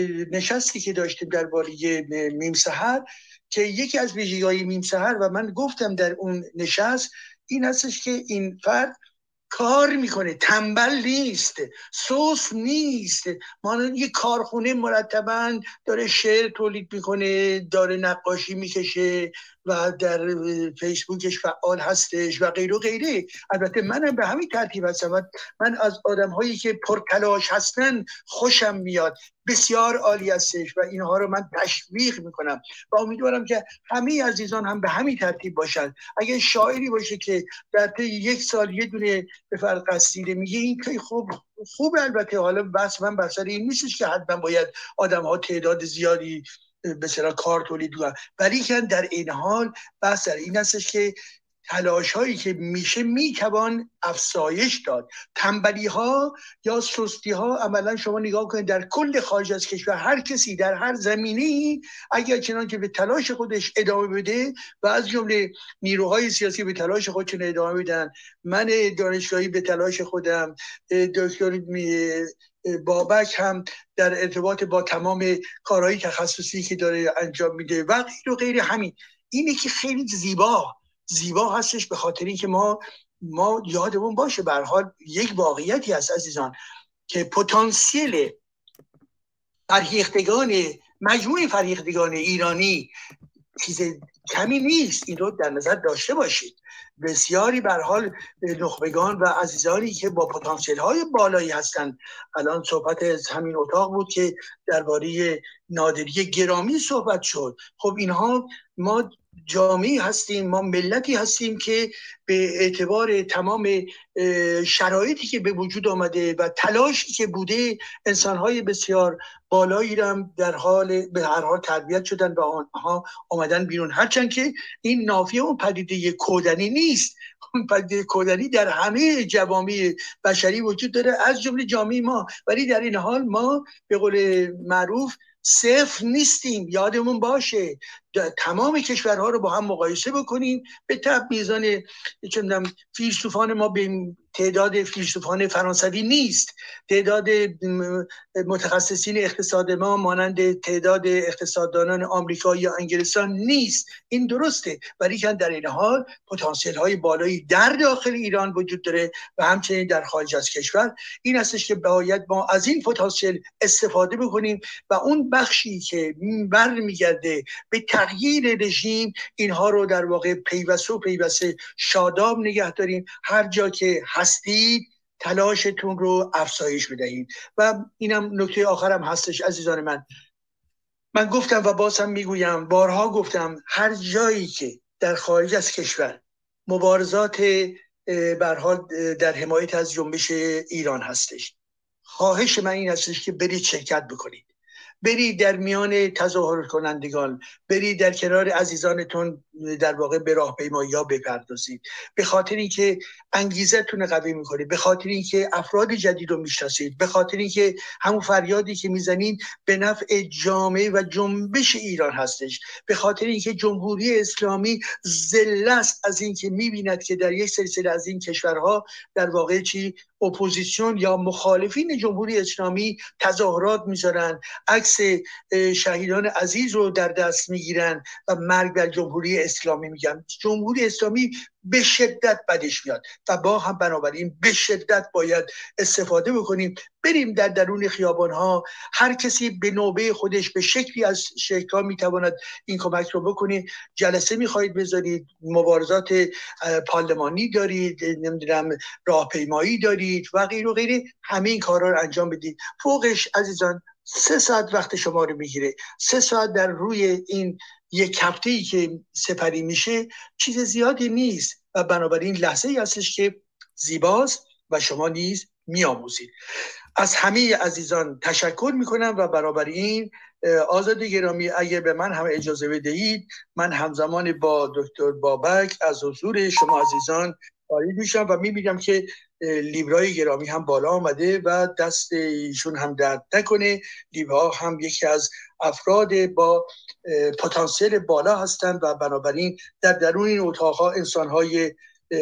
نشستی که داشتیم درباره میم سحر که یکی از ویژگی‌های میم سحر و من گفتم در اون نشست این هستش که این فرد کار میکنه، تنبل نیست، سوس نیست. ما یه کارخونه مرتباً داره شعر تولید میکنه، داره نقاشی میکشه و در فیسبوکش فعال هستش و غیره و غیره. البته منم به همین ترتیب هستم. من از آدم‌هایی که پرتلاش هستن خوشم میاد، بسیار عالی هستش و اینها رو من تشویق میکنم و امیدوارم که همه عزیزان هم به همین ترتیب باشن. اگه شاعری باشه که در طی یک سال یه دونه به فرق قصیده میگه این که خوب خوب البته حالا بس من بسر این نیستش که حتما باید آدم‌ها تعداد زیادی به اصطلاح کار تولید کنن، ولی که در این حال بحث در این هستش که تلاش هایی که میشه میتوان افزایش داد. تنبلی ها یا سستی ها عملا شما نگاه کنید در کل خارج از کشور هر کسی در هر زمینه‌ای اگر چنانکه به تلاش خودش ادامه بده و از جمله نیروهای سیاسی به تلاش خودشون ادامه بدن، من دانشگاهی به تلاش خودم، دکتر بابک هم در ارتباط با تمام کارهای تخصصی که داره انجام میده و غیر و غیر، همین اینه که خیلی زیبا زیبا هستش به خاطر اینکه ما ما یادمون باشه به هر حال یک واقعیتی هست عزیزان که پتانسیل فرهیختگان مجموع فرهیختگان ایرانی چیز کمی نیست. این رو در نظر داشته باشید. بسیاری به هر حال نخبگان و عزیزانی که با پتانسیل های بالایی هستند. الان صحبت از همین اتاق بود که درباره نادری گرامی صحبت شد. خب اینها ما جامعه هستیم، ما ملتی هستیم که به اعتبار تمام شرایطی که به وجود آمده و تلاشی که بوده انسان‌های بسیار بالایی هم در حال به هر حال تربیت شدن و آنها آمدن بیرون. هرچند که این نافی اون پدیده کودنی نیست. اون پدیده کودنی در همه جوامع بشری وجود داره از جمله جامعه ما، ولی در این حال ما به قول معروف صفر نیستیم. یادمون باشه تمام کشورها رو با هم مقایسه بکنیم. به طب میزان چندم فیلسوفان ما به تعداد فیلسوفان فرانسوی نیست، تعداد متخصصین اقتصاد ما مانند تعداد اقتصاددانان آمریکا یا انگلستان نیست. این درسته، ولی که در این حال پتانسیل های بالایی در داخل ایران وجود داره و همچنین در خارج از کشور. این هستش که باید ما از این پتانسیل استفاده بکنیم و اون بخشی که برمیگرده به تغییر رژیم اینها رو در واقع پیوسته و پیوسته شاداب نگه داریم. هر جا که هستید تلاشتون رو افزایش بدهید. و اینم نکته آخرم هستش عزیزان من. من گفتم و باز هم میگویم، بارها گفتم، هر جایی که در خارج از کشور مبارزات به هر حال در حمایت از جنبش ایران هستش، خواهش من این هستش که برید شرکت بکنید. برید در میان تظاهر کنندگان، برید در کنار عزیزانتون در واقع به راهپیمایی‌ها بپردازید، به خاطر اینکه انگیزتون قوی می‌کنید، به خاطر اینکه افراد جدید رو میشناسید، به خاطر اینکه همون فریادی که میزنید به نفع جامعه و جنبش ایران هستش، به خاطر اینکه جمهوری اسلامی ذله است از اینکه می‌بیند که در یک سلسله از این کشورها در واقع چی اپوزیسیون یا مخالفین جمهوری اسلامی تظاهرات می‌ذارن، عکس شهیدان عزیز رو در دست میگیرن و مرگ بر جمهوری اسلامی میگن. جمهوری اسلامی به شدت بدش میاد و با هم بنابراین به شدت باید استفاده بکنیم. بریم در درون خیابان‌ها، هر کسی به نوبه خودش به شکلی از شکل‌ها میتواند این کمک رو بکنه. جلسه میخواهید بذارید، مبارزات پارلمانی دارید، نمیدونم راهپیمایی دارید و غیره و غیره، همه این کارا رو انجام بدید. فوقش عزیزان سه ساعت وقت شما رو میگیره. سه ساعت در روی این یک هفته‌ای که سپری میشه چیز زیادی نیست و بنابراین لحظه‌ای هستش که زیباست و شما نیز میآموزید. از همه عزیزان تشکر میکنم و بنابراین آزاد گرامی اگه به من هم اجازه بدهید من همزمان با دکتر بابک از حضور شما عزیزان خارج میشم و میبینم که لیبرای گرامی هم بالا آمده و دست ایشون هم درد نکنه. لیبرا هم یکی از افراد با پتانسیل بالا هستند و بنابراین در درون این اتاقها انسان‌های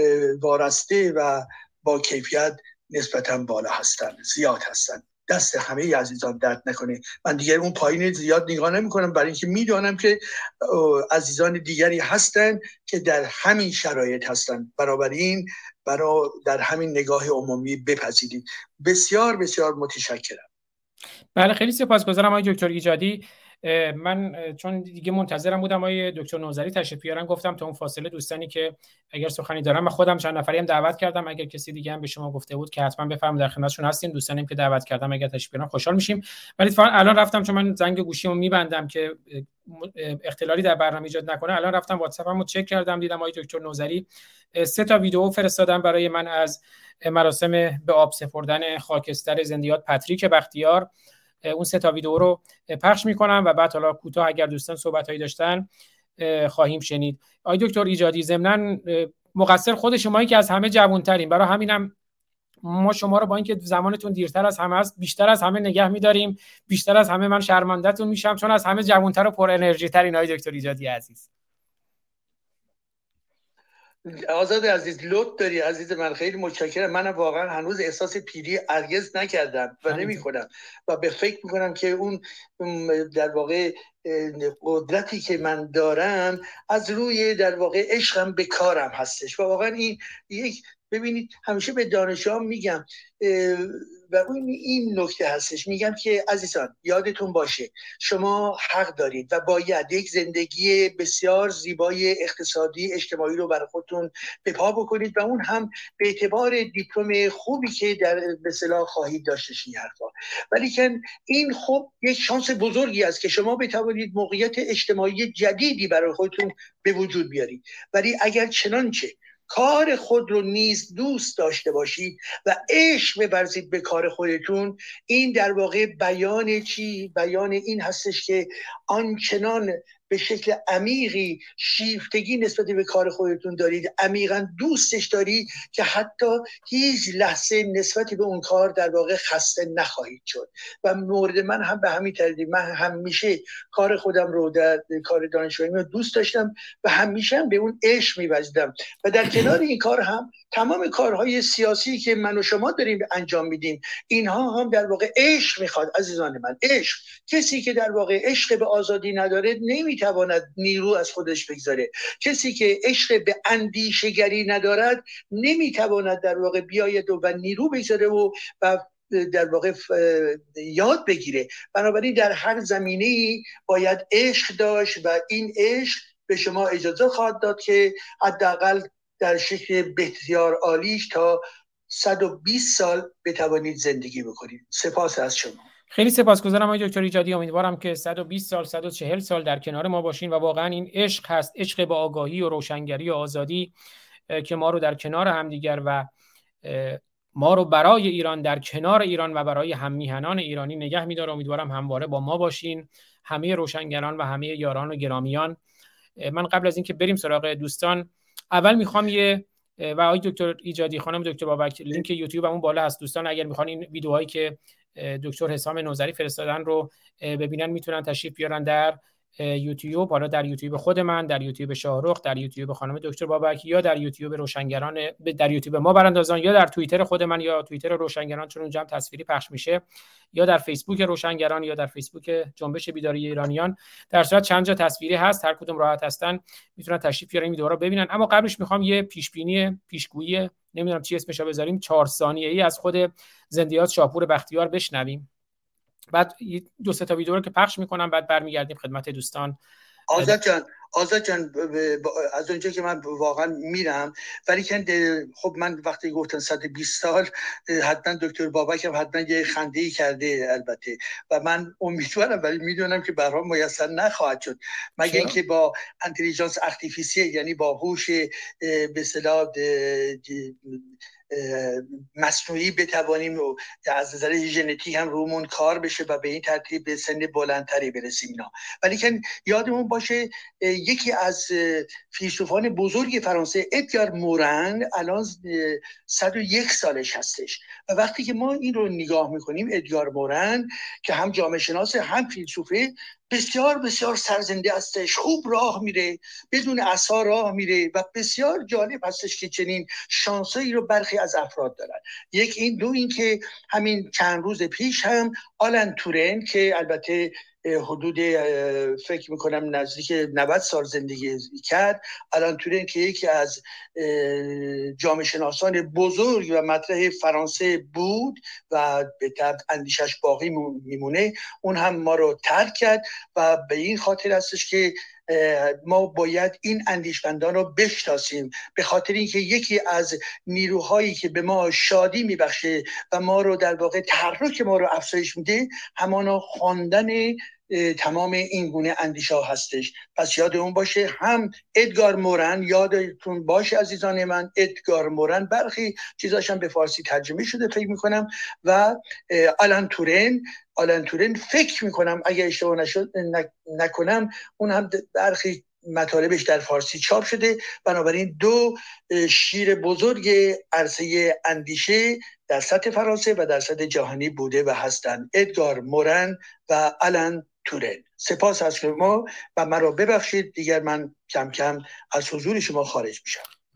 وارسته و با کیفیت نسبتاً بالا هستند، زیاد هستند. دست همه عزیزان درد نکنه. من دیگر اون پایین زیاد نگاه نمی کنم برای اینکه میدونم که عزیزان دیگری هستند که در همین شرایط هستند. بنابراین برای در همین نگاه عمومی بپذیرید. بسیار بسیار متشکرم. بله خیلی سپاسگزارم آقای دکتر ایجادی. من چون دیگه منتظرم بودم آقای دکتر نوذری تشریف بیارن، گفتم تا اون فاصله دوستانی که اگر سخنی دارن، من خودم چند نفری هم دعوت کردم، اگر کسی دیگه هم به شما گفته بود که حتما بفرمایید در خدمتشون هستیم. دوستانی که دعوت کردم اگر تشریف بیارن خوشحال میشیم. ولی اتفاقا الان رفتم، چون من زنگ گوشیمو میبندم که اختلالی در برنامه ایجاد نکنه، الان رفتم واتساپمو چک کردم، دیدم آقای دکتر نوذری سه تا ویدیو فرستادن برای من از مراسم به آب سپردن خاکستر زندیات پتریک بختیار. اون سه تا ویدیو رو پخش میکنم و بعد حالا کوتاه اگر دوستان صحبتایی داشتن خواهیم شنید. آقای دکتر ایجادی، ضمناً مقصر خود شمایی که از همه جوانترین، برای همینم ما شما رو با اینکه زمانتون دیرتر از همه است بیشتر از همه نگه می‌داریم، بیشتر از همه من شرمنده‌تون میشم چون از همه جوانتر و پر انرژی ترین آقای دکتر ایجادی عزیز. آزاد عزیز لطف داری عزیز من، خیلی متشکرم. من واقعا هنوز احساس پیری هرگز نکردم و نمی کنم و به فکر میکنم که اون در واقع قدرتی که من دارم از روی در واقع عشقم به کارم هستش و واقعا این یک ببینید همیشه به دانشجوام میگم و اون این نکته هستش، میگم که عزیزان یادتون باشه شما حق دارید و باید یک زندگی بسیار زیبای اقتصادی اجتماعی رو برای خودتون به پا بکنید و اون هم به اعتبار دیپلم خوبی که در به اصطلاح خواهید داشتش این حرفا. ولی که این خب یک شانس بزرگی است که شما بتوانید موقعیت اجتماعی جدیدی برای خودتون به وجود بیارید. ولی اگر چنانچه کار خود رو نیز دوست داشته باشید و عشق بورزید به کار خودتون، این در واقع بیان چی؟ بیان این هستش که آنچنان به شکل عمیقی شیفتگی نسبت به کار خودتون دارید، عمیقا دوستش دارید که حتی هیچ لحظه نسبت به اون کار در واقع خسته نخواهید شد. و مورد من هم به همین ترتیب، من همیشه کار خودم رو در کار دانشجویی رو دوست داشتم و همیشه هم به اون عشق می‌ورزیدم و در کنار این کار هم تمام کارهای سیاسی که من و شما داریم انجام میدیم اینها هم در واقع عشق میخواد عزیزان من. عشق، کسی که در واقع عشق به آزادی نداره نمیتواند نیرو از خودش بگذاره. کسی که عشق به اندیشگری ندارد نمیتواند در واقع بیاید و نیرو بگذاره و و در واقع یاد بگیره. بنابراین در هر زمینه‌ای باید عشق داشت و این عشق به شما اجازه خواهد داد که حداقل در شکل بسیار عالیش تا صد و بیست سال بتوانید زندگی بکنید. سپاس از شما. خیلی سپاسگزارم آقای دکتر ایجادی. امیدوارم که صد و بیست سال صد و چهل سال در کنار ما باشین و واقعا این عشق هست، عشق به آگاهی و روشنگری و آزادی که ما رو در کنار همدیگر و ما رو برای ایران در کنار ایران و برای هم میهنان ایرانی نگه می‌داره. امیدوارم همواره با ما باشین، همه روشنگران و همه یاران و گرامیان. من قبل از اینکه بریم سراغ دوستان، اول میخوام یه و آقای دکتر ایجادی، خانم دکتر بابک، لینک یوتیوبمون بالا هست. دوستان اگر میخوان این ویدیوهایی که دکتر حسام نوذری فرستادن رو ببینن میتونن تشریف بیارن در یوتیوب، حالا در یوتیوب خود من، در یوتیوب شاهرخ، در یوتیوب خانم دکتر بابک یا در یوتیوب روشنگران، در یوتیوب ما براندازان یا در توییتر خود من یا توییتر روشنگران چون اونجا هم تصویری پخش میشه، یا در فیسبوک روشنگران یا در فیسبوک جنبش بیداری ایرانیان. در صورت چند جا تصویری هست، هر کدوم راحت هستن میتونن تشریف بیارن این ویدیو رو ببینن. اما قبلش میخوام یه پیش بینی پیشگویی نمیدونم چی اسمش رو بذاریم چهار ثانیه‌ای از خود زندیات شاپور بختیار بشنویم، بعد دو سه تا ویدیو رو که پخش میکنم بعد برمیگردیم خدمت دوستان. آزاد جان آزاد جان از اونجا که من واقعا میرم، ولی که خب من وقتی گفتن صد و بیست سال حتما دکتر بابک هم حتما یه خنده‌ای کرده البته و من امیدوارم، ولی میدونم که برام میسر نخواهد شد مگر اینکه با اینتلیجنس ارتفیسیل، یعنی با هوش به اصطلاح مصنوعی بتوانیم و از نظر ژنتیک هم رومون کار بشه و به این ترتیب به سن بلندتری برسیم اینا. ولی که یادمون باشه یکی از فیلسوفان بزرگ فرانسه ادگار مورن الان صد و یک سالش هستش و وقتی که ما این رو نگاه میکنیم ادگار مورن که هم جامعه شناس هم فیلسوفه بسیار بسیار سرزنده هستش، خوب راه میره، بدون عصا راه میره و بسیار جالب هستش که چنین شانسایی رو برخی از افراد دارن. یک این، دو این که همین چند روز پیش هم آلن تورن که البته حدود فکر میکنم نزدیک نود سال زندگی کرد، آلن تورن که یکی از جامعه شناسان بزرگ و مطرح فرانسه بود و به طبع اندیشش باقی میمونه، اون هم ما رو ترک کرد و به این خاطر هستش که ما باید این اندیشمندان رو بشناسیم، به خاطر اینکه یکی از نیروهایی که به ما شادی میبخشه و ما رو در واقع تحرک ما رو افزایش میده همانا خواندن تمام این گونه اندیشه ها هستش. پس یادمون باشه هم ادگار مورن، یادتون باشه عزیزان من، ادگار مورن برخی چیزاش هم به فارسی ترجمه شده فکر میکنم و آلن تورن آلن تورن فکر میکنم اگه اشتباه نشد نکنم اون هم برخی مطالبش در فارسی چاپ شده. بنابراین دو شیر بزرگ عرصه اندیشه در سطح فرانسه و در سطح جهانی بوده و هستند، ادگار مورن و آلن تورن. سپاس از شما و مرا ببخشید دیگر من کم کم از حضور شما خارج میشم.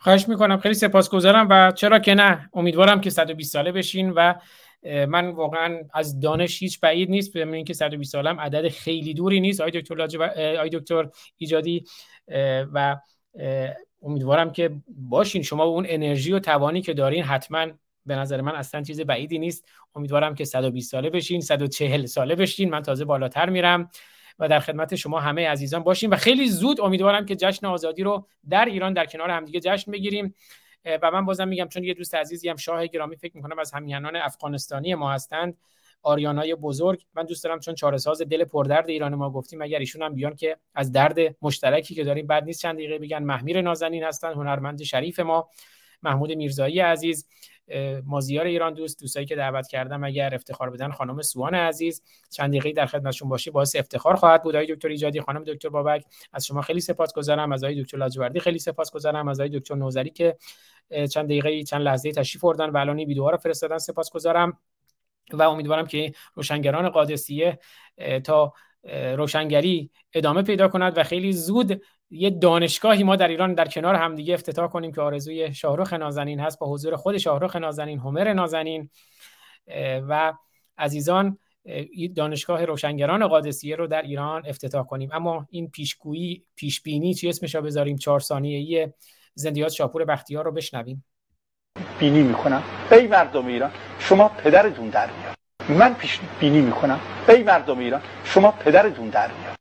خواهش میکنم، خیلی سپاسگزارم و چرا که نه، امیدوارم که صد و بیست ساله بشین و من واقعا از دانش هیچ بعید نیست، ببینید اینکه صد و بیست سالم عدد خیلی دوری نیست آقای دکتر لاجو... آقای دکتر ایجادی، و امیدوارم که باشین شما اون انرژی و توانی که دارین حتما به نظر من اصلا چیز بعیدی نیست. امیدوارم که صد و بیست ساله بشین، صد و چهل ساله بشین، من تازه بالاتر میرم و در خدمت شما همه عزیزان باشیم و خیلی زود امیدوارم که جشن آزادی رو در ایران در کنار همدیگه جشن بگیریم. و من بازم میگم چون یه دوست عزیزی هم شاه گرامی فکر میکنم از همیهنان افغانستانی ما هستند، آریانای بزرگ، من دوست دارم چون چاره ساز دل پردرد ایران ما گفتیم اگر ایشون هم بیان که از درد مشترکی که داریم بعد نیست چند دقیقه بگن. محمیر نازنین هستن، هنرمند شریف ما، محمود میرزایی عزیز، مازیار ایران دوست، دوستایی که دعوت کردم اگر افتخار بدن، خانم سوان عزیز، چند دقیقه در خدمتشون باشی باعث افتخار خواهد بود. آقای دکتر ایجادی، خانم دکتر بابک، از شما خیلی سپاسگزارم، از آقای دکتر لاجوردی خیلی سپاسگزارم، از آقای دکتر نوذری که چند دقیقه چند لحظه تشریف بردن و الان این ویدیوها رو فرستادن سپاسگزارم و امیدوارم که روشنگران قادسیه تا روشنگری ادامه پیدا کند و خیلی زود یه دانشگاهی ما در ایران در کنار همدیگه افتتاح کنیم که آرزوی شاهرخ نازنین هست، با حضور خود شاهرخ نازنین، همر نازنین و عزیزان دانشگاه روشنگران قادسیه رو در ایران افتتاح کنیم. اما این پیشگویی، پیشبینی چی اسمش رو بذاریم، چهار ثانیه‌ای زندیات شاپور بختیار رو بشنویم. بینی میکنم ای مردم ایران شما پدرتون در میاد. من پیش بینی میکنم ای مردم ایران شما پدرتون در میاد.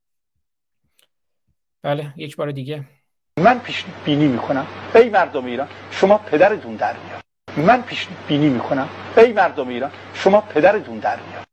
بله یک بار دیگه. من پیش بینی میکنم ای مردم ایران شما پدرتون در میاد. من پیش بینی میکنم ای مردم ایران شما پدرتون در میاد.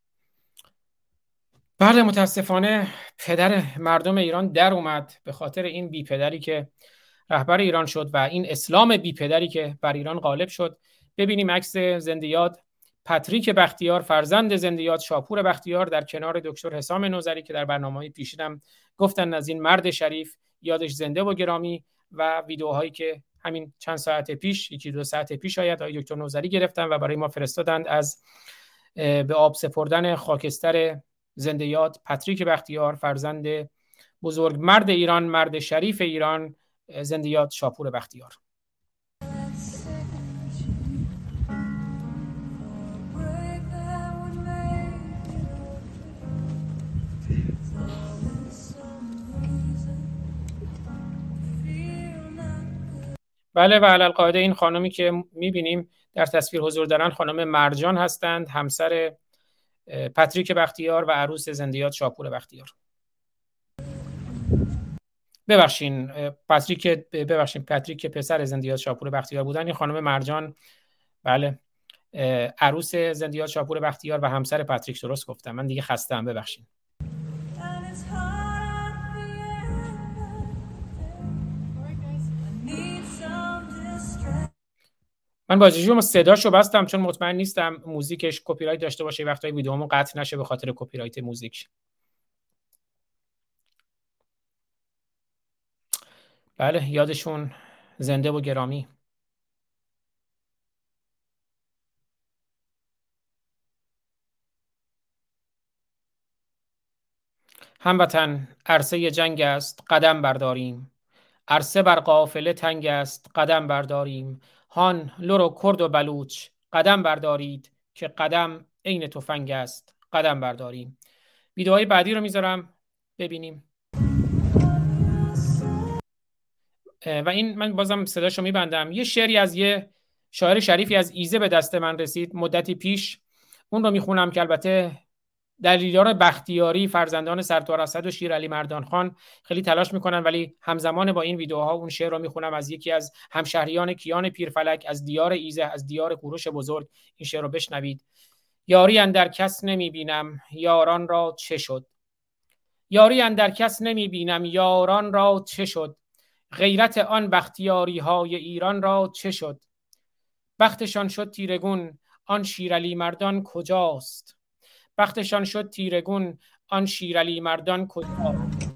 بله متاسفانه پدر مردم ایران در اومد به خاطر این بی پدری که رهبر ایران شد و این اسلام بی پدری که بر ایران غالب شد. ببینیم عکس زندیات پاتریک بختیار، فرزند زندیات شاپور بختیار، در کنار دکتر حسام نوذری که در برنامه‌های پیشینم گفتن از این مرد شریف یادش زنده و گرامی، و ویدیوهایی که همین چند ساعت پیش، یکی دو ساعت پیش آید آقای دکتر نوذری گرفتن و برای ما فرستادند از به آب سپردن خاکستر زندیات پاتریک بختیار، فرزند بزرگ مرد ایران، مرد شریف ایران، زندیات شاپور بختیار. بله و علالقاعده این خانمی که میبینیم در تصویر حضور دارن خانم مرجان هستند، همسر پاتریک بختیار و عروس زندیات شاپور بختیار. ببخشین پاتریک ببخشین پاتریک پسر زندیات شاپور بختیار بودن. این خانم مرجان بله عروس زندیات شاپور بختیار و همسر پاتریک، درست گفتم، من دیگه خسته‌ام ببخشین. من با جیجوم صداشو بستم چون مطمئن نیستم موزیکش کپی رایت داشته باشه، وقتای ویدیومو قطع نشه به خاطر کپی رایت موزیک. بله یادشون زنده و گرامی. هموطن عرصه جنگ است قدم برداریم، عرصه بر قافله تنگ است قدم برداریم، هان لور و کرد و بلوچ قدم بردارید که قدم عین تفنگ است قدم برداریم. ویدیوهای بعدی رو میذارم ببینیم. و این من بازم صداشو میبندم. یه شعری از یه شاعر شریفی از ایزه به دست من رسید مدتی پیش، اون رو میخونم که البته دلیلدار بختیاری فرزندان سرتار اسد و شیرعلی مردان خان خیلی تلاش میکنن، ولی همزمان با این ویدیوها اون شعر رو میخونم از یکی از همشهریان کیان پیرفلک از دیار ایزه، از دیار کوروش بزرگ. این شعر رو بشنوید. یاری اندر کس نمیبینم یاران را چه شد، یاری اندر کس نمیبینم یاران را چه شد، غیرت آن بختیاری های ایران را چه شد، بختشان شد تیرگون آن شیرعلی مردان کجاست، بختشان شد تیرگون آن شیرعلی مردان کجاست.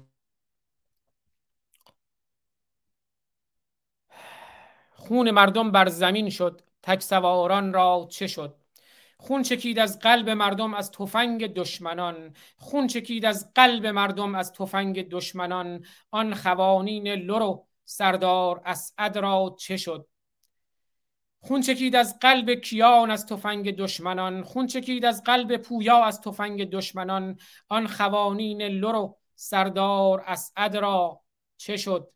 خون مردم بر زمین شد تک سواران را چه شد، خون چکید از قلب مردم از تفنگ دشمنان، خون چکید از قلب مردم از تفنگ دشمنان، آن خوانین لور و سردار اسعد را چه شد؟ خون چکید از قلب کیان از تفنگ دشمنان، خون چکید از قلب پویا از تفنگ دشمنان. آن خوانین لرو سردار اسعد را چه شد؟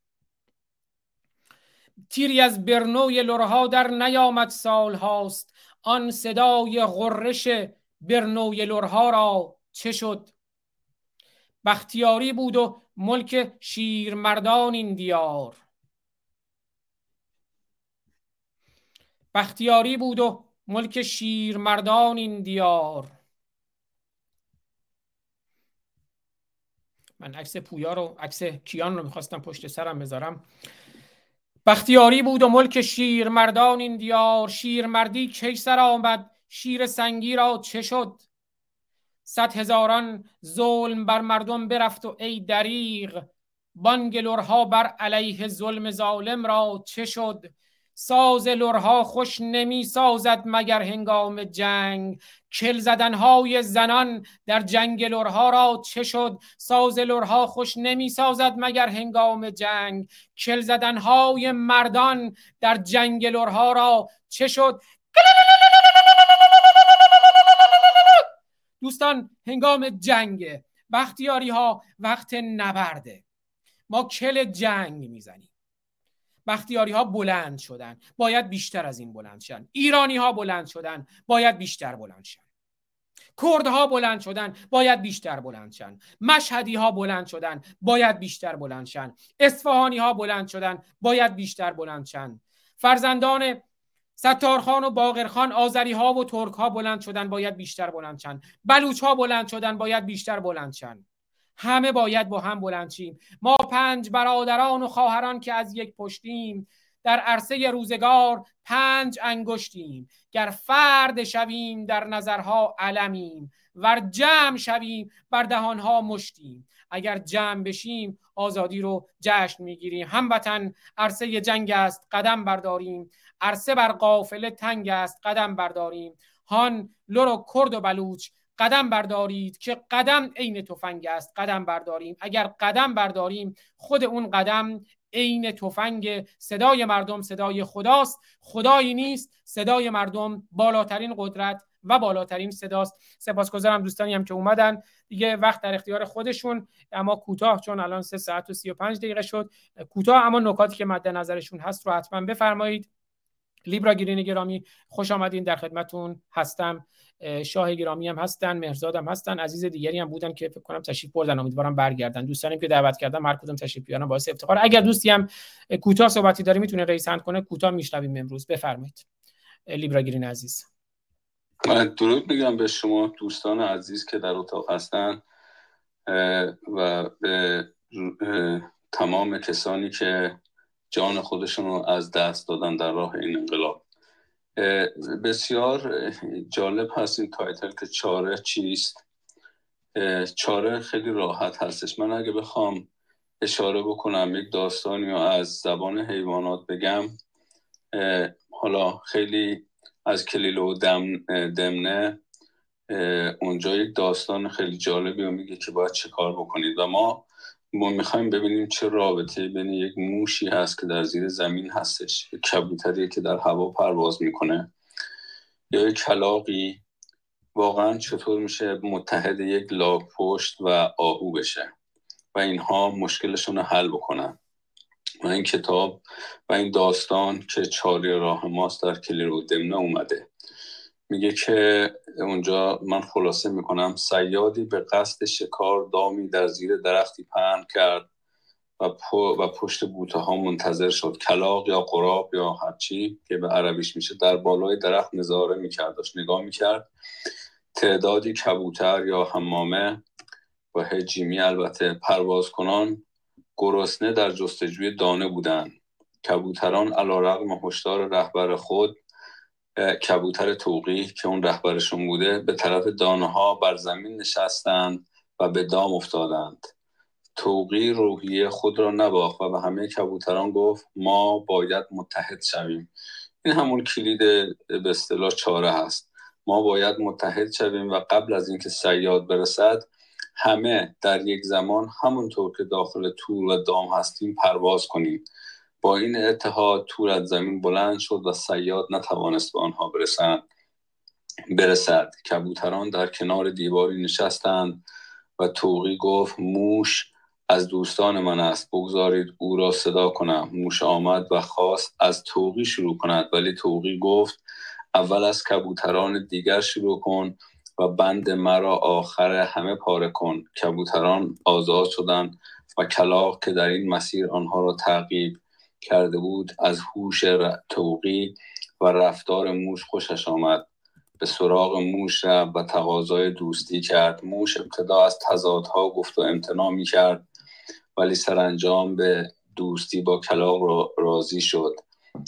تیری از برنوی لرها در نیامد سال هاست، آن صدای غرش برنوی لرها را چه شد؟ بختیاری بود و ملک شیرمردان این دیار، بختیاری بود و ملک شیرمردان این دیار. من عکس پویا رو، عکس کیان رو میخواستم پشت سرم بذارم. بختیاری بود و ملک شیرمردان این دیار، شیرمردی کی سر آمد شیر سنگی را چه شد؟ صد هزاران ظلم بر مردم برفت و ای دریغ، بانگ لرها بر علیه ظلم ظالم را چه شد؟ ساز لرها خوش نمی سازد مگر هنگام جنگ، کل زدنهای زنان در جنگ لرها را چه شد؟ ساز لرها خوش نمی سازد مگر هنگام جنگ، کل زدنهای مردان در جنگ لرها را چه شد؟ دوستان هنگام جنگ، بختیاری ها وقت نبرده، ما کل جنگ میزنیم. بختیاری ها بلند شدن، باید بیشتر از این بلند شدن. ایرانی ها بلند شدن، باید بیشتر بلند شدن. کردها بلند شدن، باید بیشتر بلند شدن. مشهدی ها بلند شدن، باید بیشتر بلند شدن. اصفهانی ها بلند شدن، باید بیشتر بلند شدن. فرزندان ستارخان و باقرخان، آذری ها و ترک ها بلند شدن، باید بیشتر بلند شدن. بلوچ ها بلند شدن، باید بیشتر بلند شدن. همه باید با هم بلند شیم. ما پنج برادران و خواهران که از یک پشتیم، در عرصه روزگار پنج انگشتیم. گر فرد شویم در نظرها علمیم، ور جمع شویم بر دهانها مشتیم. اگر جمع بشیم آزادی رو جشن میگیریم. هموطن عرصه جنگ است قدم برداریم، عرصه بر قافله تنگ است قدم برداریم. هان لر و کرد و بلوچ قدم بردارید که قدم عین تفنگ است قدم برداریم. اگر قدم برداریم خود اون قدم عین تفنگ. صدای مردم صدای خداست، خدایی نیست. صدای مردم بالاترین قدرت و بالاترین صداست. سپاسگزارم دوستانی هم که اومدن. دیگه وقت در اختیار خودشون، اما کوتاه، چون الان سه ساعت و سی و پنج دقیقه شد. کوتاه اما نکاتی که مد نظرشون هست رو حتما بفرمایید. لیبرا گرین گرامی خوش آمدین، در خدمتون هستم. شاه گرامی هم هستن، مهرزاد هم هستن، عزیز دیگری هم بودن که فکر کنم تشریف بردن، امیدوارم برگردن. دوستانیم که دعوت کردم هر کدوم تشریف بیارن باعث افتخار. اگر دوستی هم کوتاه صحبتی داره میتونه رئیس هند کنه. کوتاه میشنویم امروز. بفرمایید لیبرا گرین عزیز. من درود میگم به شما دوستان عزیز که در اتاق هستن و به تمام کسانی که جان خودشون رو از دست دادن در راه این انقلاب. بسیار جالب هست این تایتل که چاره چیست. چاره خیلی راحت هستش. من اگه بخوام اشاره بکنم یک داستانی رو از زبان حیوانات بگم، حالا خیلی از کلیله و دم دمنه اونجا یک داستان خیلی جالبی رو میگه که باید چه کار بکنید و ما ما میخوایم ببینیم چه رابطه بین یک موشی هست که در زیر زمین هستش، یک کبوتری که در هوا پرواز میکنه، یا یک کلاغی، واقعا چطور میشه متحد یک لاک‌پشت و آهو بشه و اینها مشکلشون رو حل بکنن. و این کتاب و این داستان که چاره راه ماست در کلیله و دمنه اومده، میگه که اونجا من خلاصه میکنم: صیادی به قصد شکار دامی در زیر درختی پهن کرد و, و پشت بوته ها منتظر شد. کلاغ یا قراق یا هرچی که به عربیش میشه در بالای درخت نظاره میکرد، داشت نگاه میکرد. تعدادی کبوتر یا حمامه و هجیمی البته پرواز کنان گرسنه در جستجوی دانه بودند. کبوتران علیرغم هشدار رهبر خود، کبوتر توقی که اون رهبرشون بوده، به طرف دانه ها بر زمین نشستند و به دام افتادند. توقی روحیه خود را نباخت و به همه کبوتران گفت ما باید متحد شویم. این همون کلید به اصطلاح چاره هست. ما باید متحد شویم و قبل از اینکه صیاد برسد همه در یک زمان همونطور که داخل تور و دام هستیم پرواز کنیم با این اتحاد تور از زمین بلند شد و صیاد نتوانست به آنها برسند برسد. کبوتران در کنار دیواری نشستند و طوقی گفت موش از دوستان من است، بگذارید او را صدا کنم. موش آمد و خواست از طوقی شروع کند، ولی طوقی گفت اول از کبوتران دیگر شروع کن و بند مرا آخر همه پاره کن. کبوتران آزاد شدند و کلاغ که در این مسیر آنها را تعقیب کرده بود از هوش طوقی و رفتار موش خوشش آمد. به سراغ موش رفت و تقاضای دوستی کرد. موش ابتدا از تضادها گفت و امتناع می کرد، ولی سرانجام به دوستی با کلاغ راضی شد.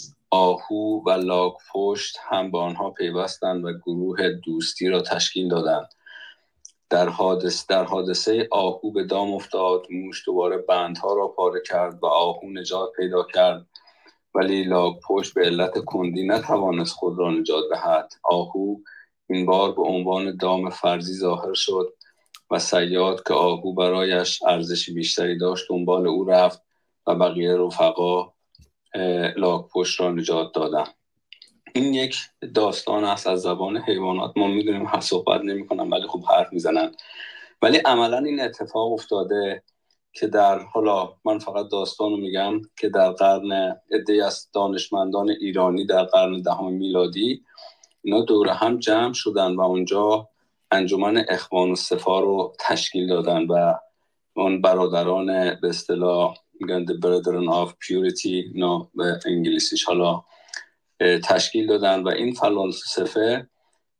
آهو و لاک‌پشت هم به آنها پیوستند و گروه دوستی را تشکیل دادند. در حادثه در حادثه آهو به دام افتاد. موش دوباره بندها را پاره کرد و آهو نجات پیدا کرد، ولی لاک‌پشت به علت کندی نتوانست خود را نجات دهد. آهو این بار به عنوان دام فرضی ظاهر شد و صیاد که آهو برایش ارزش بیشتری داشت دنبال او رفت و بقیه رفقا لاک‌پشت را نجات دادند. این یک داستان است از زبان حیوانات. ما میدونیم هر صحبت نمی کنن ولی خوب حرف میزنن، ولی عملا این اتفاق افتاده که در حالا من فقط داستان رو میگم که در قرن عده‌ای از دانشمندان ایرانی در قرن دهم میلادی اینا دور هم جمع شدن و اونجا انجمن اخوان الصفا رو تشکیل دادن و اون برادران به اصطلاح میگن the brethren of purity نه به انگلیسیش حالا تشکیل دادن و این فلاسفه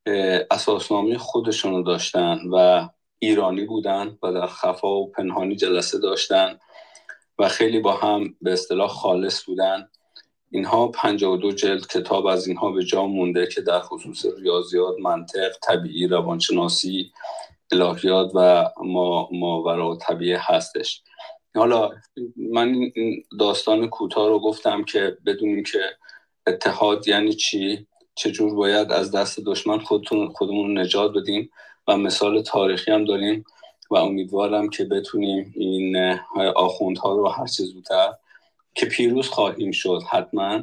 اساسنامه خودشونو داشتن و ایرانی بودن و در خفا و پنهانی جلسه داشتن و خیلی با هم به اصطلاح خالص بودن. اینها پنجاه و دو جلد کتاب از اینها به جا مونده که در خصوص ریاضیات، منطق، طبیعی، روانشناسی، الهیات و ما ماورا و طبیعه هستش. حالا من این داستان کوتاه رو گفتم که بدونیم که اتحاد یعنی چی، چجور باید از دست دشمن خودتون خودمون نجات بدیم و مثال تاریخی هم داریم و امیدوارم که بتونیم این آخوندها رو هر چه زودتر که پیروز خواهیم شد حتما،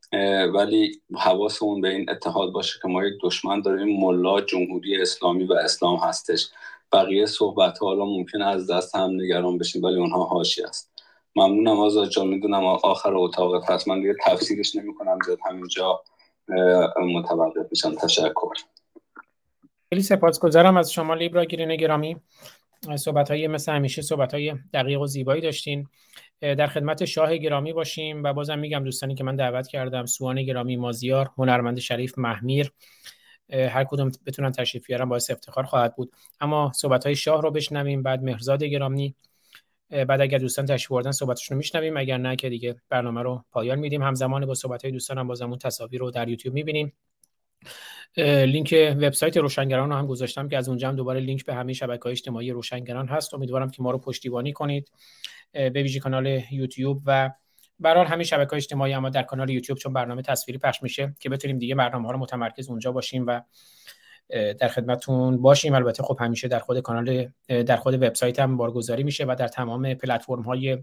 ولی حواسمون به این اتحاد باشه که ما یک دشمن داریم، ملا جمهوری اسلامی و اسلام هستش. بقیه صحبت ها حالا ممکنه از دست هم نگران بشیم ولی اونها حاشیه است. ممنونم آزاد جان، میدونم آخر اتاقت هست، من دیگه تفسیرش نمی کنم زیاد، همینجا متوقف میشم. تشکر. خیلی سپاسگزارم از شما لیبرا گرین گرامی. صحبت‌های مثل همیشه صحبت‌های دقیق و زیبایی داشتین. در خدمت شاه گرامی باشیم و بازم میگم دوستانی که من دعوت کردم، سوان گرامی، مازیار، هنرمند شریف، محمیر، هر کدوم بتونن تشریف بیارن باعث افتخار خواهد بود. اما صحبت‌های شاه رو بشنویم، بعد مهرزاد گرامی، بعد اگر دوستان تشریف آوردن صحبتشون رو میشنویم، اگر نه که دیگه برنامه رو پایان میدیم. همزمان با صحبت‌های دوستانم بازم تصاویر رو در یوتیوب می‌بینیم. لینک وبسایت روشنگران رو هم گذاشتم که از اونجا هم دوباره لینک به همه شبکه‌های اجتماعی روشنگران هست. امیدوارم که ما رو پشتیبانی کنید به ویژه کانال یوتیوب و برای همه شبکه‌های اجتماعی، اما در کانال یوتیوب چون برنامه تصویری پخش میشه که بتونیم دیگه برنامه‌ها رو متمرکز اونجا باشیم و در خدمتتون باشیم. البته خب همیشه در خود کانال در خود وبسایت هم بارگذاری میشه و در تمام پلتفرم‌های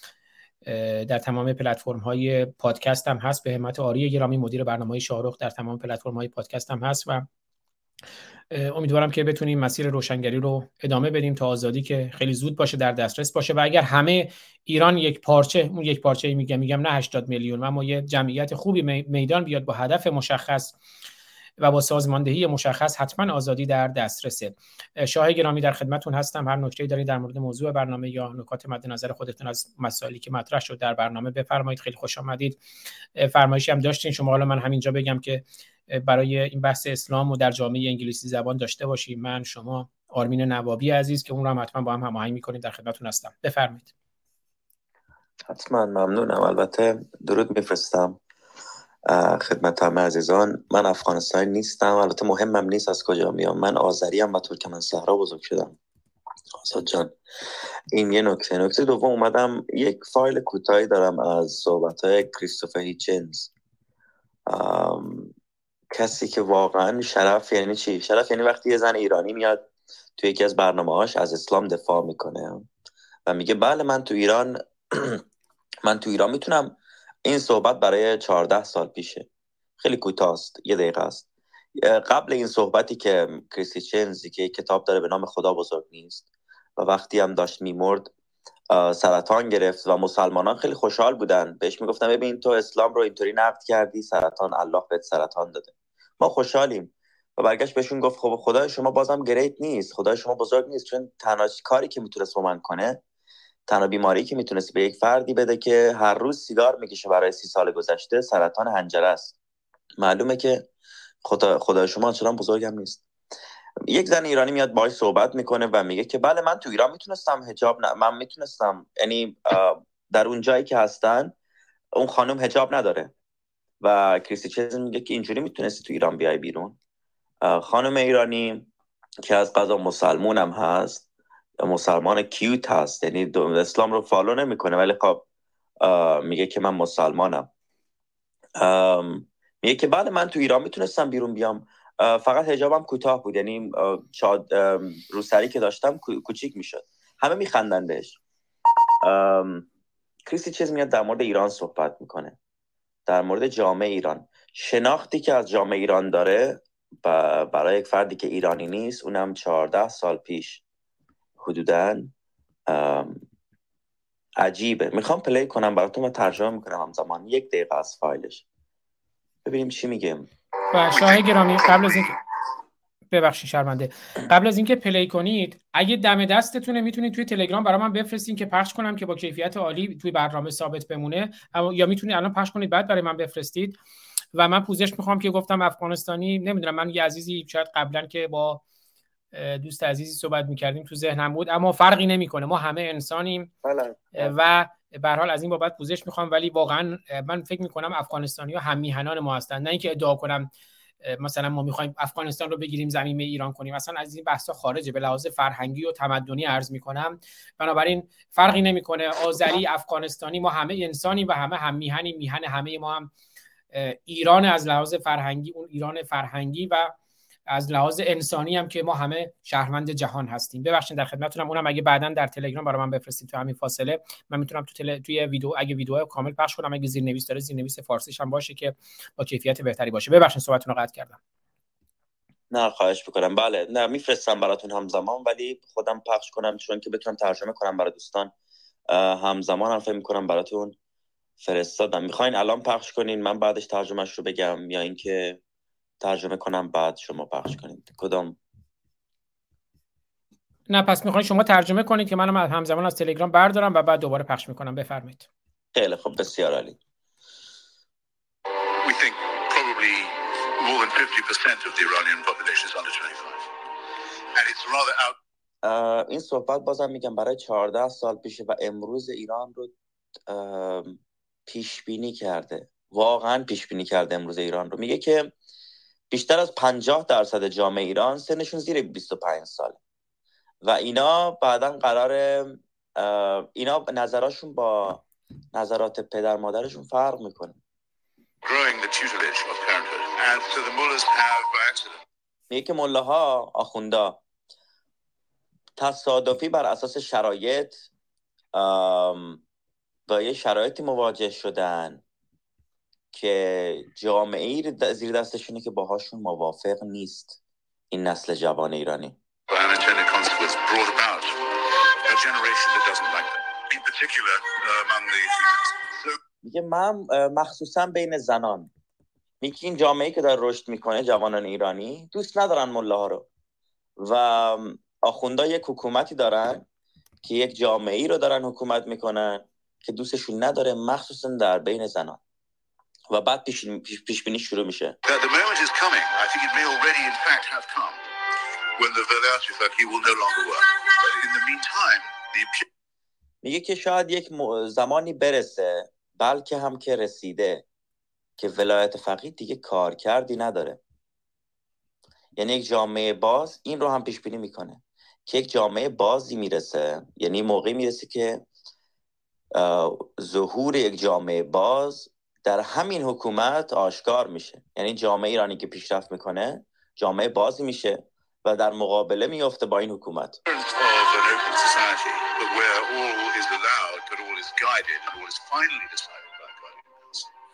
در تمام پلتفرم‌های پادکست هم هست. به همت آری گرامی مدیر برنامه‌های شاهرخ در تمام پلتفرم‌های پادکست هم هست و امیدوارم که بتونیم مسیر روشنگری رو ادامه بدیم تا آزادی که خیلی زود باشه، در دسترس باشه و اگر همه ایران یک پارچه، اون یک پارچه میگم میگم نه هشتاد میلیون، اما یه جمعیت خوبی میدان بیاد با هدف مشخص و با سازماندهی مشخص، حتما آزادی در دسترسه. شاه گرامی در خدمتتون هستم. هر نکته‌ای دارید در مورد موضوع برنامه یا نکات مد نظر خودتون از مسائلی که مطرح شد در برنامه بفرمایید. خیلی خوش آمدید. فرمایشی هم داشتین شما، حالا من همینجا بگم که برای این بحث اسلام و در جامعه انگلیسی زبان داشته باشیم، من، شما، آرمین نوابی عزیز که اون رو هم حتما با هم هماهنگ می‌کنید، در خدمتتون هستم. بفرمایید. حتما ممنونم. البته درود میفرستم خدمت همه عزیزان. من افغانستانی نیستم، البته مهمم نیست از کجا میام، من آذری ام و ترکمن‌صحرا بزرگ شدم. آزاد جان، این یه نکته. نکته دوم، اومدم یک فایل کوتاهی دارم از صحبت‌های کریستوفر هیچنز، کسی که واقعا شرف یعنی چی؟ شرف یعنی وقتی یه زن ایرانی میاد تو یکی از برنامه‌هاش از اسلام دفاع میکنه و میگه بله من تو ایران من تو ایران میتونم این صحبت برای چهارده سال پیشه، خیلی کوتاه است، یه دقیقه است. قبل این صحبتی که کریس هیچنز که کتاب داره به نام خدا بزرگ نیست و وقتی هم داشت میمرد سرطان گرفت و مسلمانان خیلی خوشحال بودن، بهش میگفتن ببین تو اسلام رو اینطوری نقد کردی، سرطان الله بهت سرطان داده، ما خوشحالیم. و برگشت بهشون گفت خب خدای شما بازم گریت نیست، خدای شما بزرگ نیست، چون تنها کاری که میتونست با من کنه، تنها بیماری که میتونست به یک فردی بده که هر روز سیگار میکشه برای سی سال گذشته سرطان حنجره است. معلومه که خدا خدای شما چنان بزرگم نیست. یک زن ایرانی میاد باهاش صحبت میکنه و میگه که بله من تو ایران میتونستم حجاب نه من میتونستم، یعنی در اون جایی که هستن اون خانم حجاب نداره و کریس هیچنز میگه که اینجوری میتونستی تو ایران بیای بیرون. خانم ایرانی که از قضا مسلمون هم هست، مسلمان کیوت هست، یعنی اسلام رو فالو نمیکنه ولی خب میگه که من مسلمانم. میگه که بله من تو ایران میتونستم بیرون بیام، فقط حجابم کوتاه بود، یعنی روسری که داشتم کوچیک میشد. همه میخندن بهش. کریس هیچنز میاد در مورد ایران صحبت میکنه، در مورد جامعه ایران، شناختی که از جامعه ایران داره برای یک فردی که ایرانی نیست، اونم چهارده سال پیش حدوداً، عجیبه. میخوام پلی کنم براتون و ترجمه میکنم همزمان، یک دقیقه از فایلش، ببینیم چی میگم. و شاه گرامی قبل از اینکه ببخشید شرمنده قبل از اینکه پلی کنید، اگه دم دستتونه میتونید توی تلگرام برای من بفرستین که پخش کنم که با کیفیت عالی توی برنامه ثابت بمونه، یا میتونید الان پخش کنید بعد برای من بفرستید. و من پوزش میخوام که گفتم افغانستانی، نمیدونم من یه عزیزی شاید قبلا که با دوست عزیزی صحبت میکردیم تو ذهنم بود، اما فرقی نمیکنه، ما همه انسانیم و به هر حال از این بابت پوزش میخوام. ولی واقعا من فکر میکنم افغانستانی‌ها هم میهنان ما هستن، نه اینکه ادعا کنم مثلا ما میخوایم افغانستان رو بگیریم زمین ایران کنیم، اصلا از این بحثا خارجه. به لحاظ فرهنگی و تمدنی عرض میکنم، بنابراین فرقی نمیکنه آذری افغانستانی، ما همه انسانی و همه هم میهنی، میهن همه ما هم ایران از لحاظ فرهنگی، اون ایران فرهنگی، و از لحاظ انسانی هم که ما همه شهروند جهان هستیم. ببخشید در خدمتتونم، اونم اگه بعداً در تلگرام برای من بفرستید تو همین فاصله، من میتونم تو تل... توی ویدیو اگه ویدیو کامل پخش کنم، اگه زیرنویس داره زیرنویس فارسیش هم باشه که با کیفیت بهتری باشه. ببخشید صحبتتون رو قطع کردم. نه خواهش میکنم. بله نه میفرستم براتون همزمان، ولی خودم پخش کنم چون که بتونم ترجمه کنم برای دوستان. همزمان هم فکر میکنم براتون فرستادم. میخواین الان پخش کنین من بعدش ترجمهش رو بگم، یا اینکه ترجمه کنم بعد شما پخش کنید؟ کدام؟ نه پس میخواین شما ترجمه کنید که منم همزمان از تلگرام بردارم و بعد دوباره پخش میکنم. بفرمایید. خیلی خوب، بسیار عالی. We think probably more than fifty percent of the Iranian population is under twenty-five. And it's rather out. این صحبت بازم میگم برای چهارده سال پیشه و امروز ایران رو پیش بینی کرده، واقعا پیش بینی کرده امروز ایران رو. میگه که بیشتر از پنجاه درصد جامعه ایران سنشون زیر بیست و پنج ساله و اینا بعداً قراره اینا نظراشون با نظرات پدر مادرشون فرق میکنه. میگه که ملاها، آخوندا تصادفی بر اساس شرایط با یه شرایطی مواجه شدن که جامعه‌ای زیر دستشونه که باهاشون موافق نیست این نسل جوان ایرانی. میگه من مخصوصا بین زنان، میگه این جامعه‌ای که داره رشد میکنه، جوانان ایرانی دوست ندارن ملاها رو و آخوندا یک حکومتی دارن که یک جامعه‌ای رو دارن حکومت میکنن که دوستشون نداره، مخصوصا در بین زنان. و بعد پیش پیش بینی شروع میشه. میگه که شاید یک زمانی برسه، بلکه هم که رسیده، که ولایت فقیه دیگه کار کردی نداره. یعنی یک جامعه باز، این رو هم پیش بینی میکنه که یک جامعه بازی میرسه، یعنی موقعی میرسه که ظهور یک جامعه باز در همین حکومت آشکار میشه. یعنی جامعه ایرانی که پیشرفت میکنه جامعه بازی میشه و در مقابله میفته با این حکومت.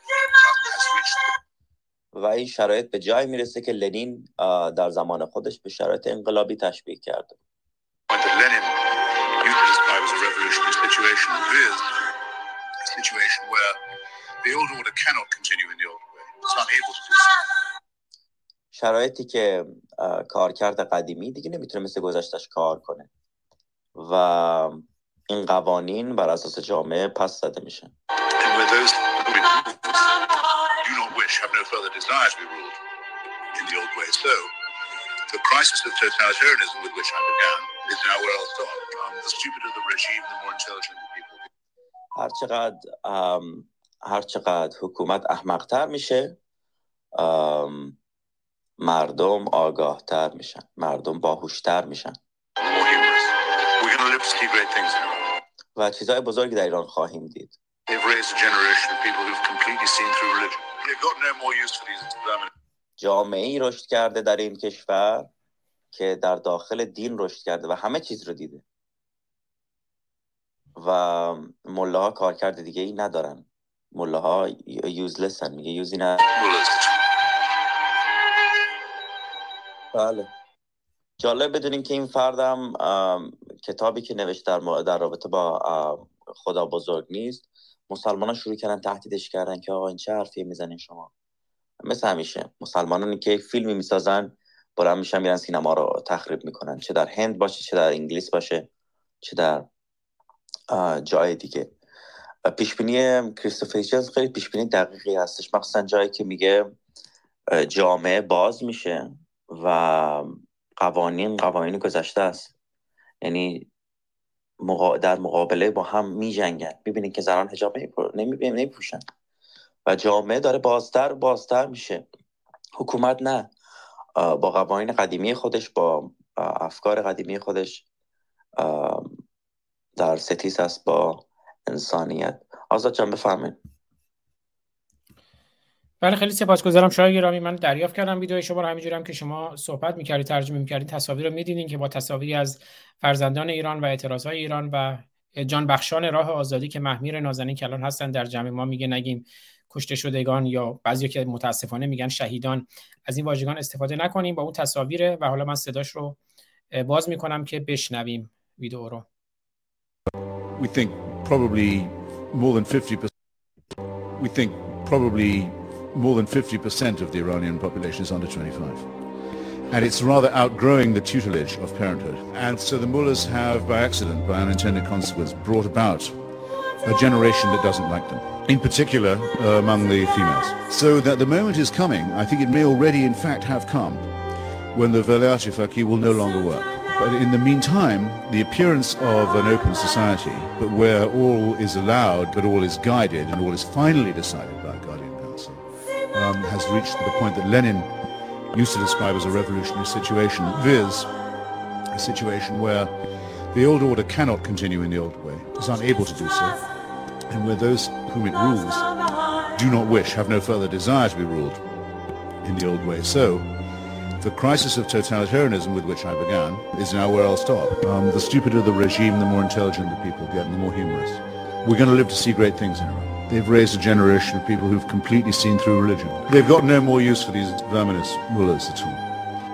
has reached. و این شرایط به جای میرسه که لنین در زمان خودش به شرایط انقلابی تشبیه کرده. When Lenin used to describe as a revolutionary situation is a situation where the old order cannot continue in the old way. It's not able to do so. شرایطی که کارکرد قدیمی دیگه نمیتونه مثل گذشتش کار کنه و این قوانین بر اساس جامعه پس زده میشن. And where those do not wish, have no further desire to be ruled in the old way. So, the crisis of totalitarianism with which I began is now where I'll start. Um, the stupider the regime, the more intelligent the people. هر چقدر هر چقدر حکومت احمق‌تر میشه، مردم آگاه‌تر میشن، مردم باهوش‌تر میشن. We're going to live to see great things now. و چیزهای بزرگی در ایران خواهیم دید. They've raised a generation of people who've completely seen through religion. They've got no more use for these Islamic. جامعه‌ای رشد کرده در این کشور که در داخل دین رشد کرده و همه چیز رو دیده و ملاها کارکرد دیگه ای ندارن. ملاها یوزلسن، میگه یوزی نه. بله. جالب بدونین که این فردم کتابی که نوشت در, در رابطه با خدا بزرگ نیست، مسلمانان شروع کردن تهدیدش کردن که آقا این چه حرفی میزنین شما. مثل همیشه مسلمانانی که فیلمی میسازن بلند میشن میرن سینما رو تخریب میکنن، چه در هند باشه، چه در انگلیس باشه، چه در جای دیگه. پیشبینی کریستوفر هیچنز خیلی پیشبینی دقیقی هستش، مخصوصا جایی که میگه جامعه باز میشه و قوانین قوانین گذشته است، یعنی مقا... در مقابله با هم میجنگن. میبینین که زنان حجاب نمیبینن نمیپوشن و جامعه داره بازتر بازتر میشه. حکومت نه، با قوانین قدیمی خودش، با افکار قدیمی خودش در ستیز است با انسانیت. آزاد جان بفرمایید. بله خیلی سپاسگزارم شاه گرامی. من دریافت کردم ویدیوی شما رو، همینجوری هم که شما صحبت می‌کردید ترجمه می‌کردید تصاویر رو می‌دیدین که با تصاویری از فرزندان ایران و اعتراضهای ایران و جان بخشان راه آزادی که محمیر نازنین که الان هستن در جمع ما، میگه نگیم کشته شدگان یا بعضی که متاسفانه میگن شهیدان، از این واژگان استفاده نکنیم. با اون تصاویر و حالا من صداش رو باز می‌کنم که بشنویم ویدیو رو. We think probably more than fifty percent we think probably more than fifty percent of the Iranian population is under twenty-five. And it's rather outgrowing the tutelage of parenthood. And so the mullahs have, by accident, by unintended consequence, brought about a generation that doesn't like them, in particular uh, among the females. So that the moment is coming, I think it may already in fact have come, when the Velayat-e Faqih will no longer work. But in the meantime, the appearance of an open society, but where all is allowed, but all is guided, and all is finally decided by a Guardian Council, um, has reached the point that Lenin used to describe as a revolutionary situation, viz. A situation where the old order cannot continue in the old way, is unable to do so, and where those whom it rules do not wish, have no further desire to be ruled in the old way. So, the crisis of totalitarianism with which I began is now where I'll stop. Um, the stupider the regime, the more intelligent the people get, and the more humorous. We're going to live to see great things in Iran. They've raised a generation of people who've completely seen through religion. They've got no more use for these verminous mullahs at all.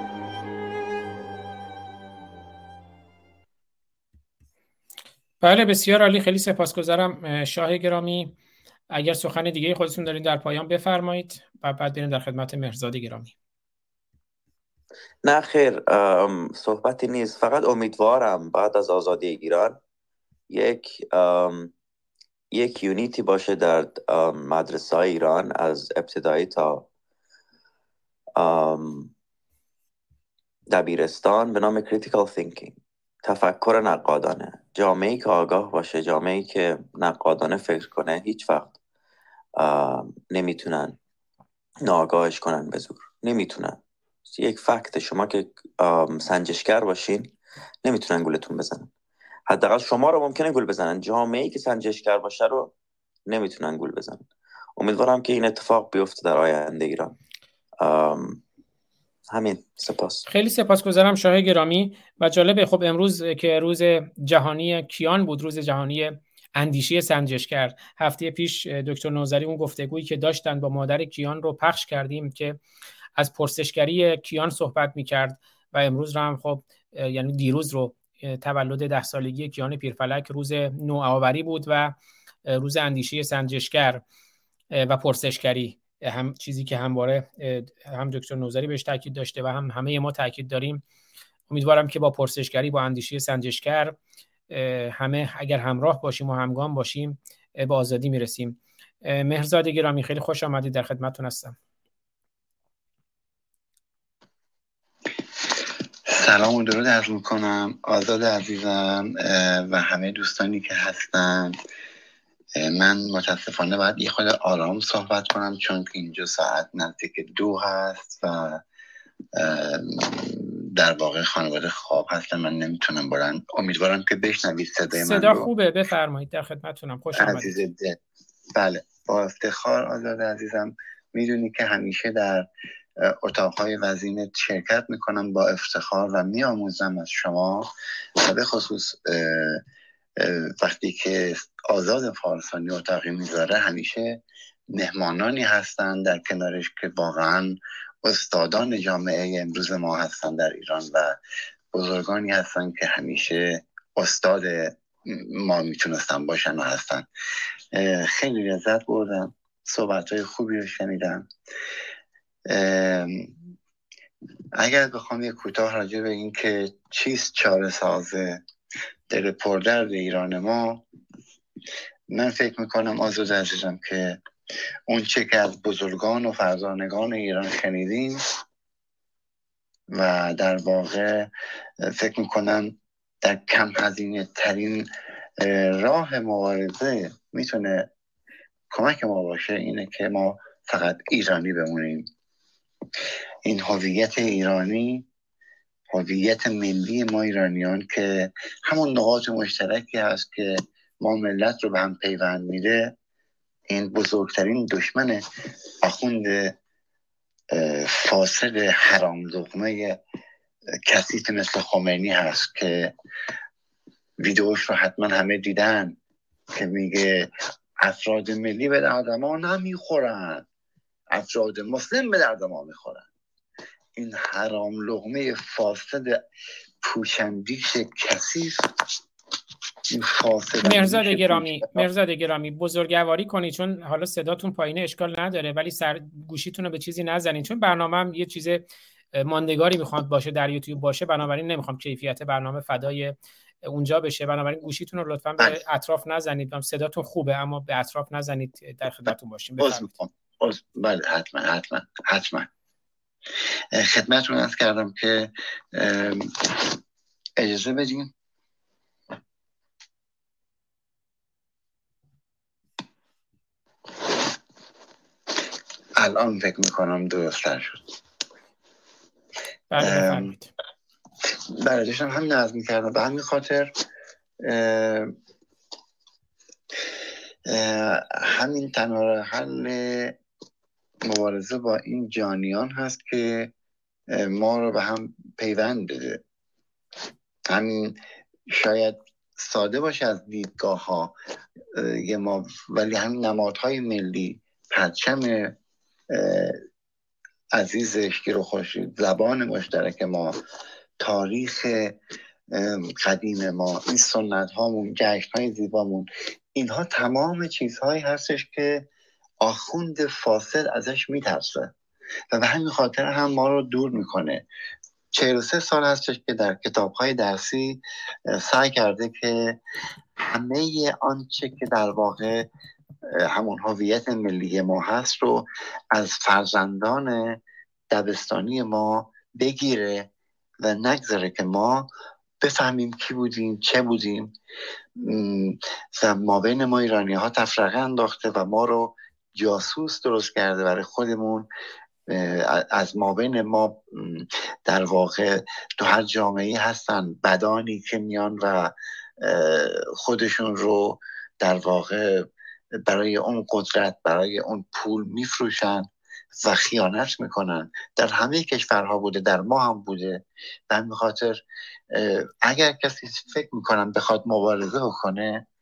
بله بسیار عالی، خیلی سپاسگزارم شاه گرامی. اگر سخن دیگه خودتون دارین در پایان بفرمایید و بعد بریم در خدمت مهرزاد گرامی. نه خیر، صحبتی نیست، فقط امیدوارم بعد از آزادی ایران یک یک یونیتی باشه در مدرسه های ایران از ابتدایی تا دبیرستان به نام critical thinking، تفکر نقادانه. جامعه‌ای که آگاه باشه، جامعه‌ای که نقادانه فکر کنه، هیچ وقت نمیتونن ناآگاهش کنن به زور، نمیتونن. یک فکت، شما که سنجشگر باشین نمیتونن گولتون بزنن. حداقل شما رو ممکنه گول بزنن، جامعه‌ای که سنجشگر باشه رو نمیتونن گول بزنن. امیدوارم که این اتفاق بیفته در آینده ایران. همین، سپاس. خیلی سپاسگزارم شاه گرامی. و جالبه خب امروز که روز جهانی کیان بود، روز جهانی اندیشه سنجشگر. هفته پیش دکتر نوذری اون گفتگویی که داشتن با مادر کیان رو پخش کردیم که از پرسشگری کیان صحبت میکرد و امروز رو هم خب یعنی دیروز رو تولد ده سالگی کیان پیرفلک روز نوآوری بود و روز اندیشه سنجشگر و پرسشگری، هم چیزی که همواره هم دکتر نوذری بهش تاکید داشته و هم همه ما تاکید داریم. امیدوارم که با پرسشگری، با اندیشه سنجشگر همه اگر همراه باشیم و همگام باشیم به آزادی میرسیم. مهرزاد گرامی خیلی خوش آمدید، در خدمتتون هستم. سلام و درود عرض میکنم آزاد عزیزم و همه دوستانی که هستن. من متاسفانه باید یه خود آرام صحبت کنم چون که اینجا ساعت نزدیک دو هست و در واقع خانواده خواب هستن، من نمیتونم بلند. امیدوارم که بشنوید صدای من. صدا خوبه، بفرمایید، در خدمتتونم. خوش آمدید. عزیز دل. بله با افتخار آزاد عزیزم. میدونی که همیشه در اتاقهای وزینت شرکت میکنم با افتخار و میآموزم از شما و به خصوص وقتی که آزاد فارسانی اتاقی میذاره همیشه مهمانانی هستن در کنارش که واقعا استادان جامعه امروز ما هستن در ایران و بزرگانی هستن که همیشه استاد ما میتونستن باشن و هستن. خیلی لذت بردم، صحبت‌های خوبی رو شنیدم. اگر بخوام یک کوتاه راجع به این که چیست چاره سازه دل پردرد ایران ما، من فکر میکنم آزاد عزیزم که اون چه که از بزرگان و فرزانگان ایران شنیدیم و در واقع فکر میکنم در کم هزینه ترین راه مبارزه میتونه کمک ما باشه اینه که ما فقط ایرانی بمونیم. این هویت ایرانی، هویت ملی ما ایرانیان که همون نقاط مشترکی هست که ما ملت رو به هم پیوند میده، این بزرگترین دشمن آخوند فاسد حرام لقمه کثیف مثل خمینی هست که ویدیوش رو حتما همه دیدن که میگه افراد ملی به درد ما نمیخورن، افراد مسلم به درد ما میخورن. این حرام لقمه فاسد پوشندیش کثیف، این فاسد. مرزاد گرامی مرزاد گرامی بزرگواری کنید چون حالا صداتون پایینه اشکال نداره ولی سر گوشیتون رو به چیزی نزنید چون برنامه هم یه چیز ماندگاری میخواد باشه در یوتیوب باشه، بنابراین نمیخوام کیفیت برنامه فدای اونجا بشه، بنابراین گوشیتون رو لطفاً به اطراف نزنید. صداتون خوبه اما به اطراف نزنید، در خدمتتون باشیم. بفرمایید. بله حتما حتما حتما خدمتتون عرض کردم که اجازه بدین الان فکر میکنم درست‌تر شد. بله بفرمایید. بله داشتم همین عرض میکردم. به همین خاطر اه اه همین تنها حل مبارزه با این جانیان هست که ما رو به هم پیوند بده. همین شاید ساده باشه از دیدگاه ها ما، ولی همین نمادهای ملی، پرچم عزیز شیر و خورشید، زبان مشترک ما، تاریخ قدیم ما، این سنت هامون، جشن های زیبامون، اینها تمام چیزهایی هستش که آخوند فاسد ازش میترسه و به همین خاطر هم ما رو دور میکنه. چهل و سه سال هستش که در کتاب‌های درسی سعی کرده که همه آنچه که در واقع همون هویت ملی ما هست رو از فرزندان دبستانی ما بگیره و نگذاره که ما بفهمیم کی بودیم، چه بودیم. و ما بین ما ایرانی ها تفرقه انداخته و ما رو جاسوس درست کرده برای خودمون. از ما بین ما در واقع تو هر جامعه‌ای هستن بدانی که میان و خودشون رو در واقع برای اون قدرت، برای اون پول میفروشن و خیانت میکنن. در همه کشورها بوده، در ما هم بوده. به همین خاطر اگر کسی فکر میکنم بخواد مبارزه بکنه،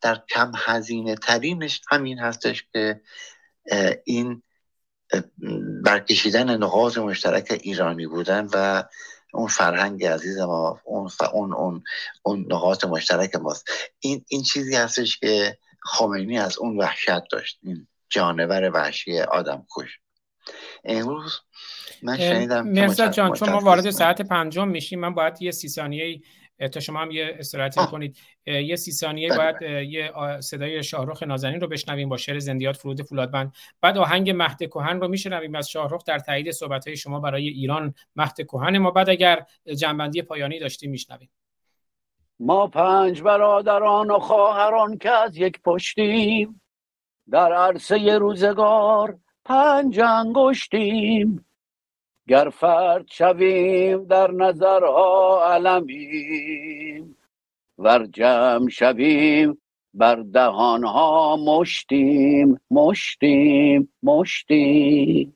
در کم هزینه ترینش همین هستش که این برکشیدن نقاط مشترک ایرانی بودن و اون فرهنگ عزیز ما، اون اون اون, اون نقاط مشترک ماست. این این چیزی هستش که خمینی از اون وحشت داشت، این جانور وحشی آدم کش. امروز من شنیدم مرزا جان، چون ما وارد ساعت پنجم میشیم، من باید یه سی ثانیه تا شما هم یه استراحتی کنید، یه سی ثانیه باید یه صدای شاهرخ نازنین رو بشنویم با شعر زندیات فرود فولادبند، بعد آهنگ مهد کهن رو میشنویم از شاهرخ در تایید صحبت‌های شما برای ایران مهد کهن ما، بعد اگر جنبندی پایانی داشتیم میشنویم. ما پنج برادران و خواهران که از یک پشتیم، در عرصه روزگار پنج انگشتیم، گر فرد شویم در نظرها علمیم، ور جمع شویم بر دهانها مشتیم مشتیم مشتیم.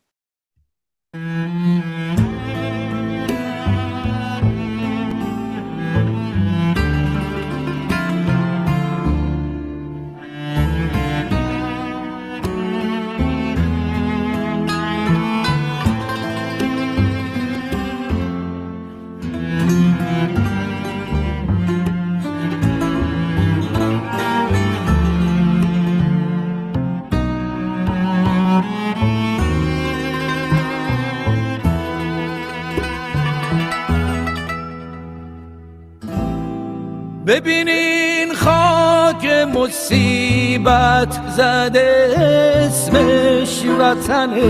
ببینین خاک مصیبت زده اسمش وطنه،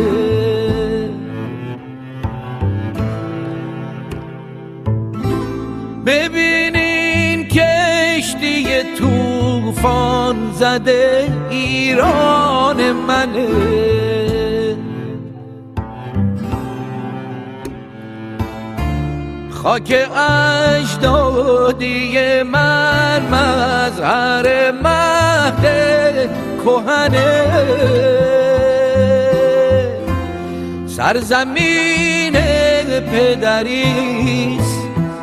ببینین کشتی طوفان زده ایران منه، خاک اجدادی من مظهر مهد کهنه، سرزمین پدریست،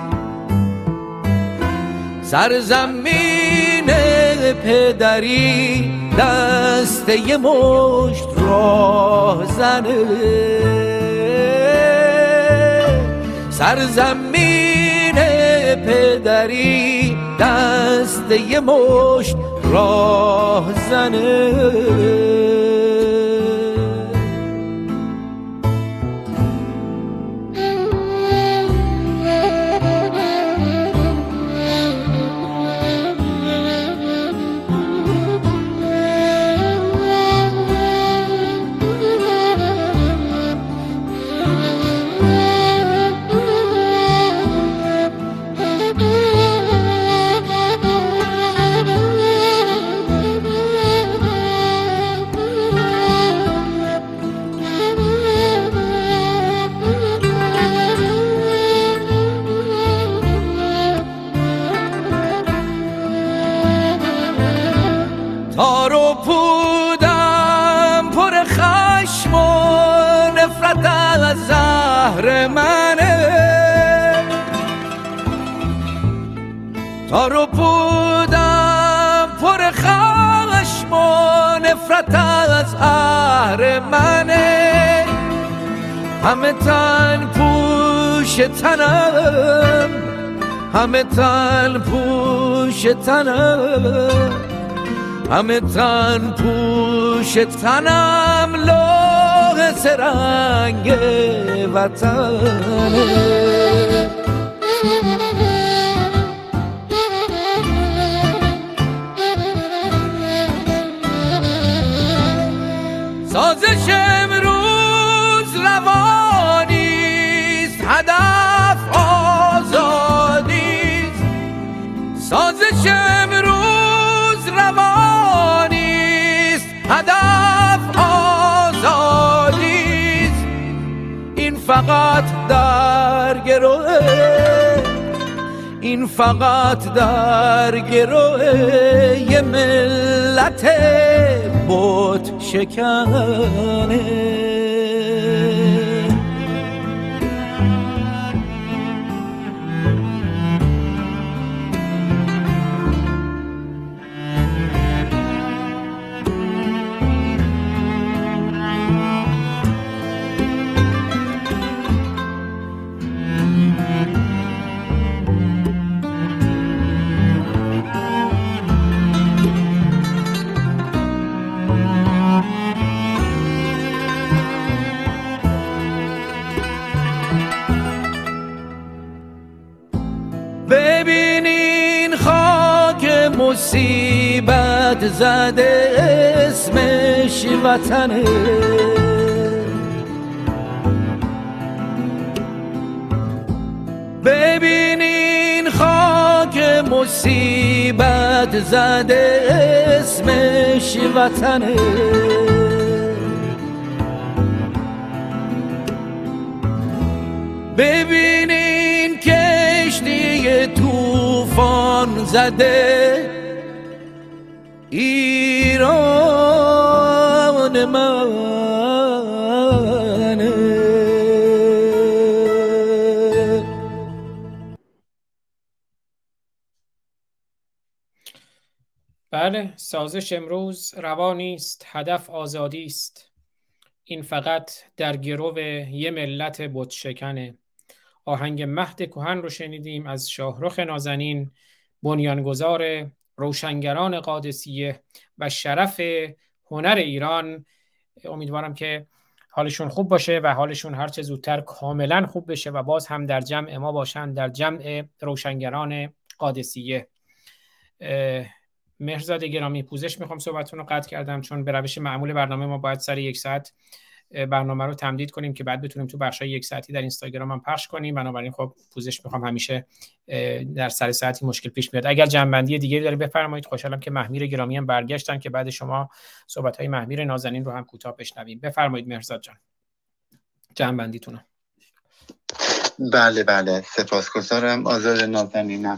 سرزمین پدری دست یه مشت راه زنه، سرزمین پدری دست یه مشت راه زنه. تار و پودم پر خشم و نفرت از زهر منه، تار و پودم پر خشم و نفرت از زهر منه، همه تن پوش تنم، همه تن پوش تنم، همه تن پوش تنم لوح سرنگ وطنه. سازش امروز روانیست، هدف آزادیست، سازش امروز روانیست، هدف آزادیست، این فقط در گروه، این فقط در گروه یه ملت بت شکنه. مصیبت زده اسمش وطنه. ببینین خاک مصیبت زده اسمش وطنه. ببینین کشتی طوفان زده ایران منه. بله، سازش امروز روا نیست، هدف آزادی است. این فقط در گرو یه ملت بت شکنه. آهنگ مهد کهن رو شنیدیم از شاهرخ نازنین، بنیانگذار روشنگران قادسیه و شرف هنر ایران. امیدوارم که حالشون خوب باشه و حالشون هرچه زودتر کاملا خوب بشه و باز هم در جمع ما باشن، در جمع روشنگران قادسیه. مهرزاد گرامی، پوزش میخوام صحبتتون رو قطع کردم، چون به روش معمول برنامه ما باید سر یک ساعت برنامه رو تمدید کنیم که بعد بتونیم تو بخشای یک ساعتی در اینستاگرام هم پخش کنیم. بنابراین خب پوزش میخوام، همیشه در سر ساعتی مشکل پیش میاد. اگر جنبندی دیگری داره بفرمایید. خوشحالم که محمیر گرامی هم برگشتن که بعد شما صحبت‌های محمیر نازنین رو هم کوتاه بشنویم. بفرمایید مهرزاد جان، جنبندیتون. بله بله، سپاسگزارم آزاد نازنینم.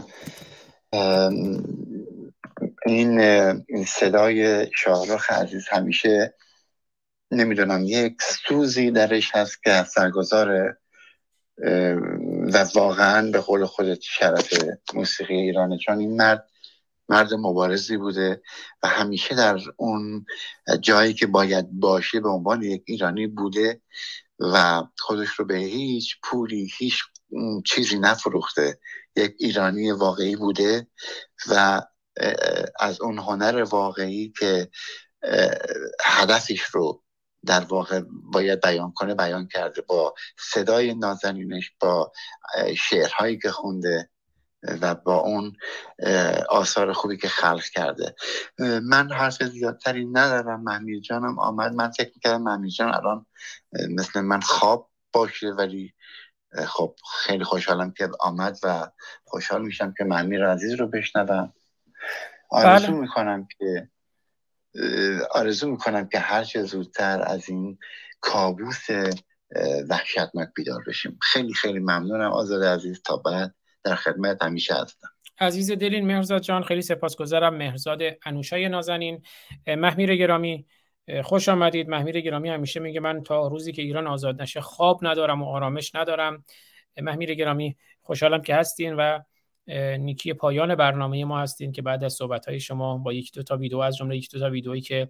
این صدای شاهرخ عزیز همیشه نمیدونم یک سوزی درش هست که اثرگذاره و واقعا به قول خودت شرف موسیقی ایرانه، چون این مرد مرد مبارزی بوده و همیشه در اون جایی که باید باشه به عنوان یک ایرانی بوده و خودش رو به هیچ پولی هیچ چیزی نفروخته. یک ایرانی واقعی بوده و از اون هنر واقعی که هدفش رو در واقع باید بیان کنه بیان کرده، با صدای نازنینش، با شعرهایی که خونده و با اون آثار خوبی که خلق کرده. من حرف زیادتری ندارم. محمیر جانم آمد، من فکر میکردم محمیر جان الان مثل من خواب باشه، ولی خب خیلی خوشحالم که آمد و خوشحال میشم که محمیر عزیز رو بشنوم. آرزو بله. میکنم که آرزو میکنم که هر چه زودتر از این کابوس وحشتناک بیدار بشیم. خیلی خیلی ممنونم آزاد عزیز، تا بعد در خدمت همیشه هستم. عزیز دلین مهرزاد جان، خیلی سپاسگزارم. مهرزاد انوشای نازنین. محمیر گرامی خوش آمدید. محمیر گرامی همیشه میگه من تا روزی که ایران آزاد نشه خواب ندارم و آرامش ندارم. محمیر گرامی خوشحالم که هستین و نیکی پایان برنامه ما هستین که بعد از صحبت‌های شما با یک دو تا ویدیو، از جمله یک دو تا ویدئویی که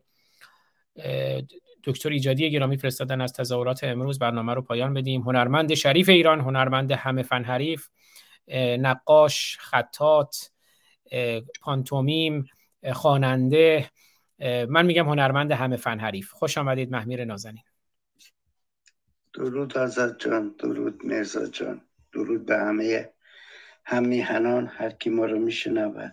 دکتر ایجادی گرامی فرستادن از تظاهرات امروز، برنامه رو پایان بدیم. هنرمند شریف ایران، هنرمند همه فن حریف، نقاش، خطاط، پانتومیم، خواننده، من میگم هنرمند همه فن حریف. خوش آمدید محمیر نازنین. درود آزاد جان، درود مرزاد جان، درود به همه هم میهنان، هر کی ما رو میشنود.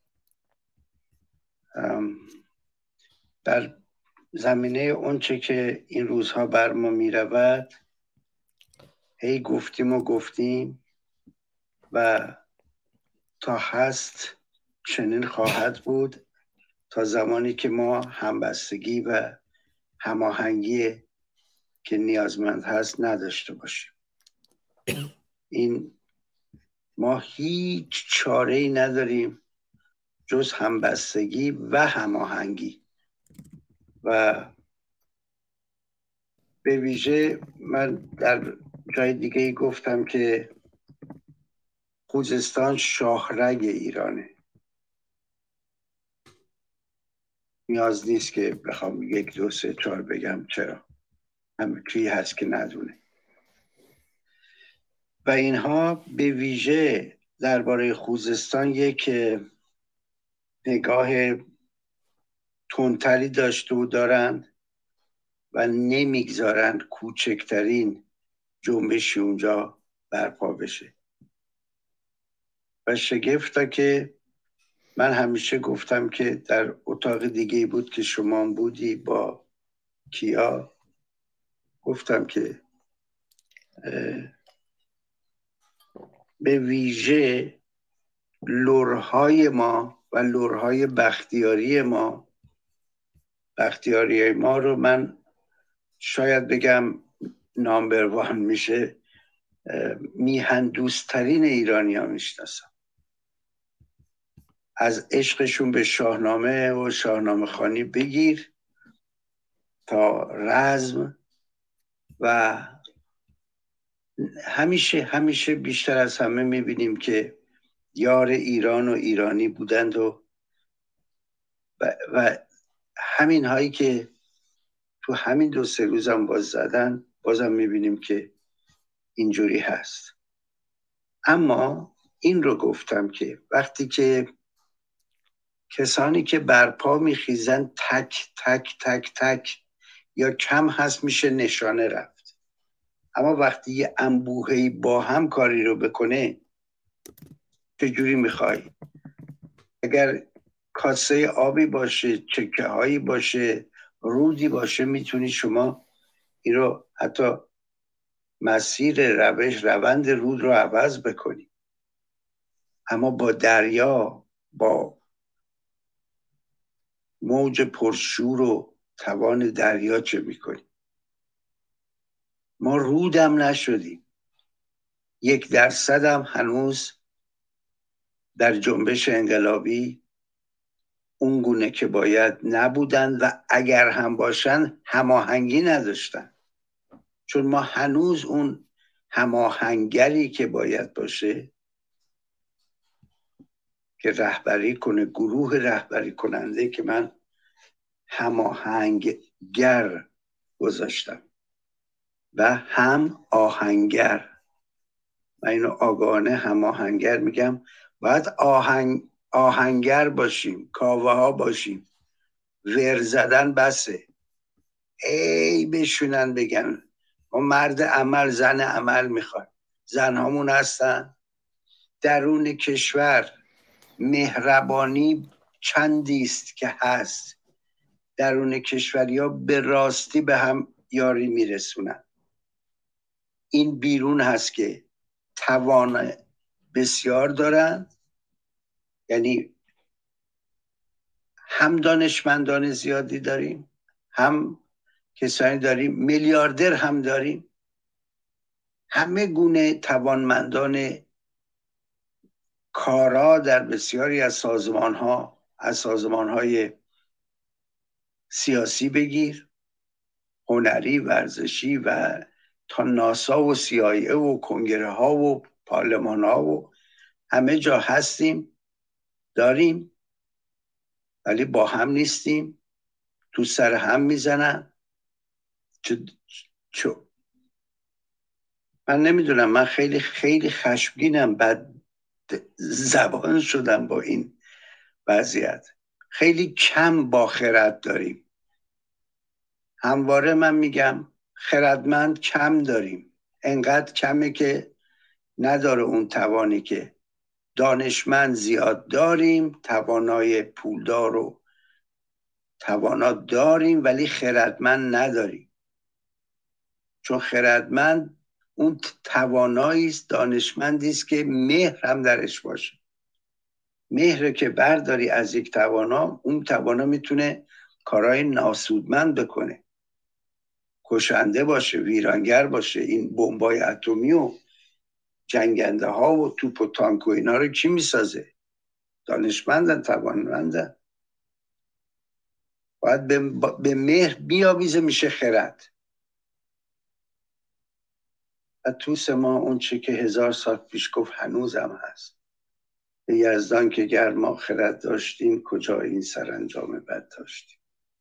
در زمینه اونچه که این روزها بر ما میرود هی گفتیم و گفتیم و تا هست چنین خواهد بود تا زمانی که ما همبستگی و هماهنگی که نیازمند هست نداشته باشیم. این ما هیچ چاره‌ای نداریم جز همبستگی و هماهنگی. و به ویژه من در جای دیگه ای گفتم که خوزستان شاهرگ ایرانه. نیاز نیست که بخوام یک دو سه چهار بگم، چرا همه کی هست که ندونه. و اینها به ویژه درباره خوزستان یک نگاه تندتری داشته و دارند و نمیگذارند کوچکترین جنبشی اونجا برپا بشه. و شگفتا که من همیشه گفتم که در اتاق دیگه بود که شما بودی با کیا، گفتم که به ویژه لورهای ما و لورهای بختیاری ما، بختیاری ما رو من شاید بگم نامبر وان میشه، میهن دوستترین ایرانی ها میشناسم. از عشقشون به شاهنامه و شاهنامه خوانی بگیر تا رزم و همیشه همیشه بیشتر از همه میبینیم که یار ایران و ایرانی بودند و و, و همین هایی که تو همین دو سه روزم باز زدن، بازم میبینیم که اینجوری هست. اما این رو گفتم که وقتی که کسانی که برپا میخیزن تک تک تک تک یا کم هست میشه نشانه رفت، اما وقتی یه انبوهی با هم کاری رو بکنه چجوری میخوای؟ اگر کاسه آبی باشه، چکه هایی باشه، رودی باشه، میتونی شما این رو حتی مسیر روش روند رود رو عوض بکنی. اما با دریا، با موج پرشور و توان دریا چه میکنی؟ ما رودم نشدیم، یک درصد هم هنوز در جنبش انقلابی اون گونه که باید نبودن و اگر هم باشن هماهنگی نداشتن، چون ما هنوز اون هماهنگری که باید باشه که رهبری کنه، گروه رهبری کننده که من هماهنگگر گذاشتم و هم آهنگر، من اینو آگاهانه هماهنگر میگم، باید آهنگ آهنگر باشیم، کاوه ها باشیم. ور زدن بسه، ای بشونن بگن ما مرد عمل زن عمل میخواد. زن هامون هستن درون کشور، مهربانی چندیست که هست، درون کشوری ها به راستی به هم یاری میرسونن. این بیرون هست که توان بسیار دارن، یعنی هم دانشمندان زیادی داریم، هم کسانی داریم، میلیاردر هم داریم، همه گونه توانمندان کارا در بسیاری از سازمان ها، از سازمان های سیاسی بگیر، هنری، ورزشی و تا ناسا و سی آی ای و کنگره ها و پارلمان ها و همه جا هستیم، داریم، ولی با هم نیستیم، تو سر هم میزنن. چو چو من نمیدونم، من خیلی خیلی خشمگینم، بد زبان شدم با این وضعیت. خیلی کم با خرد داریم، همواره من میگم خردمند کم داریم، انقدر کمه که نداره اون توانی که دانشمند زیاد داریم، توانای پولدار و توانا داریم، ولی خردمند نداریم. چون خردمند اون توانایی است، دانشمندی است که مهر هم درش باشه. مهر که برداری از یک توانا، اون توانا میتونه کارهای ناسودمند بکنه، کشنده باشه، ویرانگر باشه. این بمبای اتمی و جنگنده ها و توپ و تانک و اینا رو کی میسازه؟ دانشمندن، توانمندن. باید به, به مهر بیاویزه، میشه خرد. و توس ما اون چه که هزار سال پیش گفت هنوز هم هست: به یزدان که گر ما خرد داشتیم، کجا این سرانجام بد داشتیم.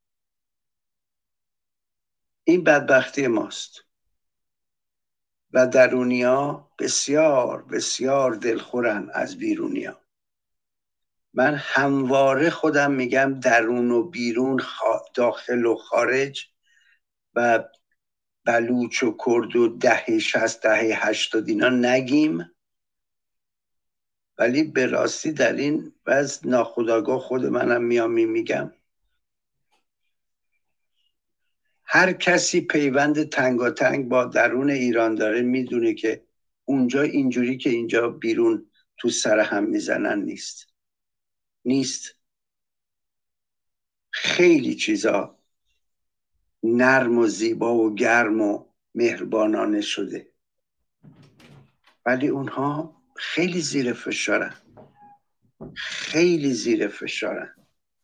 این بدبختی ماست و درونیا بسیار بسیار دلخورن از بیرونیا. من همواره خودم میگم درون و بیرون، داخل و خارج و بلوچ و کرد و دهه شست دهه هشتاد اینا نگیم. ولی به راستی در این وضع ناخودآگاه خود منم میام میگم هر کسی پیوند تنگاتنگ با درون ایران داره میدونه که اونجا اینجوری که اینجا بیرون تو سر هم میزنن نیست نیست خیلی چیزا نرم و زیبا و گرم و مهربانانه شده، ولی اونها خیلی زیر فشارن، خیلی زیر فشارن،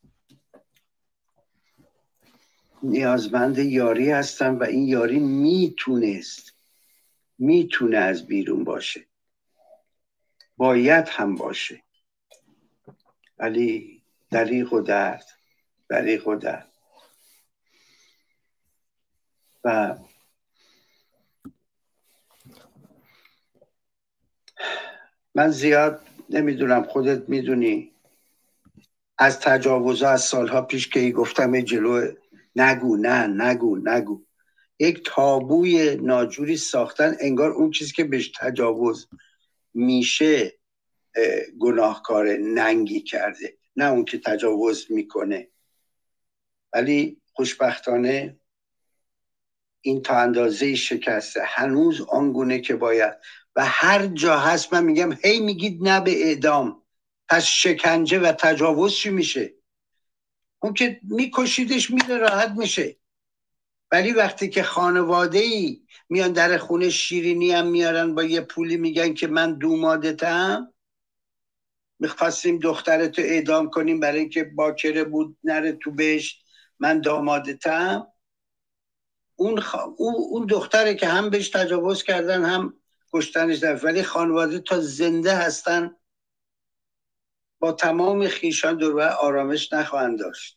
نیازمند یاری هستن و این یاری میتونست میتونه از بیرون باشه، باید هم باشه، ولی دریغ و درد دریغ و درد. و من زیاد نمیدونم، خودت میدونی از تجاوزها از سالها پیش که ای گفتم جلو نگو نه نگو نگو یک تابوی ناجوری ساختن، انگار اون چیزی که بهش تجاوز میشه گناهکار ننگی کرده، نه اون که تجاوز میکنه. ولی خوشبختانه این تا اندازه شکسته، هنوز آنگونه که باید، و هر جا هست من میگم هی میگید نه به اعدام، پس شکنجه و تجاوز چی میشه؟ اون که میکشیدش میره راحت میشه. ولی وقتی که خانواده ای میان در خونه شیرینی هم میارن با یه پولی میگن که من دومادتم، میخواستیم دخترتو اعدام کنیم برای اینکه باکره بود نره تو بهشت، من دامادتم، اون, خ... اون دختره که هم بهش تجاوز کردن هم کشتنش در، ولی خانواده تا زنده هستن با تمام خیشان دور آرامش نخواهند داشت.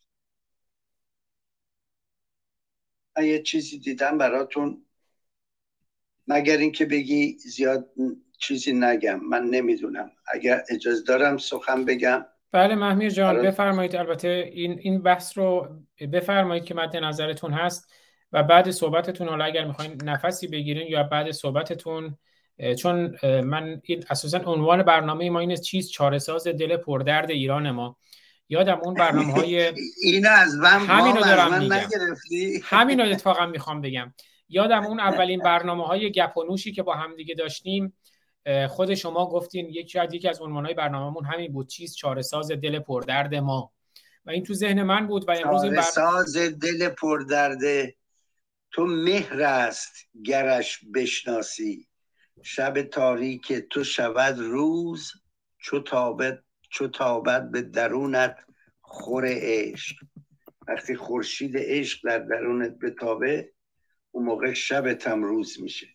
من یه چیزی دیدم براتون، مگر اینکه بگی زیاد چیزی نگم، من نمیدونم، اگر اجازه دارم سخن بگم. بله محمیر جان بفرمایید. البته این این بحث رو بفرمایید که مد نظرتون هست و بعد صحبتتون، حالا اگر میخواین نفسی بگیرین یا بعد صحبتتون، چون من این اساسا عنوان برنامه ما اینه، چیز چاره‌ساز دل پردرد ایران ما. یادم اون برنامه‌های اینو از من همینو دارم میگم، نگرفتی؟ همینو اتفاقا میخوام بگم. یادم اون اولین برنامه‌های گپ و نوشی که با هم دیگه داشتیم، خود شما گفتین یکی از یکی از عنوان‌های برنامه‌مون همین بود، چیز چاره‌ساز دل پردرد ما، و این تو ذهن من بود. و امروز این چاره‌ساز بر... دل پردرد تو مهر است گرش بشناسی، شب تاریک تو شود روز، چو تابد چو تابد به درونت خور عشق. وقتی خورشید عشق در درونت بتابه، اون موقع شبت هم روز میشه.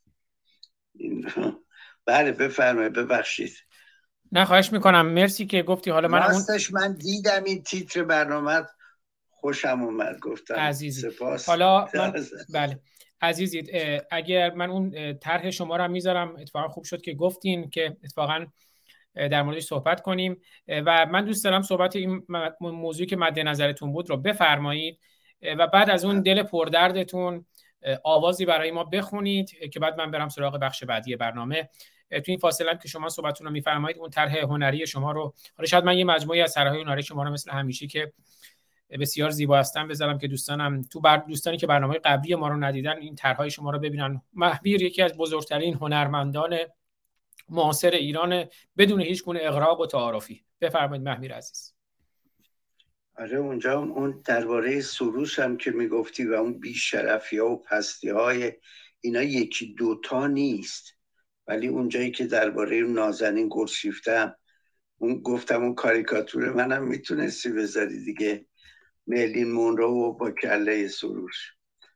بله بفرمایید، ببخشید. نه خواهش میکنم، مرسی که گفتی. حالا من راستش من دیدم این تیتر برنامه خوشم اومد، گفتم عزیزی. سپاس. حالا من بله عزیزید، اگر من اون طرح شما رو میذارم، اتفاقا خوب شد که گفتین که اتفاقا در موردش صحبت کنیم، و من دوست دارم صحبت این موضوعی که مد نظرتون بود رو بفرمایید و بعد از اون دل پردردتون آوازی برای ما بخونید که بعد من برم سراغ بخش بعدی برنامه. تو این فاصله هم که شما صحبتتون رو میفرمایید، اون طرح هنری شما رو، حالا شاید من یه مجموعه از طرح‌های هنری شما رو مثل همیشه که بسیار زیبا هستن بذارم که دوستانم تو بر دوستانی که برنامه قبلی ما رو ندیدن این طرح‌های شما رو ببینن. محبیر یکی از بزرگترین هنرمندان معاصر ایران بدون هیچ گونه اغراق و تعارفی. بفرمایید محمیر عزیز. آره اونجا اون درباره سروش هم که میگفتی و اون بیشرفی‌ها و پستی‌های اینا یکی دوتا نیست، ولی اونجایی که درباره اون نازنین گلشیفتم، اون گفتم اون کاریکاتور منم میتونستی بذاری دیگه، میلین مونرو با کله سروش.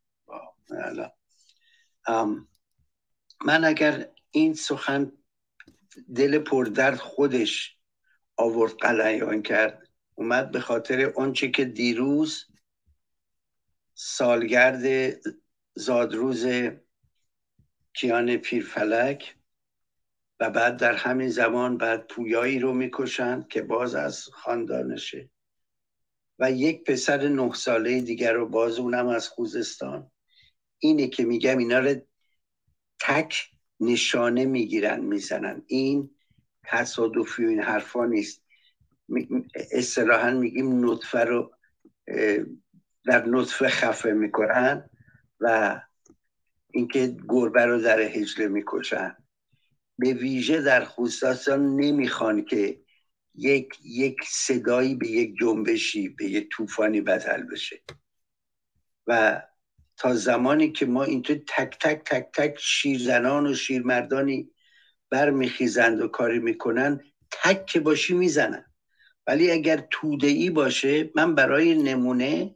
من اگر این سخن دل پردرد خودش آورد قلیان کرد، اومد به خاطر اونچه که دیروز سالگرد زادروز کیان پیرفلک و بعد در همین زمان بعد پویایی رو میکشند که باز از خاندانشه و یک پسر نه ساله دیگر رو باز اونم از خوزستان. اینه که میگم اینا رو تک نشانه میگیرن میزنن. این تصادفی و این حرفا نیست. اصطلاحاً میگیم نطفه رو در نطفه خفه میکنن و اینکه گربه رو در حجله میکشن. به ویژه در خوزستان نمیخوان که یک یک صدایی به یک جنبشی، به یک طوفانی بدل بشه و تا زمانی که ما اینطور تک تک تک تک شیرزنان و شیرمردانی برمیخیزند و کاری میکنن، تک که باشی میزنن. ولی اگر توده‌ای باشه، من برای نمونه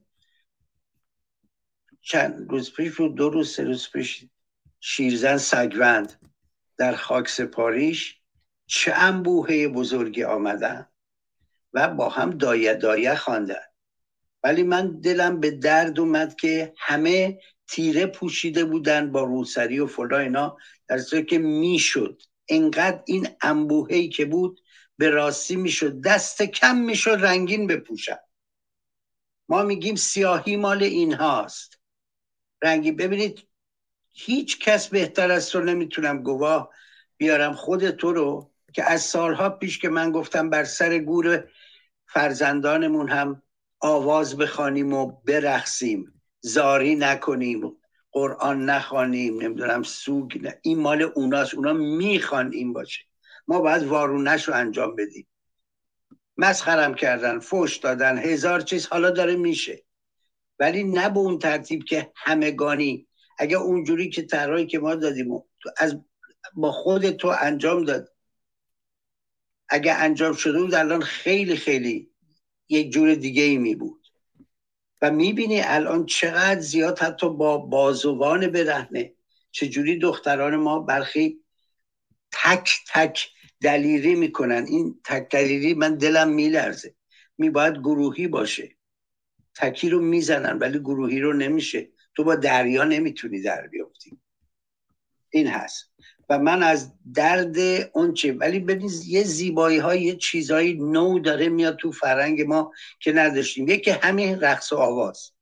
چند روز پیش رو دو روز سه روز پیش شیرزن سگوند در خاکسپاریش چه انبوهه بزرگی آمدن و با هم دایه دایه خواندن. ولی من دلم به درد اومد که همه تیره پوشیده بودن با روسری و فلا اینا، در صورتی که میشد اینقدر این انبوهه‌ای که بود به راستی میشد دست کم میشد رنگین بپوشن. ما میگیم سیاهی مال این هاست، رنگی. ببینید هیچ کس بهتر از تو نمیتونم گواه بیارم خود تو رو که از سالها پیش که من گفتم بر سر گور فرزندانمون هم آواز بخوانیم و برقصیم، زاری نکنیم، قرآن نخوانیم، نمیدونم سوگ نه. این مال اوناست، اونا میخوان این باشه، ما باید وارونش رو انجام بدیم. مسخرم کردن، فوش دادن، هزار چیز حالا داره میشه، ولی نه به اون ترتیب که همگانی. اگه اونجوری که طرحی که ما دادیم از با خود تو انجام داد، اگه انجام شده بود الان خیلی خیلی یک جور دیگه ای می بود. و میبینی الان چقدر زیاد حتی با بازوان برهنه چجوری دختران ما برخی تک تک دلیری میکنن. این تک دلیری من دلم میلرزه. میباید گروهی باشه، تکی رو میزنن ولی گروهی رو نمیشه. تو با دریا نمیتونی در بیافتی. این هست و من از درد اون چه، ولی ببینید یه زیبایی های یه چیزایی نو داره میاد تو فرهنگ ما که نداشتیم. یکی همین رقص و آواز،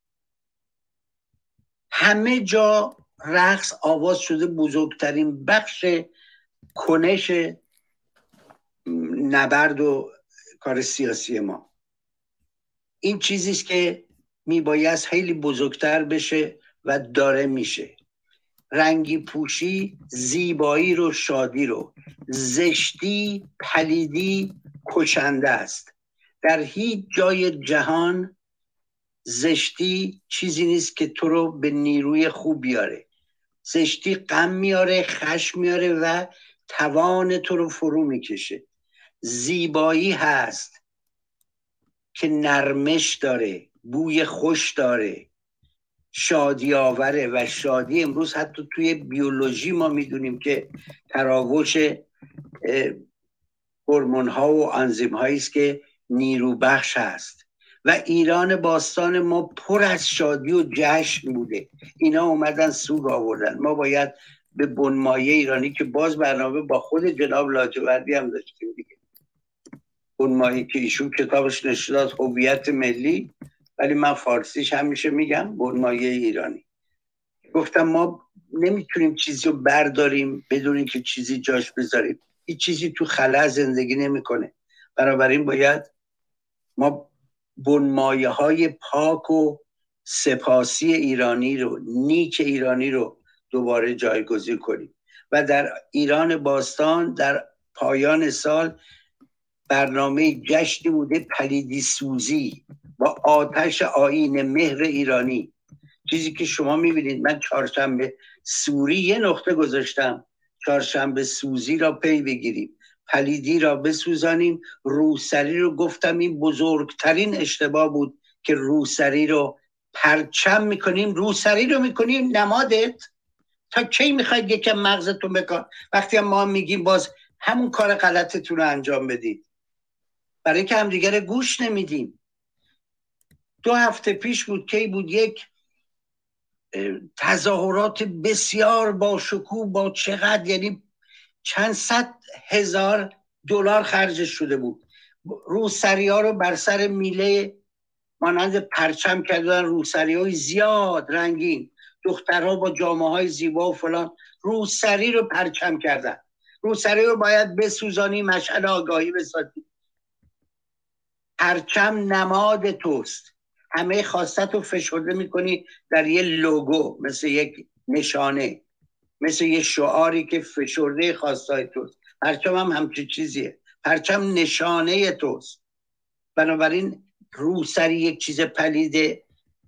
همه جا رقص آواز شده بزرگترین بخش کنش نبرد و کار سیاسی ما. این چیزیست که میباید خیلی بزرگتر بشه و داره میشه. رنگی پوشی زیبایی رو، شادی رو، زشتی پلیدی کشنده است. در هیچ جای جهان زشتی چیزی نیست که تو رو به نیروی خوب بیاره. زشتی غم میاره، خشم میاره و توان تو رو فرو میکشه. زیبایی هست که نرمش داره، بوی خوش داره، شادی آوره. و شادی امروز حتی توی بیولوژی ما میدونیم که تراوش هورمون ها و آنزیم هایی است که نیرو بخش هست. و ایران باستان ما پر از شادی و جشن بوده. اینا اومدن سوگ آوردن. ما باید به بنمایه ایرانی که باز برنامه با خود جناب لاجوردی هم داشتیم دیگه، بنمایه که ایشون کتابش نشون داد هویت ملی، ولی من فارسیش همیشه میگم بنمایه ایرانی. گفتم ما نمیتونیم چیزی رو برداریم بدون اینکه چیزی جاش بذاریم. هیچ چیزی تو خلا زندگی نمیکنه. بنابراین باید ما بنمایه های پاک و سپاسی ایرانی رو، نیک ایرانی رو دوباره جایگزین کنیم. و در ایران باستان در پایان سال برنامه جشنی بوده پلیدی سوزی با آتش آیین مهر ایرانی. چیزی که شما میبینید من چهارشنبه سوری یه نقطه گذاشتم، چهارشنبه سوزی را پی بگیریم، پلیدی را بسوزانیم. روسری رو گفتم این بزرگترین اشتباه بود که روسری رو پرچم میکنیم. روسری رو میکنیم نمادت. تا کی میخواید یکم مغزتون بکن؟ وقتی هم ما میگیم باز همون کار غلطتون رو انجام بدید، برای که هم دیگر گوش نمیدیم. دو هفته پیش بود کی بود یک تظاهرات بسیار با شکوه، با چقدر یعنی چند صد هزار دلار خرجش شده بود. روسری ها رو بر سر میله مانند پرچم کردن، روسری های زیاد رنگین، دخترها با جامعه های زیبا و فلان روسری رو پرچم کردن. روسری رو باید بسوزانی، مشعل آگاهی بسازی. پرچم نماد توست، همه خواستت رو فشرده میکنی در یه لوگو، مثل یک نشانه، مثل یه شعاری که فشرده خواستای توست. پرچم هم همچین چیزیه، پرچم نشانه توست. بنابراین روسری یک چیز پلیده،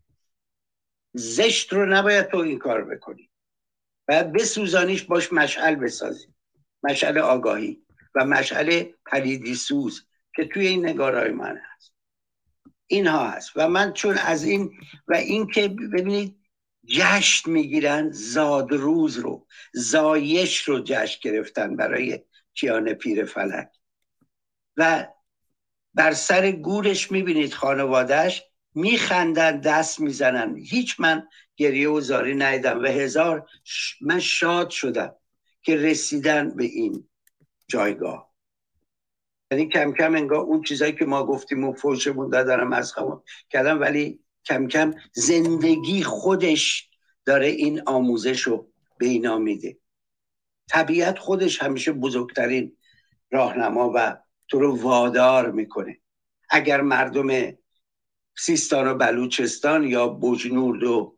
زشت رو نباید تو این کار بکنی، باید بسوزانیش، باش مشعل بسازی، مشعل آگاهی و مشعل پلیدی سوز که توی این نگارهای من هست. اینها هست. و من چون از این و این که ببینید جشن میگیرن زادروز رو، زایش رو جشن گرفتن برای کیان پیر فلک و بر سر گورش میبینید خانوادهش میخندن، دست میزنن. هیچ من گریه و زاری ندیدم و هزار ش... من شاد شدم که رسیدن به این جایگاه. یعنی کم کم انگار اون چیزایی که ما گفتیم و فوشمون دادن از خمون کردم، ولی کم کم زندگی خودش داره این آموزش رو به اینا میده. طبیعت خودش همیشه بزرگترین راهنما و تو رو وادار میکنه. اگر مردم سیستان و بلوچستان یا بوجنورد و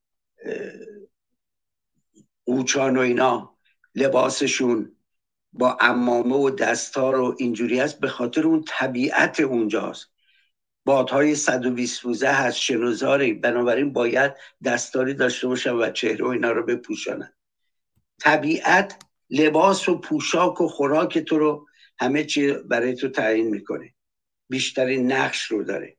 اوچان و اینا لباسشون با عمامه و دستار و اینجوری هست، به خاطر اون طبیعت اونجاست. بادهای صد و بیست روزه هست، شنوزاری، بنابراین باید دستاری داشته باشن و چهره و اینا رو بپوشانن. طبیعت لباس و پوشاک و خوراک تو رو همه چی برای تو تعیین میکنه، بیشترین نقش رو داره.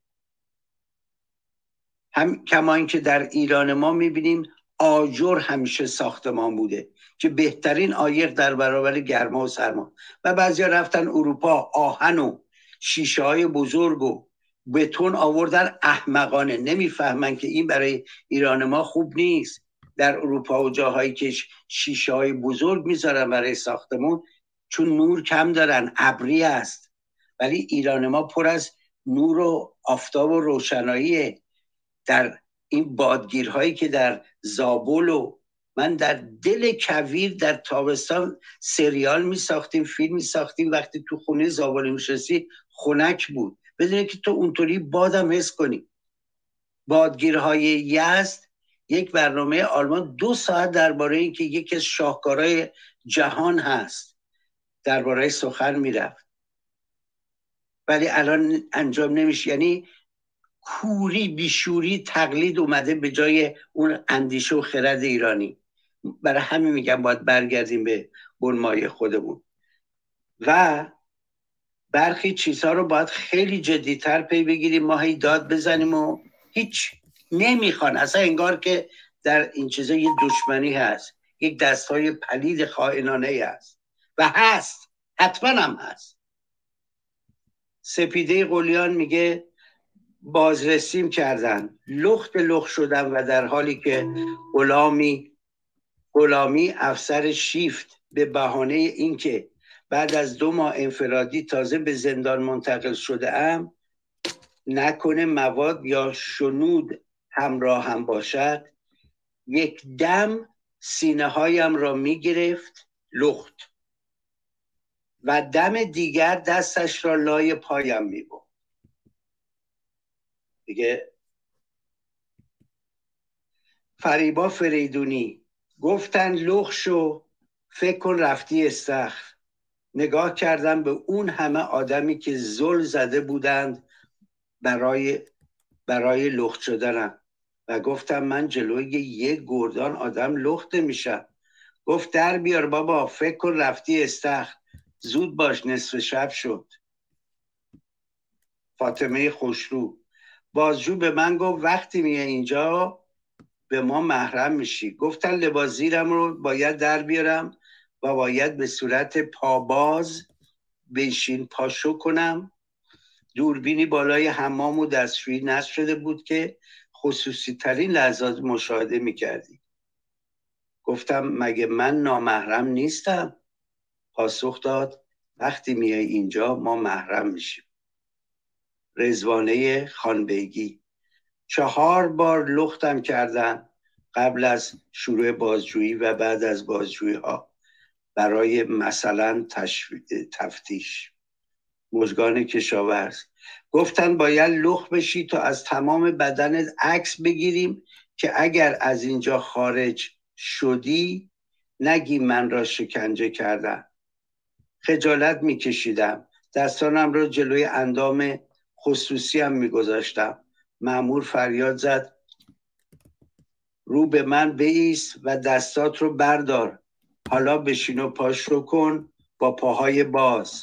هم کما اینکه در ایران ما میبینیم آجر همیشه ساختمان بوده که بهترین عایق در برابر گرما و سرما، و بعضیا رفتن اروپا آهن و شیشه های بزرگ و بتون آوردن. احمقانه نمیفهمن که این برای ایران ما خوب نیست. در اروپا و جاهایی که شیشه های بزرگ میذارن برای ساختمون چون نور کم دارن، ابری است، ولی ایران ما پر از نور و آفتاب و روشناییه. در این بادگیرهایی که در زابل و من در دل کویر در تابستان سریال می ساختیم، فیلم می ساختیم، وقتی تو خونه زابل میشستی خنک بود، بدونه که تو اونطوری بادم حس کنی. بادگیرهای یزد یک برنامه آلمان دو ساعت درباره این که یکی از شاهکارهای جهان هست درباره سخن میرفت، ولی الان انجام نمیشه. یعنی کوری بیشوری تقلید اومده به جای اون اندیشه و خرد ایرانی. برای همین میگم باید برگردیم به بنمایه خودمون و برخی چیزها رو باید خیلی جدیتر پی بگیریم. ما هی داد بزنیم و هیچ نمیخوان، اصلا انگار که در این چیزا یه دشمنی هست، یک دستای پلید خائنانه هست و هست، حتما هم هست. سپیده قلیان میگه بازرسیم کردن، لخت لخت شدم و در حالی که غلامی غلامی افسر شیفت به بهانه اینکه بعد از دو ماه انفرادی تازه به زندان منتقل شده ام، نکنه مواد یا شنود همراه هم باشد، یک دم سینه هایم را می گرفت لخت و دم دیگر دستش را لای پایم می برد. دیگه فریبا فریدونی گفتن لخت شو، فکر کن رفتی استخر. نگاه کردم به اون همه آدمی که زل زده بودند برای برای لخت شدنم و گفتم من جلوی یک گردان آدم لخت میشم. گفت در بیار بابا، فکر کن رفتی استخر، زود باش نصف شب شد. فاطمه خوشرو بازجو به من گفت وقتی میه اینجا به ما محرم میشی. گفتن لباس زیرم رو باید در بیارم و باید به صورت پاباز بنشین پاشو کنم. دوربینی بالای حمام و دستشویی نصب شده بود که خصوصی ترین لحظات مشاهده میکردی. گفتم مگه من نامحرم نیستم؟ پاسخ داد وقتی میای اینجا ما محرم میشیم. رضوانه خانبیگی چهار بار لختم کردن قبل از شروع بازجویی و بعد از بازجویی ها برای مثلا تشو... تفتیش. مژگان کشاورز گفتن باید لخ بشی تا از تمام بدنت عکس بگیریم که اگر از اینجا خارج شدی نگی من را شکنجه کردن. خجالت میکشیدم، دستانم را جلوی اندام خصوصیم میگذاشتم. مأمور فریاد زد رو به من بایست و دستات رو بردار، حالا بشین و پاش رو کن با پاهای باز.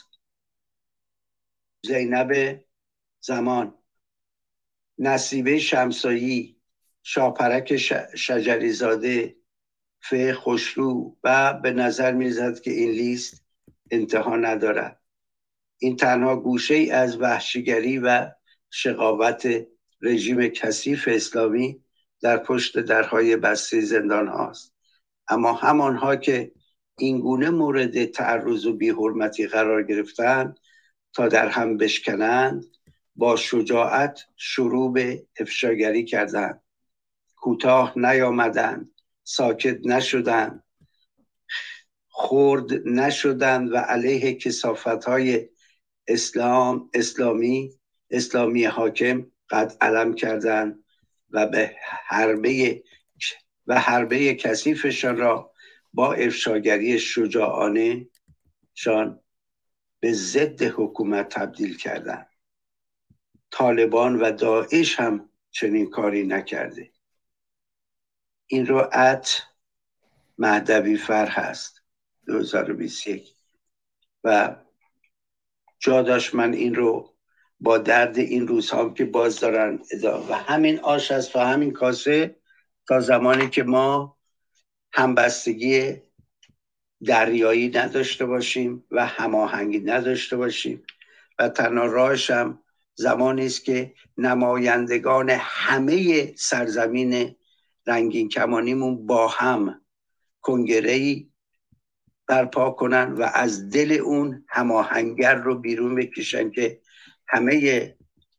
زینب زمان، نصیبه شمسایی، شاپرک شجری زاده، فه خوشرو و به نظر می‌رسد که این لیست انتها ندارد. این تنها گوشه ای از وحشیگری و شقاوت رژیم کثیف اسلامی در پشت درهای بسته زندان هاست. اما همانها که این گونه مورد تعرض و بی‌حرمتی قرار گرفتند تا در هم بشکنند، با شجاعت شروع به افشاگری کردند. کوتاه نیامدند، ساکت نشدند، خرد نشدند و علیه کثافت‌های اسلام اسلامی اسلامی حاکم قد علم کردند و به حربه و حربه کثیفشان را با افشاگری شجاعانه شان به ضد حکومت تبدیل کردند. طالبان و داعش هم چنین کاری نکرده. این رو ات مهدوی فر هست دو هزار و بیست و یک و جا داشت من این رو با درد این روزها که باز دارن ادامه و همین آش است و همین کاسه تا زمانی که ما همبستگی دریایی نداشته باشیم و هماهنگی نداشته باشیم و تنها راهش هم زمانی است که نمایندگان همه سرزمین رنگین کمانیمون با هم کنگره‌ای برپا کنن و از دل اون هماهنگر رو بیرون بکشن که همه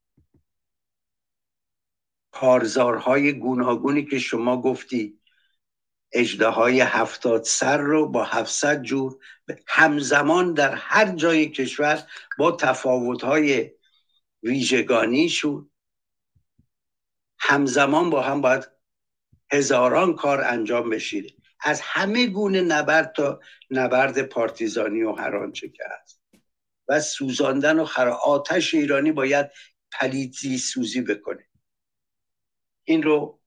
کارزارهای گوناگونی که شما گفتی، اژدهای هفتاد سر رو با هفتصد جور همزمان در هر جای کشور با تفاوت‌های ویژگانیشون همزمان با هم باید هزاران کار انجام بشه، از همه گونه نبرد تا نبرد پارتیزانی و هر آنچه که هست و سوزاندن و خراب. آتش ایرانی باید پلیدی سوزی بکنه. این رو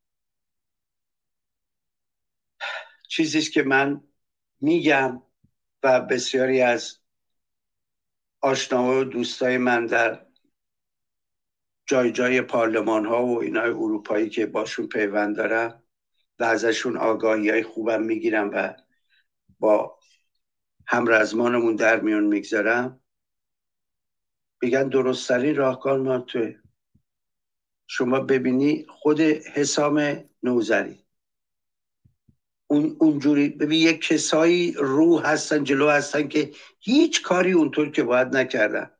چیزیست که من میگم و بسیاری از آشناها و دوستای من در جای جای پارلمان ها و اینای اروپایی که باشون پیوند دارم و ازشون آگاهی های خوبم میگیرم و با همرزمانمون در میون میگذارم، میگن درست‌ترین راهکار ما توی شما ببینی خود حسام نوذری اون اونجوری ببین یک کسایی رو هستن جلو هستن که هیچ کاری اونطور که باید نکردن،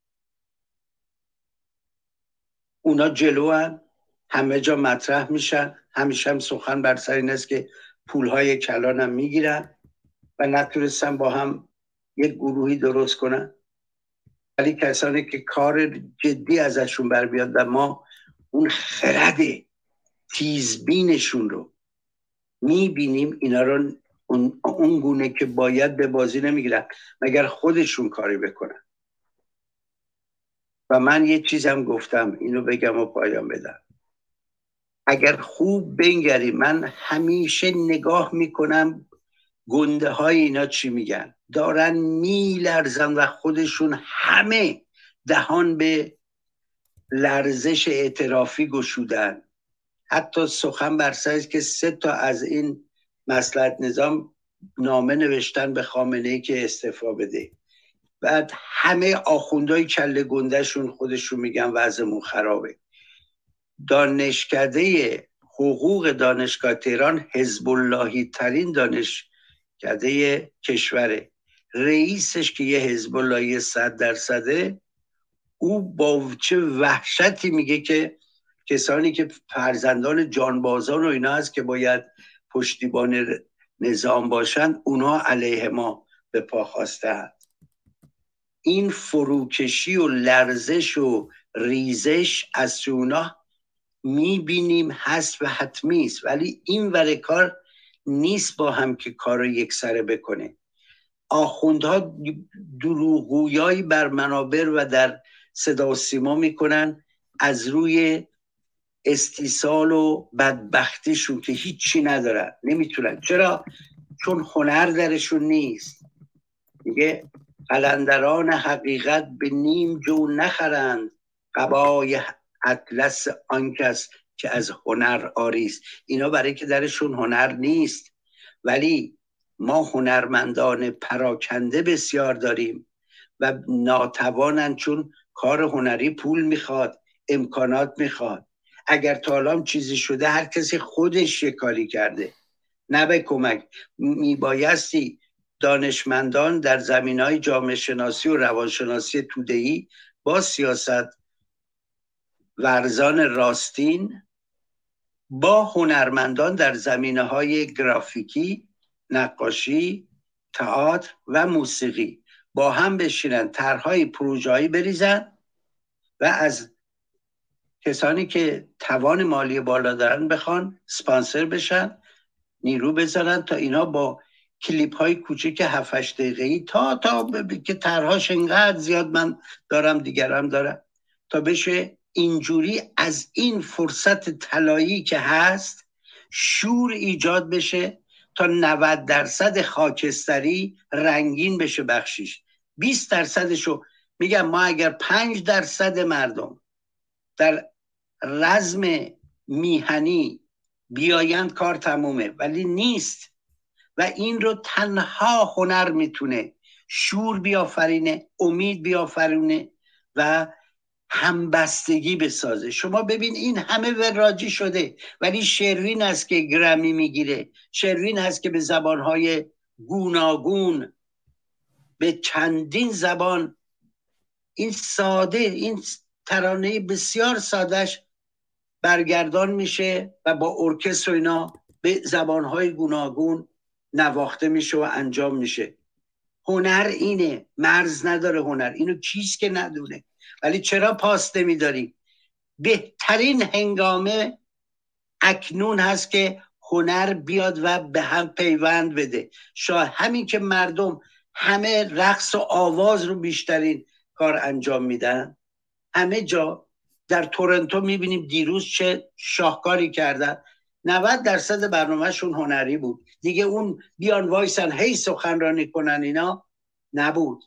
اونا جلو هم همه جا مطرح میشن، همیشه هم سخن بر سر این است که پولهای کلان هم میگیرن و نتونستن با هم یک گروهی درست کنن. ولی کسانی که کار جدی ازشون بر بیاد و ما اون خرد تیزبینشون رو میبینیم، اینا رو اون, اون گونه که باید به بازی نمیگیرن مگر خودشون کاری بکنن. و من یه چیزم گفتم، اینو بگم و پایان بدم. اگر خوب بنگری، من همیشه نگاه میکنم گنده های اینا چی میگن، دارن میلرزن و خودشون همه دهان به لرزش اعترافی گشودن. حتی سخن بر سر است که سه تا از این مصلحت نظام نامه نوشتن به خامنه‌ای که استعفا بده. بعد همه آخوندهای کله گندهشون خودشون میگن وضعمون خرابه. دانشکده حقوق دانشگاه تهران حزب اللهی ترین دانشکده کشوره، رئیسش که یه حزب اللهی صد درصده، او با چه وحشتی میگه که کسانی که فرزندان جانبازان و اینا هست که باید پشتیبان نظام باشند، اونا علیه ما به پا خواستند. این فروکشی و لرزش و ریزش از سونا میبینیم هست و حتمی است، ولی این ور کار نیست با هم که کار رو یک سره بکنه. آخوندها دروغگویایی بر منابر و در صدا و سیما میکنن از روی استیصال و بدبختیشون که هیچی ندارن، نمیتونن. چرا؟ چون هنر درشون نیست. میگه قلندران حقیقت به نیم جو نخرند، قبای اطلس آن کس که از هنر آریست. اینا برای که درشون هنر نیست. ولی ما هنرمندان پراکنده بسیار داریم و ناتوانند، چون کار هنری پول میخواد، امکانات میخواد. اگر تا الان چیزی شده هر کسی خودش یه کاری کرده، نه به کمک. میبایستی دانشمندان در زمینهای جامعه شناسی و روانشناسی توده‌ای با سیاست ورزان راستین، با هنرمندان در زمینه‌های گرافیکی، نقاشی، تئاتر و موسیقی با هم بشینن، طرح‌های پروژه‌ای بریزن و از کسانی که توان مالی بالا دارن بخوان اسپانسر بشن، نیرو بذارن تا اینا با کلیپ های کوچیک هفت هشت دقیقه‌ای تا تا ب... که طرح‌هاش اینقدر زیاد من دارم دیگرم دارم، تا بشه اینجوری از این فرصت طلایی که هست شور ایجاد بشه تا نود درصد خاکستری رنگین بشه بخشیش. بیست درصدشو میگم ما اگر پنج درصد مردم در رزم میهنی بیایند کار تمومه، ولی نیست. و این رو تنها هنر میتونه شور بیافرینه، امید بیافرینه و همبستگی بسازه. شما ببین این همه وراجی شده، ولی شروین هست که گرمی میگیره، شروین هست که به زبانهای گوناگون، به چندین زبان، این ساده، این ترانه بسیار سادهش برگردان میشه و با ارکستر و اینا به زبانهای گوناگون نواخته میشه و انجام میشه. هنر اینه، مرز نداره هنر، اینو کیست که ندونه. ولی چرا پاس نمیداریم؟ بهترین هنگامه اکنون هست که هنر بیاد و به هم پیوند بده. شاید همین که مردم همه رقص و آواز رو بیشترین کار انجام میدن، همه جا در تورنتو میبینیم دیروز چه شاهکاری کردن. نود درصد برنامهشون هنری بود دیگه. اون بیان وایسن هی سخنرانی کنن اینا نبود.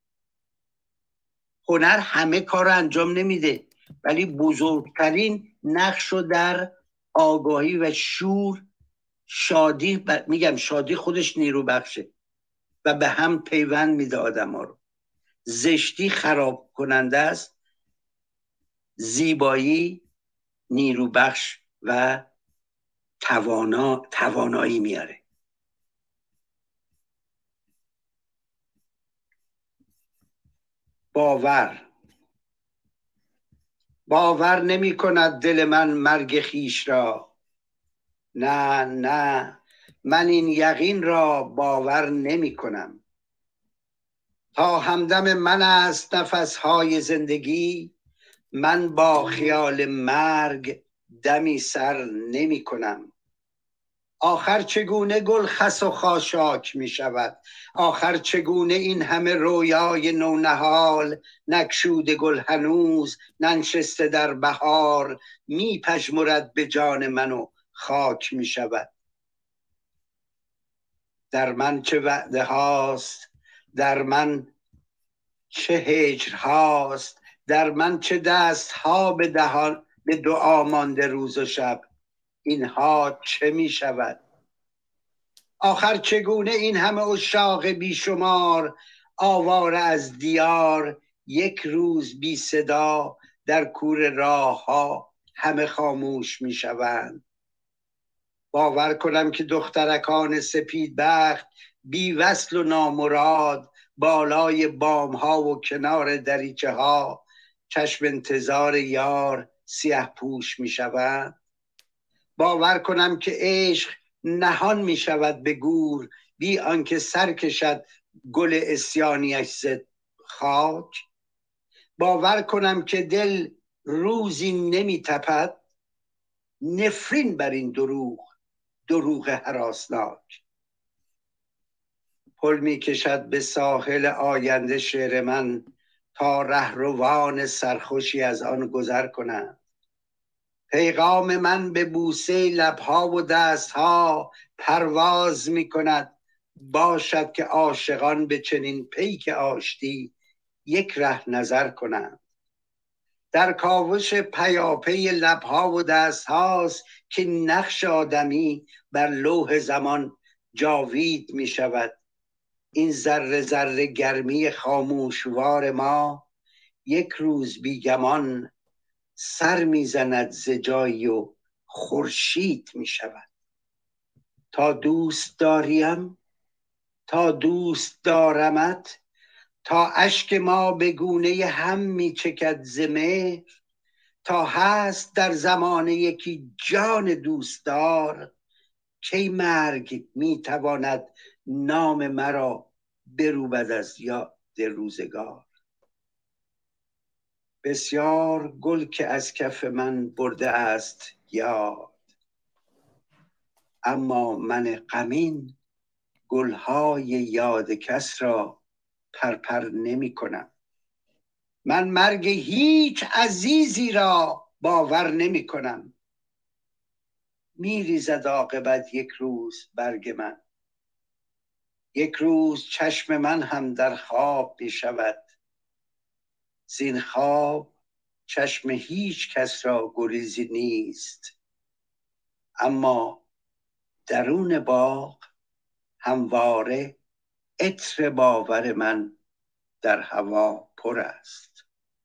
هنر همه کار رو انجام نمیده، ولی بزرگترین نقش رو در آگاهی و شور، شادی، میگم شادی خودش نیرو بخشه و به هم پیوند میده آدم ها رو. زشتی خراب کننده است، زیبایی نیرو بخش و توانا توانایی میاره. باور باور نمی کند دل من مرگ خیش را، نه نه من این یقین را باور نمی کنم. تا همدم من است نفسهای زندگی، من با خیال مرگ دمی سر نمی کنم. آخر چگونه گل خس و خاشاک می شود؟ آخر چگونه این همه رویای نونهال، نکشوده گل هنوز ننشسته در بهار، می پژمرد به جان من و خاک می شود. در من چه وعده هاست، در من چه هجر هاست، در من چه دست ها به دهان به دعا مانده روز و شب، اینها چه می شود؟ آخر چگونه این همه عشاق بیشمار، آواره از دیار، یک روز بی صدا در کور راه ها همه خاموش می شوند. باور کنم که دخترکان سپید بخت، بی وصل و نامراد، بالای بام ها و کنار دریچه ها چشم انتظار یار سیه پوش می شوند. باور کنم که عشق نهان می شود به گور، بی آنکه سر کشد گل اسیانیش زد خاک. باور کنم که دل روزی نمی تپد، نفرین بر این دروغ دروغ هراسناک. پل می کشد به ساحل آینده شعر من، تا رهروان سرخوشی از آن گذر کنند. پیغام من به بوسه لبها و دستها پرواز می کند. باشد که عاشقان به چنین پیک آشتی یک ره نظر کنند. در کاوش پیاپی لبها و دستهاست که نقش آدمی بر لوح زمان جاوید می شود. این ذره ذره گرمی خاموشوار ما یک روز بیگمان سر میزند ز جایی و خورشید می شود. تا دوست داریم، تا دوست دارمت، تا اشک ما به گونه هم می چکد ز مهر، تا هست در زمانه یکی جان دوستدار، کی مرگ می تواند نام مرا بروبد از یاد روزگار. بسیار گل که از کف من برده است یاد، اما من غمین گلهای یاد کس را پرپر نمی کنم. من مرگ هیچ عزیزی را باور نمی کنم. می ریزد عاقبت یک روز برگ من، یک روز چشم من هم در خواب می شود. زین خواب چشم هیچ کس را گریزی نیست، اما درون باغ همواره عطر باور من در هوا پر است.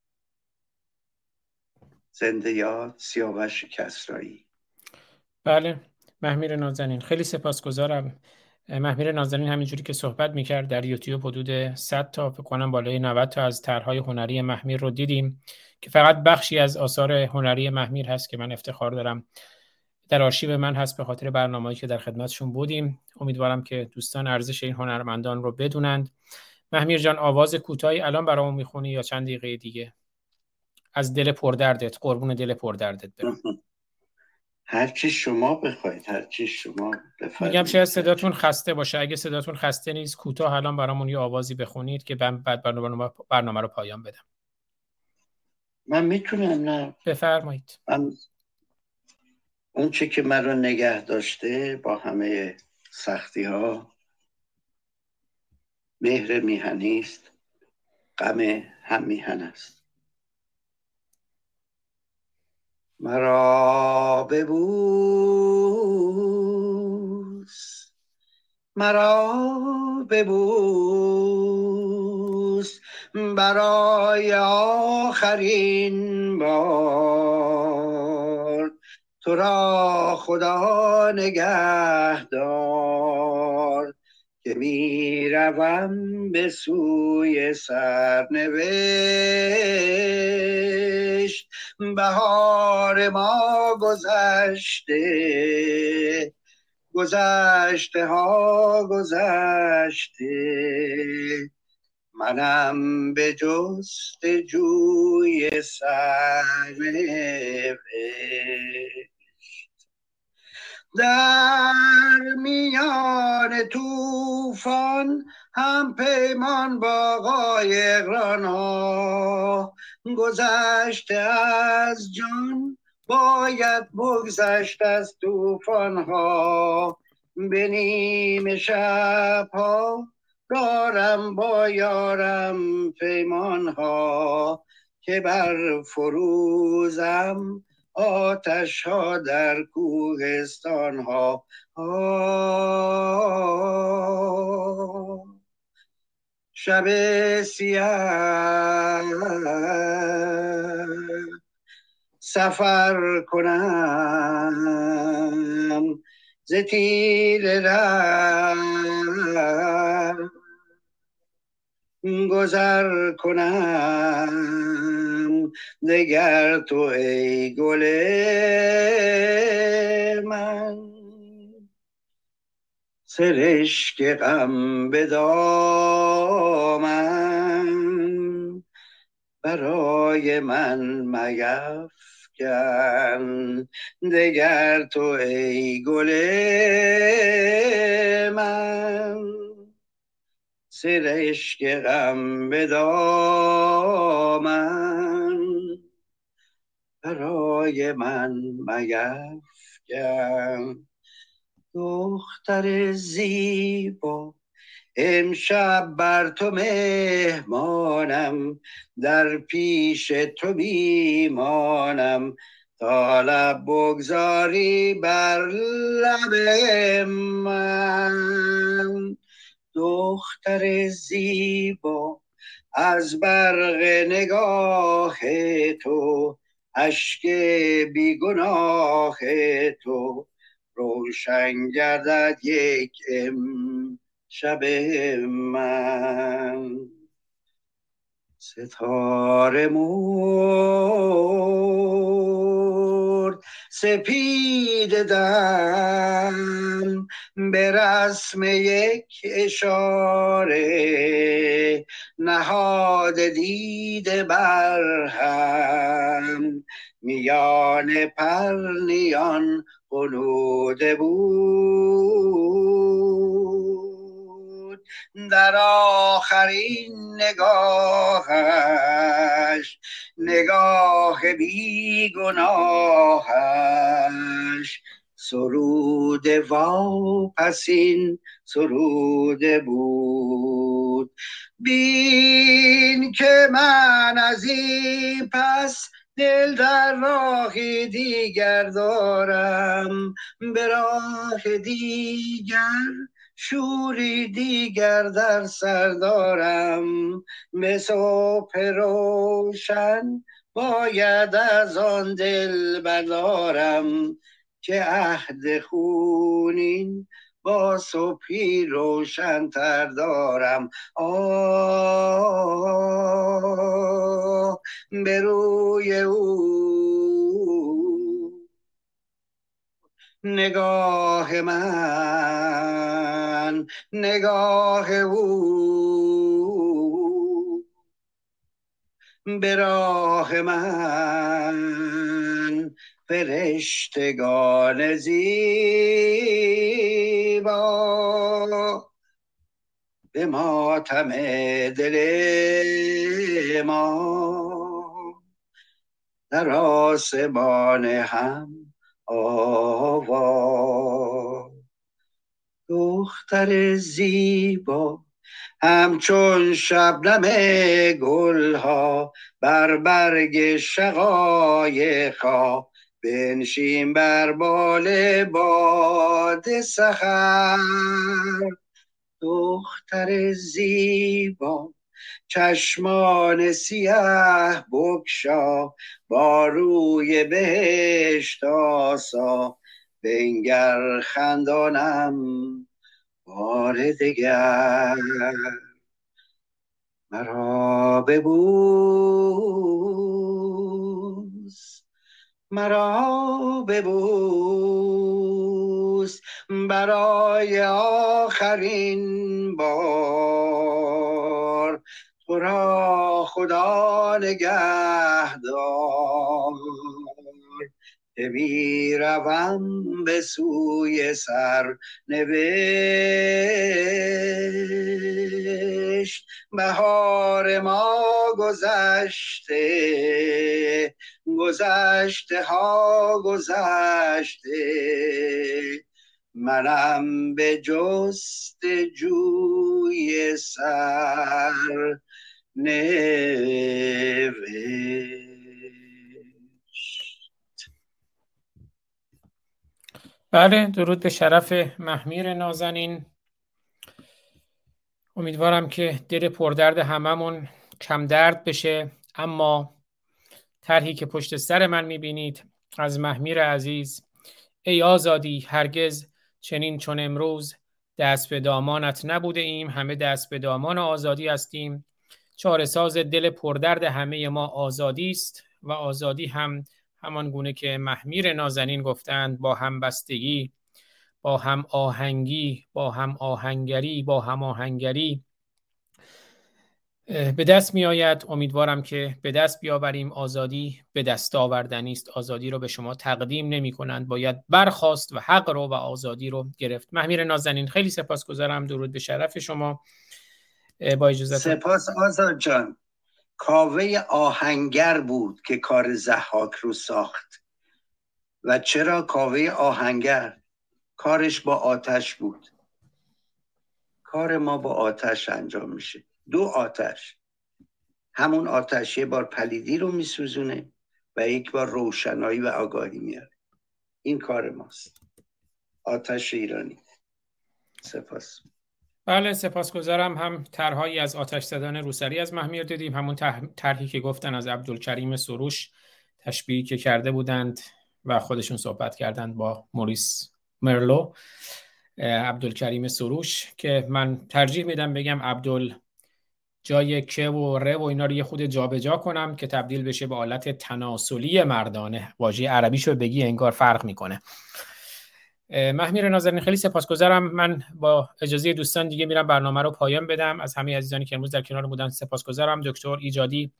زنده یاد سیاوش کسرایی. بله محمیر نازنین، خیلی سپاسگزارم. محمیر نازنین همینجوری که صحبت میکرد در یوتیوب حدود صد تا فکر کنم بالای نود تا از طرح‌های هنری محمیر رو دیدیم که فقط بخشی از آثار هنری محمیر هست که من افتخار دارم در آرشیو من هست به خاطر برنامه‌ای که در خدمتشون بودیم. امیدوارم که دوستان ارزش این هنرمندان رو بدونند. محمیر جان آواز کوتاهی الان برامون میخونی یا چند دقیقه دیگه؟ از دل پردردت، قربون دل پردردت برم. هر چی شما بخواید، هر چی شما بفرمایید. میگم شاید صداتون خسته باشه، اگه صداتون خسته نیست کوتاه الان برامون یه آوازی بخونید که بعد برنامه برنامه رو پایان بدم. من میتونم، نه بفرمایید. من اون چی که من رو نگه داشته با همه سختی ها مهر میهنی است، غم هم میهن است. مرا ببوس، مرا ببوس برای آخرین بار، تو را خدا نگه دار که می روم به سوی سرنوشت. بهار ما گذشته، گذشته ها گذشته، منم به جستجوی سرنوشت. در میان طوفان هم پیمان با قایقران ها، گذشته از جان باید بگذشت از طوفان ها. به نیمه شب ها دارم با یارم پیمان ها، که بر فروزم آتش ها در کوهستان ها. شب سیاه سفر کنم ز تیر ره، گذر کنم دگر تو ای گل من. سرشک غم به دامن برای من میفکن دگر تو ای گل من سرشک غم به دامن برای من میفکن دختر زیبا امشب بر تو مهمانم در پیش تو میمانم تا لب بگذاری بر لب من دختر زیبا از برق نگاه تو اشک بیگناه تو روشن گردد یک شب من ستاره مرد سپید دم به رسم یک اشاره نهاد دیده بر هم میان پرنیان غنوده بود در آخرین نگاهش نگاه بیگناهش سرود واپسین سروده بود بین که من از این پس دل در راهی دیگر دارم به راه دیگر شوری دیگر در سر دارم به صبح روشن باید از آن دل بردارم که عهد خونین با صبحی روشن تر دارم آه به روی او نگاه من نگاه او به راه من فرشتگان زیبا به ماتم دل ما در آسمان هم آوا دختر زیبا همچون شبنم گلها بر برگ شقایقها بنشین بر بال باد سحر دختر زیبا چشمان سیاه بگشا با روی بهشت آسا بنگر خندانم بار دگر مرا ببوس مرا ببوس برای آخرین بار تو را خدا نگهدار که می روم به سوی سر نوشت بهار ما گذشته گذشته ها گذشته منم به جست جوی سر نوشت. بله، درود به شرف محمیر نازنین. امیدوارم که دل پردرد هممون کم درد بشه. اما طرحی که پشت سر من میبینید از محمیر عزیز: ای آزادی هرگز چنین چون امروز دست به دامانت نبوده ایم، همه دست به دامان آزادی هستیم. چاره ساز دل پردرد همه ما آزادی است و آزادی هم همان گونه که محمیر نازنین گفتند با همبستگی با هم آهنگی، با هم آهنگری، با هم آهنگری به دست می آید. امیدوارم که به دست بیاوریم. آزادی به دست آوردنی است. آزادی رو به شما تقدیم نمی کنند، باید برخاست و حق رو و آزادی رو گرفت. محمیر نازنین خیلی سپاسگزارم. درود به شرف شما. با اجازه سپاس آزاد جان. کاوه آهنگر بود که کار ضحاک رو ساخت. و چرا کاوه آهنگر؟ کارش با آتش بود. کار ما با آتش انجام میشه. دو آتش. همون آتش یه بار پلیدی رو میسوزونه و یک بار روشنایی و آگاهی میاره. این کار ماست. آتش ایرانی. سپاس. بله سپاسگزارم. هم طرحهایی از آتش زدن روسری از محمیر دیدیم، همون طرحی که گفتن از عبدالکریم سروش، تشبیهی که کرده بودند و خودشون صحبت کردند با موریس مرلو. عبدالکریم سروش که من ترجیح میدم بگم عبدال جای که و ره و اینا رو یه خود جابجا کنم که تبدیل بشه به آلت تناسلی مردانه. واژه عربیشو بگی انگار فرق میکنه. محمیر نازنین خیلی سپاسگزارم. من با اجازه دوستان دیگه میرم برنامه رو پایان بدم. از همه عزیزانی که امروز در کنار بودن سپاسگزارم. دکتر ایجادی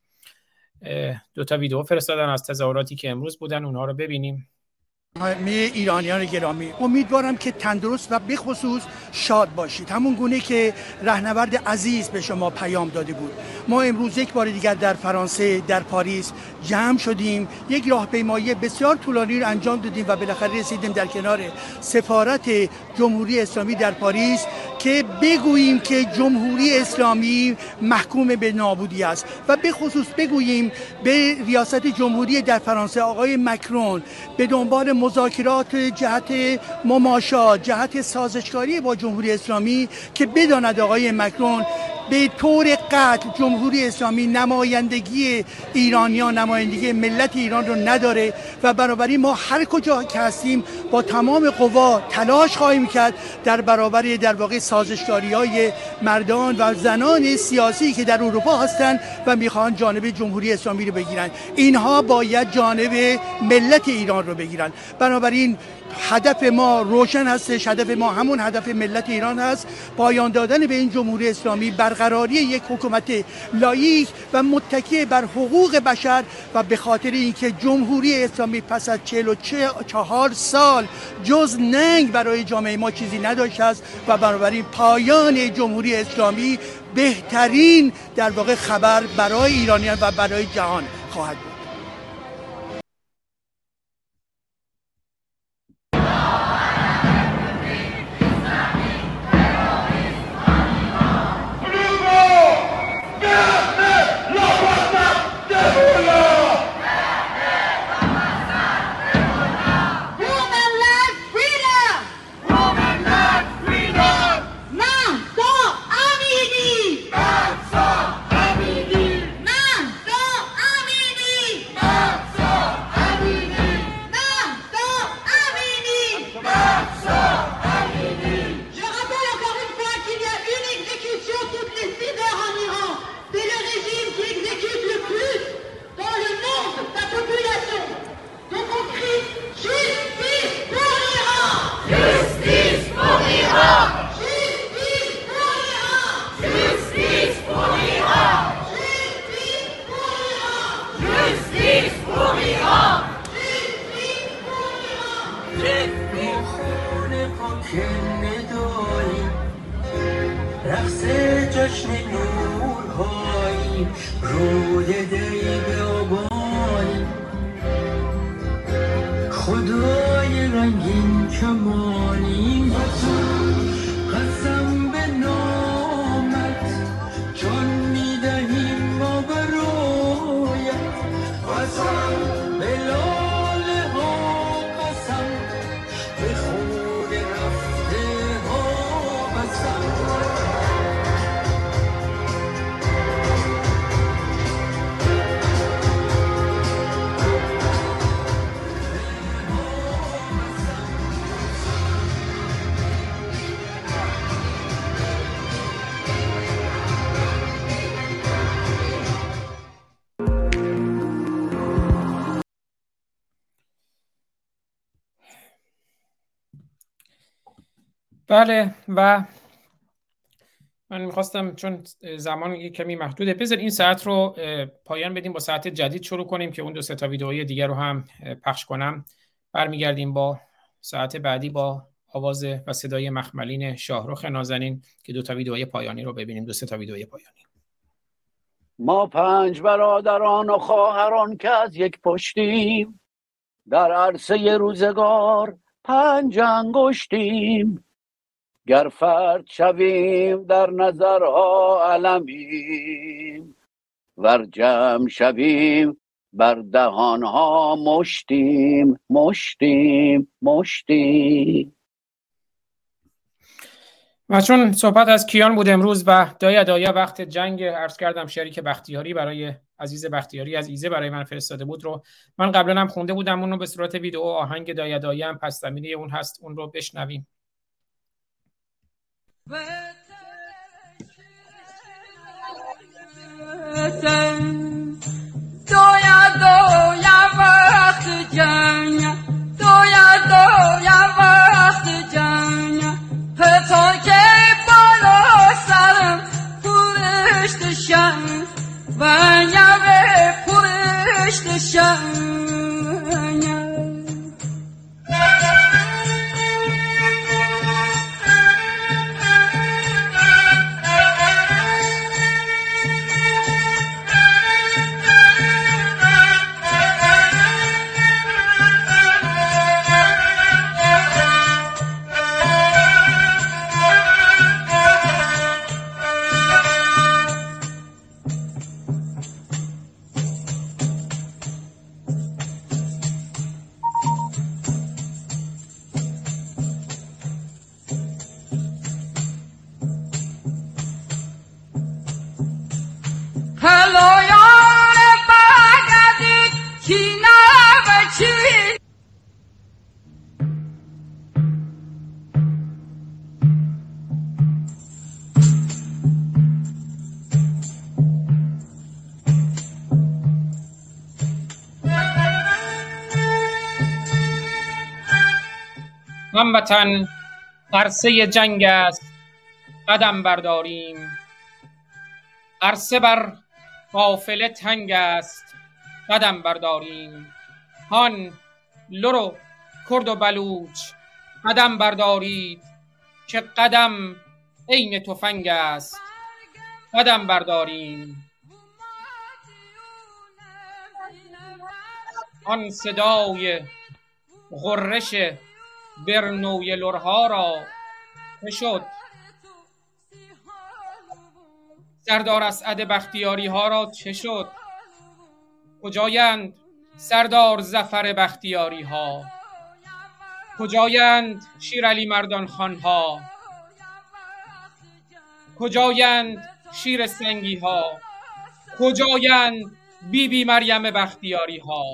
دو تا ویدیو فرستادن از تظاهراتی که امروز بودن، اونها رو ببینیم. همه ایرانیان گرامی، امیدوارم که تندرست و به خصوص شاد باشید، همون گونه که رهنورد عزیز به شما پیام داده بود. ما امروز یک بار دیگر در فرانسه، در پاریس جمع شدیم، یک راهپیمایی بسیار طولانی رو انجام دادیم و بالاخره رسیدیم در کنار سفارت جمهوری اسلامی در پاریس که بگوییم که جمهوری اسلامی محکوم به نابودی است و به خصوص بگوییم به ریاست جمهوری در فرانسه آقای مکرون به دنبال مذاکرات جهت مماشات، جهت سازشکاری با جمهوری اسلامی که بداند آقای مکرون به طور قطع جمهوری اسلامی نمایندگی ایرانیان، نمایندگی ملت ایران رو نداره و بنابراین ما هر کجا که هستیم با تمام قوا تلاش خواهیم کرد در برابر در واقع سازشکاری‌های مردان و زنان سیاسی که در اروپا هستند و میخوان جانب جمهوری اسلامی رو بگیرن. اینها باید جانب ملت ایران رو بگیرن. بنابراین هدف ما روشن هستش، هدف ما همون هدف ملت ایران هست، پایان دادن به این جمهوری اسلامی، برقراری یک حکومت لاییک و متکی بر حقوق بشر و به خاطر اینکه جمهوری اسلامی پس از چهل و چهار سال جز ننگ برای جامعه ما چیزی نداشته است و بنابراین پایان جمهوری اسلامی بهترین در واقع خبر برای ایرانیان و برای جهان خواهد بود. بله و من میخواستم چون زمان یک کمی محدوده بذار این ساعت رو پایان بدیم، با ساعت جدید شروع کنیم که اون دو سه تا ویدئوی دیگر رو هم پخش کنم. برمیگردیم با ساعت بعدی با آواز و صدای مخملین شاهرخ نازنین که دو تا ویدئوی پایانی رو ببینیم، دو سه تا ویدئوی پایانی. ما پنج برادران و خواهران که از یک پشتیم، در عرصه روزگار پنج انگشتیم. گر فرد شویم در نظرها علمیم، ور جمع شویم بر دهانها مشتیم مشتیم مشتیم. و چون صحبت از کیان بود امروز و دایا دایا وقت جنگ، عرض کردم شعری که بختیاری برای عزیز بختیاری از ایزه برای من فرستاده بود رو من قبلا هم خونده بودم، اون رو به صورت ویدئو آهنگ دایا دایا هم پس زمینه اون هست، اون رو بشنویم. دویا دویا وقت جنگ، دویا دویا وقت جنگ، پتا که بالا سرم پرشت شن و نوه پرشت شن. هموطن عرصه جنگ است قدم برداریم، عرصه بر قافله تنگ است قدم برداریم. هان لر و کرد و بلوچ قدم بردارید که قدم عین تفنگ است قدم برداریم. آن صدای غرش برنوی لرها را که شد، سردار اسعد بختیاری ها را چه شد؟ کجایند سردار ظفر بختیاری ها؟ کجایند شیرعلی مردان خان ها؟ کجایند شیر سنگی ها؟ کجایند بی بی مریم بختیاری ها؟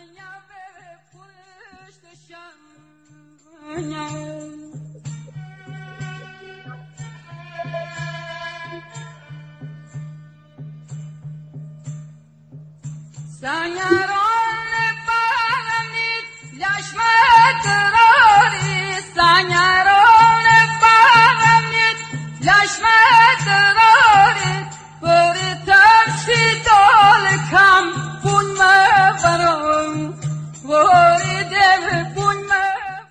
سنگران بغنید لشمت راری، سنگران بغنید لشمت راری، بری ترسی دال کم بون مبرم، بری دل بون مبرم.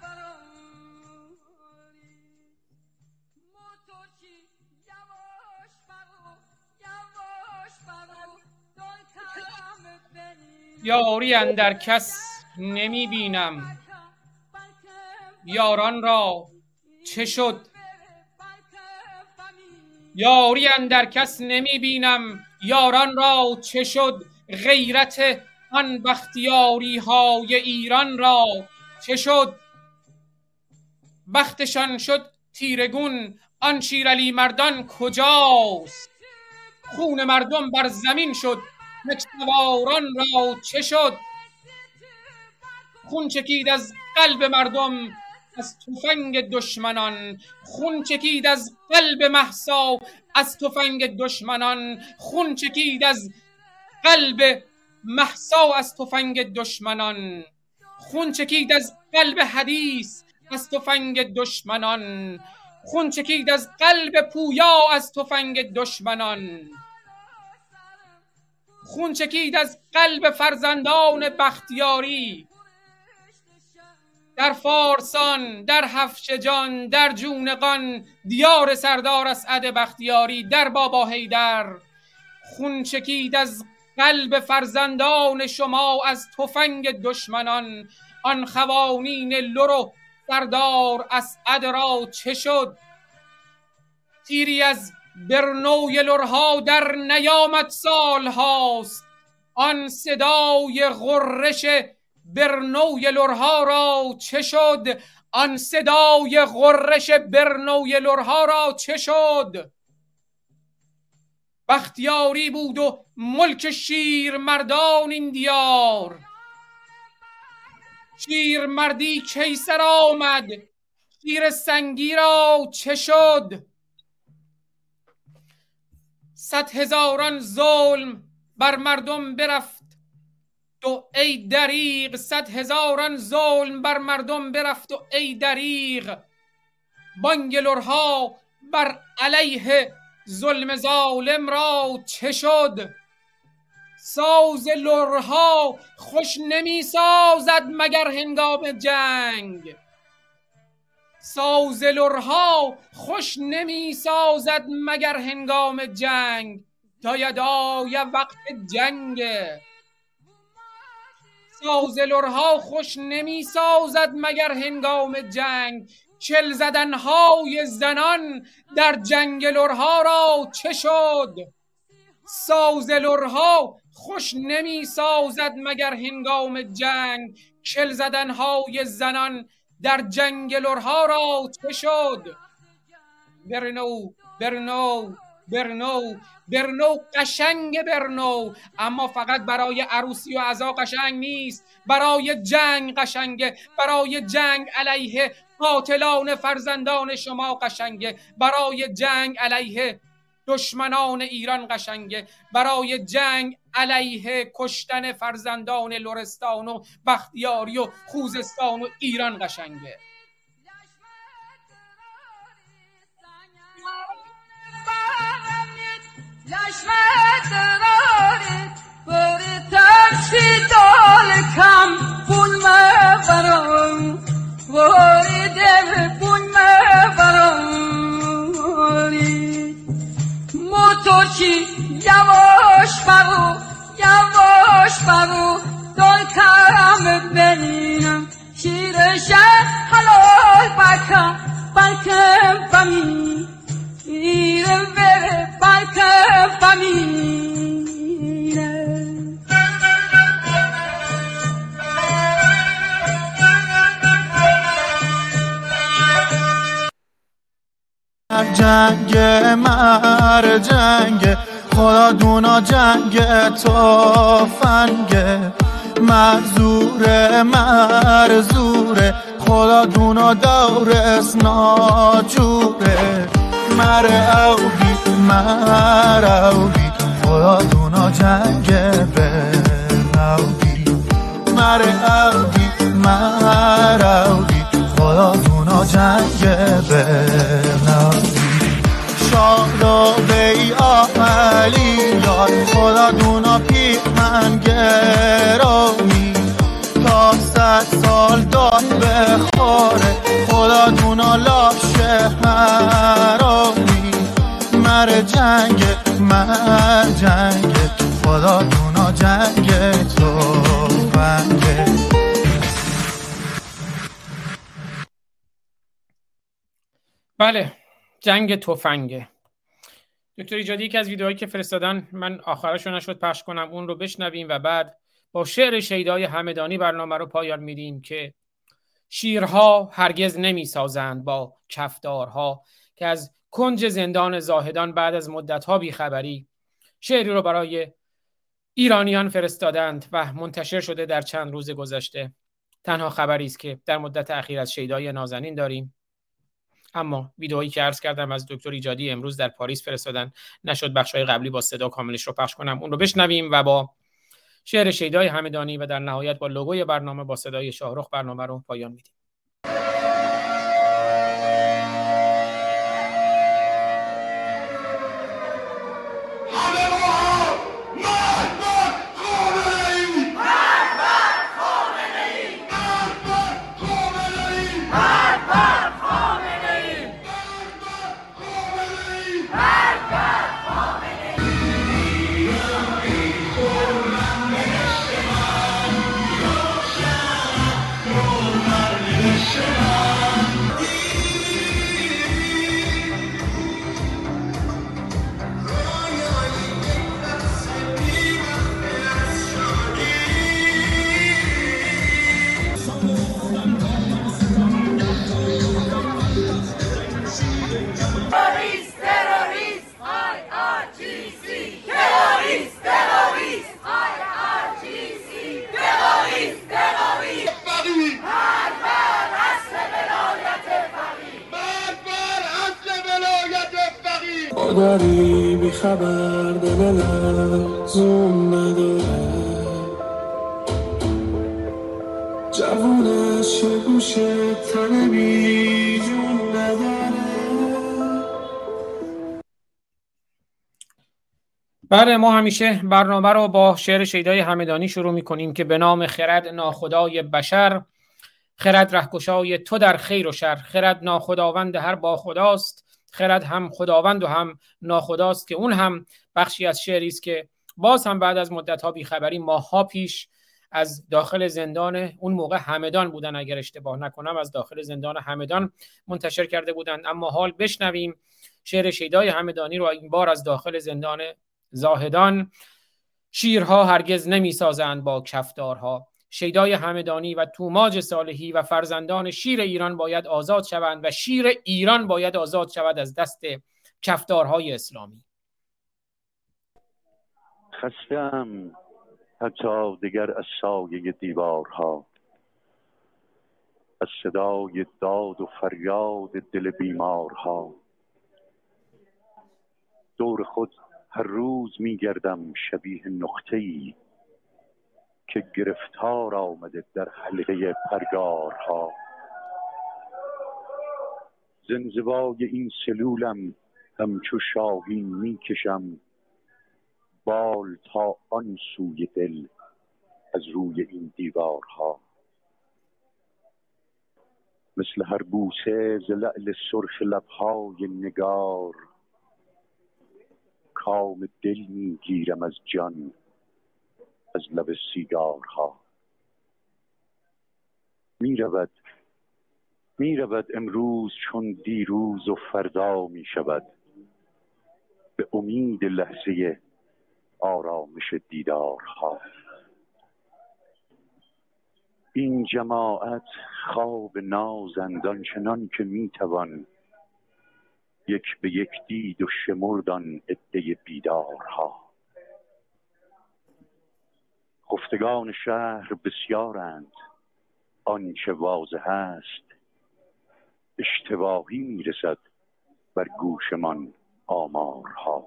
موتوچی یواش برو یواش برو دال کم بنی. یاری اندر کس نمی بینم، یاران را چه شد؟ یاری اندر کس نمی بینم، یاران را چه شد؟ غیرت آن بختیاری های ایران را چه شد؟ بختشان شد تیرگون، آن شیرعلی مردان کجاست؟ خون مردم بر زمین شد، مکسواران را چه شد؟ خون چکید از قلب مردم از تفنگ دشمنان، خون چکید از قلب مهسا از تفنگ دشمنان، خون چکید از قلب مهسا از تفنگ دشمنان، خون چکید از قلب حدیث از تفنگ دشمنان. خون چکید از قلب پویا از تفنگ دشمنان، خون چکید از قلب فرزندان بختیاری. در فارسان، در هفشجان، در جونقان، دیار سردار اسعد بختیاری، در بابا حیدر، خون چکید از قلب فرزندان شما از تفنگ دشمنان. آن خوانین لرو سردار اسعد را چه شد؟ تیری از برنوی لرها در نیامد سال هاست. آن صدای غرش برنوی لرها را چه شد؟ آن صدای غرش برنوی لرها را چه شد؟ بختیاری بود و ملک شیر مردان این دیار. شیر مردی کیسر آمد، شیر سنگی را چه شد؟ صد هزاران ظلم بر مردم برفت و ای دریغ، صد هزاران ظلم بر مردم برفت و ای دریغ. بانگ لرها بر علیه ظلم ظالم را چه شد؟ ساز لرها خوش نمی سازد مگر هنگام جنگ. ساز لرها خوش نمی سازد مگر هنگام جنگ. داید آید وقت جنگ. ساز لرها خوش نمی سازد مگر هنگام جنگ. چل زدنهای زنان در جنگ لرها را چه شد؟ ساز لرها خوش نمی سازد مگر هنگام جنگ. چل زدنهای زنان در جنگ لرها را چه شد؟ برنو برنو برنو برنو قشنگ برنو، اما فقط برای عروسی و عزا قشنگ نیست، برای جنگ قشنگه. برای جنگ علیه قاتلان فرزندان شما قشنگه. برای جنگ علیه دشمنان ایران قشنگه. برای جنگ علیه کشتن فرزندان لرستان و بختیاری و خوزستان و ایران قشنگه. لشمت دارید باری ترسی دال کم پول مبرم باری دل پول مبرم. موتور چی یواش برو یواش برو دال کم بینم شیرش حلال بکم بلکم بمی ایرم بره بلکم بمیره. جنگ مر جنگ خدا دونا جنگ توفنگ مرزور مرزور خدا دونا دورس ناجوره. مر اوبی مر اوبی خدا دونا جنگ بناوبی. مر اوبی مر اوبی خدا دونا جنگ بناوبی. شالا بی آملی یاد خدا دونا پی من گرامی. تا صد سال داد بخوره خدا دونا لاشه مرامی. مر جنگ مر جنگ خدا دونا جنگ توفنگه. بله، جنگ تفنگه. دکتر ایجادی یکی از ویدیوهایی که فرستادن من آخرش رو نشد پخش کنم، اون رو بشنویم و بعد با شعر شیدای همدانی برنامه رو پایان میدیم که شیرها هرگز نمی سازند با کفدارها، که از کنج زندان زاهدان بعد از مدتها بیخبری شعری رو برای ایرانیان فرستادند و منتشر شده در چند روز گذشته. تنها خبری است که در مدت اخیر از شیدای نازنین داریم. اما ویدئویی که عرض کردم از دکتر ایجادی امروز در پاریس فرستادن نشد بخشای قبلی با صدا کاملش رو پخش کنم، اون رو بشنویم و با شعر شیدای همدانی و در نهایت با لوگوی برنامه با صدای شاهرخ برنامه رو پایان میدیم. مادری بی خبر دل لرزون نداره، جوونش یه گوشه تن بی جون نداره. بله، ما همیشه برنامه رو با شعر شیدای همدانی شروع می‌کنیم که به نام خرد ناخدای بشر، خرد رهگشای تو در خیر و شر، خرد ناخداوند هر با خداست، خرد هم خداوند و هم ناخداست، که اون هم بخشی از شعری است که باز هم بعد از مدت‌ها بیخبری ماه‌ها پیش از داخل زندان، اون موقع همدان بودن اگر اشتباه نکنم، از داخل زندان همدان منتشر کرده بودند. اما حال بشنویم شعر شیدای همدانی رو این بار از داخل زندان زاهدان. شیرها هرگز نمی سازند با کفدارها، شیدای همدانی و توماج صالحی و فرزندان شیر ایران باید آزاد شوند و شیر ایران باید آزاد شود از دست کفدارهای اسلامی. خستم حتی دیگر از سایه دیوارها، از صدای داد و فریاد دل بیمارها. دور خود هر روز می گردم شبیه نقطه‌ای که گرفتار آمده در حلقه پرگارها. زنزوای این سلولم همچو شاهین می کشم بال تا آن سوی دل از روی این دیوارها. مثل هر بوسه ز لعل سرخ لبهای نگار، کام دل می گیرم از جان از لب سیگارها. می رود می رود امروز چون دیروز و فردا می شود، به امید لحظه آرامش دیدارها. این جماعت خواب نازند آنچنان که می توان یک به یک دید و شمرد آن عده بیدارها. خفتگان شهر بسیارند، آنچه واضح است اشتباهی میرسد بر گوشمان آمارها.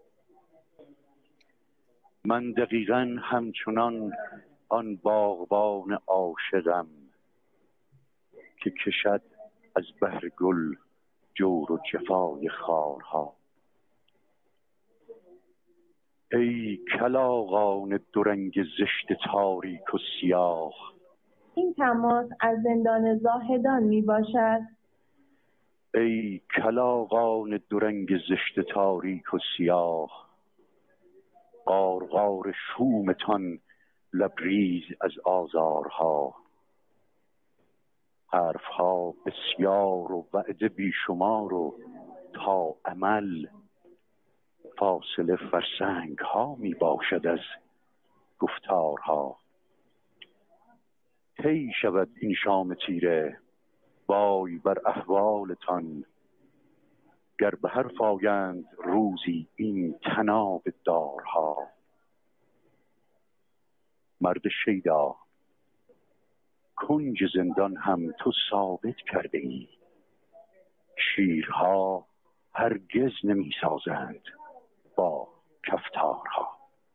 من دقیقاً همچنان آن باغبان عاشقم که کشد از بهر گل جور و جفای خارها. ای کلاغان دورنگ زشت تاریک و سیاه، این تماس از زندان زاهدان می باشد. ای کلاغان دورنگ زشت تاریک و سیاه، قارقار شومتان لبریز از آزارها. حرفها بسیار و وعده بیشمار و تا عمل فاصله فرسنگ ها می باشد از گفتارها. کی شود این شام تیره وای بر احوالتان، گر به حرف آیند روزی این طناب دارها. مرد شیدا کنج زندان هم تو ثابت کرده ای، شیرها هرگز نمی سازند با کفتارها.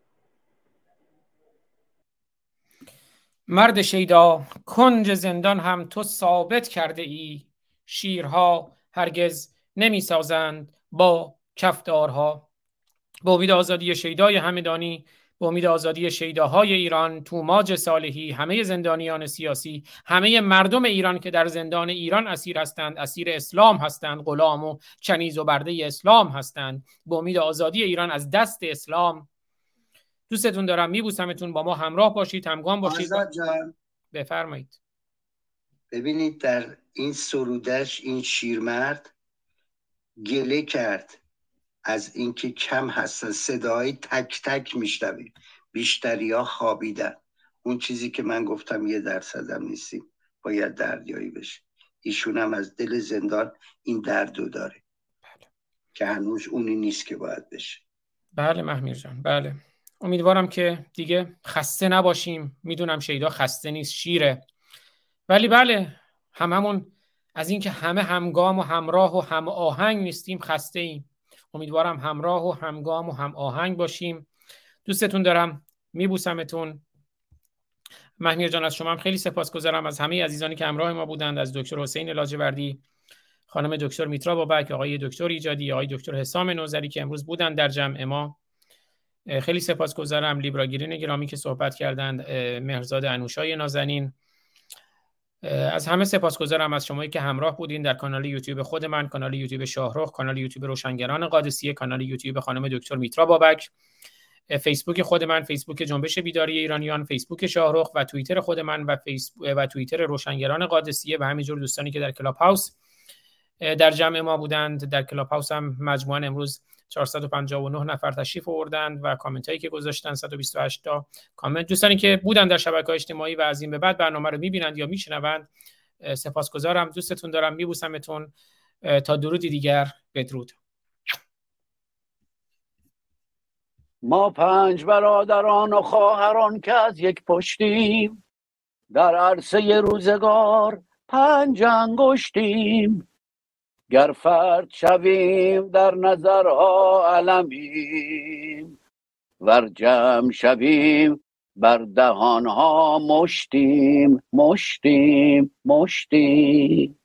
مرد شیدا کنج زندان هم تو ثابت کرده ای، شیرها هرگز نمی سازند با کفتارها. با امید آزادی شیدای همدانی، با امید آزادی شیداهای ایران، توماج صالحی، همه زندانیان سیاسی، همه مردم ایران که در زندان ایران اسیر هستند، اسیر اسلام هستند، غلام و کنیز و برده اسلام هستند، با امید آزادی ایران از دست اسلام. دوستتون دارم، میبوسمتون، با ما همراه باشید، همگام باشید. آزاد جان بفرمایید. ببینید در این سرودش این شیرمرد گله کرد از اینکه کم هستن، صدای تک تک میشنویم، بیشتری ها خوابیدن. اون چیزی که من گفتم یه درصدم نیستیم، باید دردیایی بشه. ایشون هم از دل زندان این دردو داره. بله. که هنوز اونی نیست که باید بشه. بله محمیر جان، بله. امیدوارم که دیگه خسته نباشیم. میدونم شیدا خسته نیست، شیره، ولی بله هممون از اینکه همه همگام و همراه و هم آهنگ نیستیم خسته ایم. امیدوارم همراه و همگام و هم آهنگ باشیم. دوستتون دارم، میبوسمتون. مهمیر جان از شما هم خیلی سپاسگزارم، از همه عزیزانی که همراه ما بودند، از دکتر حسین لاجوردی، خانم دکتر میترا بابک، آقای دکتر ایجادی، آقای دکتر حسام نوذری که امروز بودند در جمع ما. خیلی سپاسگزارم. لیبراگیرین گرامی که صحبت کردند، مهرزاد انوشای نازنین. از همه سپاسگزارم از شمایی که همراه بودین در کانال یوتیوب خود من، کانال یوتیوب شاهرخ، کانال یوتیوب روشنگران قادسیه، کانال یوتیوب خانم دکتر میترا بابک، فیسبوک خود من، فیسبوک جنبش بیداری ایرانیان، فیسبوک شاهرخ و توییتر خود من و فیسبوک و توییتر روشنگران قادسیه و همینجور دوستانی که در کلاب هاوس در جمع ما بودند. در کلاب هاوس هم مجموعاً امروز چهارصد و پنجاه و نه نفر تشریف آوردند و کامنت هایی که گذاشتن صد و بیست و هشت تا کامنت. دوستانی که بودن در شبکه‌های اجتماعی و از این به بعد برنامه رو می‌بینند یا میشنوند سپاسگزارم. دوستتون دارم، میبوسمتون. تا درودی دیگر، بدرود. ما پنج برادران و خواهران که از یک پشتیم، در عرصه روزگار پنج انگشتیم. گر فرد شویم در نظرها علمیم، ور جمع شویم بر دهانها مشتیم مشتیم مشتیم.